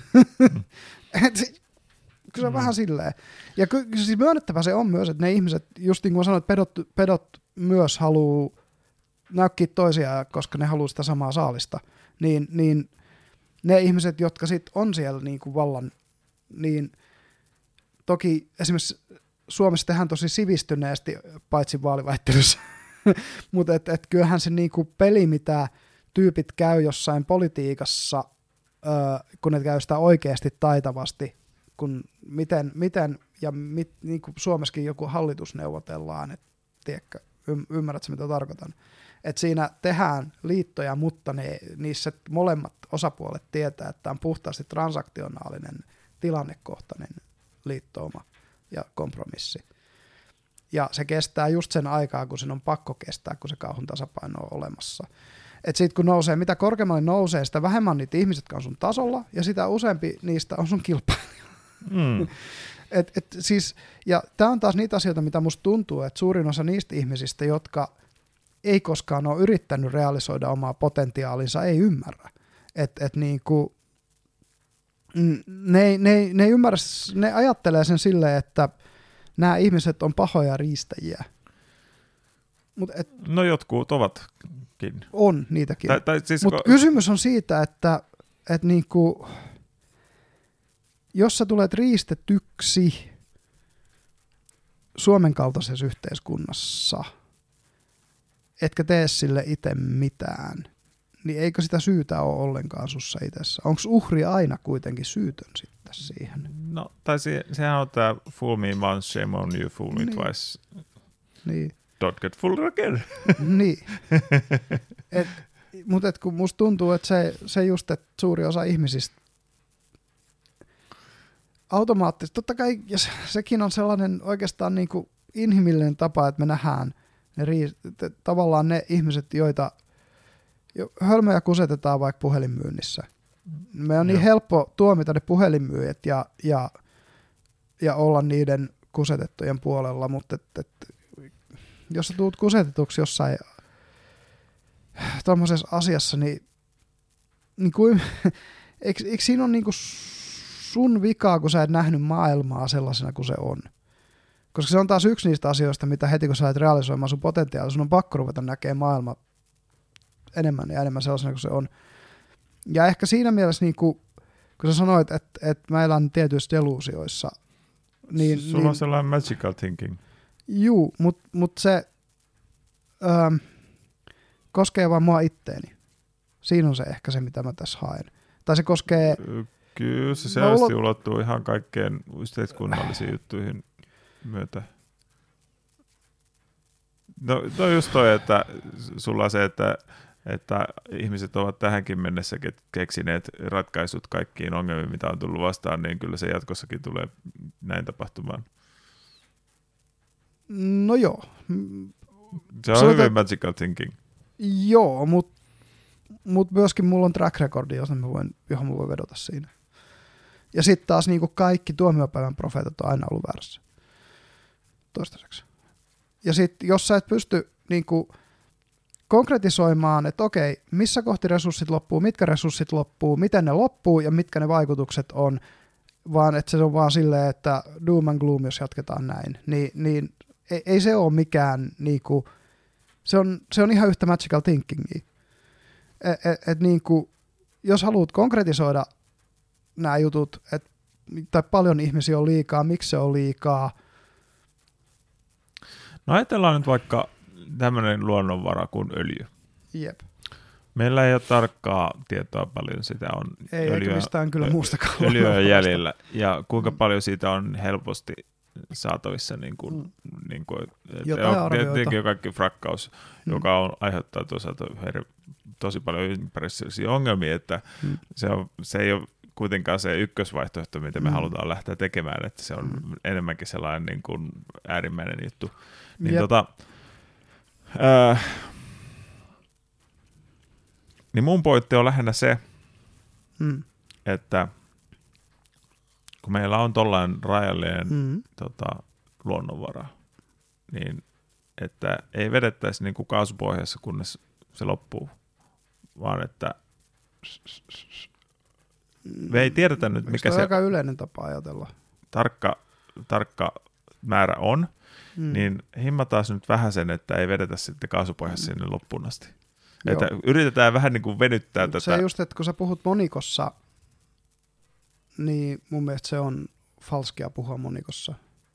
Kyllä se on mm. vähän silleen. Ja ky- siis myönnettävä se on myös, että ne ihmiset, just niin kuin mä sanoin, että pedot, pedot myös haluaa näykkiä toisiaan, koska ne haluaa sitä samaa saalista. Niin, niin ne ihmiset, jotka sitten on siellä niin kuin vallan, niin toki esimerkiksi Suomessa tehdään tosi sivistyneesti, paitsi vaaliväittelyssä. Mutta et, et kyllähän se niin kuin peli, mitä tyypit käy jossain politiikassa, öö, kun ne käy sitä oikeasti taitavasti, kun miten, miten ja mit, niin kuin Suomessakin joku hallitus neuvotellaan, että tiedätkö, y- ymmärrätkö mitä tarkoitan, että siinä tehdään liittoja, mutta ne, niissä molemmat osapuolet tietää, että tämä on puhtaasti transaktionaalinen tilannekohtainen liittouma ja kompromissi. Ja se kestää just sen aikaa, kun sen on pakko kestää, kun se kauhun tasapaino on olemassa. Että sit kun nousee, mitä korkeammalle nousee, sitä vähemmän niitä ihmiset, jotka on sun tasolla, ja sitä useampi niistä on sun kilpailija. Mm. et, et siis, ja tää on taas niitä asioita, mitä musta tuntuu, että suurin osa niistä ihmisistä, jotka ei koskaan ole yrittänyt realisoida omaa potentiaalinsa, ei ymmärrä. Että et niinku, ne, ne, ne, ymmärrä, ne ajattelee sen silleen, että nämä ihmiset on pahoja riistäjiä. Mut et,
no jotkut ovatkin.
On niitäkin.
Siis
Mutta ko- kysymys on siitä, että et niinku, jos sä tulet riistetyksi Suomen kaltaisessa yhteiskunnassa, etkä tee sille itse mitään, niin eikö sitä syytä ole ollenkaan sussa itsessä? Onko uhri aina kuitenkin syytön sitten siihen?
No, tai se, sehän on tämä fool me once, shame on you, fool me niin. twice.
Niin.
Don't get fooled again.
Niin. Et, mutta kun musta tuntuu, että se, se just, että suuri osa ihmisistä automaattisesti, totta kai ja se, sekin on sellainen oikeastaan niin kuin inhimillinen tapa, että me nähdään ne riis, tavallaan ne ihmiset, joita jo, hölmöjä kusetetaan vaikka puhelinmyynnissä. Me on niin helppo tuomita ne puhelinmyyjät ja, ja, ja olla niiden kusetettujen puolella, mutta et, et, jos sä tulet kusetetuksi jossain tuommoisessa asiassa, niin, niin kuin, eikö, eikö siinä ole niin kuin sun vikaa, kun sä et nähnyt maailmaa sellaisena kuin se on? Koska se on taas yksi niistä asioista, mitä heti kun sä et realisoimaan sun potentiaalia, sun on pakko ruveta näkemään maailma enemmän ja enemmän sellaisena kuin se on. Ja ehkä siinä mielessä, niin kuin, kun sä sanoit, että, että mä elän tietyissä deluusioissa. Niin,
Sulla
niin,
on sellainen magical thinking.
Juu, mutta mut se öö, koskee vaan mua itteeni. Siinä on se ehkä se, mitä mä tässä haen. Tai se koskee...
Kyllä se selvästi ulot... ulottuu ihan kaikkeen yhteiskunnallisiin juttuihin myötä. No, no just toi, että sulla on se, että, että ihmiset ovat tähänkin mennessä keksineet ratkaisut kaikkiin ongelmiin, mitä on tullut vastaan, niin kyllä se jatkossakin tulee näin tapahtumaan.
No joo.
Se on Sanotaan, hyvin magical thinking.
Joo, mutta mut myöskin mulla on track recordi, johon mä voin, johon mä voin vedota siinä. Ja sitten taas niin kuin kaikki tuomiopäivän profeetat on aina ollut väärässä. Toistaiseksi. Ja sitten jos sä et pysty niin kuin konkretisoimaan, että okei, missä kohti resurssit loppuu, mitkä resurssit loppuu, miten ne loppuu ja mitkä ne vaikutukset on, vaan että se on vaan silleen, että doom and gloom, jos jatketaan näin, niin, niin ei, ei se ole mikään, niin kuin, se, on, se on ihan yhtä magical thinkingia. Et, et, et, niin kuin, jos haluat konkretisoida nämä jutut, että tai paljon ihmisiä on liikaa, miksi se on liikaa.
No ajatellaan nyt vaikka tämmöinen luonnonvara kuin öljy.
Jep.
Meillä ei ole tarkkaa tietoa paljon sitä on
ei, öljyä, mistään kyllä muustakaan
öljyä jäljellä ja kuinka mm. paljon siitä on helposti saatavissa niin kuin, mm. niin kuin,
jotain arvioita.
Tietenkin kaikki frakkaus, mm. joka on, aiheuttaa toisaalta tosi paljon ympäristöllisiä ongelmia, että mm. se, on, se ei ole kuitenkaan se ykkösvaihtoehto, mitä me mm. halutaan lähteä tekemään, että se on mm. enemmänkin sellainen niin kuin äärimmäinen juttu. Niin, yep. tota, äh, niin mun pointti on lähinnä se, mm. että kun meillä on tollainen rajallinen mm. tota, luonnonvara, niin että ei vedettäisi niin kuin kaasupohjassa, kunnes se loppuu, vaan että me ei tiedetä nyt, mikä se,
se aika yleinen tapa ajatella.
Tarkka, tarkka määrä on, mm. niin himmataan nyt vähän sen, että ei vedetä sitten kaasupohjassa sinne loppuun asti. Että yritetään vähän niin kuin venyttää tätä.
Se just, että kun sä puhut monikossa, niin mun mielestä se on falskia puhua monikossa.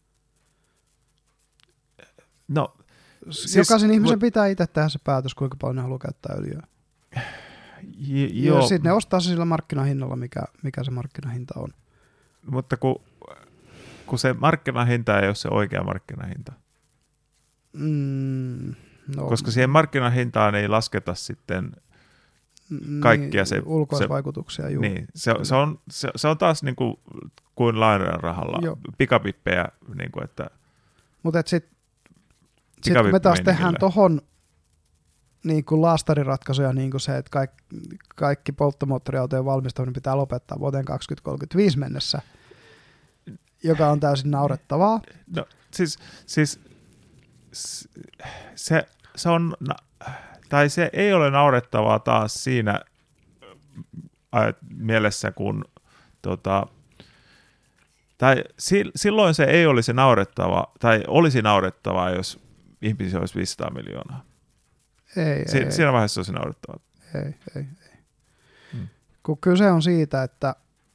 No,
siis, jokaisen ihmisen mut, pitää itse tehdä se päätös, kuinka paljon ne haluaa käyttää öljyä.
J- joo.
Sitten ne ostaa se sillä markkinahinnalla, mikä, mikä se markkinahinta on.
Mutta kun, kun se markkinahinta ei ole se oikea markkinahinta.
Mm, no,
koska siihen markkinahintaan ei lasketa sitten kaikkia se...
ulkoisvaikutuksia,
se, niin, se, se, on, se, se on taas niin kuin, kuin lainarahalla. Pikapippejä, niin kuin, että...
Mutta sitten sit kun me taas tehdään tohon niin kuin laastariratkaisuja, niin kuin se, että kaikki, kaikki polttomoottoriautojen valmistaminen pitää lopettaa vuoteen kaksituhattakolmekymmentäviisi mennessä, joka on täysin naurettavaa.
No, siis, siis se, se on, tai se ei ole naurettavaa taas siinä mielessä, kun tota, tai silloin se ei olisi naurettava, tai olisi naurettavaa, jos ihmisiä olisi viisisataa miljoonaa.
Ei,
si-
ei,
siinä vaiheessa olisi naurettavaa.
Ei, ei, ei. Hmm. Kun kyse on siitä, että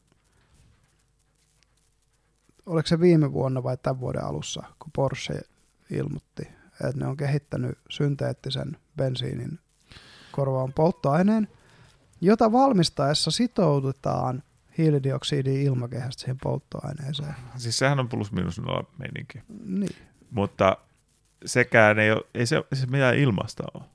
oliko se viime vuonna vai tämän vuoden alussa, kun Porsche ilmoitti, että ne on kehittänyt synteettisen bensiinin korvaavan polttoaineen, jota valmistaessa sitoudutaan hiilidioksidia ilmakehästä siihen polttoaineeseen.
Siis sehän on plus miinus nolla meininki.
Niin.
Mutta sekään ei ole, ei se, ei se mitään ilmasta ole.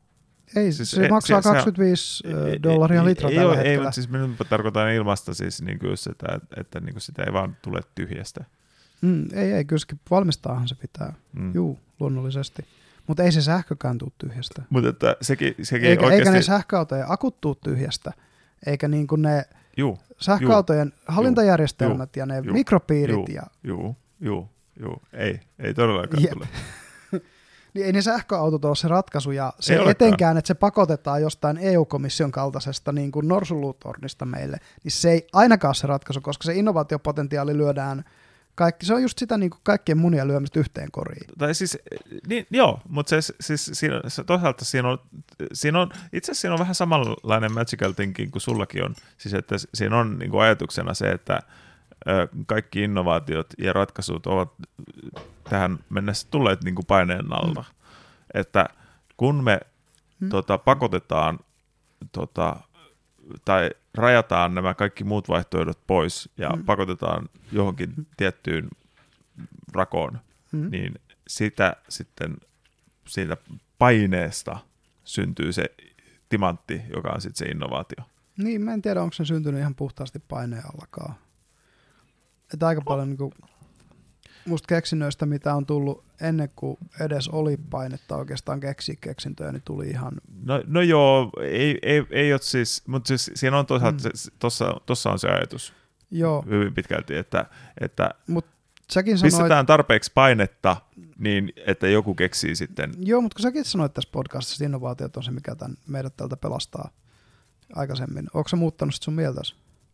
Ei, siis se, se maksaa se, kaksikymmentäviisi se, dollaria litra
ei,
tällä
ei,
hetkellä.
Ei, mutta siis minun tarkoitan ilmasta siis niin kuin sitä, että, että niin kuin sitä ei vaan tule tyhjästä.
Mm, ei, ei, kyllä valmistaahan se pitää. Mm. Juu, luonnollisesti. Mutta ei se sähkökään tule tyhjästä.
Mutta että sekin, sekin
eikä,
oikeasti...
eikä ne sähköautojen akut tule tyhjästä. Eikä niin kuin ne
juu,
sähköautojen
juu,
hallintajärjestelmät
juu,
ja ne
juu,
mikropiirit.
Juu,
ja...
juu, juu, juu. Ei, ei todellakaan
Jep.
tule.
Niin ei ne sähköautot ole se ratkaisu, ja se
ei
etenkään, että se pakotetaan jostain E U-komission kaltaisesta niin kuin norsunluutornista meille, niin se ei ainakaan ole se ratkaisu, koska se innovaatiopotentiaali lyödään kaikki, se on just sitä niin kuin kaikkien munia lyömistä yhteen koriin.
Tai siis, niin, joo, mutta se, siis, siinä, se, toisaalta siinä on, siinä on, itse asiassa siinä on vähän samanlainen magical thinking kuin sullakin on, siis että siinä on niin kuin ajatuksena se, että ö, kaikki innovaatiot ja ratkaisut ovat tähän mennessä tulleet niin kuin paineen alta, mm. että kun me mm. tota, pakotetaan tota, tai rajataan nämä kaikki muut vaihtoehdot pois ja mm. pakotetaan johonkin tiettyyn rakoon, mm. niin sitä sitten siitä paineesta syntyy se timantti, joka on sitten se innovaatio.
Niin, mä en tiedä, onko se syntynyt ihan puhtaasti paineen allakaan. Että aika paljon niin kuin musta keksinnöistä, mitä on tullut ennen kuin edes oli painetta oikeastaan keksiä keksintöjä, niin tuli ihan...
No, no joo, ei, ei, ei ole siis, mutta siis siinä on toisaalta, mm. tossa, tossa on se ajatus
joo.
hyvin pitkälti, että, että
Mut säkin
pistetään
sanoit,
tarpeeksi painetta niin, että joku keksii sitten.
Joo, mutta kun säkin sanoit tässä podcastissa, innovaatiot on se, mikä tämän meidät tältä pelastaa aikaisemmin. Onko se muuttanut sit sun mieltäsi?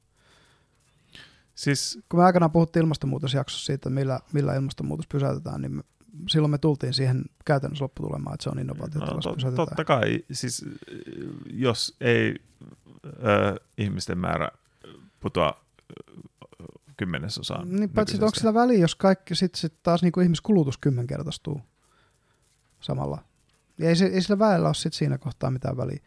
Siis,
kun me aikanaan puhuttiin ilmastonmuutosjaksossa siitä, millä, millä ilmastonmuutos pysäytetään, niin me, silloin me tultiin siihen käytännössä lopputulemaan, että se on innovaatio,
no, to,
pysäytetään.
Totta kai, siis jos ei ö, ihmisten määrä putoa kymmenesosaan.
Niin paitsi onko sillä väliä, jos kaikki sitten sit taas niinku ihmiskulutus kymmenkertaistuu samalla. Ja ei, se, ei sillä väellä ole sit siinä kohtaa mitään väliä.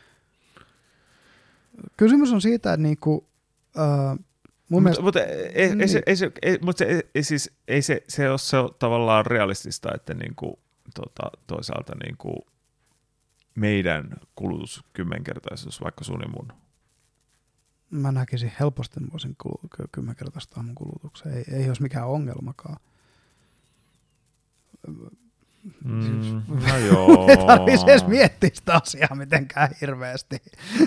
Kysymys on siitä, että niinku... Ö,
Mutta mielestä... mut ei, niin. ei, se, ei, se, ei, mut se, ei, siis, ei se, se ole se tavallaan realistista, että niinku, tota, toisaalta niinku meidän kulutus kymmenkertaisuus, vaikka sun ja mun.
Mä näkisin helposti, että voisin kymmenkertaistaa mun kulutuksen. Ei, ei olisi mikään ongelmakaan.
Mm, no joo.
Ei tarvitsisi edes miettiä sitä asiaa mitenkään hirveästi.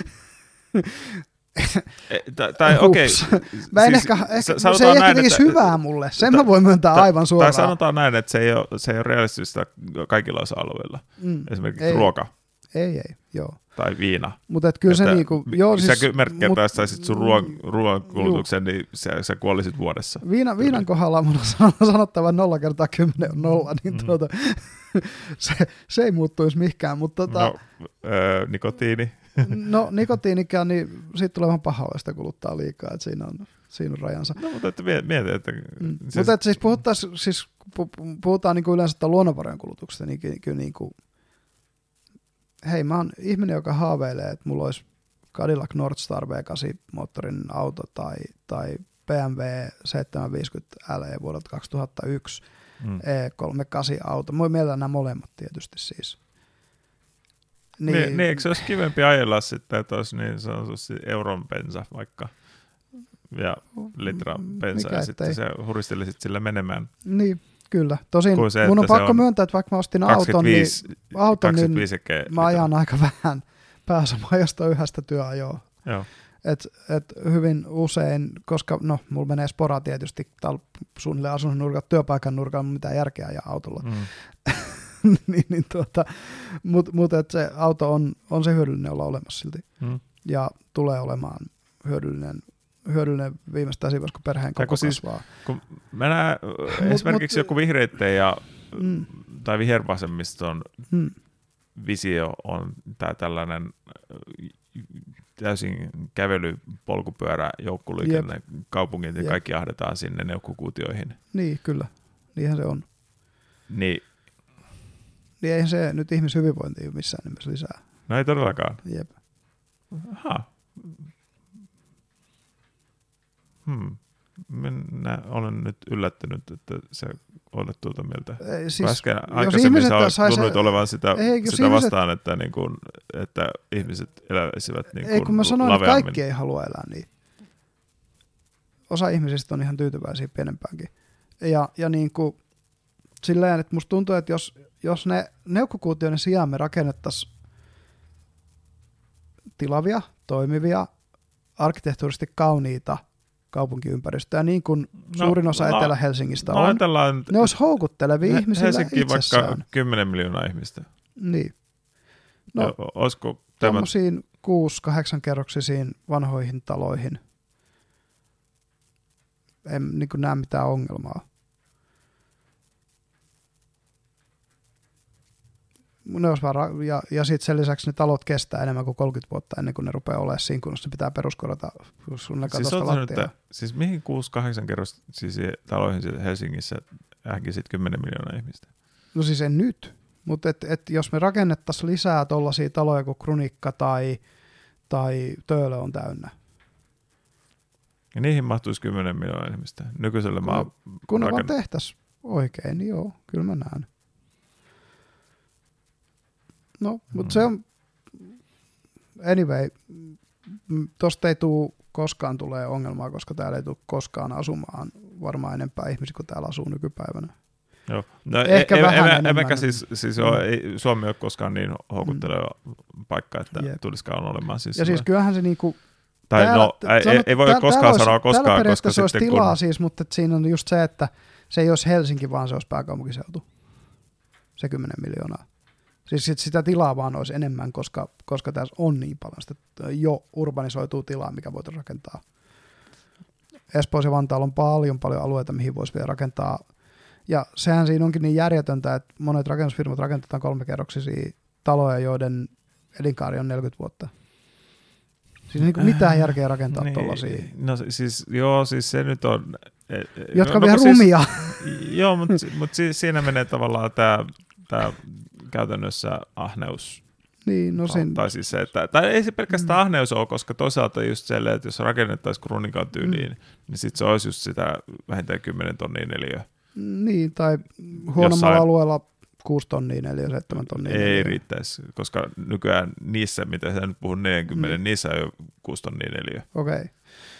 tai, tai okei.
Okay. Mä en siis, ehkä, ehkä se ei ehkä tekisi hyvää mulle. Sen ta, mä voin myöntää ta, aivan suoraan.
Tai sanotaan näin, että se ei ole, se ei ole realistista kaikilla osa-alueilla. Mm, Esimerkiksi
ei,
ruoka.
Ei, ei, joo.
Tai viina.
Mutta kyllä se niinku... Joo,
sä
siis,
merkkertaisit sun ruoan, ruoan kulutuksen, niin sä, sä kuolisit vuodessa.
Viina, viinan kohdalla mun on sanottava nolla kertaa kymmenen on nolla, niin mm. tuota, se, se ei muuttuisi mihinkään. Mutta tota,
no, öö, nikotiini.
No nikotiinikään, niin siitä tulee vähän pahaa, jos sitä kuluttaa liikaa, että siinä on, siinä on rajansa.
No, mutta että mieti, että...
Mm. Siis... Mutta että siis, puhuttaisiin, siis puhutaan niin kuin yleensä luonnonvarojen kulutuksesta, niin kyllä niin kuin, hei, mä oon ihminen, joka haaveilee, että mulla olisi Cadillac Northstar V kahdeksan moottorin auto tai, tai B M W seitsemänsataaviisikymmentä L E vuodelta kaksituhattayksi mm. E kolmekymmentäkahdeksan auto. Moi mielellään nämä molemmat tietysti siis.
Niin, niin, niin eikö se olisi kivempi ajella sitten, että olisi niin sanotusti euron bensa vaikka ja litran bensa ja sitten se huristelisit sillä menemään.
Niin, kyllä. Tosin
se,
mun on pakko
on
myöntää, että vaikka mä ostin auton, niin, auton, niin mä ajan aika vähän pääsemään jostain yhdestä työajoa.
Joo.
Et, et hyvin usein, koska no, mulla menee spora tietysti suunnilleen asunnon nurkalla, työpaikan nurkalla, mutta mitään järkeä ajaa autolla. Mm. niin, niin tuota, mutta mut, se auto on, on se hyödyllinen olla olemassa silti. Mm. Ja tulee olemaan hyödyllinen, hyödyllinen viimeistään siinä, kun perheen koko
siis,
kasvaa.
Kun mä näen mut, esimerkiksi mut, joku vihreitten ja, mm. tai vihervasemmiston mm. visio on tää tällainen täysin kävely, polkupyörä, joukkoliikenne, Jep. kaupungit ja Jep. kaikki ahdetaan sinne neukkukuutioihin.
Niin, kyllä. Niinhän se on.
Niin.
Niin eihän se nyt ihmishyvinvointia missään nimessä lisää.
No ei todellakaan.
Jep.
Aha. Hmm. Minä olen nyt yllättynyt, että sä ole tuota mieltä.
Ei, siis,
äsken aikaisemmin sä olet tunnut olevan sitä,
ei,
sitä ihmiset, vastaan, että, niin kuin, että ihmiset eläisivät niin kuin
ei, kun mä sanoin,
laveammin.
Että kaikki ei halua elää niin. Osa ihmisistä on ihan tyytyväisiä pienempäänkin. Ja, ja niin kuin, silleen, että musta tuntuu, että jos, jos ne neukkokuutioiden sijaan me rakennettaisiin tilavia, toimivia, arkkitehtuurisesti kauniita kaupunkiympäristöjä, niin kuin no, suurin osa no, Etelä-Helsingistä
no,
on. Ne olisi houkuttelevia
he,
ihmisillä
Helsinki
itsessään.
Vaikka kymmenen miljoonaa ihmistä.
Niin. No,
ja, olisiko
tämmöisiin kuusi kahdeksan kerroksisiin vanhoihin taloihin. En niin kuin näe mitään ongelmaa. Ne ra- ja ja sitten sen lisäksi ne talot kestää enemmän kuin kolmekymmentä vuotta ennen kuin ne rupeaa olemaan siinä kunnossa. Ne pitää peruskorjata sun
siis,
lattiaa.
Siis mihin kuusi kahdeksan kerros siis taloihin Helsingissä ähänkin sitten kymmenen miljoonaa ihmistä?
No siis en nyt, mutta et, et jos me rakennettaisiin lisää tollaisia taloja kuin Krunikka tai, tai Töölö on täynnä.
Ja niihin mahtuisi kymmenen miljoonaa ihmistä. Nykyisellä
kun,
maa
kun ne
rakenne-
vaan tehtäisiin oikein, niin joo, kyllä mä näen. No, mutta hmm. se on, anyway, tosta ei tule koskaan tulee ongelmaa, koska täällä ei tule koskaan asumaan varmaan enempää ihmisiä kuin täällä asuu nykypäivänä.
Joo. No,
Ehkä
e-
vähän
e-
enemmän.
Emmekä siis, siis mm. ole, ei, Suomi ei ole koskaan niin houkutteleva mm. paikka, että yep. tulisikaan olemaan. Siis
ja siis kyllähän se niinku,
tai
täällä,
no, ei,
sanot,
ei voi
täällä,
koskaan
täällä
sanoa
olisi,
koskaan.
Täällä periaatteessa
koska
olisi tilaa
kun...
siis, mutta siinä on just se, että se ei olisi Helsinki, vaan se olisi pääkaupunkiseutu. Se kymmenen miljoonaa. Siis sitä tilaa vaan olisi enemmän, koska, koska tässä on niin paljon sitä jo urbanisoituu tilaa, mikä voitaisiin rakentaa. Espoossa ja Vantaalla on paljon paljon alueita, mihin voisi vielä rakentaa. Ja sehän siinä onkin niin järjetöntä, että monet rakennusfirmat rakentetaan kolmekerroksisia taloja, joiden elinkaari on neljäkymmentä vuotta. Siis niin kuin mitään järkeä rakentaa niin, tollaisia.
No siis, joo, siis se nyt on...
Jotka on
no,
vielä
siis,
rumia.
Joo, mutta mut siis siinä menee tavallaan tämä... Tää käytännössä ahneus.
Niin, no sen...
Tai siis se, että, tai ei se pelkästään mm. ahneus ole, koska toisaalta just se, että jos rakennettaisiin Krunikan tyyliin, mm. niin sitten se olisi just sitä vähintään kymmenen tonnia neliö.
Niin, tai huonommalla Jossain... alueella kuusi tonnia neliö, seitsemän tonnia neliö.
Ei riittäisi, koska nykyään niissä, mitä sä nyt puhun neljäkymmentä, mm. niissä on jo kuusi tonnia neliö.
Okei. Okay.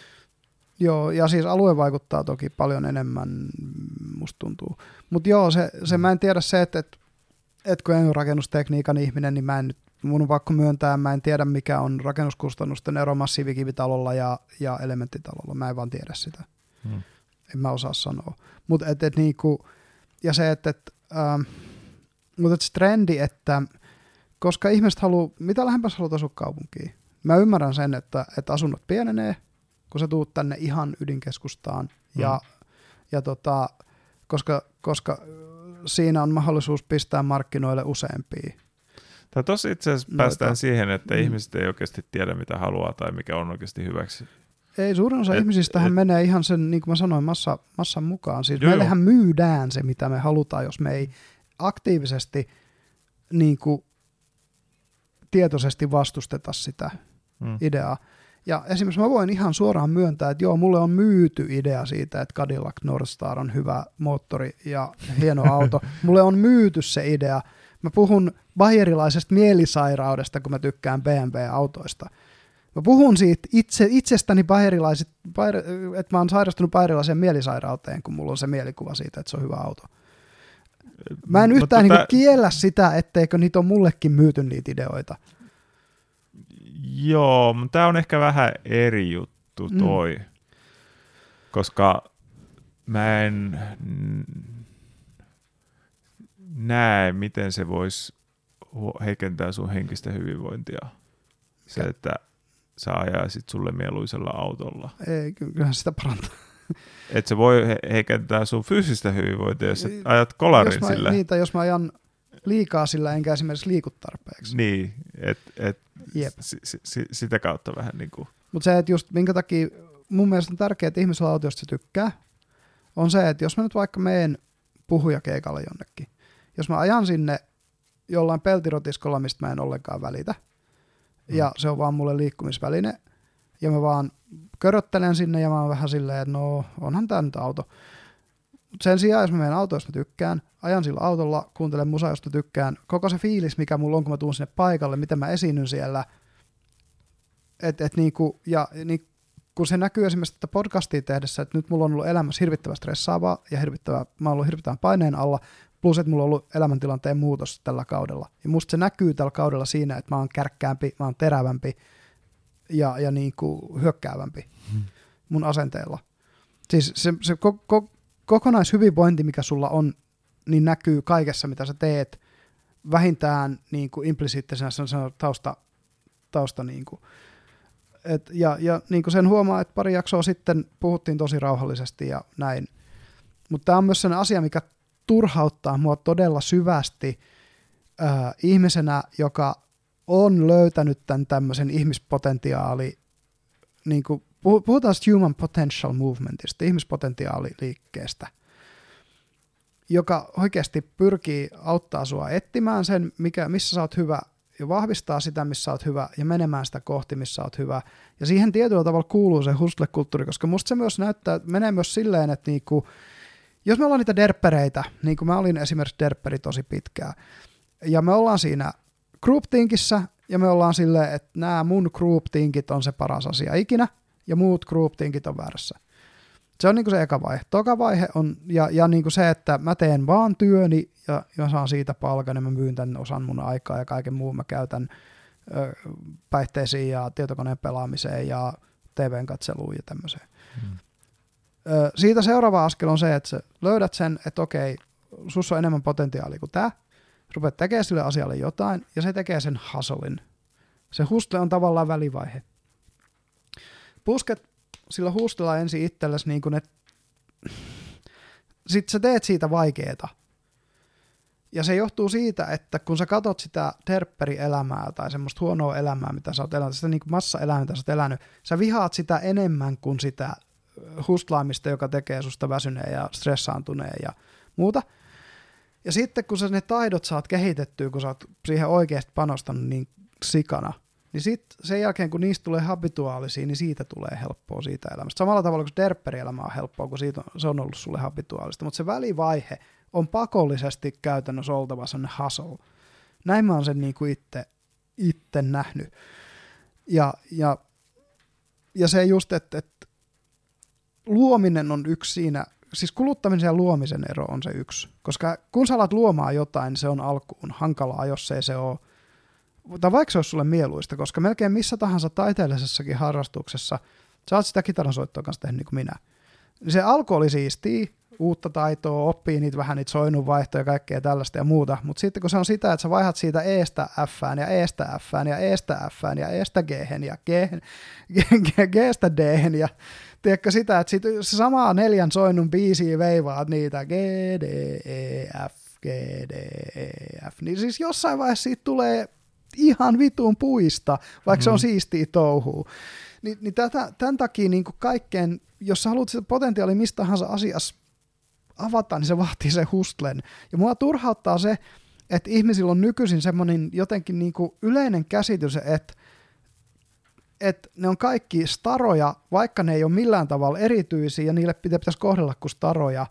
Joo, ja siis alue vaikuttaa toki paljon enemmän, musta tuntuu. Mutta joo, se, se mä en tiedä se, että, että et kun en ole rakennustekniikan ihminen, niin mä en nyt, mun on pakko myöntää, mä en tiedä mikä on rakennuskustannusten ero massiivikivitalolla ja, ja elementtitalolla. Mä en vaan tiedä sitä. Hmm. En mä osaa sanoa. Mut et, et niinku, ja se, että et, ähm, mut et se trendi, että koska ihmiset haluaa, mitä lähempäs haluat asua kaupunkiin. Mä ymmärrän sen, että, että asunnot pienenee, kun sä tuut tänne ihan ydinkeskustaan. Hmm. Ja, ja tota, koska, koska siinä on mahdollisuus pistää markkinoille useampia.
Tai tossa itse asiassa päästään siihen, että mm. ihmiset ei oikeasti tiedä, mitä haluaa tai mikä on oikeasti hyväksi.
Ei, suurin osa et, ihmisistähän et, menee ihan sen, niin kuin mä sanoin, massa, massan mukaan. Siis
joo,
meillähän myydään se, mitä me halutaan, jos me ei aktiivisesti niin kuin, tietoisesti vastusteta sitä mm. ideaa. Ja esimerkiksi mä voin ihan suoraan myöntää, että joo, mulle on myyty idea siitä, että Cadillac Northstar on hyvä moottori ja hieno auto. Mulle on myyty se idea. Mä puhun bayerilaisesta mielisairaudesta, kun mä tykkään B M W-autoista. Mä puhun siitä itse, itsestäni bayerilaiset, bayer, että mä oon sairastunut bayerilaiseen mielisairauteen, kun mulla on se mielikuva siitä, että se on hyvä auto. Mä en yhtään niin kuin kiellä sitä, etteikö niitä on mullekin myyty niitä ideoita.
Joo, mutta tämä on ehkä vähän eri juttu toi, mm. koska mä en näe, miten se voisi heikentää sun henkistä hyvinvointia. Se, että sä ajaisit sulle mieluisella autolla.
Ei, kyllähän sitä parantaa.
Että se voi heikentää sun fyysistä hyvinvointia, jos sä ajat kolarin
jos mä,
sillä.
Niin, tai jos mä ajan liikaa sillä, enkä esimerkiksi liiku tarpeeksi.
Niin, että et, s- s- sitä kautta vähän niin kuin.
Mutta se, että just minkä takia mun mielestä on tärkeää, että ihmisellä autiosta se tykkää, on se, että jos mä nyt vaikka meen puhujakeikalle jonnekin, jos mä ajan sinne jollain peltirotiskolla, mistä mä en ollenkaan välitä, mm. ja se on vaan mulle liikkumisväline, ja mä vaan köröttelen sinne, ja mä oon vähän silleen, että no, onhan tää nyt auto. Sen sijaan, jos mä menen autoon, jos mä tykkään, ajan sillä autolla, kuuntelen musaa, josta tykkään, koko se fiilis, mikä mulla on, kun mä tuun sinne paikalle, miten mä esiinnyn siellä, et, et niinku, ja niin, kun se näkyy esimerkiksi tätä podcastia tehdessä, että nyt mulla on ollut elämässä hirvittävän stressaavaa ja hirvittävän, mä oon ollut hirvittävän paineen alla, plus että mulla on ollut elämäntilanteen muutos tällä kaudella. Ja musta se näkyy tällä kaudella siinä, että mä oon kärkkäämpi, mä oon terävämpi ja, ja niinku hyökkäävämpi hmm. mun asenteella. Siis se, se ko, ko, kokonaishyvinvointi, mikä sulla on, niin näkyy kaikessa, mitä sä teet, vähintään niinku implisiittisenä tausta, tausta niinku. Et, ja ja niinku sen huomaa, että pari jaksoa sitten puhuttiin tosi rauhallisesti ja näin. Mutta tämä on myös sellainen asia, mikä turhauttaa mua todella syvästi äh, ihmisenä, joka on löytänyt tämän tämmöisen ihmispotentiaali, niin kuin puhutaan human potential movementista, ihmispotentiaaliliikkeestä, joka oikeasti pyrkii auttaa sua etsimään sen, mikä, missä sä oot hyvä, ja vahvistaa sitä, missä sä oot hyvä, ja menemään sitä kohti, missä sä oot hyvä. Ja siihen tietyllä tavalla kuuluu se hustle-kulttuuri, koska musta se myös näyttää, menee myös silleen, että niinku, jos me ollaan niitä derppereitä, niin kuin mä olin esimerkiksi derpperi tosi pitkään, ja me ollaan siinä groupthinkissä, ja me ollaan silleen, että nämä mun groupthinkit on se paras asia ikinä, ja muut groupthinkit on väärässä. Se on niinku se eka vaihe. Toka vaihe on, ja, ja niinku se, että mä teen vaan työni, ja, ja saan siitä palkan, ja mä myyn tämän osan mun aikaa, ja kaiken muun mä käytän ö, päihteisiin, ja tietokoneen pelaamiseen, ja T V:n katseluun, ja tämmöiseen. Hmm. Ö, siitä seuraava askel on se, että sä löydät sen, että okei, sus on enemmän potentiaalia kuin tää, rupeat tekemään sille asialle jotain, ja se tekee sen hustlen. Se hustle on tavallaan välivaihe. Pusket sillä hustlella ensin itsellesi, niin kuin, että sit sä teet siitä vaikeeta. Ja se johtuu siitä, että kun sä katot sitä terpperielämää tai semmoista huonoa elämää, mitä sä oot elänyt, sitä niin kuin massaelämää, mitä sä oot elänyt, sä vihaat sitä enemmän kuin sitä hustlaamista, joka tekee susta väsyneen ja stressaantuneen ja muuta. Ja sitten kun sä ne taidot saat kehitettyä, kun sä oot siihen oikeasti panostanut niin sikana, niin sitten sen jälkeen, kun niistä tulee habituaalisia, niin siitä tulee helppoa siitä elämästä. Samalla tavalla kuin derpperi-elämä on helppoa, kun siitä on, se on ollut sulle habituaalista. Mutta se välivaihe on pakollisesti käytännössä oltava sellainen hustle. Näin mä oon sen niin kuin itse, itse nähnyt. Ja, ja, ja se just, että, että luominen on yksi siinä, siis kuluttamisen ja luomisen ero on se yksi. Koska kun sä alat luomaan jotain, se on alkuun hankalaa, jos ei se ole, tai vaikka se olisi sulle mieluista, koska melkein missä tahansa taiteellisessakin harrastuksessa, sä oot sitä kitaransoittoa kanssa tehnyt niin kuin minä. Se alku oli siistiä, uutta taitoa, oppii niitä vähän niitä soinnunvaihtoja ja kaikkea tällaista ja muuta, mutta sitten kun se on sitä, että sä vaihdat siitä eestä F:ään ja eestä F:ään ja eestä F:ään ja eestä G:hen ja G:hen, G:stä D:hen ja tiedätkö sitä, että sit se samaa neljän soinnun biisiä veivaat niitä G, D, E, F, G, D, E, F, niin siis jossain vaiheessa siitä tulee ihan vitun puista, vaikka mm. se on siistiä touhua. Ni, niin tätä, tämän takia niin kuin kaikkeen, jos sä haluat sitä potentiaalia mistä tahansa asiassa avata, niin se vaatii sen hustlen. Ja mua turhauttaa se, että ihmisillä on nykyisin semmoinen jotenkin niin kuin yleinen käsitys, että, että ne on kaikki staroja, vaikka ne ei ole millään tavalla erityisiä, ja niille pitäisi kohdella kuin staroja,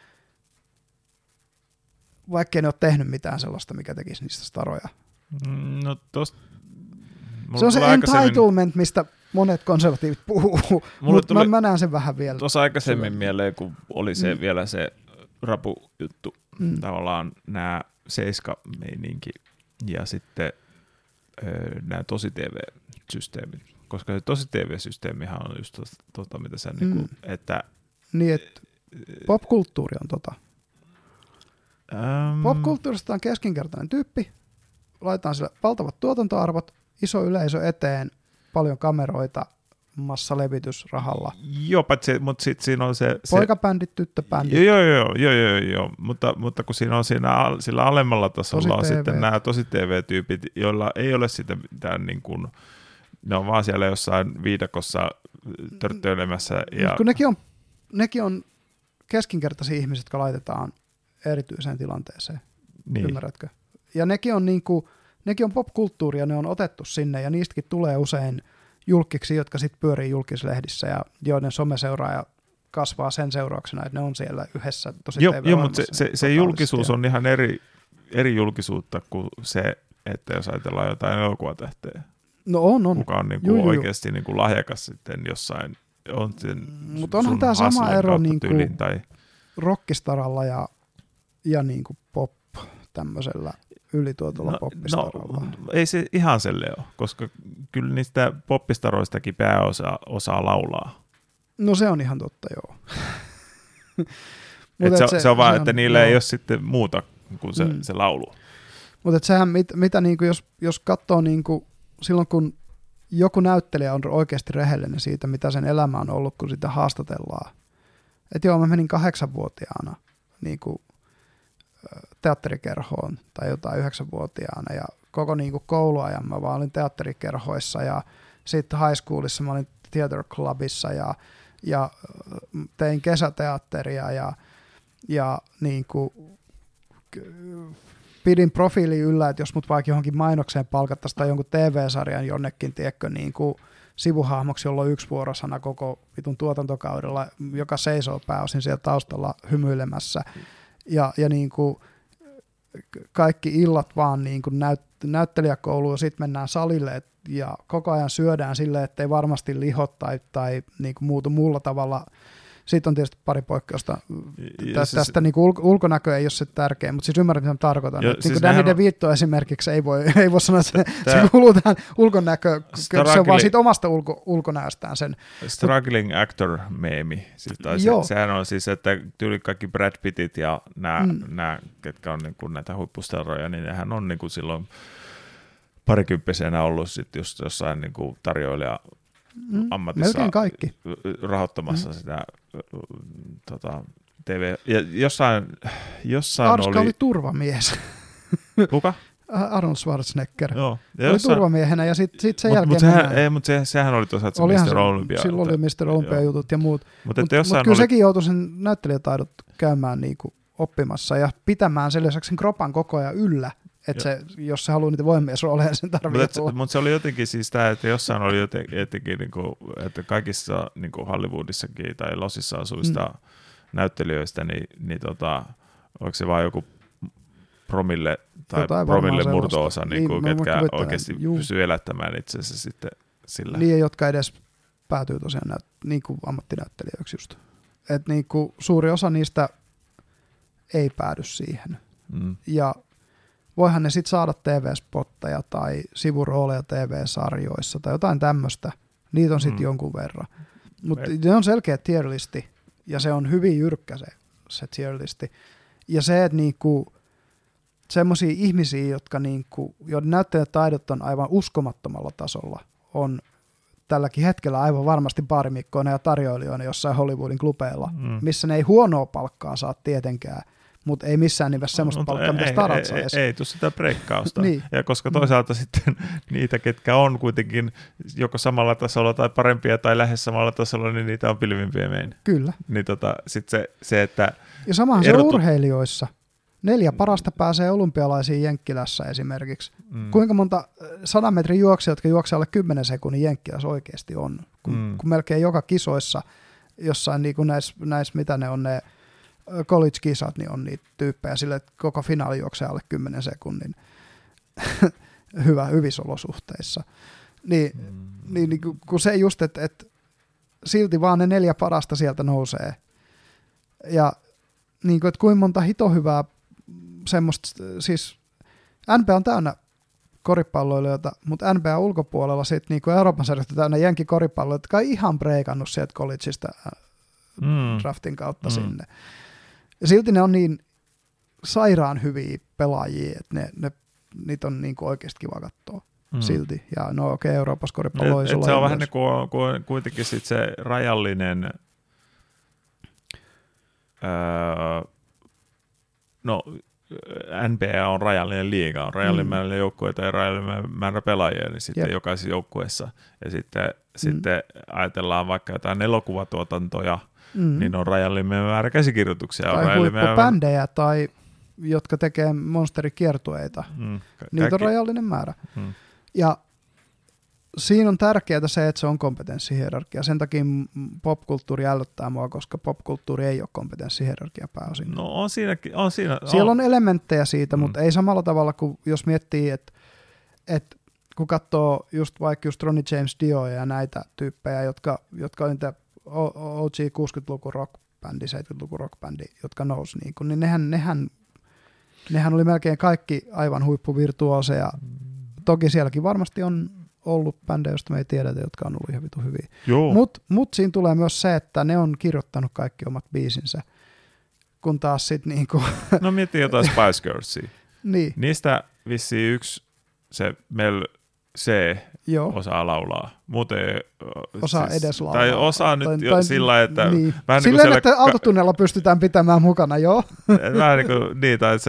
vaikka ne ole tehnyt mitään sellaista, mikä tekisi niistä staroja.
No tosta,
se on se entitlement, mistä monet konservatiivit puhuu, mutta mä, mä näen sen vähän vielä.
Tuossa aikaisemmin mieleen, kun oli se mm. vielä se rapujuttu, mm. tavallaan nämä seiska-meininki ja sitten öö, nämä tosi T V-systeemit, koska se tosi T V-systeemihän on just tota, tota mitä sä, mm. niinku, että
niin, että popkulttuuri on tota. Um, Popkulttuurista on keskinkertainen tyyppi, laitetaan sille valtavat tuotantoarvot, iso yleisö eteen, paljon kameroita, massalevitys rahalla.
Joo, paitsi, mutta sitten siinä on se...
Poikabändit, tyttöbändit.
Joo, joo, joo, joo, joo, mutta, mutta kun siinä on siinä, sillä alemmalla tasolla on sitten nämä tosi T V-tyypit, joilla ei ole sitä mitään niin kuin, ne on vaan siellä jossain viidakossa törttöilemässä. Ja...
Kun nekin on, nekin on keskinkertaisia ihmisiä, jotka laitetaan erityiseen tilanteeseen, niin. Ymmärrätkö? Ja nekin on niinku... Nekin on popkulttuuria, ne on otettu sinne ja niistäkin tulee usein julkiksi, jotka sitten pyörii julkislehdissä ja joiden someseuraaja kasvaa sen seurauksena, että ne on siellä yhdessä tosi
Joo,
T
jo, mutta se, se, se julkisuus
ja...
on ihan eri, eri julkisuutta kuin se, että jos ajatellaan jotain elokuvatähteä.
No on, on.
Kuka on niin kuin oikeasti niin kuin lahjakas sitten jossain. On
mutta onhan tämä sama ero niin kuin
tai...
rockistaralla ja, ja niin kuin pop tämmöisellä ylituotolla
no,
poppistaralla.
No, ei se ihan selle ole, koska kyllä niistä poppistaroistakin pääosa osaa laulaa.
No se on ihan totta, joo.
et se, se, se on vaan, se että on, niillä
joo.
ei ole sitten muuta kuin se, mm. se laulu.
Mutta sehän, mit, mitä niinku, jos, jos katsoo niinku, silloin, kun joku näyttelijä on oikeasti rehellinen siitä, mitä sen elämä on ollut, kun sitä haastatellaan. Että joo, mä menin kahdeksanvuotiaana niinku, teatterikerhoon tai jotain yhdeksänvuotiaana ja koko niinku, kouluajan mä vaan olin teatterikerhoissa ja sitten high schoolissa mä olin theater clubissa ja, ja tein kesäteatteria ja, ja niinku, pidin profiili yllä, että jos mut vaikka johonkin mainokseen palkattaisiin tai jonkun T V-sarjan jonnekin, tiedätkö, niin kuin sivuhahmoksi, jolla on yksi vuorosana koko vitun tuotantokaudella, joka seisoo pääosin siellä taustalla hymyilemässä. Ja, ja niin kuin kaikki illat vaan niin kuin näyt, näyttelijäkouluun, ja sitten mennään salille ja koko ajan syödään silleen, ettei varmasti liho tai, tai niin kuin muutu muulla tavalla. Siitä on tietysti pari poikkeusta. Tästä, siis, tästä niin kuin ulkonäkö ei ole se tärkeä, mutta siis ymmärrän, mitä mä tarkoitan. Jo, siis niin kuin Danny DeVito esimerkiksi ei voi, ei voi sanoa, että se, se kuuluu tähän ulkonäköön. Se on vaan siitä omasta ulko, ulkonäöstään sen.
Struggling actor-meemi. Siis se, sehän on siis, että tyyli kaikki Brad Pittit ja nämä, mm. nämä ketkä on niin kuin näitä huippusteroja, niin nehän on niin kuin silloin parikymppisenä ollut sit just jossain niin kuin tarjoilija Mm, ammatissa
kaikki.
rahoittamassa mm. sitä tota, T V. Ja jossain, jossain
Arska
oli...
oli turvamies.
Kuka?
Arnold Schwarzenegger.
Joo.
Ja oli jossain... turvamiehenä ja sitten sit sen
mut,
jälkeen...
Mutta sehän, ei, mut se, sehän oli tosiaan se mister Olympia.
Silloin oli mister Olympia jutut ja muut.
Mutta
mut, mut kyllä
oli...
sekin joutui sen näyttelijätaidot käymään niinku oppimassa ja pitämään sen lisäksi sen kropan koko ajan yllä. Että se, jos se haluaa niitä voimiesrooleja, sen tarvitsee
Mutta mut se oli jotenkin siis tämä, että jossain oli jotenkin, jotenkin niinku, että kaikissa niinku Hollywoodissakin tai Losissa asuvista mm. näyttelijöistä, niin, niin tota, onko se vaan joku promille tai Jotain promille murto-osa, niinku, niin, ketkä oikeasti juu. pysyy elättämään itsensä sitten sillä.
Niin, jotka edes päätyy tosiaan näyt, niin kuin ammattinäyttelijöiksi just. Että niin kuin suuri osa niistä ei päädy siihen. Mm. Ja voihan ne sitten saada T V-spotteja tai sivurooleja T V-sarjoissa tai jotain tämmöistä. Niitä on sitten mm. jonkun verran. Mutta ne on selkeä tierlisti ja se on hyvin jyrkkä se, se tierlisti. Ja se, että niinku, semmoisia ihmisiä, jotka niinku, joiden näyttelijätaidot on aivan uskomattomalla tasolla, on tälläkin hetkellä aivan varmasti baarimikkoina ja tarjoilijoina jossain Hollywoodin klubeilla, mm. missä ne ei huonoa palkkaa saa tietenkään, mutta ei missään nimessä semmoista palkkaa, mitä starat saisi.
Ei, ei, ei tule sitä breikkausta.
niin.
Ja koska toisaalta sitten niitä, ketkä on kuitenkin joko samalla tasolla tai parempia tai lähes samalla tasolla, niin niitä on pilvimpiä meidän.
Kyllä.
Niin tota, sit se, se, että
ja samahan erotu... se on urheilijoissa. Neljä parasta pääsee olympialaisiin Jenkkilässä esimerkiksi. Mm. Kuinka monta sadan metrin juoksijaa, jotka juoksevat alle kymmenen sekunnin Jenkkilässä oikeasti on? Kun, mm. kun melkein joka kisoissa, jossain niin kuin näissä, näis, mitä ne on ne college-kisat, niin on niitä tyyppejä sille, että koko finaali juoksee alle kymmenen sekunnin hyvä, hyvissä olosuhteissa. Niin, mm. niin, niin kun se just, että, että silti vaan ne neljä parasta sieltä nousee. Ja niin kuin, että kuinka monta hito hyvää semmoista, siis N B A on täynnä koripalloilijoita, mutta N B A ulkopuolella sitten niin kuin Euroopan sarjasta täynnä jenkkikoripalloilijoita, jotka on ihan breikannut sieltä collegeista mm. draftin kautta mm. sinne. Ja silti ne on niin sairaan hyviä pelaajia, että ne, ne, niitä on niin kuin oikeasti kiva katsoa mm. silti. Ja no okei, okay, Euroopassa koripallo
et, et se on vähän niin kuin, kuin kuitenkin sit se rajallinen, öö, no N B A on rajallinen liiga, on rajallinen mm. määrä joukkueita ja rajallinen määrä pelaajia, niin sitten yep. jokaisessa joukkueessa. Ja sitten, mm. sitten ajatellaan vaikka jotain elokuvatuotantoja, mm. niin on rajallinen määrä käsikirjoituksia.
Tai huippubändejä, tai jotka tekee monsterikiertueita. Mm. Ka- niitä kaikki. On rajallinen määrä. Mm. Ja siinä on tärkeää se, että se on kompetenssihierarkia. Sen takia popkulttuuri ällöttää mua, koska popkulttuuri ei ole kompetenssihierarkia pääosin.
No on siinäkin. On siinä,
Siellä
on.
on elementtejä siitä,
Mm.
mutta ei samalla tavalla kuin jos miettii, että, että kun katsoo just vaikka just Ronnie James Dioa ja näitä tyyppejä, jotka, jotka on niitä O G kuusikymmentäluvun rockbändi, seitsemänkymmentäluvun rockbändi, jotka nousi, niin, kun, niin nehän, nehän, nehän oli melkein kaikki aivan huippuvirtuoseja. Toki sielläkin varmasti on ollut bändejä, joista me ei tiedetä, jotka on ollut ihan vitu hyviä. Mutta mut siinä tulee myös se, että ne on kirjoittanut kaikki omat biisinsä, kun taas sitten niinku...
No miettii jotain Spice Girlsia.
Niin.
Niistä vissiin yksi se Mel C
Joo.
osaa laulaa. Muuten
osaa
siis,
edes laulaa.
Tai osaa nyt
tai,
jo
tai,
sillä että...
Niin.
Vähän
Silleen,
niin
että
ka-
autotunnella pystytään pitämään mukana, joo.
Vähän niin kuin niin, tai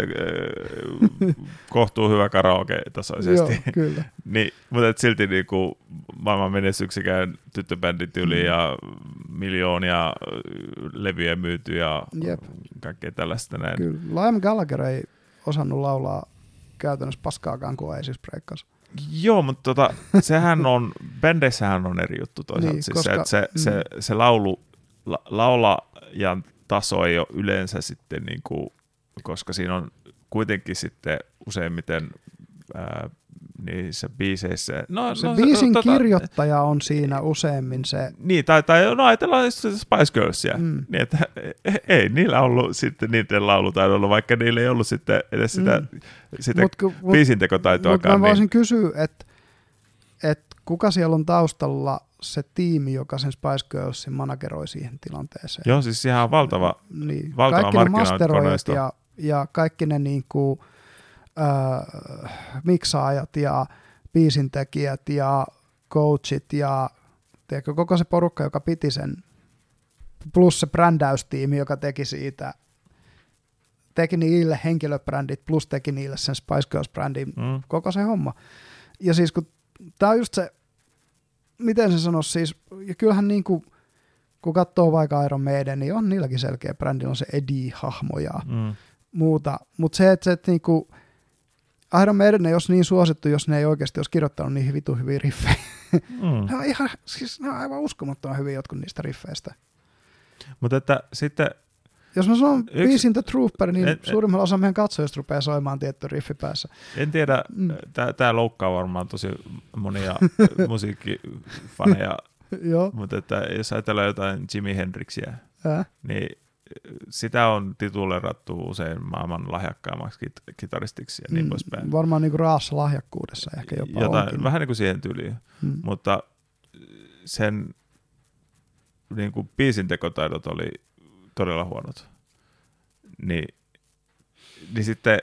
äh, kohtuu hyvä karaoke tasoisesti.
Joo, kyllä.
Niin, mutta et silti niin kuin maailman menestyksekään tyttöbändit yli mm. ja miljoonia levyjä myyty ja
Jep.
kaikkea tällaista näin.
Kyllä. Liam Gallagher ei osannut laulaa käytännössä paskaakaan, kun ei siis breikkasi.
Joo, mutta tota, sehän on, bändeissähän on eri juttu toisaalta.
Niin,
siis
koska,
se, että se,
mm.
se, se laulu, la, laulajan taso ei ole yleensä sitten, niin kuin, koska siinä on kuitenkin sitten useimmiten ää, niissä biiseissä. No,
se
no,
biisin
tota,
kirjoittaja on siinä useimmin se.
Niin, tai, tai no ajatellaan Spice Girlsia,
Mm.
niin että ei niillä ollut sitten niiden laulutaidolla, vaikka niillä ei ollut sitten edes sitä, mm. sitä
mut, mut,
biisintekotaitoakaan.
Mutta mä voisin
niin.
kysyä, että et kuka siellä on taustalla se tiimi, joka sen Spice Girlsin manageroi siihen tilanteeseen.
Joo, siis ihan on valtava,
niin.
valtava
kaikki ne masteroijat
markkinointikoneisto.
ja, ja kaikki ne niinku, äh, miksaajat ja biisintekijät ja coachit ja tiedätkö, koko se porukka, joka piti sen, plus se brändäystiimi, joka teki siitä, teki niille henkilöbrändit, plus teki niille sen Spice Girls-brändin,
Mm.
koko se homma. Ja siis kun tää on just se, miten se sanoisi siis, ja kyllähän niinku, kun katsoo vaikka Iron Maiden, niin on niilläkin selkeä brändi, on se Eddie-hahmo ja
Mm.
muuta, mutta se, että, se, että niinku, Iron Maiden ei olisi niin suosittu, jos ne ei oikeasti olisi kirjoittanut niin vitu hyviä riffejä.
Mm.
Ne on ihan, siis ne on aivan uskomattoman hyviä jotkut niistä riffeistä.
Mutta että sitten...
Jos mä sanon
Yksi-
biisin The Trooper, niin
et-
suurimmalla osa meidän katsojista rupeaa soimaan tietty riffi päässä.
En tiedä,
Mm.
tämä loukkaa varmaan tosi monia musiikkifaneja,
Joo.
mutta että jos ajatellaan jotain Jimi Hendrixiä,
Ää?
niin sitä on titulerattu usein maailman lahjakkaammaksi kit- kitaristiksi ja niin
Mm,
poispäin.
Varmaan niinku raassa lahjakkuudessa ehkä jopa
Jotain,
onkin.
vähän niin kuin siihen tyyliin,
Mm.
mutta sen niin kuin biisintekotaidot oli todella huonot. Niin, niin sitten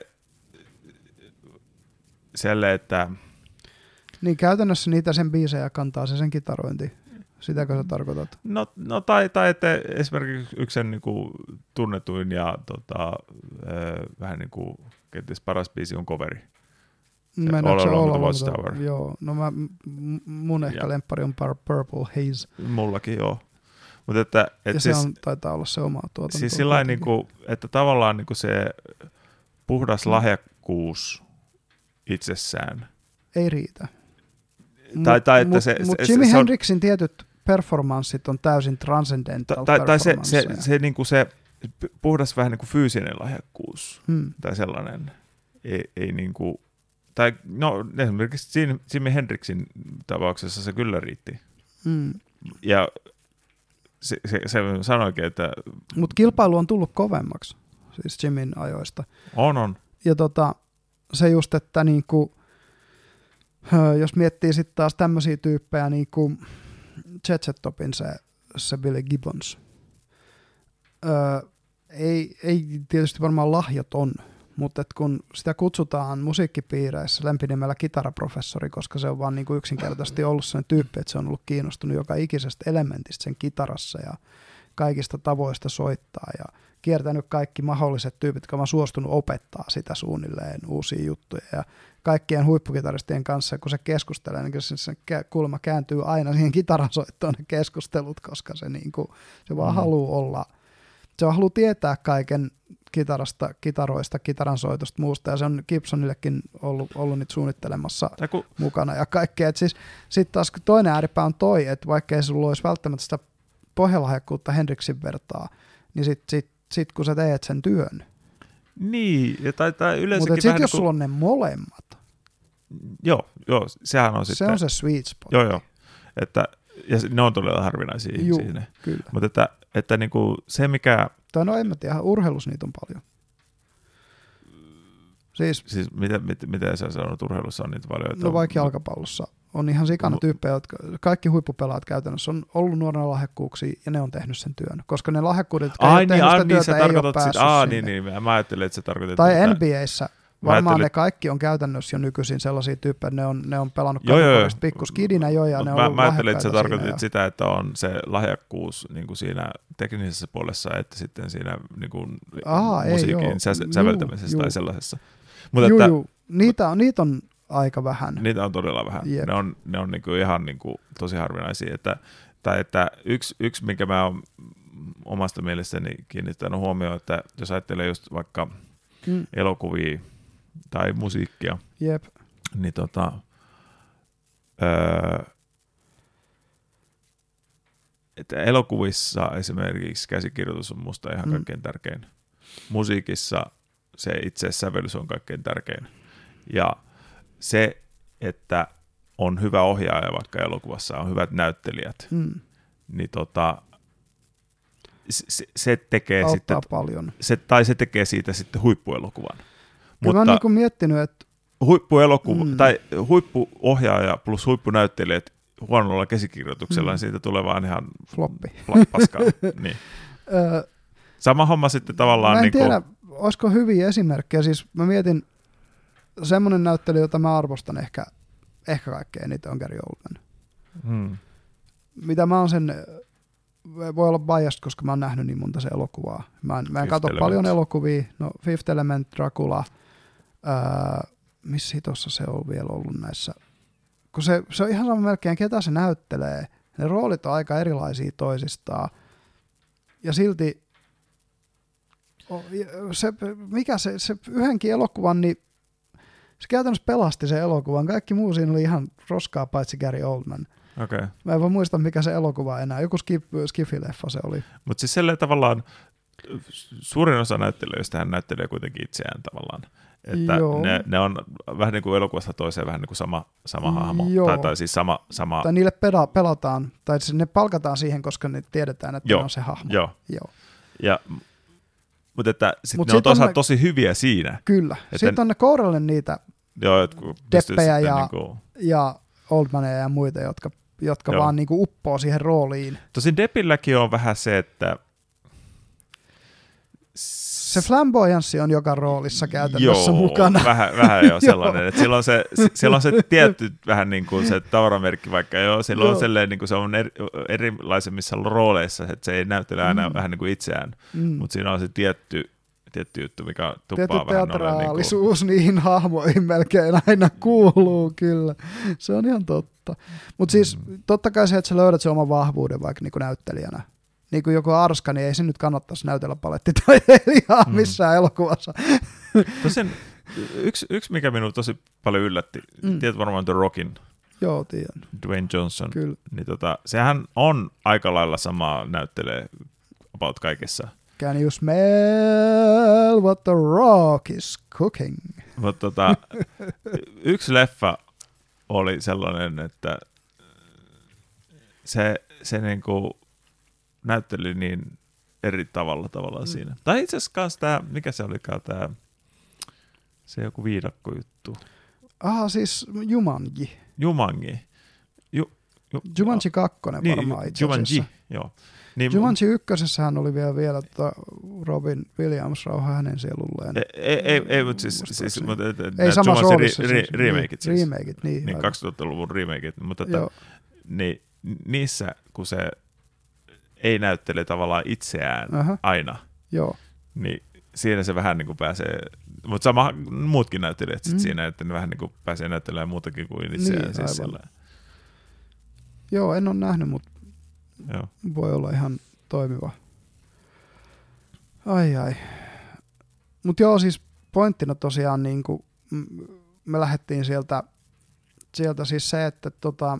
selle, että
Niin käytännössä niitä sen biisejä kantaa se sen kitarointi. Sitäkö sä tarkoitat?
No, no tai, tai että esimerkiksi yksi sen niin kuin tunnetuin ja tota, äh, vähän niin kuin kenties paras biisi on coveri.
Mennäänkö
All
se
Along the
All Along
Watchtower.
the- Joo, no mä, m- mun ehkä
Ja.
lemppari on Pur- Purple Haze.
Mullakin joo. Mutta että, et
Ja
siis,
se on, taitaa olla se oma tuotanto.
siis sillain niin kuin, että tavallaan niin kuin se puhdas lahjakkuus itsessään.
Ei riitä.
Tai, tai että
mut,
se,
mut
se,
Jimi
se on,
Hendrixin tietyt performanssit on täysin transcendental
tai, tai se, se,
performansseja.
se, niin kuin se puhdas vähän niin kuin fyysinen lahjakkuus
Hmm.
tai sellainen. Ei, ei niin kuin, tai no esimerkiksi Jim- Jimi Hendrixin tapauksessa se kyllä riitti.
Hmm.
Ja se, se, se sanoikin, että
Mutta kilpailu on tullut kovemmaksi, siis Jimin ajoista.
on on.
Ja tota, se just, että niinku, ö, jos miettii sitten taas tämmöisiä tyyppejä, niin kuin Jet Set Topin se, se Billy Gibbons. Ö, ei, ei tietysti varmaan lahjaton, mutta et kun sitä kutsutaan musiikkipiireissä lempinimellä kitaraprofessori, koska se on vaan niinku yksinkertaisesti ollut sellainen tyyppi, että se on ollut kiinnostunut joka ikisestä elementistä sen kitarassa ja kaikista tavoista soittaa ja kiertänyt kaikki mahdolliset tyypit, jotka on suostunut opettaa sitä suunnilleen uusia juttuja ja kaikkien huippukitaristien kanssa, kun se keskustelee, niin se kulma kääntyy aina siihen kitarasoittoon ne keskustelut, koska se, niinku, se vaan
Mm.
haluaa olla, se vaan haluaa tietää kaiken, kitarasta, kitaroista, kitaransoitosta, muusta, ja se on Gibsonillekin ollut, ollut niitä suunnittelemassa kun... mukana ja kaikkea. Siis, sitten taas toinen ääripää on toi, että vaikka ei sulla olisi välttämättä sitä pohjalahjakkuutta Hendrixin vertaa, niin sitten sit, sit, kun sä teet sen työn.
Niin, ja tai, tai yleensäkin
mutta sitten
vähän
jos
niin kuin...
sulla on ne molemmat.
Joo, joo, sehän on
se
sitten...
on se sweet spot.
Joo, joo. Että, ja ne on todella harvinaisia
Juu,
siinä.
kyllä.
Mutta että, että niin kuin se, mikä...
Tai no en mä tiedä, urheilussa niitä on paljon. Siis,
siis miten, miten, miten sä sanot, urheilussa on niitä paljon?
No vaikka jalkapallossa on ihan sikana tyyppejä, jotka kaikki huippupelaat käytännössä on ollut nuorena lahjakkuuksia ja ne on tehnyt sen työn. Koska ne lahjakkuudet, jotka ei ole tehnyt sitä
niin,
työtä, ei ole päässyt
Aa,
sinne.
niin, niin, mä ajattelin, että sä tarkoitit...
Tai
tätä.
N B A:ssä. Varmaan
ajattelin...
ne kaikki on käytännössä jo nykyisin sellaisia tyyppejä, että ne on, ne on pelannut
joo,
kategorista pikkuskidinä jo ja ne on
mä,
ollut
mä ajattelin, että sä
lahjakkaita
tarkoitit
siinä
sitä, että on se lahjakkuus niin kuin siinä teknisessä puolessa, että sitten siinä niin kuin
Aha,
musiikin
ei,
sä,
juu,
säveltämisessä
juu.
tai sellaisessa. Mutta
juu,
että,
juu. Niitä, on, niitä on aika vähän.
Niitä on todella vähän. Jep. Ne on, ne on niin kuin ihan niin kuin tosi harvinaisia. Että, tai että yksi, yksi, minkä mä oon omasta mielestäni kiinnittänyt huomioon, että jos ajattelee just vaikka mm. elokuvia tai musiikkia,
Jep.
niin tota, öö, että elokuvissa esimerkiksi käsikirjoitus on musta ihan mm. kaikkein tärkein. Musiikissa se itse sävellys on kaikkein tärkein. Ja se, että on hyvä ohjaaja vaikka elokuvassa, on hyvät näyttelijät, mm. niin tota, se, se tekee
auttaa
sitten,
paljon.
Se, tai se tekee siitä sitten huippuelokuvan.
Kyllä
Mutta
mä oon niinku miettinyt, että
huippuelokuva, mm. tai huippuohjaaja plus huippunäyttelijät huonolla käsikirjoituksella, mm. niin siitä tulee vaan ihan
floppi.
Paskaa. Niin. Sama homma sitten tavallaan...
Mä en
niin kuin...
tiedä, olisiko hyviä esimerkkejä. Siis mä mietin, semmoinen näyttelijä, jota mä arvostan ehkä, ehkä kaikkein eniten on Gary Oldman. Hmm. Mitä mä oon sen, voi olla biased, koska mä oon nähnyt niin monta se elokuvaa. Mä en, mä en katso paljon elokuvia. No Fifth Element, Dracula, ää, missä hitossa se on vielä ollut näissä. Kun se, se on ihan sama melkein, ketä se näyttelee. Ne roolit on aika erilaisia toisistaan. Ja silti se, mikä se, se yhdenkin elokuvan, niin se käytännössä pelasti sen elokuvan. Kaikki muu siinä oli ihan roskaa, paitsi Gary Oldman.
Okay.
Mä en voi muistaa, mikä se elokuva enää. Joku skif, skifileffa se oli.
Mutta siis selleen tavallaan suurin osa näyttelijöistä hän näyttelee kuitenkin itseään tavallaan. Että ne, ne on vähän niin kuin elokuvasta toiseen vähän niin kuin sama, sama hahmo. Tai, tai siis sama... sama...
Tai niille peda, pelataan, tai siis ne palkataan siihen, koska ne tiedetään, että Joo. ne on se hahmo.
Joo.
Joo.
Ja... Mutta että sit Mut ne sit on, on ne, tosi hyviä siinä.
Kyllä. Että sitten on ne kouralle niitä
joo,
Deppejä ja,
niinku...
ja Oldmaneja ja muita, jotka, jotka vaan niinku uppoo siihen rooliin.
Tosin Deppilläkin on vähän se, että...
Se flamboyanssi on joka roolissa käytännössä
joo,
mukana.
Vähän, vähän jo sellainen. Että siellä, on se, siellä on se tietty vähän niin kuin se tavaramerkki, vaikka joo, siellä joo. on sellainen, niin kuin se on eri, erilaisemmissa rooleissa, että se ei näyttele aina mm. vähän niin kuin itseään, mm. mutta siinä on se tietty, tietty juttu, mikä tuppaa
tietty
vähän noille. Tietty
teatraalisuus niin niihin hahmoihin melkein aina kuuluu, kyllä. Se on ihan totta. Mutta siis mm. totta kai se, että sä löydät sen oman vahvuuden vaikka niin kuin näyttelijänä. Niin kuin joku Arska, niin ei se nyt kannattaisi näytellä palettitaiteilijaa mm. missään elokuvassa.
Tosin yksi, yksi, mikä minua tosi paljon yllätti, mm. tiedät varmaan The Rockin.
Joo, tiedän.
Dwayne Johnson.
Kyllä.
Niin tota, sehän on aika lailla samaa näyttelee about kaikessa.
Can you smell what the rock is cooking?
Mutta tota, yksi leffa oli sellainen, että se, se niinku näytteli niin eri tavalla tavallaan mm. siinä. Tai itse asiassa kanssa tämä, mikä se olikaan tämä, se joku viidakkojuttu.
Aha, siis Jumanji.
Jumanji. Ju, ju,
Jumanji kakkonen
niin,
varmaan itse asiassa.
Jumanji, joo. Niin,
Jumanji ykkösessähän oli vielä, vielä tota Robin Williams, rauha hänen sielulleen.
Ei, ei, ei mutta siis, siis mutta,
ei samassa roolissa.
Ri, ri, remakeit siis.
Remakeit, niin.
Niin kaksituhattaluvun remakeit, mutta että, niin, niissä, kun se ei näyttele tavallaan itseään Aha. aina,
Joo.
niin siinä se vähän niin kuin pääsee, mutta sama muutkin näyttelijät sit mm. siinä, että ne vähän niin kuin pääsee näyttelemään muutakin kuin itseään.
Niin,
siis
joo, en ole nähnyt, mutta
joo.
Voi olla ihan toimiva. Ai ai. mut joo, siis pointtina tosiaan niin kuin, me lähdettiin sieltä, sieltä siis se, että tota,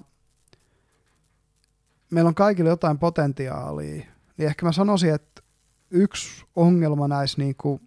meillä on kaikille jotain potentiaalia, niin ehkä mä sanoisin, että yksi ongelma näissä niin kuin,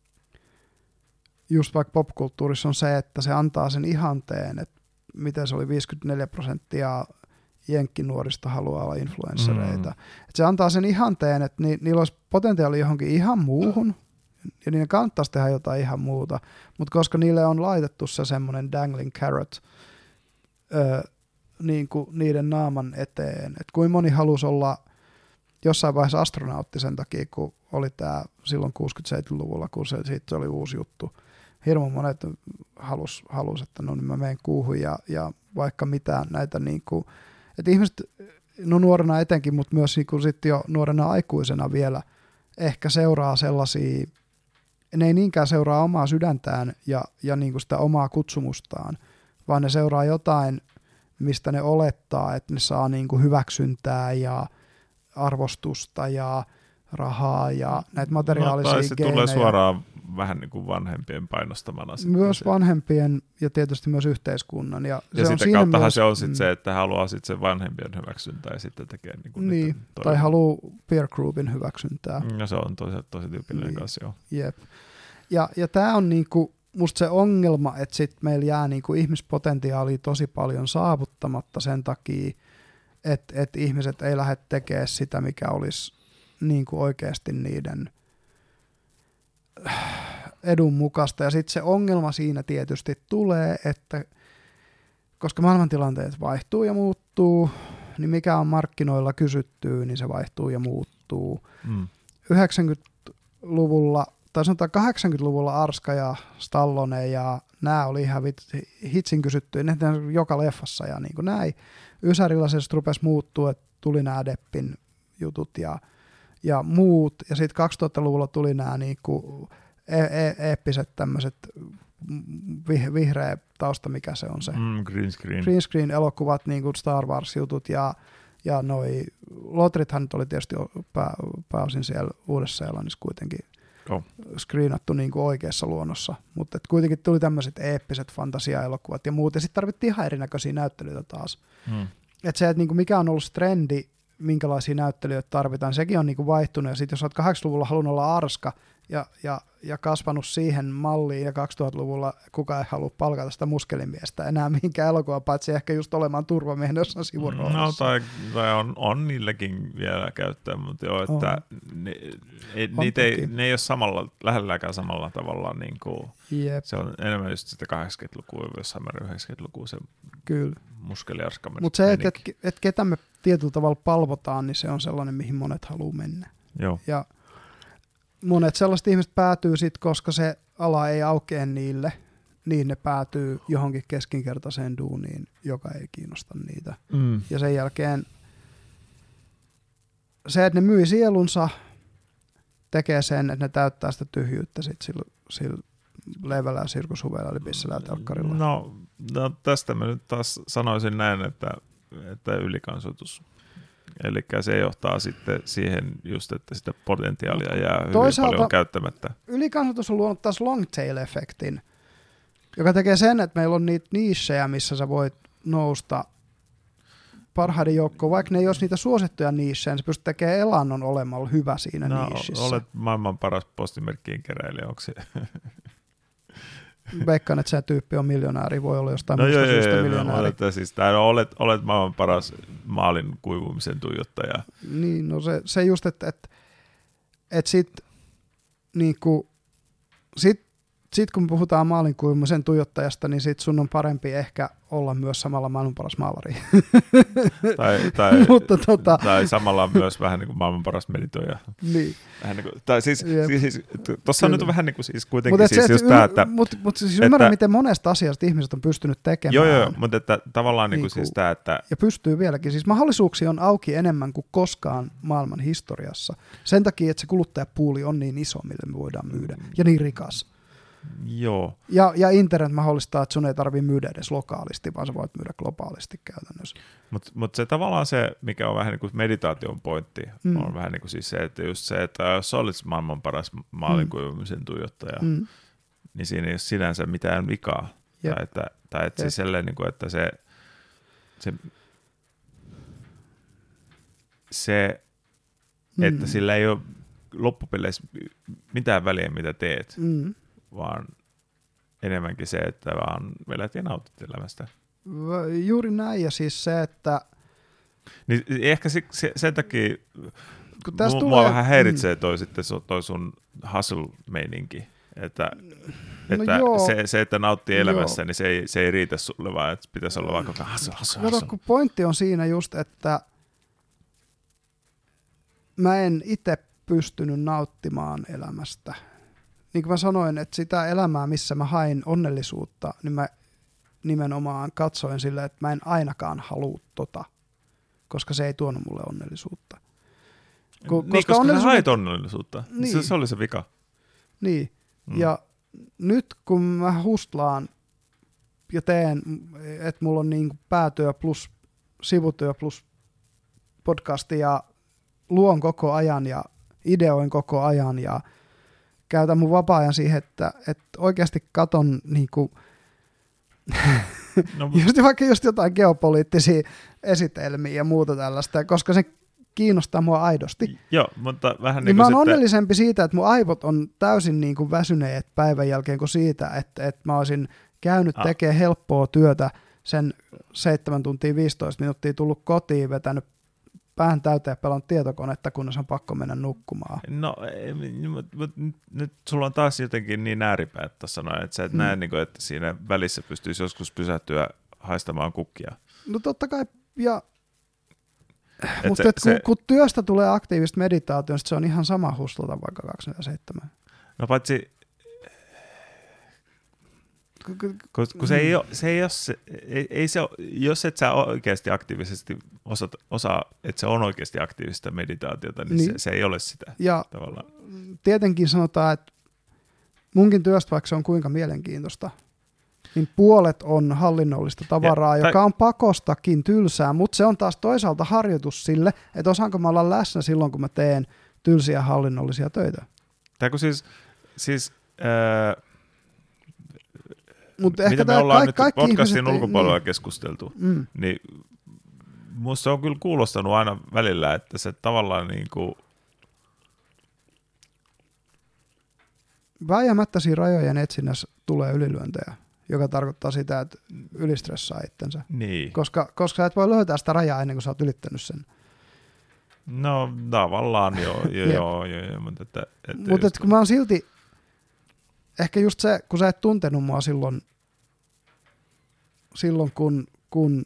just vaikka popkulttuurissa on se, että se antaa sen ihanteen, että miten se oli viisikymmentäneljä prosenttia jenkkinuorista haluaa olla influenssereita. Mm. Et se antaa sen ihanteen, että ni, niillä olisi potentiaali johonkin ihan muuhun, ja niiden kannattaisi tehdä jotain ihan muuta, mutta koska niille on laitettu se semmoinen dangling carrot ö, niin kuin niiden naaman eteen, että kuin moni halusi olla jossain vaiheessa astronautti sen takia, kun oli tämä silloin kuusikymmentä-seitsemänkymmentäluvulla, kun se, siitä oli uusi juttu. Hirmu monet halus, halus että no niin mä menen kuuhun ja, ja vaikka mitään näitä niin kuin, että ihmiset, no nuorena etenkin, mutta myös niin kuin sitten jo nuorena aikuisena vielä ehkä seuraa sellaisia, ne ei niinkään seuraa omaa sydäntään ja, ja niin kuin sitä omaa kutsumustaan, vaan ne seuraa jotain, mistä ne olettaa, että ne saa niin kuin hyväksyntää ja arvostusta ja rahaa ja näitä materiaalisia
no, tai se
geenejä.
Tulee suoraan vähän niin kuin vanhempien painostamana.
Myös
se.
vanhempien ja tietysti myös yhteiskunnan. Ja,
ja
se
sitä kauttahan
myös,
se on sitten mm. se, että haluaa sitten sen vanhempien hyväksyntää ja sitten tekee niin kuin
niin, tai haluaa peer groupin hyväksyntää.
Ja se on tosi, tosi tyypillinen niin. kanssa, joo.
Jep. Ja, ja tämä on niinku musta se ongelma, että sit meillä jää niinku ihmispotentiaalia tosi paljon saavuttamatta sen takia, että et ihmiset ei lähde tekemään sitä, mikä olisi niinku oikeasti niiden edun mukaista. Ja sitten se ongelma siinä tietysti tulee, että koska maailmantilanteet vaihtuu ja muuttuu, niin mikä on markkinoilla kysyttyä, niin se vaihtuu ja muuttuu. Mm. yhdeksänkymmentäluvulla, tai sanotaan kahdeksankymmentäluvulla Arska ja Stallone ja nämä oli ihan hitsin kysyttyä, ne joka leffassa ja niin kuin näin. Ysärillä se rupesi muuttua, että tuli nämä Deppin jutut ja, ja muut, ja sitten kaksituhattaluvulla tuli nämä niinku e- e- eeppiset tämmöiset vih- vihreä tausta, mikä se on se?
Mm, green screen.
Green screen elokuvat, niinku Star Wars-jutut ja, ja noi Lotrithan nyt oli tietysti pää, pääosin siellä Uudessa-Seelannissa kuitenkin oh. screenattu niinku oikeassa luonnossa, mutta kuitenkin tuli tämmöiset eeppiset fantasia-elokuvat ja muut, ja sitten tarvittiin ihan erinäköisiä näyttelyitä taas. Mm. Että se, että niinku mikä on ollut trendi, minkälaisia näyttelijöitä tarvitaan, sekin on niinku vaihtunut, ja sitten jos olet kahdeksankymmentäluvulla halunnut olla Arska ja, ja, ja kasvanut siihen malliin, ja kaksituhattaluvulla kukaan ei halua palkata sitä muskelimiestä enää mihinkään elokuvaan, paitsi ehkä just olemaan turvamiehen jossain sivuroolissa.
No tai, tai on, on niilläkin vielä käyttöä, mutta joo, että ne, ei, niitä ei, ne ei ole samalla, lähelläkään samalla tavalla, niin kuin, se on enemmän just sitä kahdeksankymmentälukua, jossain määrin yhdeksänkymmentälukua se
Kyllä.
muskeliarska.
Mutta se, että et, et ketä me tietyllä tavalla palvotaan, niin se on sellainen, mihin monet haluaa mennä.
Joo.
Ja monet sellaiset ihmiset päätyy sitten, koska se ala ei aukea niille, niin ne päätyy johonkin keskinkertaiseen duuniin, joka ei kiinnosta niitä. Mm. Ja sen jälkeen se, että ne myy sielunsa, tekee sen, että ne täyttää sitä tyhjyyttä sitten sillä, sillä levällä ja sirkushuveilla eli pissellä ja telkkarilla.
No, no tästä mä nyt taas sanoisin näin, että, että ylikansoitus. Eli se johtaa sitten siihen just, että sitä potentiaalia jää hyvin toisaalta paljon käyttämättä.
Ylikansoitus on luonut taas long tail-efektin, joka tekee sen, että meillä on niitä niishejä, missä sä voit nousta parhaiden joukkoon, vaikka ne ei olisi niitä suosittuja niishejä, niin sä pystyt tekemään elannon olemalla hyvä siinä
no,
niishissä.
Olet maailman paras postimerkkien keräilijä, onko se?
Veikkaan, että se tyyppi on miljonääri, voi olla jostain
no
muusta
joo,
syystä
joo,
miljonääri.
No, siis, no, olet, olet maailman paras maalin kuivumisen tuijottaja.
Niin, no se, se just, että et, et sit, niinku, sit, sit kun puhutaan maalin kuivumisen tuijottajasta, niin sit sun on parempi ehkä olla myös samalla maailman paras maalari.
tai, tai,
Mutta, tota,
tai samalla myös vähän niin kuin maailman paras meditoija.
Niin.
Vähän niin kuin, tai siis, siis tuossa on nyt vähän niin kuin siis kuitenkin
mut
siis
se,
just tämä, että...
Mutta mut siis ymmärrän, miten monesta asiasta ihmiset on pystynyt tekemään.
Joo, joo, mutta että tavallaan niin kuin
niin
siis tämä, että...
Ja pystyy vieläkin. Siis mahdollisuuksia on auki enemmän kuin koskaan maailman historiassa. Sen takia, että se kuluttajapuuli on niin iso, millä me voidaan myydä. Ja niin rikas.
Joo.
Ja, ja internet mahdollistaa, että sun ei tarvitse myydä edes lokaalisti, vaan sä voit myydä globaalisti käytännössä.
Mutta mut se tavallaan se, mikä on vähän niin kuin meditaation pointti, mm. on vähän niin kuin siis se, että just se, että jos olet maailman paras maalinkuivamisen tuijottaja, mm. niin siinä ei ole sinänsä mitään vikaa. Yep. Tai että, tai että, siis selleen, niin kuin, että se, se, se mm. että sillä ei ole loppupeleissä mitään väliä, mitä teet, mm. vaan enemmänkin se, että vaan elät ja nautit elämästä.
Juuri näin, ja siis se, että...
Niin ehkä se, se, sen takia mua
tulee...
vähän häiritsee toi, mm. sitten, toi sun hustle-meininki, että,
no
että se, se, että nauttii elämässä,
joo.
niin se ei, se ei riitä sulle, vaan että pitäisi olla vaan koko ajan hustle, hustle, hustle.
Kun pointti on siinä just, että mä en itse pystynyt nauttimaan elämästä. Niin kuin mä sanoin, että sitä elämää, missä mä hain onnellisuutta, niin mä nimenomaan katsoin silleen, että mä en ainakaan halua tota, koska se ei tuonut mulle onnellisuutta.
Ko- niin, koska, koska sä hait onnellisuutta. Niin. Se, se oli se vika.
Niin, mm. ja nyt kun mä hustlaan ja teen, että mulla on niin päätyö plus sivutyö plus podcasti ja luon koko ajan ja ideoin koko ajan ja käytän mun vapaa-ajan siihen, että, että oikeasti katon niin kuin no, just vaikka just jotain geopoliittisia esitelmiä ja muuta tällaista, koska se kiinnostaa mua aidosti.
Joo, mutta vähän niin,
niin
kuin
mä oon
sitten...
onnellisempi siitä, että mun aivot on täysin niin kuin väsyneet päivän jälkeen kuin siitä, että, että mä olisin käynyt ah. tekemään helppoa työtä sen seitsemän tuntia viisitoista minuuttia, tullut kotiin, vetänyt päähän täyteen ja pelannut tietokonetta, kunnes on pakko mennä nukkumaan.
No, mutta nyt sulla on taas jotenkin niin ääripäät tuossa noin, että sä et mm. näe, että siinä välissä pystyisi joskus pysähtyä haistamaan kukkia.
No totta kai, ja mutta se, kun, se... kun työstä tulee aktiivista meditaatiosta, se on ihan sama huslata vaikka kaksikymmentäseitsemän.
No paitsi, kun, kun se ei ole, se ei ole se, ei, ei se ole, jos et sä oikeasti aktiivisesti osaa, osaa, että se on oikeasti aktiivista meditaatiota, niin, niin. Se, se ei ole sitä
ja
tavallaan.
Tietenkin sanotaan, että munkin työstä, vaikka se on kuinka mielenkiintoista, niin puolet on hallinnollista tavaraa, ja, joka tai... on pakostakin tylsää, mutta se on taas toisaalta harjoitus sille, että osaanko mä olla läsnä silloin, kun mä teen tylsiä hallinnollisia töitä.
Tai kun siis, siis äh,
Mut
mitä me ollaan nyt podcastin
ihmiset,
ulkopuolella
niin.
keskusteltu,
mm.
niin musta on kyllä kuulostanut aina välillä, että se tavallaan niin kuin
väijämättä siinä rajojen etsinnässä tulee ylilyöntejä, joka tarkoittaa sitä, että ylistressaa itsensä.
Niin.
Koska, koska sä et voi löytää sitä rajaa ennen kuin sä oot ylittänyt sen.
No tavallaan joo, joo, joo, joo, joo, mutta että, että
Mut et, kun mä oon silti, ehkä just se, kun sä et tuntenut mua silloin, silloin kun, kun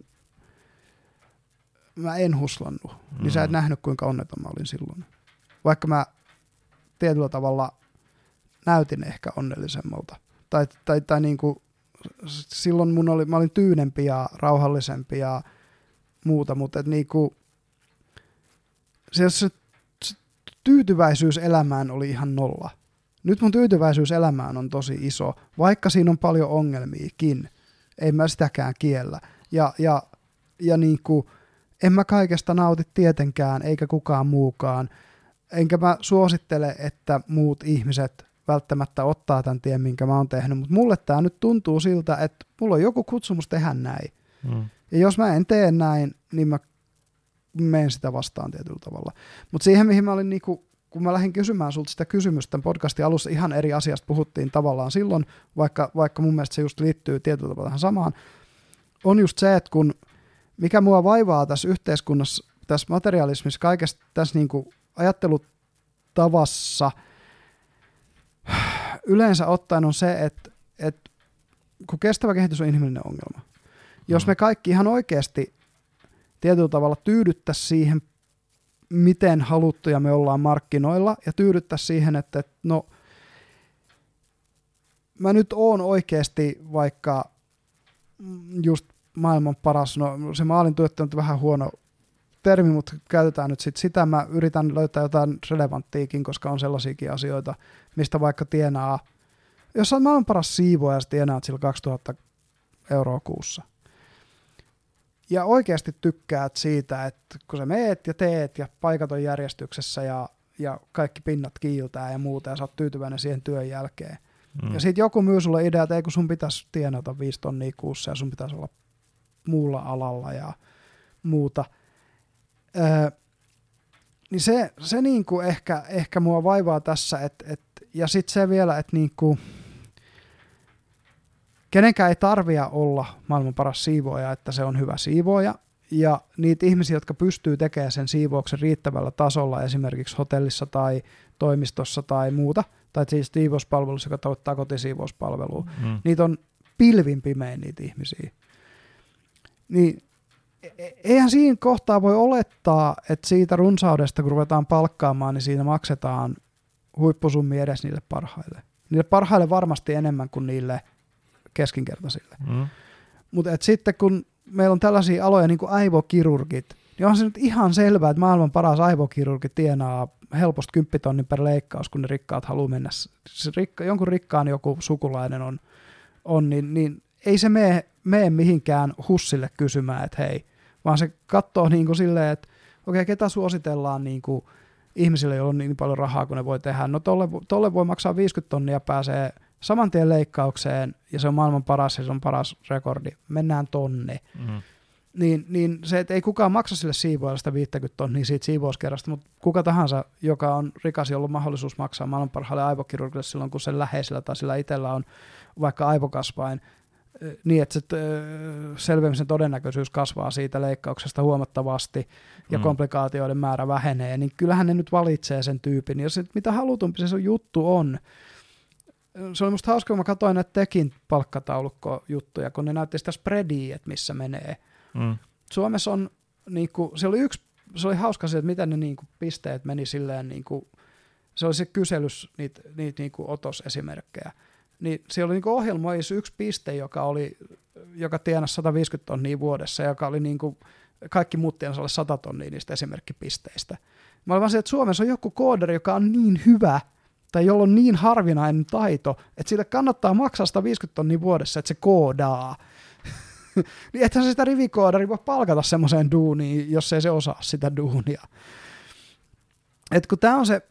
mä en huslannut, mm. niin sä et nähnyt, kuinka onneton mä olin silloin. Vaikka mä tietyllä tavalla näytin ehkä onnellisemmalta. Tai, tai, tai niin kuin, silloin mun oli, mä olin tyynempi ja rauhallisempi ja muuta, mutta et niin kuin, se, se, se tyytyväisyys elämään oli ihan nolla. Nyt mun tyytyväisyys elämään on tosi iso, vaikka siinä on paljon ongelmiakin. En mä sitäkään kiellä. Ja, ja, ja niin kuin, en mä kaikesta nauti tietenkään, eikä kukaan muukaan. Enkä mä suosittele, että muut ihmiset välttämättä ottaa tämän tien, minkä mä oon tehnyt, mutta mulle tää nyt tuntuu siltä, että mulla on joku kutsumus tehdä näin. Mm. Ja jos mä en tee näin, niin mä menen sitä vastaan tietyllä tavalla. Mutta siihen, mihin mä olin, niinku, kun mä lähdin kysymään sulta sitä kysymystä tämän podcastin alussa, ihan eri asiasta puhuttiin tavallaan silloin, vaikka, vaikka mun mielestä se just liittyy tietyllä tavalla tähän samaan, on just se, että kun mikä mua vaivaa tässä yhteiskunnassa, tässä materialismissa, kaikessa tässä niinku ajattelutavassa, yleensä ottaen on se, että, että kun kestävä kehitys on inhimillinen ongelma. Jos me kaikki ihan oikeasti tietyllä tavalla tyydyttäisiin siihen, miten haluttuja me ollaan markkinoilla, ja tyydyttäisiin siihen, että, että no, mä nyt oon oikeasti vaikka just maailman paras, no se maalintuottaja on vähän huono termi, mutta käytetään nyt sit sitä. Mä yritän löytää jotain relevanttiikin, koska on sellaisiakin asioita, mistä vaikka tienaa jos sä oot maailman paras siivoja ja sä tienaat sillä kaksituhatta euroa kuussa. Ja oikeasti tykkäät siitä, että kun sä meet ja teet ja paikat on järjestyksessä ja, ja kaikki pinnat kiiltää ja muuta ja sä oot tyytyväinen siihen työn jälkeen. Mm. Ja sit joku myy sulle idea, että ei kun sun pitäisi tienata viisi tonnia kuussa ja sun pitäisi olla muulla alalla ja muuta. Öö, niin se, se niinku ehkä, ehkä mua vaivaa tässä, et, et, ja sitten se vielä, että niinku, kenenkään ei tarvitse olla maailman paras siivooja, että se on hyvä siivooja, ja niitä ihmisiä, jotka pystyy tekemään sen siivouksen riittävällä tasolla, esimerkiksi hotellissa tai toimistossa tai muuta, tai siis siivouspalvelussa, joka tuottaa kotisiivouspalvelua, mm. niitä on pilvin pimein niitä ihmisiä. Niin eihän siinä kohtaa voi olettaa, että siitä runsaudesta, kun ruvetaan palkkaamaan, niin siinä maksetaan huippusummia edes niille parhaille. Niille parhaille varmasti enemmän kuin niille keskinkertaisille. Mm. Mutta sitten kun meillä on tällaisia aloja niin kuin aivokirurgit, niin on se nyt ihan selvää, että maailman paras aivokirurgi tienaa helposti kymppitonnin per leikkaus, kun ne rikkaat haluaa mennä. Se rikka, jonkun rikkaan joku sukulainen on, on niin, niin ei se mene, mene mihinkään hussille kysymään, että hei, vaan se katsoo niin kuin silleen, että okei, okay, ketä suositellaan niin kuin ihmisille, joilla on niin paljon rahaa kuin ne voi tehdä. No tolle, tolle voi maksaa viisikymmentä tonnia ja pääsee saman tien leikkaukseen ja se on maailman paras ja se on paras rekordi. Mennään tonne. Mm. Niin, niin se, että ei kukaan maksa sille siivoajalle sitä viisikymmentä tonnia siitä siivouskerrasta, mutta kuka tahansa, joka on rikas, jolla on mahdollisuus maksaa maailman parhaalle aivokirurgille silloin, kun sen läheisellä tai sillä itsellä on vaikka aivokasvain, niin että se selviämisen todennäköisyys kasvaa siitä leikkauksesta huomattavasti ja mm. komplikaatioiden määrä vähenee, niin kyllähän ne nyt valitsee sen tyypin. Ja se, mitä halutumpi se juttu on, se oli musta hauska, kun mä katsoin näitä Tekin palkkataulukkojuttuja, kun ne näytti sitä spreadia, että missä menee. Mm. Suomessa on, niin kuin, se oli yksi, se oli hauska se, että miten ne niin kuin, pisteet meni silleen, niin kuin, se oli se kyselys, niitä, niitä niin kuin otosesimerkkejä. Niin siellä oli niin ohjelmoissa yksi piste, joka, oli, joka tienasi sata viisikymmentä tonnia vuodessa, joka oli niin kuin, kaikki muut tienasi alle sata tonnia niistä esimerkkipisteistä. Mä olin vaan se, että Suomessa on joku kooderi, joka on niin hyvä, tai jolla on niin harvinainen taito, että sille kannattaa maksaa sata viisikymmentä tonnia vuodessa, että se koodaa. Niin ethän se sitä rivikoodaria voi palkata semmoiseen duuniin, jos ei se osaa sitä duunia. Et kun tää on se,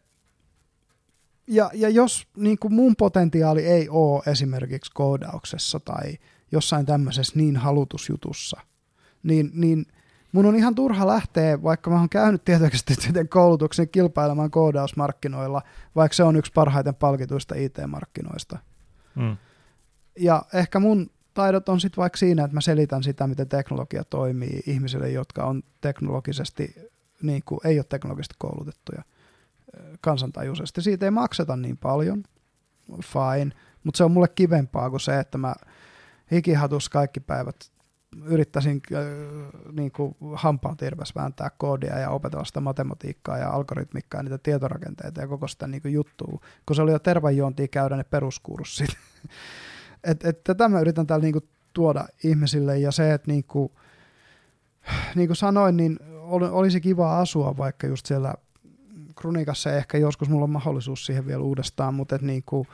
ja, ja jos niin kuin mun potentiaali ei ole esimerkiksi koodauksessa tai jossain tämmöisessä niin halutusjutussa, niin, niin mun on ihan turha lähteä, vaikka mä oon käynyt tietoteknisen koulutuksen kilpailemaan koodausmarkkinoilla, vaikka se on yksi parhaiten palkituista I T-markkinoista. Mm. Ja ehkä mun taidot on sitten vaikka siinä, että mä selitän sitä, miten teknologia toimii ihmisille, jotka on teknologisesti, niin kuin ei ole teknologisesti koulutettuja kansantajuisesti. Siitä ei makseta niin paljon, fine, mutta se on mulle kivempaa kuin se, että mä hikihatus kaikki päivät yrittäisin äh, niin kuin hampaat irves vääntää koodia ja opetella sitä matematiikkaa ja algoritmikkaa ja niitä tietorakenteita ja koko sitä niin kuin juttua, kun se oli jo tervanjuontia käydä ne peruskurssit. Et, et tätä mä yritän täällä niinku tuoda ihmisille, ja se, että niinku, niin kuin sanoin, niin ol, olisi kiva asua vaikka just siellä Krunikassa, ehkä joskus mulla on mahdollisuus siihen vielä uudestaan, mutta et niinku,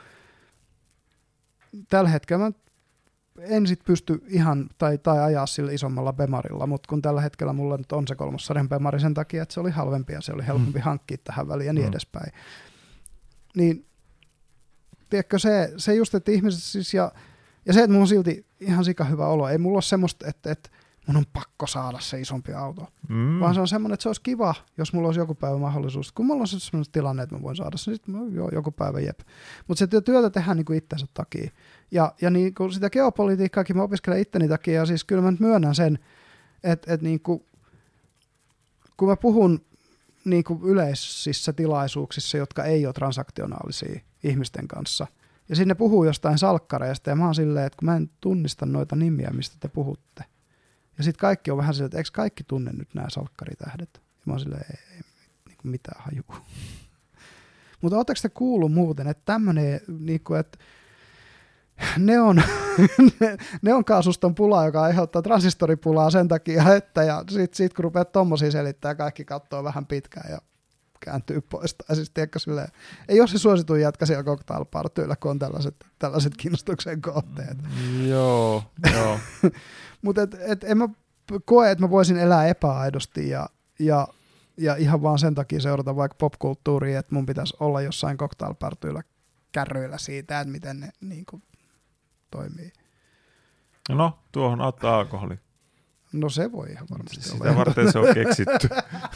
tällä hetkellä mä en sit pysty ihan, tai, tai ajaa sillä isommalla bemarilla, mutta kun tällä hetkellä mulla nyt on se kolmossarjan bemari sen takia, että se oli halvempi ja se oli helpompi mm. hankkia tähän väliin ja niin mm. edespäin. Niin tiedätkö, se, se just, että ihmiset siis, ja, ja se, että mulla on silti ihan sika hyvä olo, ei mulla ole semmoista, että, että mun on pakko saada se isompi auto, mm. vaan se on semmoinen, että se olisi kiva, jos mulla olisi joku päivä mahdollisuus, kun mulla on se semmoinen tilanne, että mä voin saada sen, sitten joo, joku päivä jep. Mutta se työtä tehdään niin kuin itsensä takia, ja, ja niin kuin sitä geopolitiikkaakin mä opiskelen itteni takia, ja siis kyllä mä nyt myönnän sen, että, että niin kuin, kun mä puhun niin kuin yleisissä tilaisuuksissa, jotka ei ole transaktionaalisia ihmisten kanssa, ja sinne puhuu jostain salkkareista, ja mä oon silleen, että kun mä en tunnista noita nimiä, mistä te puhutte, ja sitten kaikki on vähän silleen, että eikö kaikki tunne nyt nämä salkkaritähdet? Ja mä oon silleen, ei, ei niin kuin mitään hajua. Mutta ootteko te kuullut muuten, että tämmöinen, niin kuin, että neon, neonkaasusta pula, joka aiheuttaa transistoripulaa sen takia, että ja sitten sit, kun rupeat tommosia selittää, kaikki katsoo vähän pitkään ja kääntyy pois. Tai siis, tiedätkö, silleen, ei ole se suosituin jätkä siellä cocktailpartyillä, kun on tällaiset, tällaiset kiinnostuksen kohteet.
Joo, joo.
Mutta et, et en mä koe, että mä voisin elää epäaidosti ja, ja, ja ihan vaan sen takia seurata vaikka popkulttuuria, että mun pitäisi olla jossain cocktailpartyillä kärryillä siitä, että miten ne niin kuin toimii.
No, tuohon auttaa alkoholi.
No se voi ihan varmasti
Sitä
olla.
Sitä varten se on keksitty.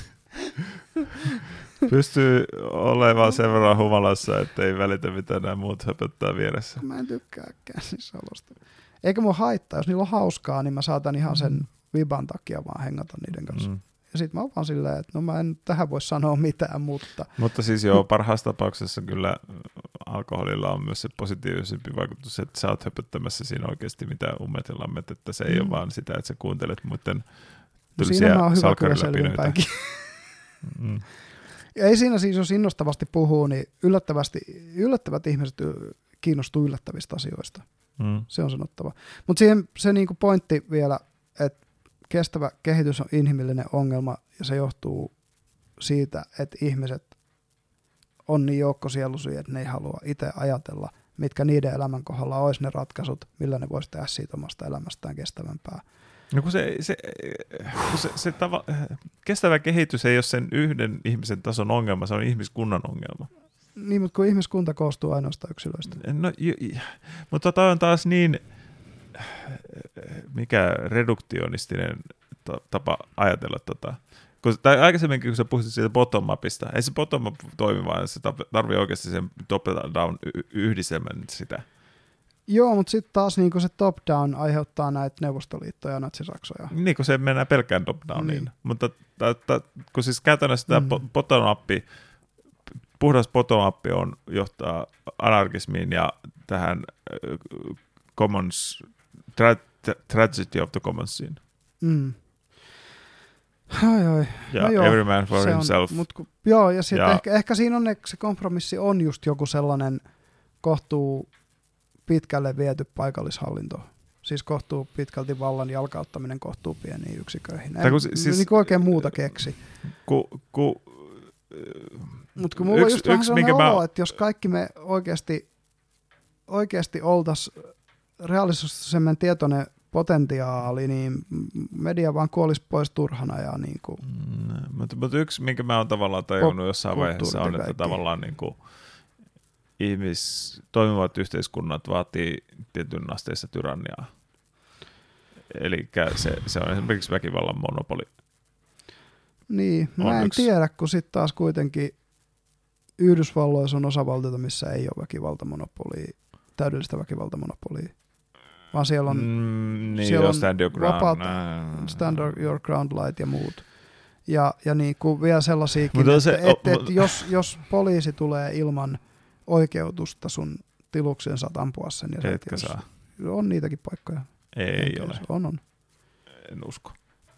Pystyy olemaan sen verran humalassa, ettei välitä mitä nämä muut höpöttää vieressä.
Mä en tykkääkään niissä olosta. Eikä mua haittaa, jos niillä on hauskaa, niin mä saatan ihan sen viban takia vaan hengata niiden kanssa. Mm. Ja sit mä oon vaan silleen, että no mä en tähän voi sanoa mitään, mutta...
Mutta siis joo, parhaassa tapauksessa kyllä alkoholilla on myös se positiivisempi vaikutus, että sä oot höpöttämässä siinä oikeasti mitä ummet ja lammet, että se ei mm. ole vaan sitä, että sä kuuntelet muiden tylsiä salkariläpinöitä. mm.
Ja ei siinä siis, jos innostavasti puhuu, niin yllättävästi, yllättävät ihmiset kiinnostuu yllättävistä asioista. Mm. Se on sanottava. Mutta siihen se niinku pointti vielä, että kestävä kehitys on inhimillinen ongelma ja se johtuu siitä, että ihmiset on niin joukkosieluisia, että ne ei halua itse ajatella, mitkä niiden elämän kohdalla olisi ne ratkaisut, millä ne voisi tehdä siitä omasta elämästään kestävämpää.
No kun se, se, kun se, se tava, kestävä kehitys ei ole sen yhden ihmisen tason ongelma, se on ihmiskunnan ongelma.
Niin, mutta kun ihmiskunta koostuu ainoastaan yksilöistä.
No, j, j, mutta toi on taas niin, mikä reduktionistinen tapa ajatella tota. Kun, tai aikaisemminkin, kun sä puhuit siitä bottom-upista, ei se bottom-up toimi, vaan se tarvii oikeasti sen top-down yhdistelmän sitä.
Joo, mutta sitten taas niin se top-down aiheuttaa näitä Neuvostoliittoja ja natsisaksoja.
Niin, kun se mennään pelkään top-downiin. Niin. Mutta t- t- kun siis käytännössä tämä mm. bottom-up, puhdas bottom-up on johtaa anarkismiin ja tähän uh, commons, tra- tragedy of the commonsiin.
Mm. Ai, ai.
Ja
no joo,
every man for
se
himself.
On, mut, joo, ja sitten
ja.
ehkä, ehkä siinä on se kompromissi on just joku sellainen kohtuu pitkälle viety paikallishallinto. Siis kohtuu pitkälti vallan jalkauttaminen kohtuu pieniin yksiköihin. En,
si- siis,
niin kuin oikein muuta keksi.
Ku, ku,
Mutta kun mulla on just vähän sellainen olo, mä... että jos kaikki me oikeasti, oikeasti oltaisiin realistisemmin tietoinen potentiaali, niin media vaan kuolisi pois turhana. Ja niin kuin
mm, mutta, mutta yksi, minkä mä oon tavallaan tajunnut jossain vaiheessa, on, että kaikki. Tavallaan niin kuin ihmis, toimivat yhteiskunnat vaatii tietyn asteessa tyranniaa. Eli se, se on esimerkiksi väkivallan monopoli.
Niin, mä en yksi. tiedä, kun sitten taas kuitenkin Yhdysvalloissa on osavaltioita, missä ei ole väkivaltamonopolia, täydellistä väkivaltamonopolia. Vaan siellä on,
mm, niin
siellä on
stand your ground.
vapaat stand your ground light ja muut. Ja, ja niin kuin vielä sellaisiakin, että
se,
et, et, et jos, jos poliisi tulee ilman oikeutusta sun tilukseen, saat ampua sen. Ja
etkä saa.
On niitäkin paikkoja.
Ei Enkä ole.
On, on.
En usko.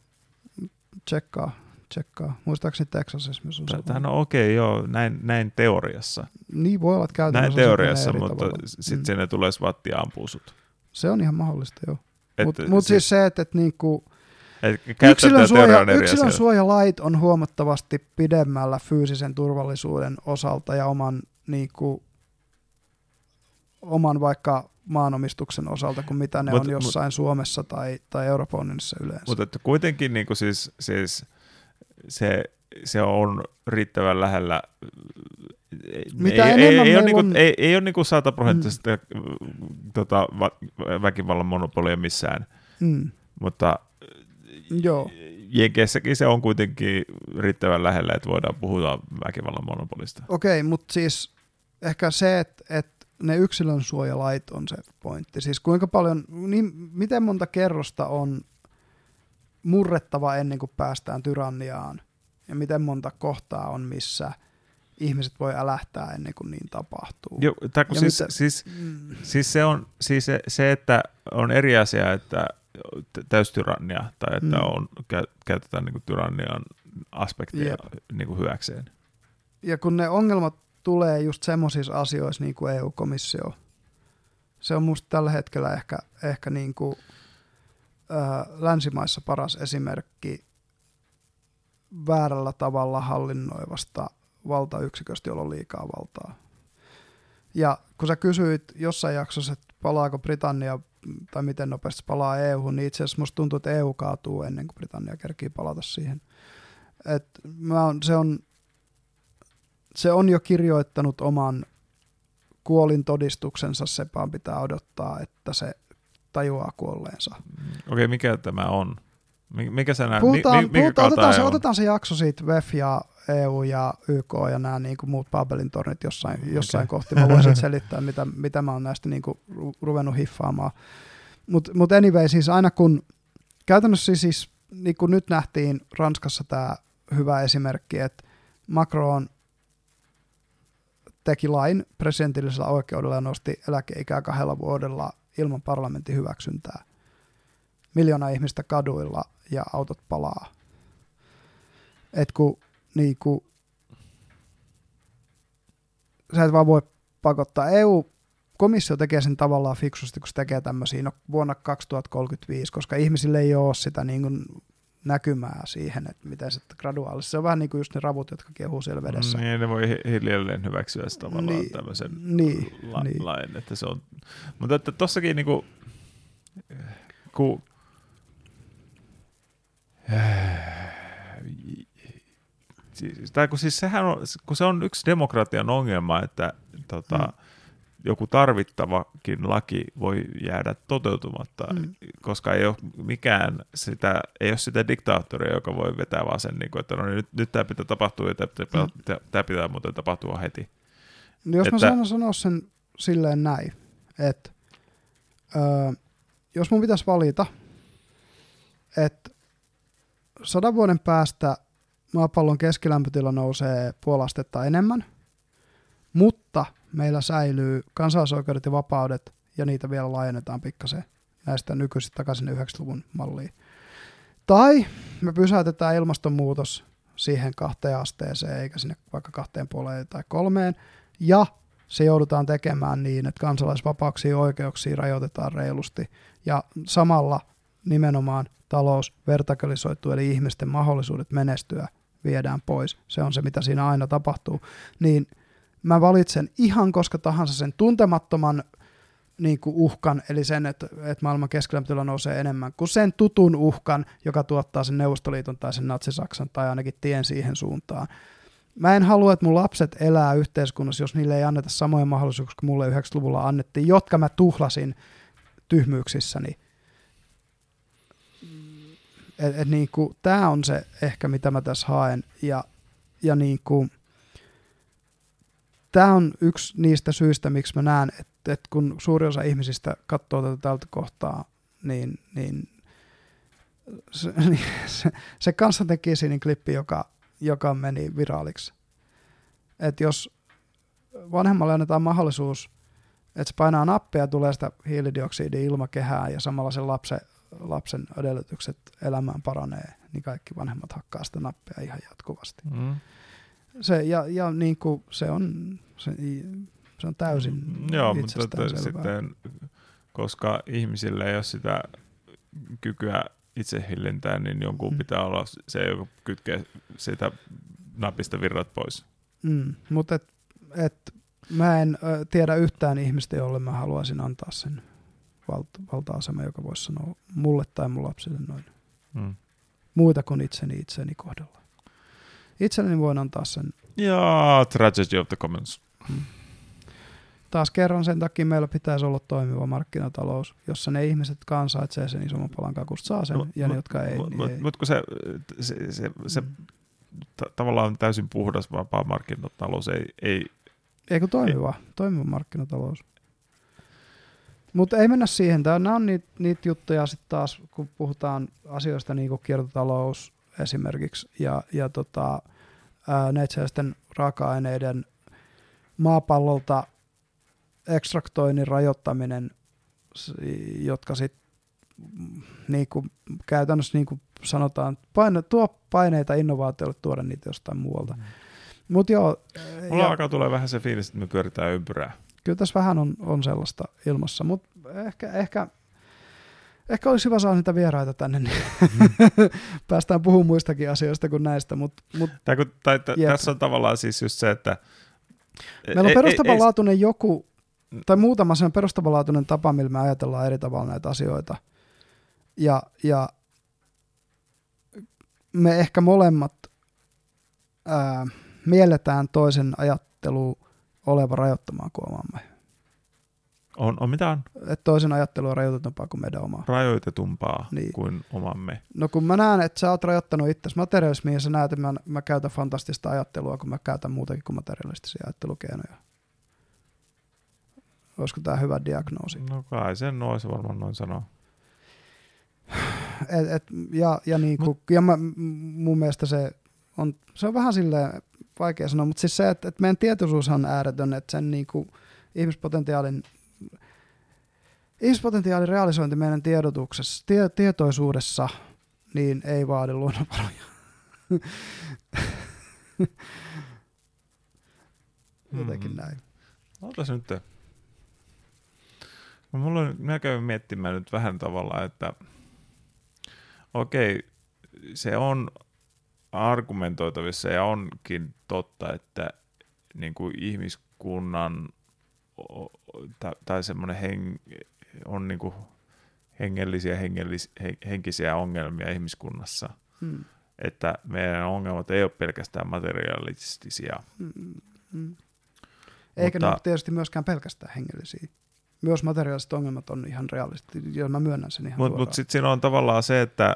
Tsekkaa, tsekkaa. Muistaakseni Texasissa myös on sellainen.
Tämähän on okei, okay, joo, näin, näin teoriassa.
Niin voi olla käytännössä.
Näin teoriassa, mutta
tavalla.
sitten
mm.
sinne tulee svatti ja ampuu sut.
Se on ihan mahdollista, joo. Mutta
siis,
mut siis se, että et niinku
et
yksilön, suoja, yksilön suojalait on huomattavasti pidemmällä fyysisen turvallisuuden osalta ja oman, niinku, oman vaikka maanomistuksen osalta kuin mitä ne mut, on jossain mut, Suomessa tai, tai Euroopan unionissa yleensä.
Mutta kuitenkin niinku siis, siis se, se on riittävän lähellä.
Mitä
ei,
enemmän
ei, ei,
on...
ole niinku, ei, ei ole niinku sataprosenttista mm. tota, väkivallan monopolia missään,
mm.
mutta
Joo.
Jenkeissäkin se on kuitenkin riittävän lähellä, että voidaan puhua väkivallan monopolista.
Okei, mutta siis ehkä se, että, että ne yksilön suojalait on se pointti. Siis kuinka paljon, niin miten monta kerrosta on murrettava ennen kuin päästään tyranniaan ja miten monta kohtaa on, missä ihmiset voi älähtää ennen kuin niin tapahtuu.
Joo, siis, mitä, siis, mm. siis, se on, siis se, se, että on eri asia, että täystyrannia tai että mm. on, käytetään niin kuin tyrannian aspekteja yep. niin kuin hyväkseen.
Ja kun ne ongelmat tulee just semmoisissa asioissa niin kuin E U-komissio, se on musta tällä hetkellä ehkä, ehkä niin kuin, ää, länsimaissa paras esimerkki väärällä tavalla hallinnoivasta valtayksiköstä, jolla on liikaa valtaa. Ja kun sä kysyit jossain jaksossa, että palaako Britannia tai miten nopeasti palaa E U-hun, niin itse asiassa musta tuntuu, että E U kaatuu ennen kuin Britannia kerkii palata siihen. Et mä on, se, on, se on jo kirjoittanut oman kuolintodistuksensa, sepaan pitää odottaa, että se tajuaa kuolleensa.
Okei, okay, mikä tämä on? Mikä se näin?
Puhutaan,
mi, mikä
puhutaan, otetaan, se, otetaan se jakso siitä W E F ja E U ja Y K ja nämä niin kuin muut Babelin tornit jossain, okay. jossain kohti. Mä voisin selittää, mitä, mitä mä oon näistä niin kuin ruvennut hiffaamaan. Mutta mut anyway, siis aina kun käytännössä siis niin kuin nyt nähtiin Ranskassa tämä hyvä esimerkki, että Macron teki lain presidentillisellä oikeudella ja nosti eläkeikää kahdella vuodella ilman parlamentin hyväksyntää. Miljoona ihmistä kaduilla ja autot palaa. Et kun niinku, sä et vaan voi pakottaa. E U-komissio tekee sen tavallaan fiksusti, kun se tekee tämmöisiä no, vuonna kaksituhattakolmekymmentäviisi, koska ihmisille ei ole sitä niin kuin näkymää siihen, että miten se graduaalisesti. Se on vähän niin kuin just ne ravut, jotka kehuu siellä vedessä.
Niin, ne voi hiljalleen hyväksyä tavallaan niin, tämmöisen
niin,
la-
niin.
lain. Että se on. Mutta että tossakin niinku, kun Siis, tai kun, siis sehän on, kun se on yksi demokratian ongelma, että tota, mm. joku tarvittavakin laki voi jäädä toteutumatta, mm. koska ei ole mikään sitä, ei ole sitä diktaattoria, joka voi vetää vaan sen, niin kuin, että no niin, nyt, nyt tämä pitää tapahtua ja tämä pitää, mm. tämä pitää muuten tapahtua heti.
No jos että, mä sanon sanoa sen silleen näin, että öö, jos mun pitäisi valita, että sadan vuoden päästä maapallon keskilämpötila nousee puoli astetta enemmän, mutta meillä säilyy kansalaisoikeudet ja vapaudet, ja niitä vielä laajennetaan pikkasen näistä nykyisistä takaisin yhdeksänkymmentäluvun malliin. Tai me pysäytetään ilmastonmuutos siihen kahteen asteeseen, eikä sinne vaikka kahteen puoleen tai kolmeen, ja se joudutaan tekemään niin, että kansalaisvapauksia ja oikeuksia rajoitetaan reilusti, ja samalla nimenomaan talous vertikalisoituu, eli ihmisten mahdollisuudet menestyä viedään pois. Se on se, mitä siinä aina tapahtuu. Niin mä valitsen ihan koska tahansa sen tuntemattoman niin kuin uhkan, eli sen, että, että maailman keskilämpötila nousee enemmän kuin sen tutun uhkan, joka tuottaa sen Neuvostoliiton tai sen Natsi-Saksan tai ainakin tien siihen suuntaan. Mä en halua, että mun lapset elää yhteiskunnassa, jos niille ei anneta samoja mahdollisuuksia kuin mulle yhdeksänkymmentäluvulla annettiin, jotka mä tuhlasin tyhmyyksissäni. Et, et niinku, tää on se ehkä, mitä mä tässä haen, ja, ja niinku, tää on yksi niistä syistä, miksi mä näen, että et kun suuri osa ihmisistä katsoo tätä tältä kohtaa, niin, niin se, se, se Konstantin Kisinin klippi, joka, joka meni viraaliksi. Että jos vanhemmalle annetaan mahdollisuus, että se painaa nappia ja tulee sitä hiilidioksidia ilmakehään ja samalla sen lapsen lapsen edellytykset elämään paranee, niin kaikki vanhemmat hakkaa sitä nappia ihan jatkuvasti. Mm. Se, ja ja niin kuin se, on, se, se on täysin mm,
joo, mutta sitten, koska ihmisillä ei ole sitä kykyä itsehillintään, niin jonkun mm. pitää olla se, joka kytkee sitä napista virrat pois.
Mm, mutta et, et, mä en ö, tiedä yhtään ihmistä, jolle mä haluaisin antaa sen valta-asema, joka voisi sanoa mulle tai mun lapsille noin. Hmm. Muita kuin itseni itseni kohdalla. Itselleni voin antaa sen.
Ja tragedy of the commons. Hmm.
Taas kerran sen takia meillä pitäisi olla toimiva markkinatalous, jossa ne ihmiset, jotka ansaitsee sen isomman palan kakusta, saa sen, no, ja ne, jotka ei.
Mutta
niin
mut, kun se, se, se, se hmm. t- tavallaan täysin puhdas vapaa markkinatalous ei... ei
Eikö toimiva? Ei. Toimiva markkinatalous. Mutta ei mennä siihen. Nämä on niitä, niitä juttuja sitten taas, kun puhutaan asioista niin kuin kiertotalous esimerkiksi ja, ja tota, neitseellisten raaka-aineiden maapallolta ekstraktoinnin rajoittaminen, jotka sitten niin kuin käytännössä niin kuin sanotaan, paine, tuo paineita innovaatioille tuoda niitä jostain muualta. Mm. Mut joo,
mulla
ja,
alkaa tulee vähän se fiilis, että me pyöritään ympyrää.
Kyllä tässä vähän on, on sellaista ilmassa, mutta ehkä, ehkä, Ehkä olisi hyvä saada niitä vieraita tänne, niin mm. päästään puhumaan muistakin asioista kuin näistä. Mut, mut,
tai kun, tai, t- tässä on tavallaan siis just se, että...
Meillä on perustavanlaatuinen joku, tai muutama sen perustavanlaatuinen tapa, millä me ajatellaan eri tavalla näitä asioita. Ja, ja me ehkä molemmat ää, mielletään toisen ajattelu oleva rajoittamaan kuin omamme.
On, on mitä on?
Että toisen ajattelu on rajoitetumpaa kuin meidän omaa.
Rajoitetumpaa
niin.
kuin omamme.
No kun mä näen, että sä oot rajoittanut itsesi materialismiin ja sä näet, että mä, mä käytän fantastista ajattelua, kun mä käytän muutakin kuin materialistisia ajattelukeinoja. Olisiko tää hyvä diagnoosi?
No kai sen noin, se varmaan noin sanoo.
Et, et, ja, ja, niinku, Mut, ja mä, mun mielestä se on, se on vähän silleen vaikea sanoa, mutta siis se, että, että meidän tietoisuus on ääretön, että sen niinku, ihmispotentiaalin, ihmispotentiaalin realisointi meidän tiedotuksessa, tie, tietoisuudessa, niin ei vaadi luonnonvaroja. Jotenkin näin.
Ootas nyt. No, mulla on, mä käyn miettimään nyt vähän tavalla, että okei, se on argumentoitavissa ja onkin totta, että niin kuin ihmiskunnan tai, tai semmoinen heng, on niin kuin hengellisiä, hengellis, henkisiä ongelmia ihmiskunnassa. Hmm. Että meidän ongelmat ei ole pelkästään materialistisia. Hmm.
Hmm. Eikä mutta, ne ole tietysti myöskään pelkästään hengellisiä. Myös materiaaliset ongelmat on ihan realistisia, ja mä myönnän sen ihan
Mutta mut sitten siinä on tavallaan se, että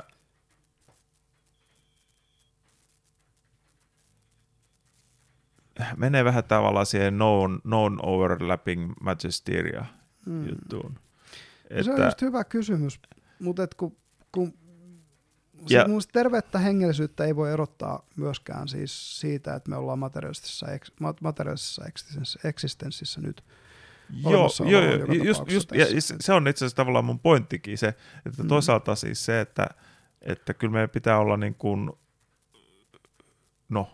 menee vähän tavallaan siihen known, known overlapping magisteria hmm. juttuun.
Että, se on just hyvä kysymys, mutta kun, kun ja, mun tervettä hengellisyyttä ei voi erottaa myöskään siis siitä, että me ollaan materiaalisessa, materiaalisessa eksistenssissä nyt.
Joo, joo, joo just, just, ja se on itse asiassa tavallaan mun pointtikin se, että toisaalta mm. siis se, että, että kyllä meidän pitää olla niin kuin, no,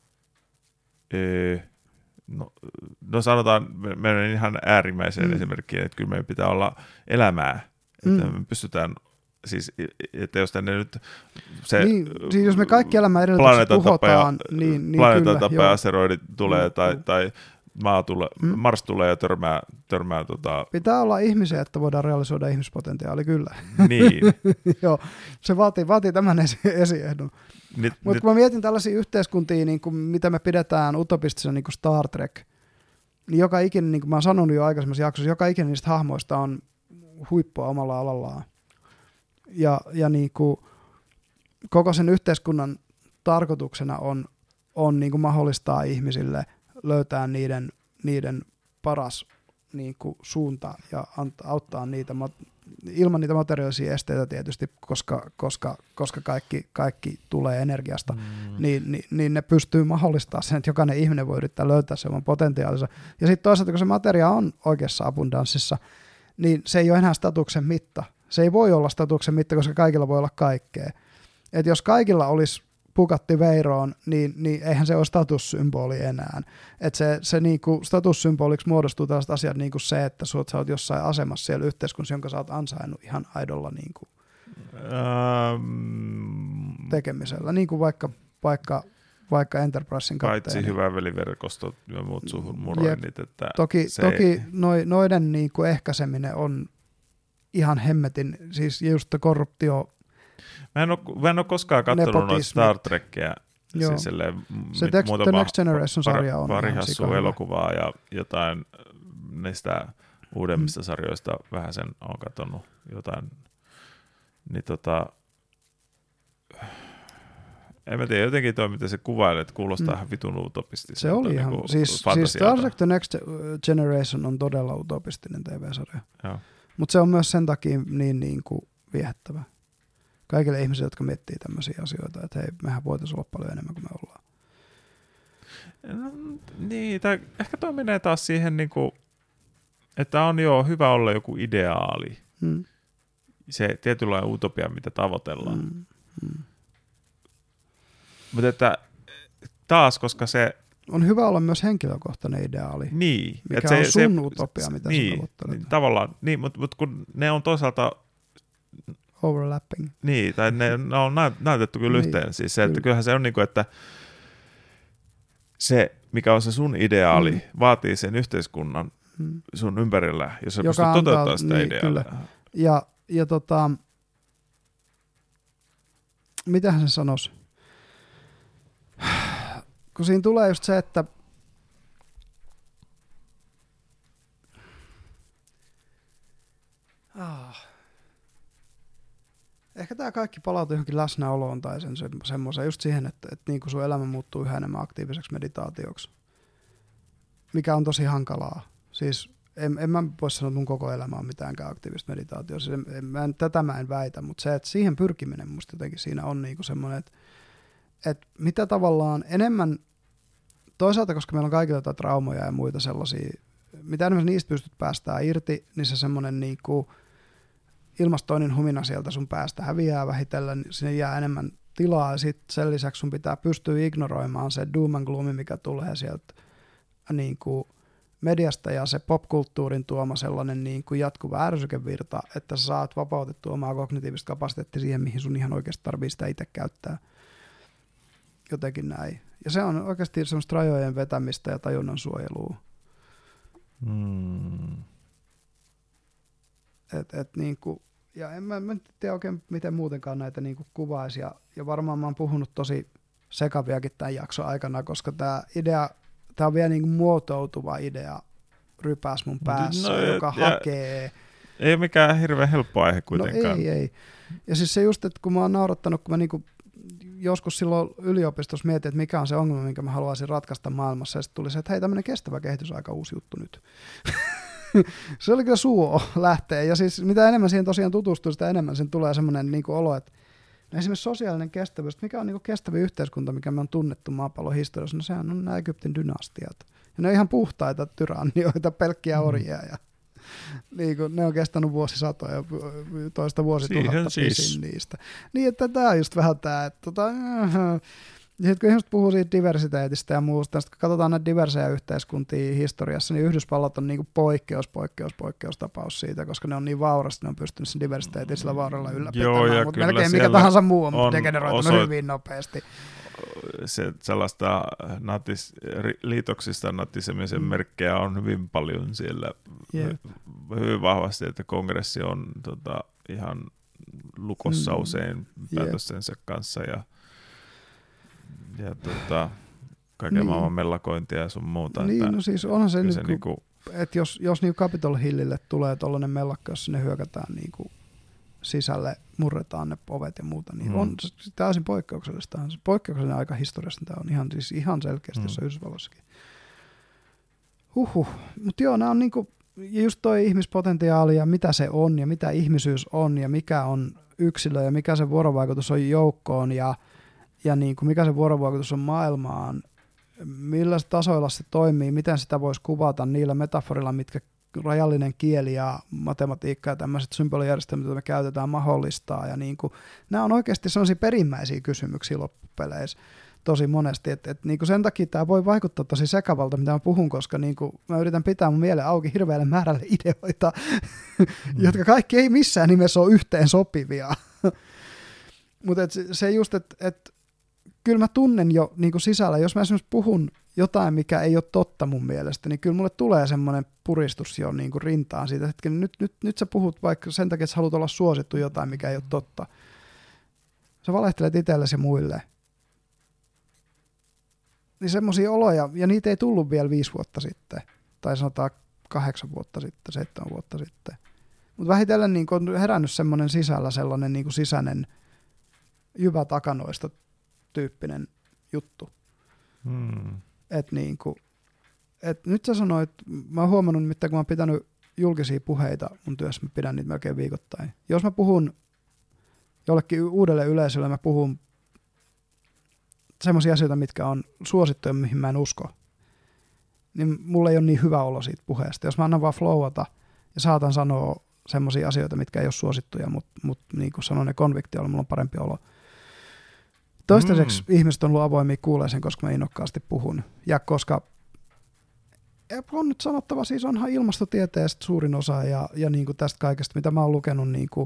ee, no, no sanotaan, menen ihan äärimmäiseen mm. esimerkkiin, että kyllä meidän pitää olla elämää, että mm. me pystytään, siis, että jos tänne nyt se
niin, siis jos me kaikki elämän edellytykset tuhotaan, niin, niin
planeetan tapa ja asteroidit tulee, mm. tai, tai Maa tule, mm. Mars tulee ja törmää. törmää tota...
Pitää olla ihmisiä, että voidaan realisoida ihmispotentiaali, kyllä.
Niin.
Joo, se vaatii, vaatii tämän esi- esiehdon. Mutta kun mä mietin tällaisia yhteiskuntia, niin kuin mitä me pidetään utopistisena, niin kuin Star Trek, niin joka ikinen, niin kuin mä oon sanonut jo aikaisemmassa jaksossa, joka ikinen niistä hahmoista on huippua omalla alallaan. Ja, ja niin kuin koko sen yhteiskunnan tarkoituksena on, on niin kuin mahdollistaa ihmisille löytää niiden, niiden paras niin kuin, suunta ja anta, auttaa niitä ilman niitä materiaalisia esteitä tietysti, koska, koska, koska kaikki, kaikki tulee energiasta, mm. niin, niin, niin ne pystyy mahdollistamaan sen, että jokainen ihminen voi yrittää löytää sen oman potentiaalinsa. Ja sitten toisaalta, kun se materia on oikeassa abundanssissa, niin se ei ole enää statuksen mitta. Se ei voi olla statuksen mitta, koska kaikilla voi olla kaikkea. Et jos kaikilla olisi Bugatti Veyron, niin, niin eihän se ole statussymboli enää. Et se se niinku statussymboliksi muodostuu tällaiset asiat niin kuin se, että sut, sä oot jossain asemassa siellä yhteiskunnassa, jonka sä oot ansainnut ihan aidolla niinku um, tekemisellä. Niin kuin vaikka, vaikka, vaikka Enterprisein kapteeni.
Paitsi hyvä veliverkostot ja muut suhun muroinnit. Että
toki
se
toki noi, noiden niinku ehkäiseminen on ihan hemmetin, siis just korruptio.
Mä en, ole, mä en ole koskaan katsonut noita Star Trekkiä. Siis
se mit, text, The Next Generation-sarja on
pari hassua elokuvaa ja jotain niistä uudemmista mm. sarjoista vähän sen on katsonut jotain. Niin tota, en mä tiedä, jotenkin toi, mitä se kuvailee, että kuulostaa mm. ihan vitun utopistista.
Se oli ihan, niin siis, siis Star Trek The Next Generation on todella utopistinen T V-sarja. Mutta se on myös sen takia niin, niin kuin viehättävä. Kaikille ihmisille, jotka miettii tämmöisiä asioita, että hei, mehän voitaisiin olla paljon enemmän kuin me ollaan.
No, niin, tai ehkä toi menee taas siihen, niin kuin, että on jo hyvä olla joku ideaali. Hmm. Se tietynlainen utopia, mitä tavoitellaan. Hmm. Hmm. Mutta että taas, koska se
on hyvä olla myös henkilökohtainen ideaali,
niin,
mikä
se,
on sun
se,
utopia, mitä
niin,
sä tavoittelet.
Niin, tavallaan, niin, mutta, mutta kun ne on toisaalta
overlapping.
Niin, tai ne, ne on näytetty kyllä niin, yhteen. Siis se, että kyllä. Kyllähän se on niin kuin, että se, mikä on se sun ideaali, mm. vaatii sen yhteiskunnan mm. sun ympärillä, jos sä pystyt toteuttamaan sitä niin, ideaalia. Kyllä.
Ja, ja tota, mitähän se sanoisi? Kun siinä tulee just se, että ah. ehkä tämä kaikki palautuu johonkin läsnäoloon tai sen semmoiseen just siihen, että, että niin kuin sun elämä muuttuu yhä enemmän aktiiviseksi meditaatioksi, mikä on tosi hankalaa. Siis en, en mä voi sanoa, että mun koko elämä on mitäänkään aktiivista meditaatiota. Siis en, mä en, tätä mä en väitä, mutta se, että siihen pyrkiminen musta jotenkin siinä on niin kuin semmoinen, että, että mitä tavallaan enemmän, toisaalta koska meillä on kaikilla jotain traumoja ja muita sellaisia, mitä enemmän niistä pystyt päästään irti, niin se semmoinen niin kuin ilmastoinnin humina sieltä sun päästä häviää vähitellen, niin sinne jää enemmän tilaa ja sitten sen lisäksi sun pitää pystyä ignoroimaan se doom and gloomi, mikä tulee sieltä niin kuin mediasta ja se popkulttuurin tuoma sellainen niin kuin jatkuva ärsykevirta, että sä saat vapautettua omaa kognitiivista kapasiteettia siihen, mihin sun ihan oikeasti tarvii sitä itse käyttää. Jotenkin näin. Ja se on oikeasti semmoista rajojen vetämistä ja tajunnan suojelua.
Hmm.
Et, et niinku, ja en mä, en tiedä oikein miten muutenkaan näitä niinku kuvaisi, ja, ja varmaan mä oon puhunut tosi sekaviakin tämän jakson aikana, koska tämä idea, tämä on vielä niinku muotoutuva idea rypäs mun päässä, no, joka ja, hakee.
Ei ole mikään hirveän helppo aihe kuitenkaan.
No ei, ei. Ja siis se just, että kun mä oon naurattanut, kun mä niinku joskus silloin yliopistossa mietin, että mikä on se ongelma, minkä mä haluaisin ratkaista maailmassa, ja sitten tuli se, että hei, tämmöinen kestävä kehitys on aika uusi juttu nyt. Se oli kyllä suo lähtee, ja siis mitä enemmän siihen tosiaan tutustuu, sitä enemmän sen tulee semmoinen niin kuin olo, että esimerkiksi sosiaalinen kestävyys, mikä on niin kuin kestävä yhteiskunta, mikä me on tunnettu maapallon historiassa, no sehän on nämä Egyptin dynastiat. Ja ne on ihan puhtaita tyrannioita, pelkkiä orjia, ja niin kuin, ne on kestänyt vuosisatoja, toista vuosituhatta pisin niistä. Niin, että tämä on just vähän tämä, että tota, ja sitten kun ihmiset puhuu siitä diversiteetistä ja muusta, sitten kun katsotaan näitä diversejä yhteiskuntia historiassa, niin Yhdysvallat on niinku poikkeus, poikkeus, poikkeustapaus siitä, koska ne on niin vaurasta, ne on pystynyt sen diversiteetin sillä vaaralla ylläpitämään, mutta melkein mikä tahansa muu on, on degeneroitunut oso- hyvin nopeasti.
Se, sellaista natis, liitoksista natisemisen mm. merkkejä on hyvin paljon siellä yeah. hyvin vahvasti, että kongressi on tota, ihan lukossa mm. usein päätöstensä yeah. kanssa ja ja tota, kaiken niin. maailman mellakointia ja sun muuta.
Niin,
että
no siis onhan se,
se
niinku,
niinku,
että jos, jos niinku Capitol Hillille tulee tollainen mellakka, jos sinne hyökätään niinku sisälle, murretaan ne ovet ja muuta, niin mm. on se täysin poikkeuksellista. Se poikkeuksellinen aika historiasta tämä on ihan, siis ihan selkeästi, mm. jossa Yhdysvalloissakin. Huhhuh, mutta joo, nämä on niinku, just toi ihmispotentiaali ja mitä se on ja mitä ihmisyys on ja mikä on yksilö ja mikä se vuorovaikutus on joukkoon ja ja niin kuin mikä se vuorovaikutus on maailmaan, millä tasoilla se toimii, miten sitä voisi kuvata niillä metaforilla, mitkä rajallinen kieli ja matematiikka ja tämmöiset symbolijärjestelmät, joita me käytetään, mahdollistaa. Ja niin kuin, nämä on oikeasti sellaisia perimmäisiä kysymyksiä loppupeleissä tosi monesti, että et, niin kuin sen takia tämä voi vaikuttaa tosi sekavalta, mitä mä puhun, koska niin kuin, mä yritän pitää mun mielen auki hirveälle määrälle ideoita, mm. jotka kaikki ei missään nimessä ole yhteen sopivia. Mutta se just, että et, kyllä mä tunnen jo niin kuin sisällä, jos mä esimerkiksi puhun jotain, mikä ei ole totta mun mielestä, niin kyllä mulle tulee semmoinen puristus jo niin kuin rintaan siitä, että nyt, nyt, nyt sä puhut vaikka sen takia, että sä haluat olla suosittu jotain, mikä ei ole totta. Sä valehtelet itsellesi ja muille. Niin semmoisia oloja, ja niitä ei tullut vielä viisi vuotta sitten, tai sanotaan kahdeksan vuotta sitten, seitsemän vuotta sitten. Mutta vähitellen niin kuin on herännyt semmoinen sisällä sellainen niin kuin sisäinen jyvä takanoista tyyppinen juttu.
Hmm.
Et niinku, et nyt sä sanoit, mä oon huomannut, mitä kun mä oon pitänyt julkisia puheita mun työssä, mä pidän niitä melkein viikoittain. Jos mä puhun jollekin uudelle yleisölle, mä puhun semmoisia asioita, mitkä on suosittuja, mihin mä en usko, niin mulla ei ole niin hyvä olo siitä puheesta. Jos mä annan vaan flowata ja saatan sanoa semmoisia asioita, mitkä ei ole suosittuja, mutta mut, niin kuin sanoin ne konviktioilla, mulla on parempi olo. Toistaiseksi mm. ihmiset on ollut avoimia kuulee sen, koska mä innokkaasti puhun. Ja koska on nyt sanottava, siis onhan ilmastotieteestä suurin osa ja, ja niin kuin tästä kaikesta, mitä mä oon lukenut niin kuin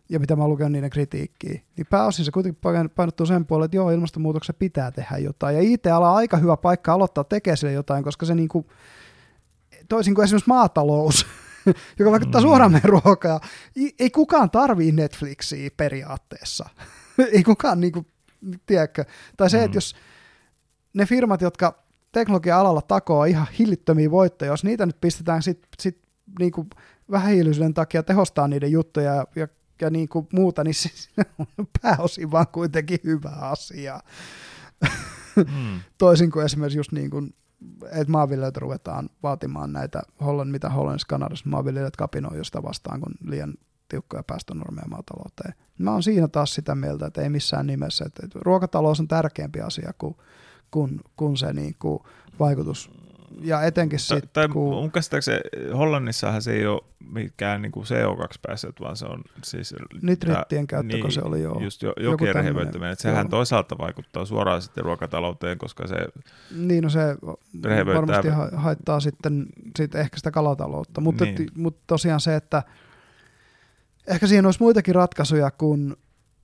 ja mitä mä oon lukenut niiden kritiikkiä, niin pääosin se kuitenkin painottuu sen puolelle, että joo, ilmastonmuutoksen pitää tehdä jotain. Ja I T-ala on aika hyvä paikka aloittaa tekemään sille jotain, koska se niinku, toisin kuin esimerkiksi maatalous, joka vaikuttaa mm. suoraan meidän ruokaa, ei, ei kukaan tarvii Netflixiä periaatteessa. Ei kukaan, niinku, tiedätkö. Tai se, mm. että jos ne firmat, jotka teknologia-alalla takoo ihan hillittömiä voittoja, jos niitä nyt pistetään sit, sit niinku vähähiilisyyden takia tehostaa niiden juttuja ja, ja, ja niinku muuta, niin se on pääosin vaan kuitenkin hyvä asia. Mm. Toisin kuin esimerkiksi just niin kuin, että maanviljelijöitä ruvetaan vaatimaan näitä, Hollann, mitä Hollannissa, Kanadassa maanviljelijät kapinoi josta vastaan, kun liian tiukkoja päästönormeja maatalouteen. Mä oon siinä taas sitä mieltä, että ei missään nimessä, että, että ruokatalous on tärkeämpi asia kuin, kuin, kuin se niin kuin vaikutus. Ja etenkin sitten,
tai
kun...
mun käsittääkseni Hollannissahan se ei ole mikään niin kuin C O kaksi päästöt, vaan se on siis...
Nitriittien käyttö,
niin,
kun se oli jo...
Just jo, jokien rehevöittäminen. Sehän toisaalta vaikuttaa suoraan sitten ruokatalouteen, koska se...
Niin, no se varmasti haittaa sitten, sitten ehkä sitä kalataloutta. Mutta niin. mut tosiaan se, että ehkä siihen olisi muitakin ratkaisuja, kun,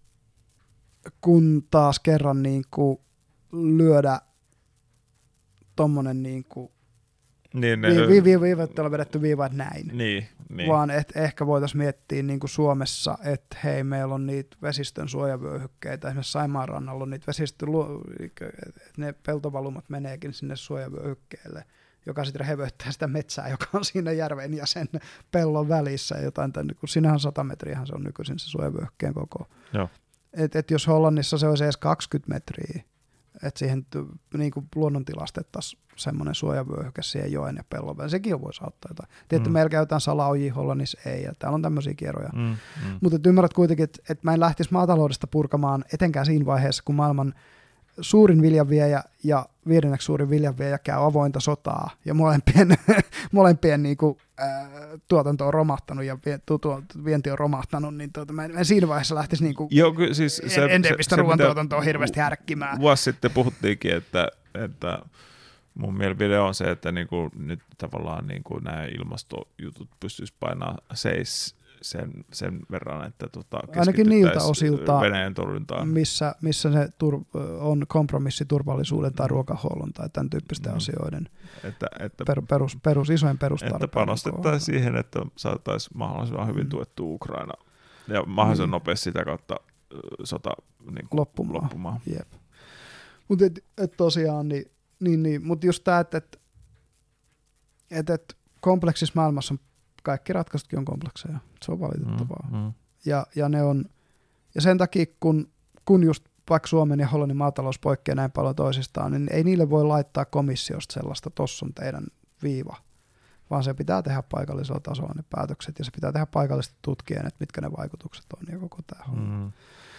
kun taas kerran niin kuin lyödä tommonen niin kuin
Niin,
ne, vi, vi, vi, vi, on vedetty viiva, että näin.
Niin, niin.
Vaan että ehkä voitaisiin miettiä niin kuin Suomessa, että hei, meillä on niitä vesistön suojavyöhykkeitä, esimerkiksi Saimaan rannalla on niitä vesistön, ne peltovalumat meneekin sinne suojavyöhykkeelle, joka sitten rehevöittää sitä metsää, joka on siinä järven ja sen pellon välissä. Jotain tämän, kun sinähän sata metriähän se on nykyisin se suojavyöhykkeen koko. Että et jos Hollannissa se olisi edes kaksikymmentä metriä, että siihen niin kuin luonnontilastettaisiin semmoinen suojavyöhyke siihen joen ja pellon väliin. Sekin voisi auttaa jotain. Tietysti mm. meillä käytetään salaojia, Hollannissa ei, ja täällä on tämmöisiä kierroja. Mm, mm. Mutta ymmärrät kuitenkin, että et mä en lähtisi maataloudesta purkamaan etenkään siinä vaiheessa, kun maailman suurin viljanviejä ja viidenneksi suurin viljanviejä käy avointa sotaa, ja molempien, molempien niin kuin, ää, tuotanto on romahtanut ja vienti on romahtanut, niin tuota, mä, en, mä en siinä vaiheessa lähtisi niin kuin Joo, siis se, endemistä se, ruoantuotantoa hirveästi härkkimään.
Vuosi sitten puhuttiinkin, että, että mun mielipide on se, että niin kuin nyt tavallaan niin kuin nämä ilmastojutut pystyisi painaa seis sen, sen verran, että tota,
ainakin niiltä osilta,
Venäjän torjuntaan.
Missä, missä se tur, on kompromissi turvallisuuden tai ruokahuollon tai tämän tyyppisten mm. asioiden
että, että,
per, perus, perus, isojen perustarpeen.
Että panostettaisiin siihen, että saataisiin mahdollisimman hyvin mm. tuettua Ukraina ja mahdollisimman mm. nopeasti sitä kautta sota niin kuin loppumaan. loppumaan.
Jep. Mutta et, et tosiaan, niin, niin, niin, mutta just tämä, että et, et, et kompleksissa maailmassa on kaikki ratkaisutkin on komplekseja. Se on valitettavaa. Mm, mm. Ja, ja, ne on, ja sen takia, kun, kun just vaikka Suomen ja Hollannin maatalous poikkeaa näin paljon toisistaan, niin ei niille voi laittaa komissiosta sellaista, tossa on teidän viiva, vaan se pitää tehdä paikallisella tasolla ne päätökset, ja se pitää tehdä paikallisesti tutkien, että mitkä ne vaikutukset on, ja koko tämä homma.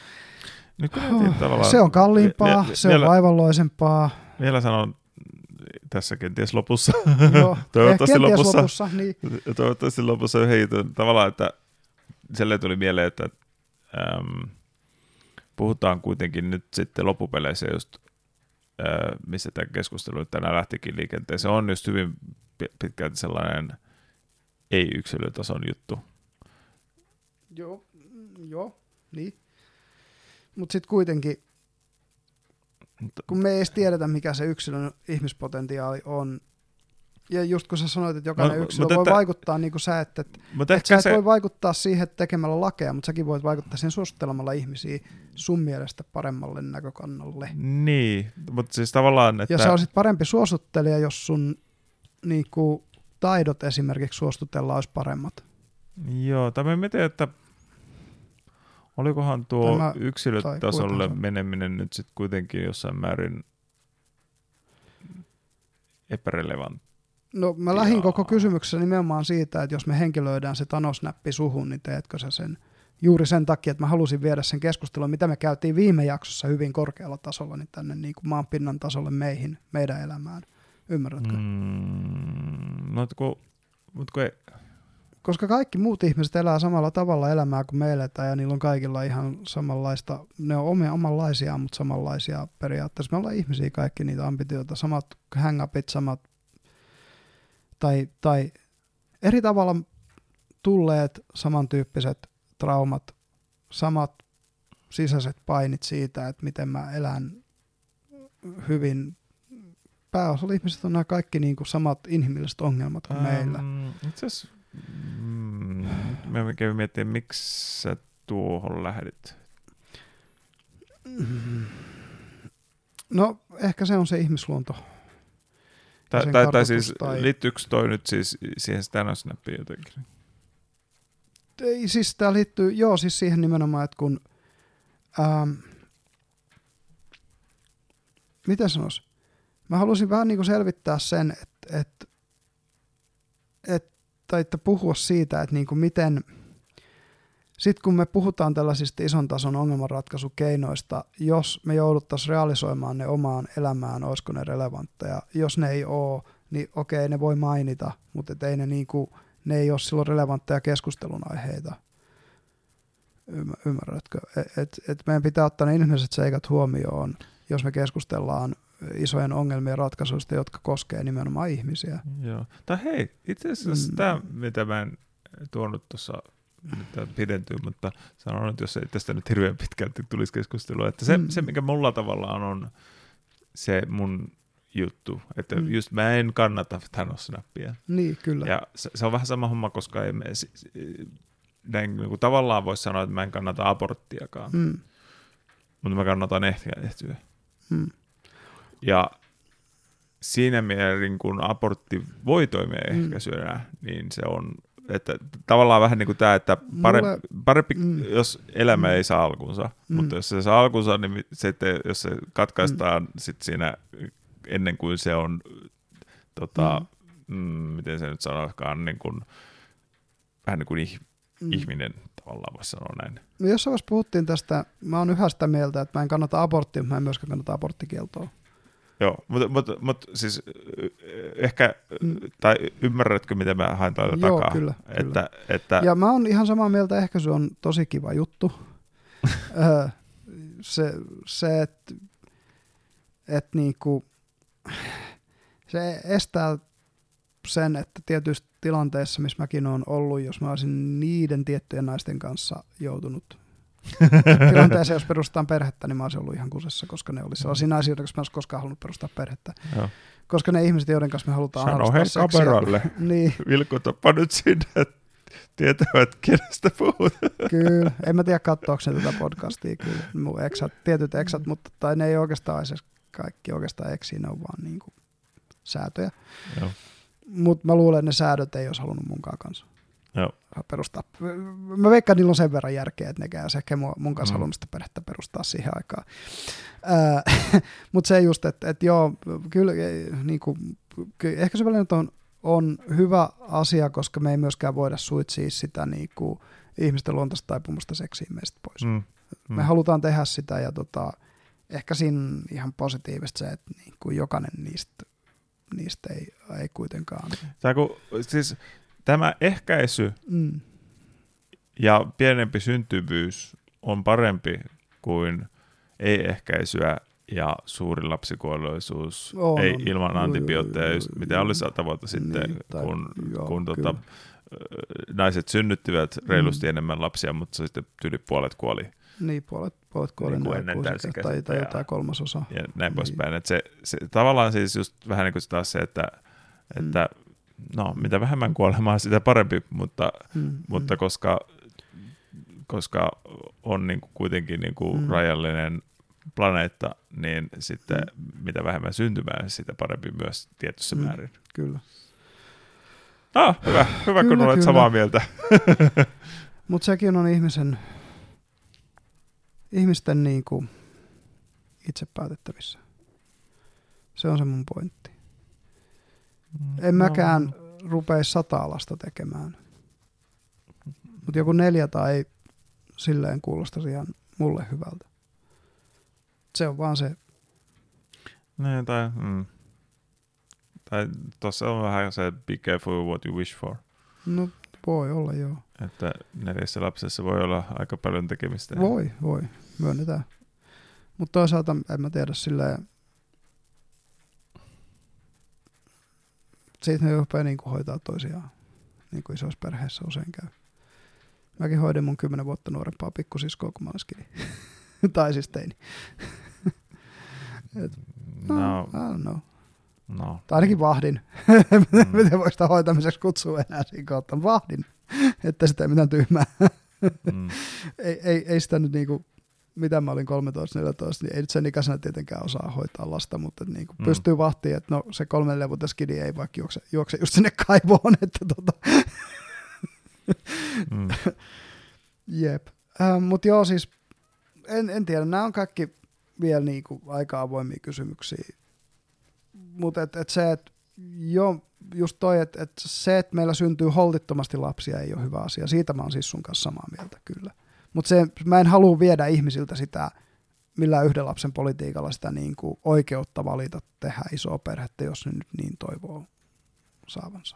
Mm.
Se on kalliimpaa, vie, vie, se on vielä, vaivalloisempaa.
Vielä sanon tässä kenties lopussa,
Joo,
toivottavasti lopussa,
lopussa niin.
toivottavasti lopussa heitän tavallaan, että selleen tuli mieleen, että äm, puhutaan kuitenkin nyt sitten loppupeleissä just, äh, missä tämä keskustelu tänään lähtikin liikenteeseen. Se on just hyvin pitkälti sellainen ei-yksilötason juttu.
Joo, joo, niin. Mutta sitten kuitenkin, kun me ei edes tiedetä, mikä se yksilön ihmispotentiaali on, ja just kun sä sanoit, että jokainen no, yksilö voi että, vaikuttaa niin kuin sä, että, että sä et se... voi vaikuttaa siihen tekemällä lakeja, mutta säkin voit vaikuttaa siihen suosittelemalla ihmisiä sun mielestä paremmalle näkökannalle.
Niin, mutta siis tavallaan, että...
Ja sä olisit parempi suosittelija, jos sun niin kuin, taidot esimerkiksi suostutella olisi paremmat.
Joo, tai mä tiedän, että olikohan tuo Tämä, yksilötasolle meneminen nyt sitten kuitenkin jossain määrin epärelevantti?
No mä lähdin koko kysymyksessä nimenomaan siitä, että jos me henkilöidään se Thanos-näppi suhun, niin teetkö sä sen juuri sen takia, että mä halusin viedä sen keskustelun, mitä me käytiin viime jaksossa hyvin korkealla tasolla, niin tänne niin kuin maanpinnan tasolle meihin, meidän elämään. Ymmärrätkö?
Mm, no, kun, mutta kun ei...
Koska kaikki muut ihmiset elää samalla tavalla elämää kuin me eletään, ja niillä on kaikilla ihan samanlaista, ne on omia, omanlaisia, mutta samanlaisia periaatteessa. Me ollaan ihmisiä kaikki, niitä ambitioita, samat hang-upit, samat, tai, tai eri tavalla tulleet samantyyppiset traumat, samat sisäiset painit siitä, että miten mä elän hyvin. Pääosalla ihmiset on nämä kaikki niin kuin samat inhimilliset ongelmat kuin ähm, meillä.
Itse asiassa mm, mä kävin miettimään, miksi sä tuohon lähdit?
No ehkä se on se ihmisluonto.
Tai, tai, tai siis tai... liittyykö toi nyt siis siihen stand-up-snappiin jotenkin?
Ei, siis tää liittyy, joo, siis siihen nimenomaan, että kun, ähm, mitä sanois? Mä halusin vähän niin kuin selvittää sen, että, että, että, tai että puhua siitä, että niin kuin miten, sitten kun me puhutaan tällaisista ison tason ongelmanratkaisukeinoista, jos me jouduttaisiin realisoimaan ne omaan elämään, olisiko ne relevantteja? Jos ne ei ole, niin okei, ne voi mainita, mutta ei ne, niinku, ne ei ole silloin relevantteja keskustelun aiheita. Ymmärrätkö? Et, et, et meidän pitää ottaa ne inhimilliset seikat huomioon, jos me keskustellaan isojen ongelmien ratkaisuista, jotka koskee nimenomaan ihmisiä.
Joo. Tai hei, itse asiassa mm. tämä, mitä mä en tuonut tuossa, nyt tämä pidentyy, mutta sanon nyt, jos ei tästä nyt hirveän pitkälti tulisi keskustelua, että se, mm. se mikä mulla tavallaan on se mun juttu, että mm. just mä en kannata Thanos-snappia.
Niin, kyllä.
Ja se, se on vähän sama homma, koska ei me, näin, niin kuin tavallaan voisi sanoa, että mä en kannata aborttiakaan, mm. mutta mä kannatan ehtyä. Mm. Ja siinä mielin, kun abortti voi toimia ehkäisynä, mm. niin se on, että tavallaan vähän niin kuin tämä, että parempi, Mulle, parempi mm. jos elämä mm. ei saa alkunsa, mm. mutta jos se saa alkunsa, niin sitten, jos se katkaistaan mm. sit siinä ennen kuin se on, tota, mm. Mm, miten se nyt sanoikaan, niin kuin, vähän niin kuin ih, mm. ihminen tavallaan voisi sanoa näin.
No jossain vaiheessa puhuttiin tästä, mä oon yhä sitä mieltä, että mä en kannata aborttia, mutta mä en myöskään kannata aborttikieltoa.
Joo, mutta, mutta, mutta siis ehkä, mm. tai ymmärrätkö, miten mä haen täältä
Joo,
takaa?
Kyllä,
että,
kyllä.
Että...
Ja mä oon ihan samaa mieltä, ehkä se on tosi kiva juttu. se, se että et niinku, se estää sen, että tietyissä tilanteissa, missä mäkin olen ollut, jos mä olisin niiden tiettyjen naisten kanssa joutunut tilanteeseen, jos perustetaan perhettä, niin mä olisin ollut ihan kusessa, koska ne oli sellaisia naisia, joiden kanssa mä olisin koskaan halunnut perustaa perhettä. Joo. Koska ne ihmiset, joiden kanssa me halutaan
Sano harrastaa seksiä. Sano hei kameralle.
Niin.
Vilkutapa nyt sinne, että tietävät, kenestä puhut.
Kyllä. En mä tiedä, katsoako ne tätä podcastia. Kyllä. Mun eksat, tietyt eksat, mutta tai ne ei oikeastaan edes kaikki oikeastaan eksiä, ne on vaan niinku säätöjä. Mutta mä luulen, että ne säädöt ei olisi halunnut munkaan kanssa.
Joo.
Perustaa. Mä veikkaan, niillä on sen verran järkeä, että nekään ehkä mun kanssa mm. halunnut sitä perhettä perustaa siihen aikaan. Mutta se just, että et joo, kyllä niinku, ehkä se välillä on, on hyvä asia, koska me ei myöskään voida suitsia sitä niinku, ihmisten luontaista taipumusta seksiin meistä pois. Mm. Mm. Me halutaan tehdä sitä ja tota, ehkä siinä ihan positiivista se, että niinku, jokainen niistä, niistä ei, ei kuitenkaan.
Tämä kun, siis tämä ehkäisy mm. ja pienempi syntyvyys on parempi kuin ei-ehkäisyä ja suuri lapsikuolleisuus, on, ei ilman antibiootteja, just mitä oli sata vuotta sitten, niin, tai, kun, joo, kun tota, naiset synnyttivät reilusti mm. enemmän lapsia, mutta sitten yli puolet kuoli.
Niin, puolet, puolet kuoli niin
ennen
tai, tai jotain kolmasosa.
Ja näin niin. poispäin. Että se, se, tavallaan siis just vähän niin kuin taas se, että, että mm. no, mitä vähemmän kuolemaa, sitä parempi, mutta, mm. mutta mm. koska, koska on niin kuin kuitenkin niin kuin mm. rajallinen planeetta, niin sitten mm. mitä vähemmän syntymää, sitä parempi myös tietyssä mm. määrin.
Kyllä.
Ah, hyvä, hyvä kyllä, kun olet kyllä. samaa mieltä.
Mutta sekin on ihmisen, ihmisten niin kuin itse päätettävissä. Se on se mun pointti. En no. mäkään rupeisi sata lasta tekemään. Mutta joku neljä tai silleen kuulostaisi ihan mulle hyvältä. Se on vaan se.
Niin, tai, mm. tai tuossa on vähän se be careful what you wish for.
No voi olla, joo.
Että neljässä lapsessa voi olla aika paljon tekemistä.
Voi, voi. Myönnetään. Mutta toisaalta en mä tiedä silleen, siitä ne rupeaa niin kuin hoitaa toisiaan, niin kuin isoissa perheissä usein käy. Mäkin hoidin mun kymmenen vuotta nuorempaa pikkusiskoa, kun mä olin skidi. Tai siis teini. Et, no, no, I don't know.
No.
Tai ainakin vahdin. Mm. Miten voi sitä hoitamiseksi kutsua enää siinä kautta? Vahdin, että sitä ei mitään tyhmää. Mm. ei, ei, ei sitä nyt niinku, mitä mä olin kolmetoista neljätoista, niin ei nyt sen ikäisenä tietenkään osaa hoitaa lasta, mutta niinku mm. pystyy vahtiin, että no se kolme neljä vuotta skidi ei vaikka juokse, juokse just sinne kaivoon, että tota. mm. Jep. Äh, mutta joo siis, en, en tiedä, nämä on kaikki vielä niinku aika avoimia kysymyksiä. Mutta et, et se, että jo just toi, että et se, että meillä syntyy holtittomasti lapsia ei ole hyvä asia. Siitä mä oon siis sun kanssa samaa mieltä, kyllä. Mutta mä en halua viedä ihmisiltä sitä, millään yhden lapsen politiikalla sitä niinku oikeutta valita tehdä isoa perhettä, jos ne nyt niin toivoo saavansa.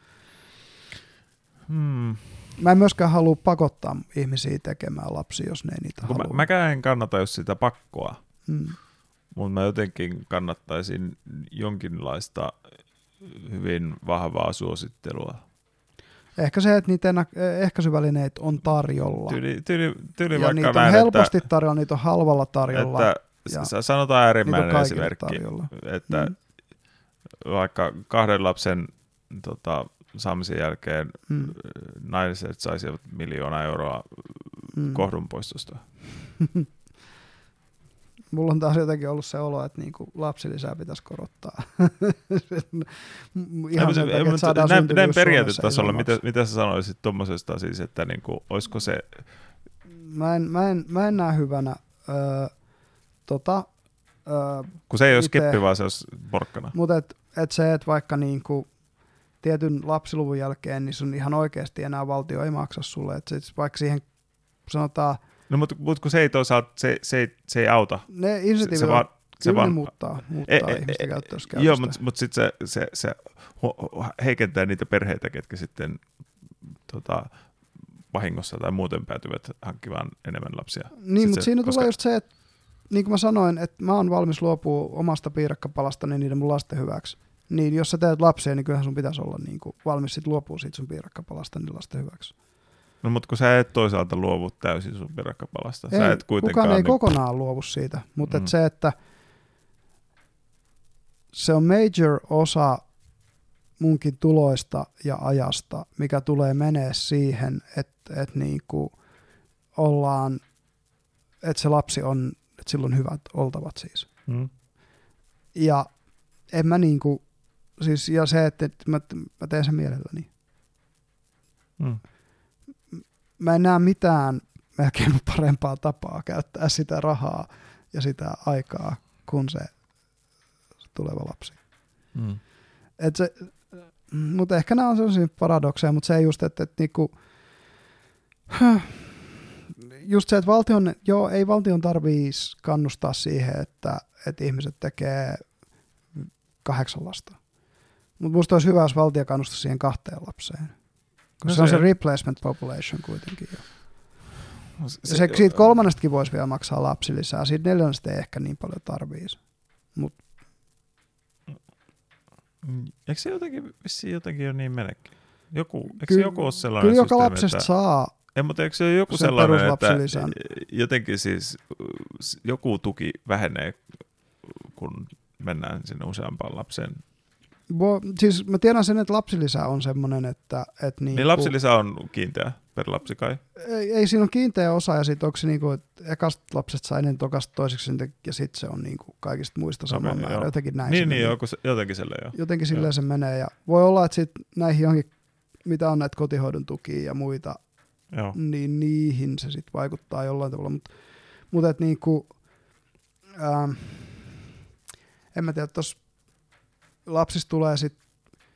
Hmm. Mä en myöskään halua pakottaa ihmisiä tekemään lapsia, jos ne ei niitä halua.
Mä, mäkään en kannata just sitä pakkoa.
Hmm.
Mutta mä jotenkin kannattaisin jonkinlaista hyvin vahvaa suosittelua.
Ehkä se, että niitä ehkäisyvälineitä on tarjolla.
Tyyli, tyyli, tyyli
ja
vaikka
niitä on
näin,
helposti
että,
tarjolla, niitä on halvalla tarjolla.
Että, sanotaan äärimmäinen esimerkki,
tarjolla.
että mm. vaikka kahden lapsen tota, saamisen jälkeen mm. naiset saisivat miljoona euroa mm. kohdunpoistosta.
Mulla on taas jotenkin ollut se olo, että niinku lapsilisää pitäisi korottaa. Ihan sen takia, että saadaan
näin,
syntyvyys
näin periaatetasolla, mitä, mitä sä sanoisit tuommoisesta siis, että niinku, olisiko se...
Mä en, mä en, mä en näe hyvänä. Öö, tota, öö,
Kun se ei ole skeppi, vaan se olisi porkkana.
Mutta et, et se, että vaikka niinku tietyn lapsiluvun jälkeen, niin sun ihan oikeasti enää valtio ei maksa sulle. Et sit vaikka siihen sanotaan...
No mutta mut kun se ei toisaalta, se, se, ei, se ei auta.
Ne insentiivit se, se vaan, se vaan, muuttaa, muuttaa e, ihmisten e, käyttöyskäytöstä.
Joo, mutta mut sitten se, se, se heikentää niitä perheitä, ketkä sitten tota, vahingossa tai muuten päätyvät hankkimaan enemmän lapsia.
Niin, mutta siinä koska... tulee just se, että niin kuin mä sanoin, että mä oon valmis luopua omasta piirakkapalastani niiden mun lasten hyväksi. Niin jos sä teet lapsia, niin kyllähän sun pitäisi olla niin kuin valmis sit luopua siitä sun piirakkapalasta niin lasten hyväksi.
No mutta kun sä et toisaalta luovu täysin sun piirakkapalasta. Sä
ei,
et kuitenkaan
kukaan ei
niin...
kokonaan luovu siitä, mutta
mm.
et se, että se on major osa munkin tuloista ja ajasta, mikä tulee menee siihen, että et niinku ollaan, että se lapsi on, että sillä on hyvät oltavat siis.
Mm.
Ja en mä niinku, siis ja se, että, että mä, mä teen sen mielelläni.
Mm.
Mä en näe mitään melkein parempaa tapaa käyttää sitä rahaa ja sitä aikaa kuin se tuleva lapsi.
Mm.
Et se, mutta ehkä nämä on sellaisia paradokseja, mutta se ei just, että, että niinku, just se, että valtion, joo, ei valtion tarvitsisi kannustaa siihen, että, että ihmiset tekee kahdeksan lasta. Mutta musta olisi hyvä, jos valtio kannustaa siihen kahteen lapseen. Koska no se, se on se replacement population kuitenkin jo. No se, se, siitä kolmannestakin voisi vielä maksaa lapsilisää. Siitä neljännestä ei ehkä niin paljon tarvitsisi. Mut.
Eikö se jotenkin, jotenkin ole niin menekin? Joku, eikö Ky- se joku ole sellainen
Kyllä joka
systeemi,
lapsesta
että,
saa
ei, mutta eikö se ole joku sellainen, että jotenkin siis joku tuki vähenee, kun mennään sinne useampaan lapseen?
Bo, siis mä tiedän sen, että lapsilisä on semmoinen, että... että
niin,
niin
lapsilisä on kiinteä per lapsi kai?
Ei, ei siinä ole kiinteä osa, ja sitten onko se niin kuin, että ekasta lapsesta saa ennen tokasta toiseksi, ja sitten se on niin kuin kaikista muista sama okay, määrä, joo. Jotenkin näin.
Niin, niin joku, jotenkin silleen joo.
Jotenkin silleen se menee, ja voi olla, että sitten näihin johonkin, mitä on näitä kotihoidon tukia ja muita,
joo.
niin niihin se sitten vaikuttaa jollain tavalla, mutta mut että niin kuin, ähm, en mä tiedä, tuossa lapsista tulee sitten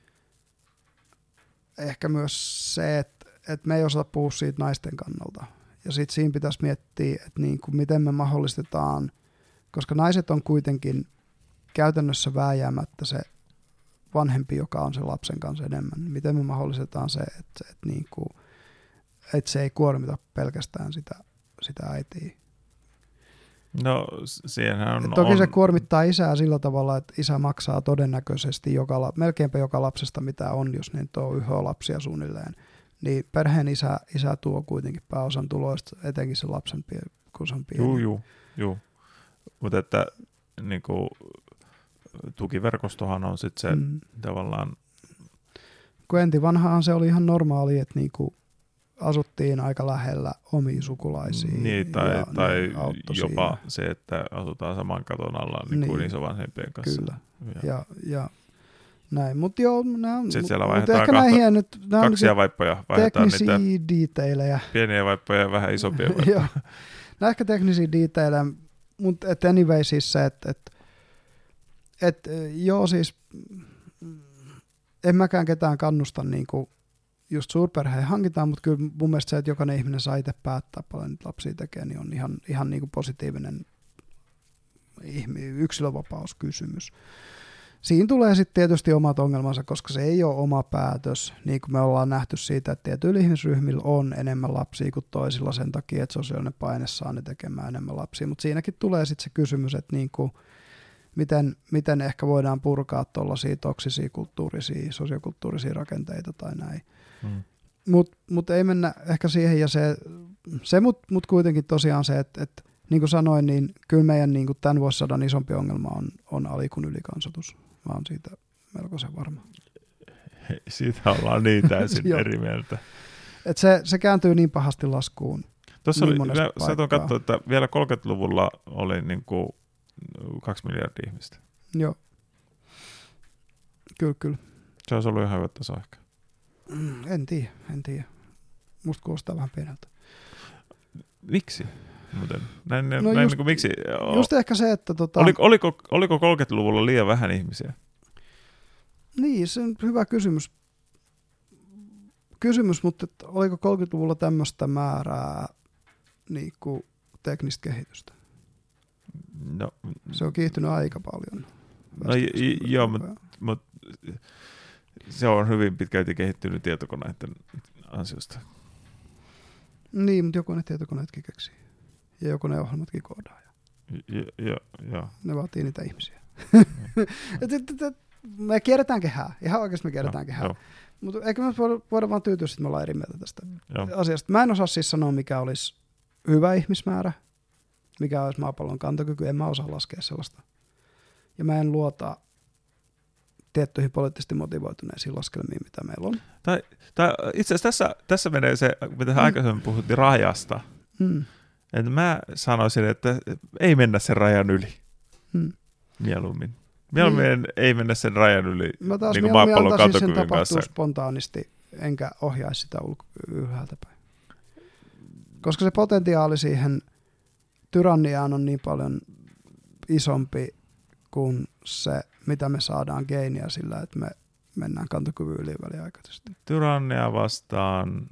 ehkä myös se, että, että me ei osata puhua siitä naisten kannalta. Ja sitten siinä pitäisi miettiä, että niin kuin miten me mahdollistetaan, koska naiset on kuitenkin käytännössä vääjäämättä se vanhempi, joka on sen lapsen kanssa enemmän. Miten me mahdollistetaan se, että, että, niin kuin, että se ei kuormita pelkästään sitä, sitä äitiä.
No siihenhän on...
Toki
on...
se kuormittaa isää sillä tavalla, että isä maksaa todennäköisesti joka, melkeinpä joka lapsesta mitä on, jos ne on yhä lapsia suunnilleen, niin perheen isä, isä tuo kuitenkin pääosan tuloista, etenkin se lapsen pie, kun se on pieni.
Juu, juu, juu. Mutta että niinku, tukiverkostohan on sitten se mm. tavallaan...
Kun enti vanhaan se oli ihan normaali, että niinku asuttiin aika lähellä omia sukulaisia.
Niin, tai, tai jopa siinä. Se, että asutaan saman katon alla niin kuin niin. isovanhempien kanssa.
Kyllä, ja, ja, ja näin. Mutta joo, nämä
sitten siellä vaihdetaan kahta, nyt, kaksia vaippoja, vaihdetaan niitä
diiteilejä.
Pieniä vaippoja ja vähän isompia vaippoja.
Joo, nämä ehkä teknisiä diiteilejä, mutta anyway siis se, että et, et, joo siis en mäkään ketään kannusta niinku just suurperheen hankitaan, mutta kyllä mun mielestä se, että jokainen ihminen saa itse päättää paljon niitä lapsia tekee, niin on ihan, ihan niin kuin positiivinen yksilövapauskysymys. Siinä tulee sitten tietysti omat ongelmansa, koska se ei ole oma päätös, niin kuin me ollaan nähty siitä, että tietyillä ihmisryhmillä on enemmän lapsia kuin toisilla sen takia, että sosiaalinen paine saa ne tekemään enemmän lapsia, mutta siinäkin tulee sitten se kysymys, että niin kuin, miten, miten ehkä voidaan purkaa tuollaisia toksisia kulttuurisia, sosiokulttuurisia rakenteita tai näin. Hmm. Mutta mut ei mennä ehkä siihen, ja se, se mutta mut kuitenkin tosiaan se, että et, niin kuin sanoin, niin kyllä meidän niin kuin tämän vuosisadan isompi ongelma on, on alikun ylikansoitus. Mä oon siitä melkoisen varma.
Hei, siitä ollaan niin täysin eri mieltä.
Et se, se kääntyy niin pahasti laskuun.
Tuossa niin oli, sä tuon katsoa, että vielä kolmekymmentäluvulla oli niin kuin kaksi miljardia ihmistä.
Joo. Kyllä, kyllä.
Se olisi ollut ihan hyvä taso ehkä.
En tiedä, en tiedä. Musta kuulostaa vähän pieneltä.
Miksi? Muuten. Näin,
no
näin
just,
niin kuin, miksi?
Just ehkä se, että... Tota,
oliko, oliko, oliko kolmekymmentäluvulla liian vähän ihmisiä?
Niin, se on hyvä kysymys. Kysymys, mutta että oliko kolmekymmentäluvulla tämmöistä määrää niin kuin teknistä kehitystä?
No,
se on kiihtynyt aika paljon.
No j- joo, mutta mut, se on hyvin pitkälti kehittynyt tietokoneiden ansiosta.
Niin, mutta joku ne tietokoneetkin keksii. Ja joku ne ohjelmatkin koodaa.
Joo, joo.
Ne vaatii niitä ihmisiä. et, et, et, et, me kierretään kehää. Ihan oikeasti me kierretään jo, kehää. Mutta ehkä me voidaan vaan tyytyä, että me ollaan eri mieltä tästä jo. asiasta. Mä en osaa siis sanoa, mikä olisi hyvä ihmismäärä, mikä olisi maapallon kantokyky. En mä osaa laskea sellaista. Ja mä en luota tiettyihin poliittisesti motivoituneisiin laskelmiin, mitä meillä on.
Tai, tai itse asiassa tässä, tässä menee se, mitä mm. aikaisemmin puhuttiin rajasta.
Mm.
Että mä sanoisin, että ei mennä sen rajan yli.
Mm.
Mieluummin. Mieluummin mm. ei mennä sen rajan yli
mä taas
niin kuin maapallon
kantokyvyn kanssa. Sen tapahtuu spontaanisti, enkä ohjaisi sitä ulko- ylhäältä päin. Koska se potentiaali siihen tyranniaan on niin paljon isompi kuin se, mitä me saadaan geiniä sillä, että me mennään kantokyvyn yli väliaikaisesti.
Tyrannia vastaan...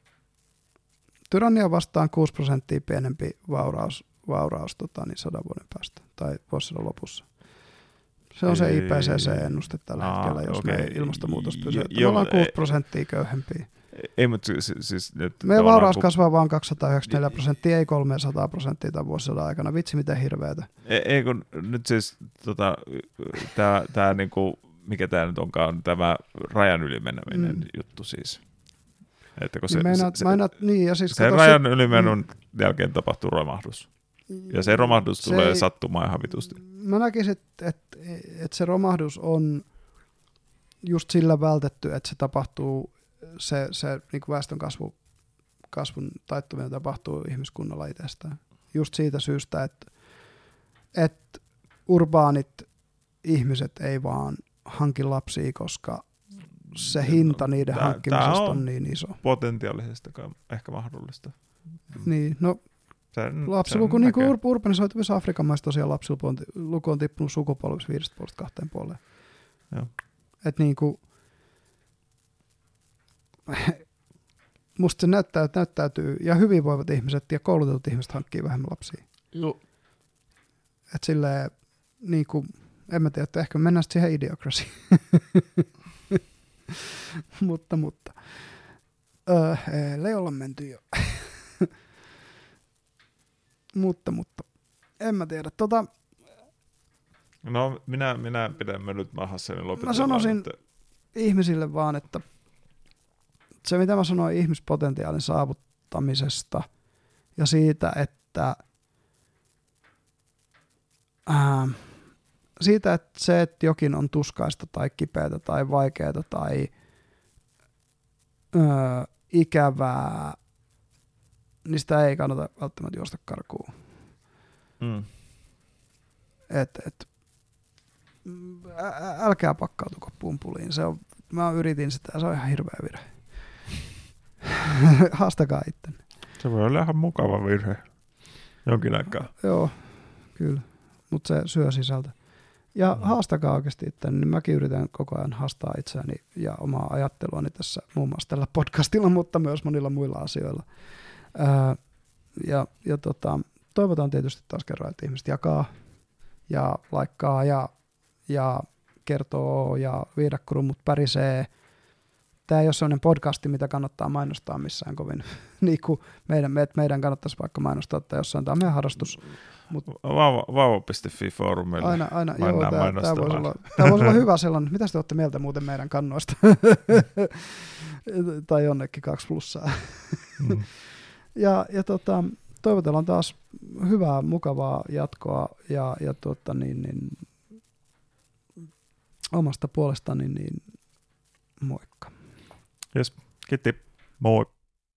Tyrannia vastaan kuusi prosenttia pienempi vauraus, vauraus tota, niin sadan vuoden päästä tai vuosisadan lopussa. Se on Ei, se I P C C-ennuste tällä aa, hetkellä, jos okay. me ilmastonmuutos pysyy. Me ollaan kuusi prosenttia köyhempiä.
Ei, mutta siis... siis
meidän vauraus kun... kasvaa vain kaksisataayhdeksänkymmentäneljä prosenttia, ei kolmesataa prosenttia tämän vuosisadan aikana. Vitsi, miten hirveätä.
Ei, ei kun nyt siis, tota, tää, tää niinku, mikä tämä nyt onkaan, tämä rajan yli meneminen mm. juttu siis. Että kun se,
meinaat,
se,
meinaat, niin, ja siis
sen rajan se, ylimenon mm. jälkeen tapahtuu romahdus. Ja se romahdus se tulee ei, sattumaan ihan vitusti.
Mä näkisin, että et, et se romahdus on just sillä vältetty, että se tapahtuu, se, se niin kuin väestön kasvu, kasvun taittuminen tapahtuu ihmiskunnalla itsestään. Just siitä syystä, että, että urbaanit ihmiset ei vaan hanki lapsia, koska se hinta niiden tää, hankkimisesta tää on, on niin iso.
Potentiaalisesti ehkä mahdollista.
Niin, no
sen,
lapsiluku,
sen
niin kuin ur- urbanisoituvissa Afrikan maissa tosiaan lapsiluku on tippunut sukupolvissa viidestä puolesta kahteen puoleen.
Joo.
Et niin kuin, musta se näyttää, näyttäytyy, ja hyvinvoivat ihmiset ja koulutetut ihmiset hankkii vähemmän lapsia.
Joo.
Et silleen, niin kuin, en mä tiedä, että ehkä mennään sitten siihen idiokrasiin. mutta, mutta. Öö, ei olla menty jo. mutta, mutta. En mä tiedä. Tota,
no, minä, minä pidän me nyt mahassa, niin lopetellaan.
Mä sanoisin että... ihmisille vaan, että se, mitä mä sanoin ihmispotentiaalin saavuttamisesta ja siitä, että ää, siitä, että se, että jokin on tuskaista tai kipeätä tai vaikeaa tai öö, ikävää, niin sitä ei kannata välttämättä juosta karkuun.
Mm.
Et, et, ä, älkää pakkautuko pumpuliin. Se on, mä yritin sitä ja se on ihan hirveä virhe. Haastakaa ittenne.
Se voi olla ihan mukava virhe jonkin aikaa.
Joo, kyllä. Mutta se syö sisältä. Ja mm. haastakaa oikeasti ittenne. Niin mäkin yritän koko ajan haastaa itseäni ja omaa ajatteluani tässä muun muassa tällä podcastilla, mutta myös monilla muilla asioilla. Ää, ja ja tota, toivotaan tietysti taas kerran, että ihmiset jakaa ja laikkaa ja, ja kertoo ja viidakkorummut pärisee. Tämä ei ole sellainen podcasti, mitä kannattaa mainostaa missään kovin. niin kuin meidän, meidän kannattaisi vaikka mainostaa, että jossain tämä on meidän harrastus. Mut
vauva piste fi foorumille.
Aina, aina. Joo, tämä, tämä, voisi olla, tämä voisi olla hyvä sellainen. Mitä te olette mieltä muuten meidän kannoista? tai jonnekin kaksi plussaa. mm. ja ja tota, toivotellaan taas hyvää, mukavaa jatkoa ja, ja tuota, niin, niin, omasta puolestani niin moikka.
Jes, kiitti. Moi.